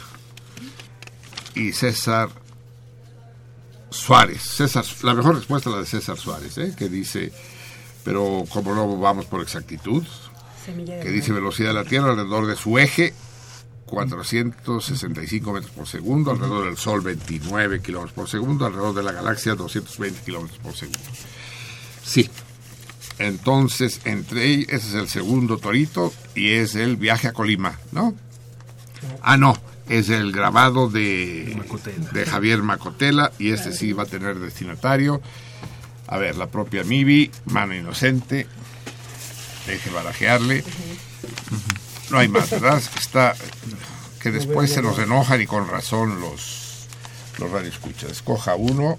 y César Suárez. César, la mejor respuesta es la de César Suárez, ¿eh? Que dice, pero como no vamos por exactitud, que dice velocidad de la Tierra alrededor de su eje, cuatrocientos sesenta y cinco metros por segundo, alrededor del Sol veintinueve kilómetros por segundo, alrededor de la galaxia doscientos veinte kilómetros por segundo. Sí. Entonces, entre ellos, ese es el segundo torito y es el viaje a Colima, ¿no? Ah, no, es el grabado de, de Javier Macotela y este sí va a tener destinatario. A ver, la propia Mibi, mano inocente, deje barajearle. No hay más, ¿verdad? Está, que después se nos enojan y con razón los, los radioescuchas. Escoja uno.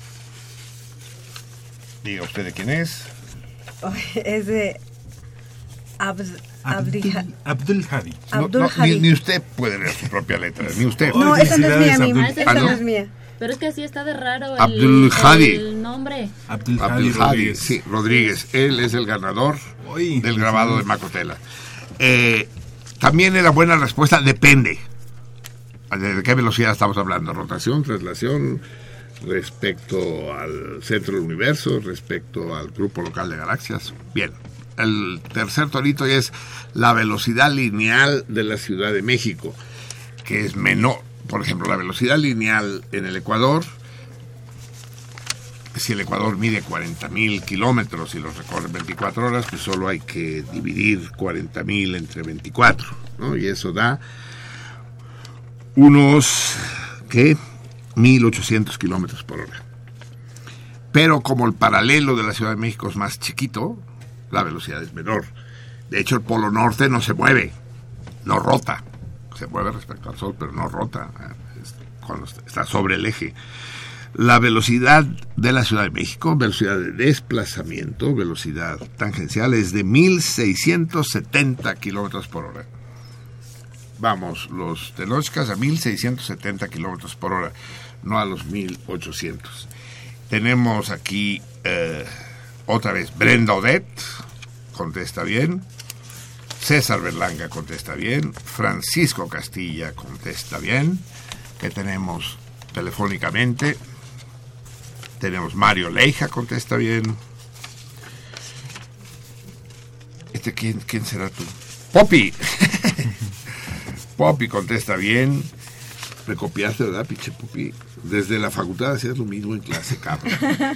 Diga usted de quién es. Es de Abd, Abdi, Abdul Hadi. No, no, ni, ni usted puede leer su propia letra, ni usted. No, esa no es mía, mi. Ah, Esa no es mía. Pero es que así está de raro el, Abdul Hadi. el nombre. Abdul Hadi, Abdul Hadi, Rodríguez. sí, Rodríguez. Él es el ganador Oy, del grabado de Macotela. Eh, también era buena respuesta, depende. ¿De qué velocidad estamos hablando? ¿Rotación, traslación, respecto al centro del universo, respecto al grupo local de galaxias? Bien. El tercer torito es la velocidad lineal de la Ciudad de México, que es menor. Por ejemplo, la velocidad lineal en el Ecuador, si el Ecuador mide cuarenta mil kilómetros y los recorre en veinticuatro horas, pues solo hay que dividir cuarenta mil entre veinticuatro, ¿no? Y eso da unos, ¿qué? mil ochocientos kilómetros por hora. Pero como el paralelo de la Ciudad de México es más chiquito, la velocidad es menor. De hecho, el polo norte no se mueve, no rota. Se mueve respecto al Sol, pero no rota cuando está sobre el eje. La velocidad de la Ciudad de México, velocidad de desplazamiento, velocidad tangencial, es de mil seiscientos setenta kilómetros por hora. Vamos, los Tenochcas a mil seiscientos setenta kilómetros por hora, no a los mil ochocientos. Tenemos aquí eh, otra vez Brenda Odette, contesta bien. César Berlanga contesta bien. Francisco Castilla contesta bien. Que tenemos telefónicamente. Tenemos Mario Leija contesta bien. Este quién, quién será tú? Poppy. Poppy contesta bien. Me copiaste, ¿verdad, pinche Poppy? Desde la facultad hacías lo mismo en clase, cabrón.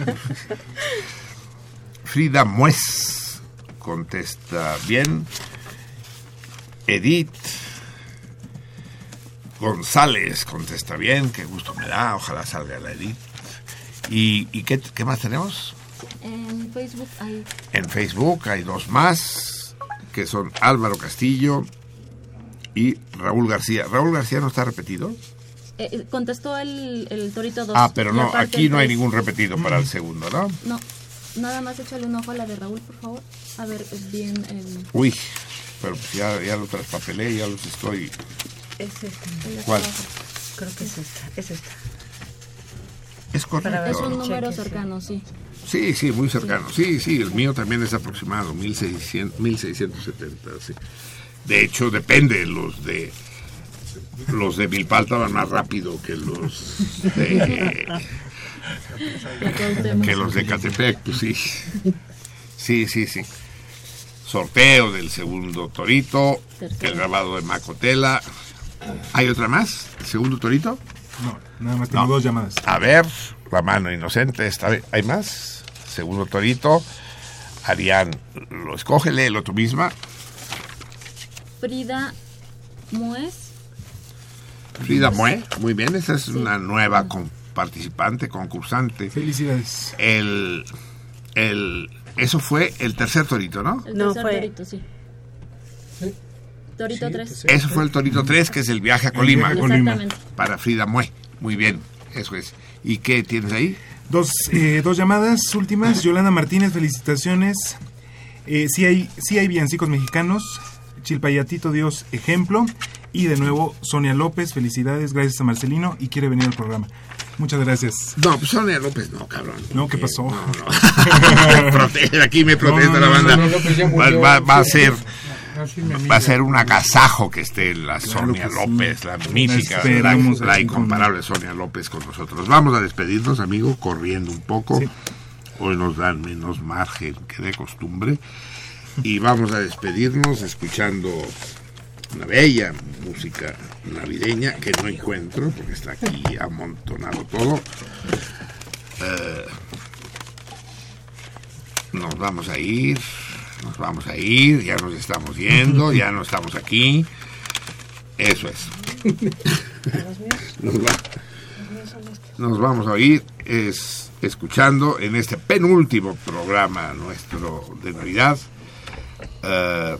Frida Muez contesta bien. Edith González contesta bien. Qué gusto me da, ojalá salga la Edith. ¿Y, y qué, qué más tenemos? En Facebook hay... En Facebook hay dos más, que son Álvaro Castillo y Raúl García. ¿Raúl García no está repetido? Eh, contestó el, el Torito dos. Ah, pero no, aquí no hay ningún repetido para el segundo, ¿no? No, nada más échale un ojo a la de Raúl, por favor. A ver, bien el... Uy, pero pues ya, ya lo traspapelé, ya los estoy... Es esta. ¿Cuál? Creo que es esta, es esta. Es correcto. Es un número cercano, sí. Sí, sí, muy cercano. Sí, sí, el mío también es aproximado, mil seiscientos, mil seiscientos setenta, sí. De hecho, depende, los de... Los de Milpalta van más rápido que los de... que los de Catepec, pues sí. Sí, sí, sí. Sorteo del segundo torito, el grabado de Macotela. ¿Hay otra más? ¿El segundo torito? No, nada más tengo no. dos llamadas. A ver, la mano inocente, esta vez. ¿Hay más? Segundo torito. Arián, lo escoge, léelo tú misma. Frida Muez. Frida Mue, muy bien, esa es sí. una nueva con, participante, concursante. Felicidades. El, el, eso fue el tercer torito, ¿no? El no, tercer fue... torito, sí. ¿Sí? Torito sí, tres. Eso fue el torito tres, que es el viaje a Colima. Exactamente. Para Frida Mue, muy bien, eso es. ¿Y qué tienes ahí? Dos, eh, dos llamadas últimas. Yolanda Martínez, felicitaciones. Eh, sí hay, sí hay villancicos mexicanos. Chilpayatito Dios, ejemplo. Y de nuevo, Sonia López, felicidades, gracias a Marcelino, y quiere venir al programa. Muchas gracias. No, pues Sonia López, no, cabrón. No, ¿qué pasó? No, no. Aquí me protesta no, no, la banda. No, no, no, va, va, va a ser... Va a ser un agasajo que esté la claro Sonia López, sí. la magnífica, la, la incomparable Sonia López con nosotros. Vamos a despedirnos, amigo, corriendo un poco. Sí. Hoy nos dan menos margen que de costumbre. Y vamos a despedirnos escuchando una bella música navideña que no encuentro porque está aquí amontonado todo. Eh, nos vamos a ir, nos vamos a ir, ya nos estamos yendo, ya no estamos aquí. Eso es. Nos, va, nos vamos a ir es, escuchando en este penúltimo programa nuestro de Navidad. Uh,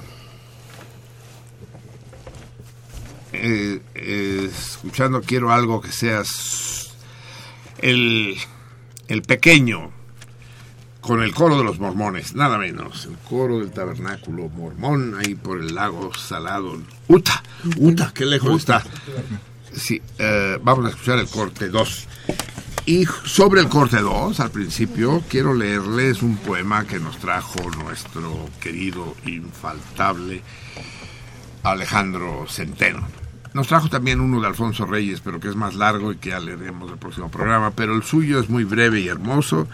eh, eh, escuchando quiero algo que seas el, el pequeño con el coro de los mormones, nada menos, el coro del tabernáculo mormón ahí por el lago Salado. Utah, Utah, qué lejos está. Sí, uh, vamos a escuchar el corte dos. Y sobre el corte dos, al principio, quiero leerles un poema que nos trajo nuestro querido, infaltable Alejandro Centeno. Nos trajo también uno de Alfonso Reyes, pero que es más largo y que ya leeremos el próximo programa, pero el suyo es muy breve y hermoso,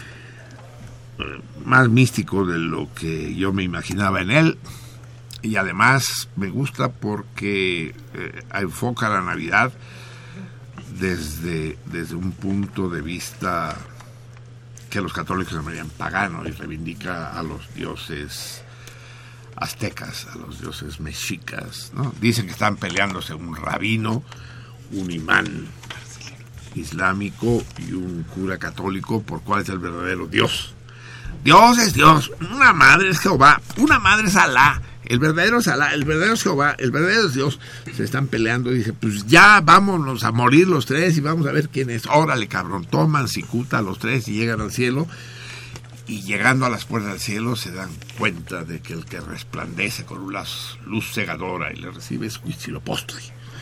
más místico de lo que yo me imaginaba en él, y además me gusta porque eh, enfoca la Navidad desde, desde un punto de vista que los católicos llamarían pagano, y reivindica a los dioses aztecas, a los dioses mexicas, ¿no? Dicen que están peleándose un rabino, un imán islámico y un cura católico por cuál es el verdadero Dios. Dios es Dios, una madre es Jehová, una madre es Alá, el verdadero es Alá, el verdadero es Jehová, el verdadero es Dios. Se están peleando y dice, pues ya vámonos a morir los tres y vamos a ver quién es. Órale, cabrón, toman cicuta los tres y llegan al cielo. Y llegando a las puertas del cielo se dan cuenta de que el que resplandece con una luz cegadora y le recibe es Huitzilopochtli.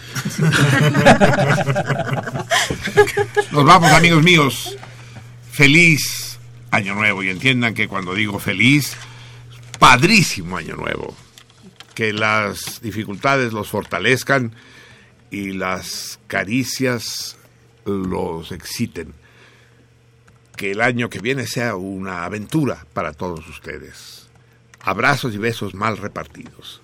Nos vamos, amigos míos. Feliz Año Nuevo, y entiendan que cuando digo feliz, padrísimo Año Nuevo. Que las dificultades los fortalezcan y las caricias los exciten. Que el año que viene sea una aventura para todos ustedes. Abrazos y besos mal repartidos.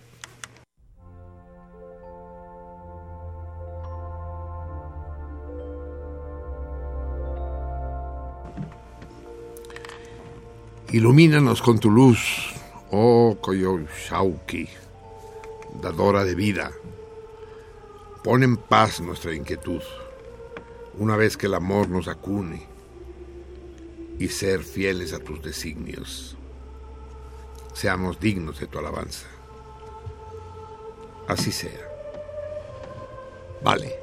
Ilumínanos con tu luz, oh Coyolxauhqui, dadora de vida. Pon en paz nuestra inquietud, una vez que el amor nos acune, y ser fieles a tus designios. Seamos dignos de tu alabanza. Así sea. Vale.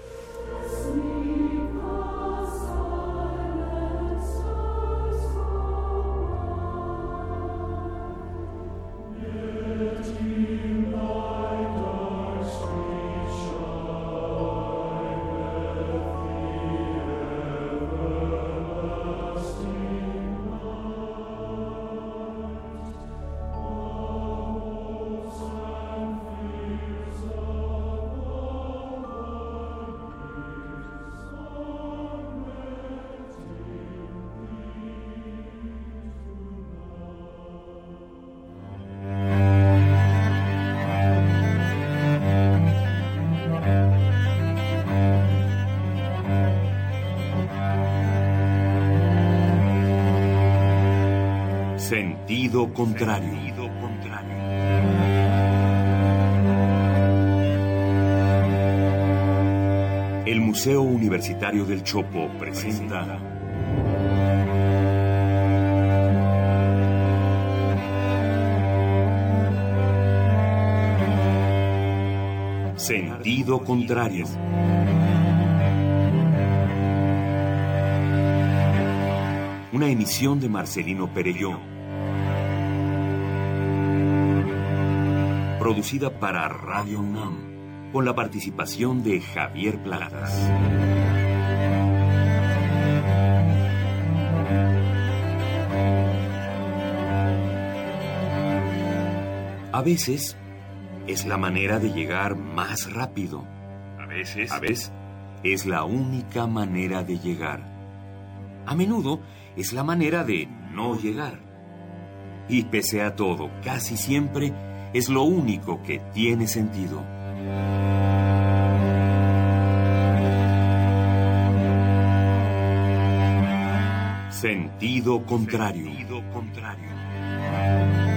Sentido contrario. El Museo Universitario del Chopo presenta Sentido contrario. Una emisión de Marcelino Perelló. Producida para Radio UNAM, con la participación de Javier Platas. A veces es la manera de llegar más rápido. A veces, a veces es la única manera de llegar. A menudo es la manera de no llegar. Y pese a todo, casi siempre es lo único que tiene sentido. Sentido contrario. Sentido contrario.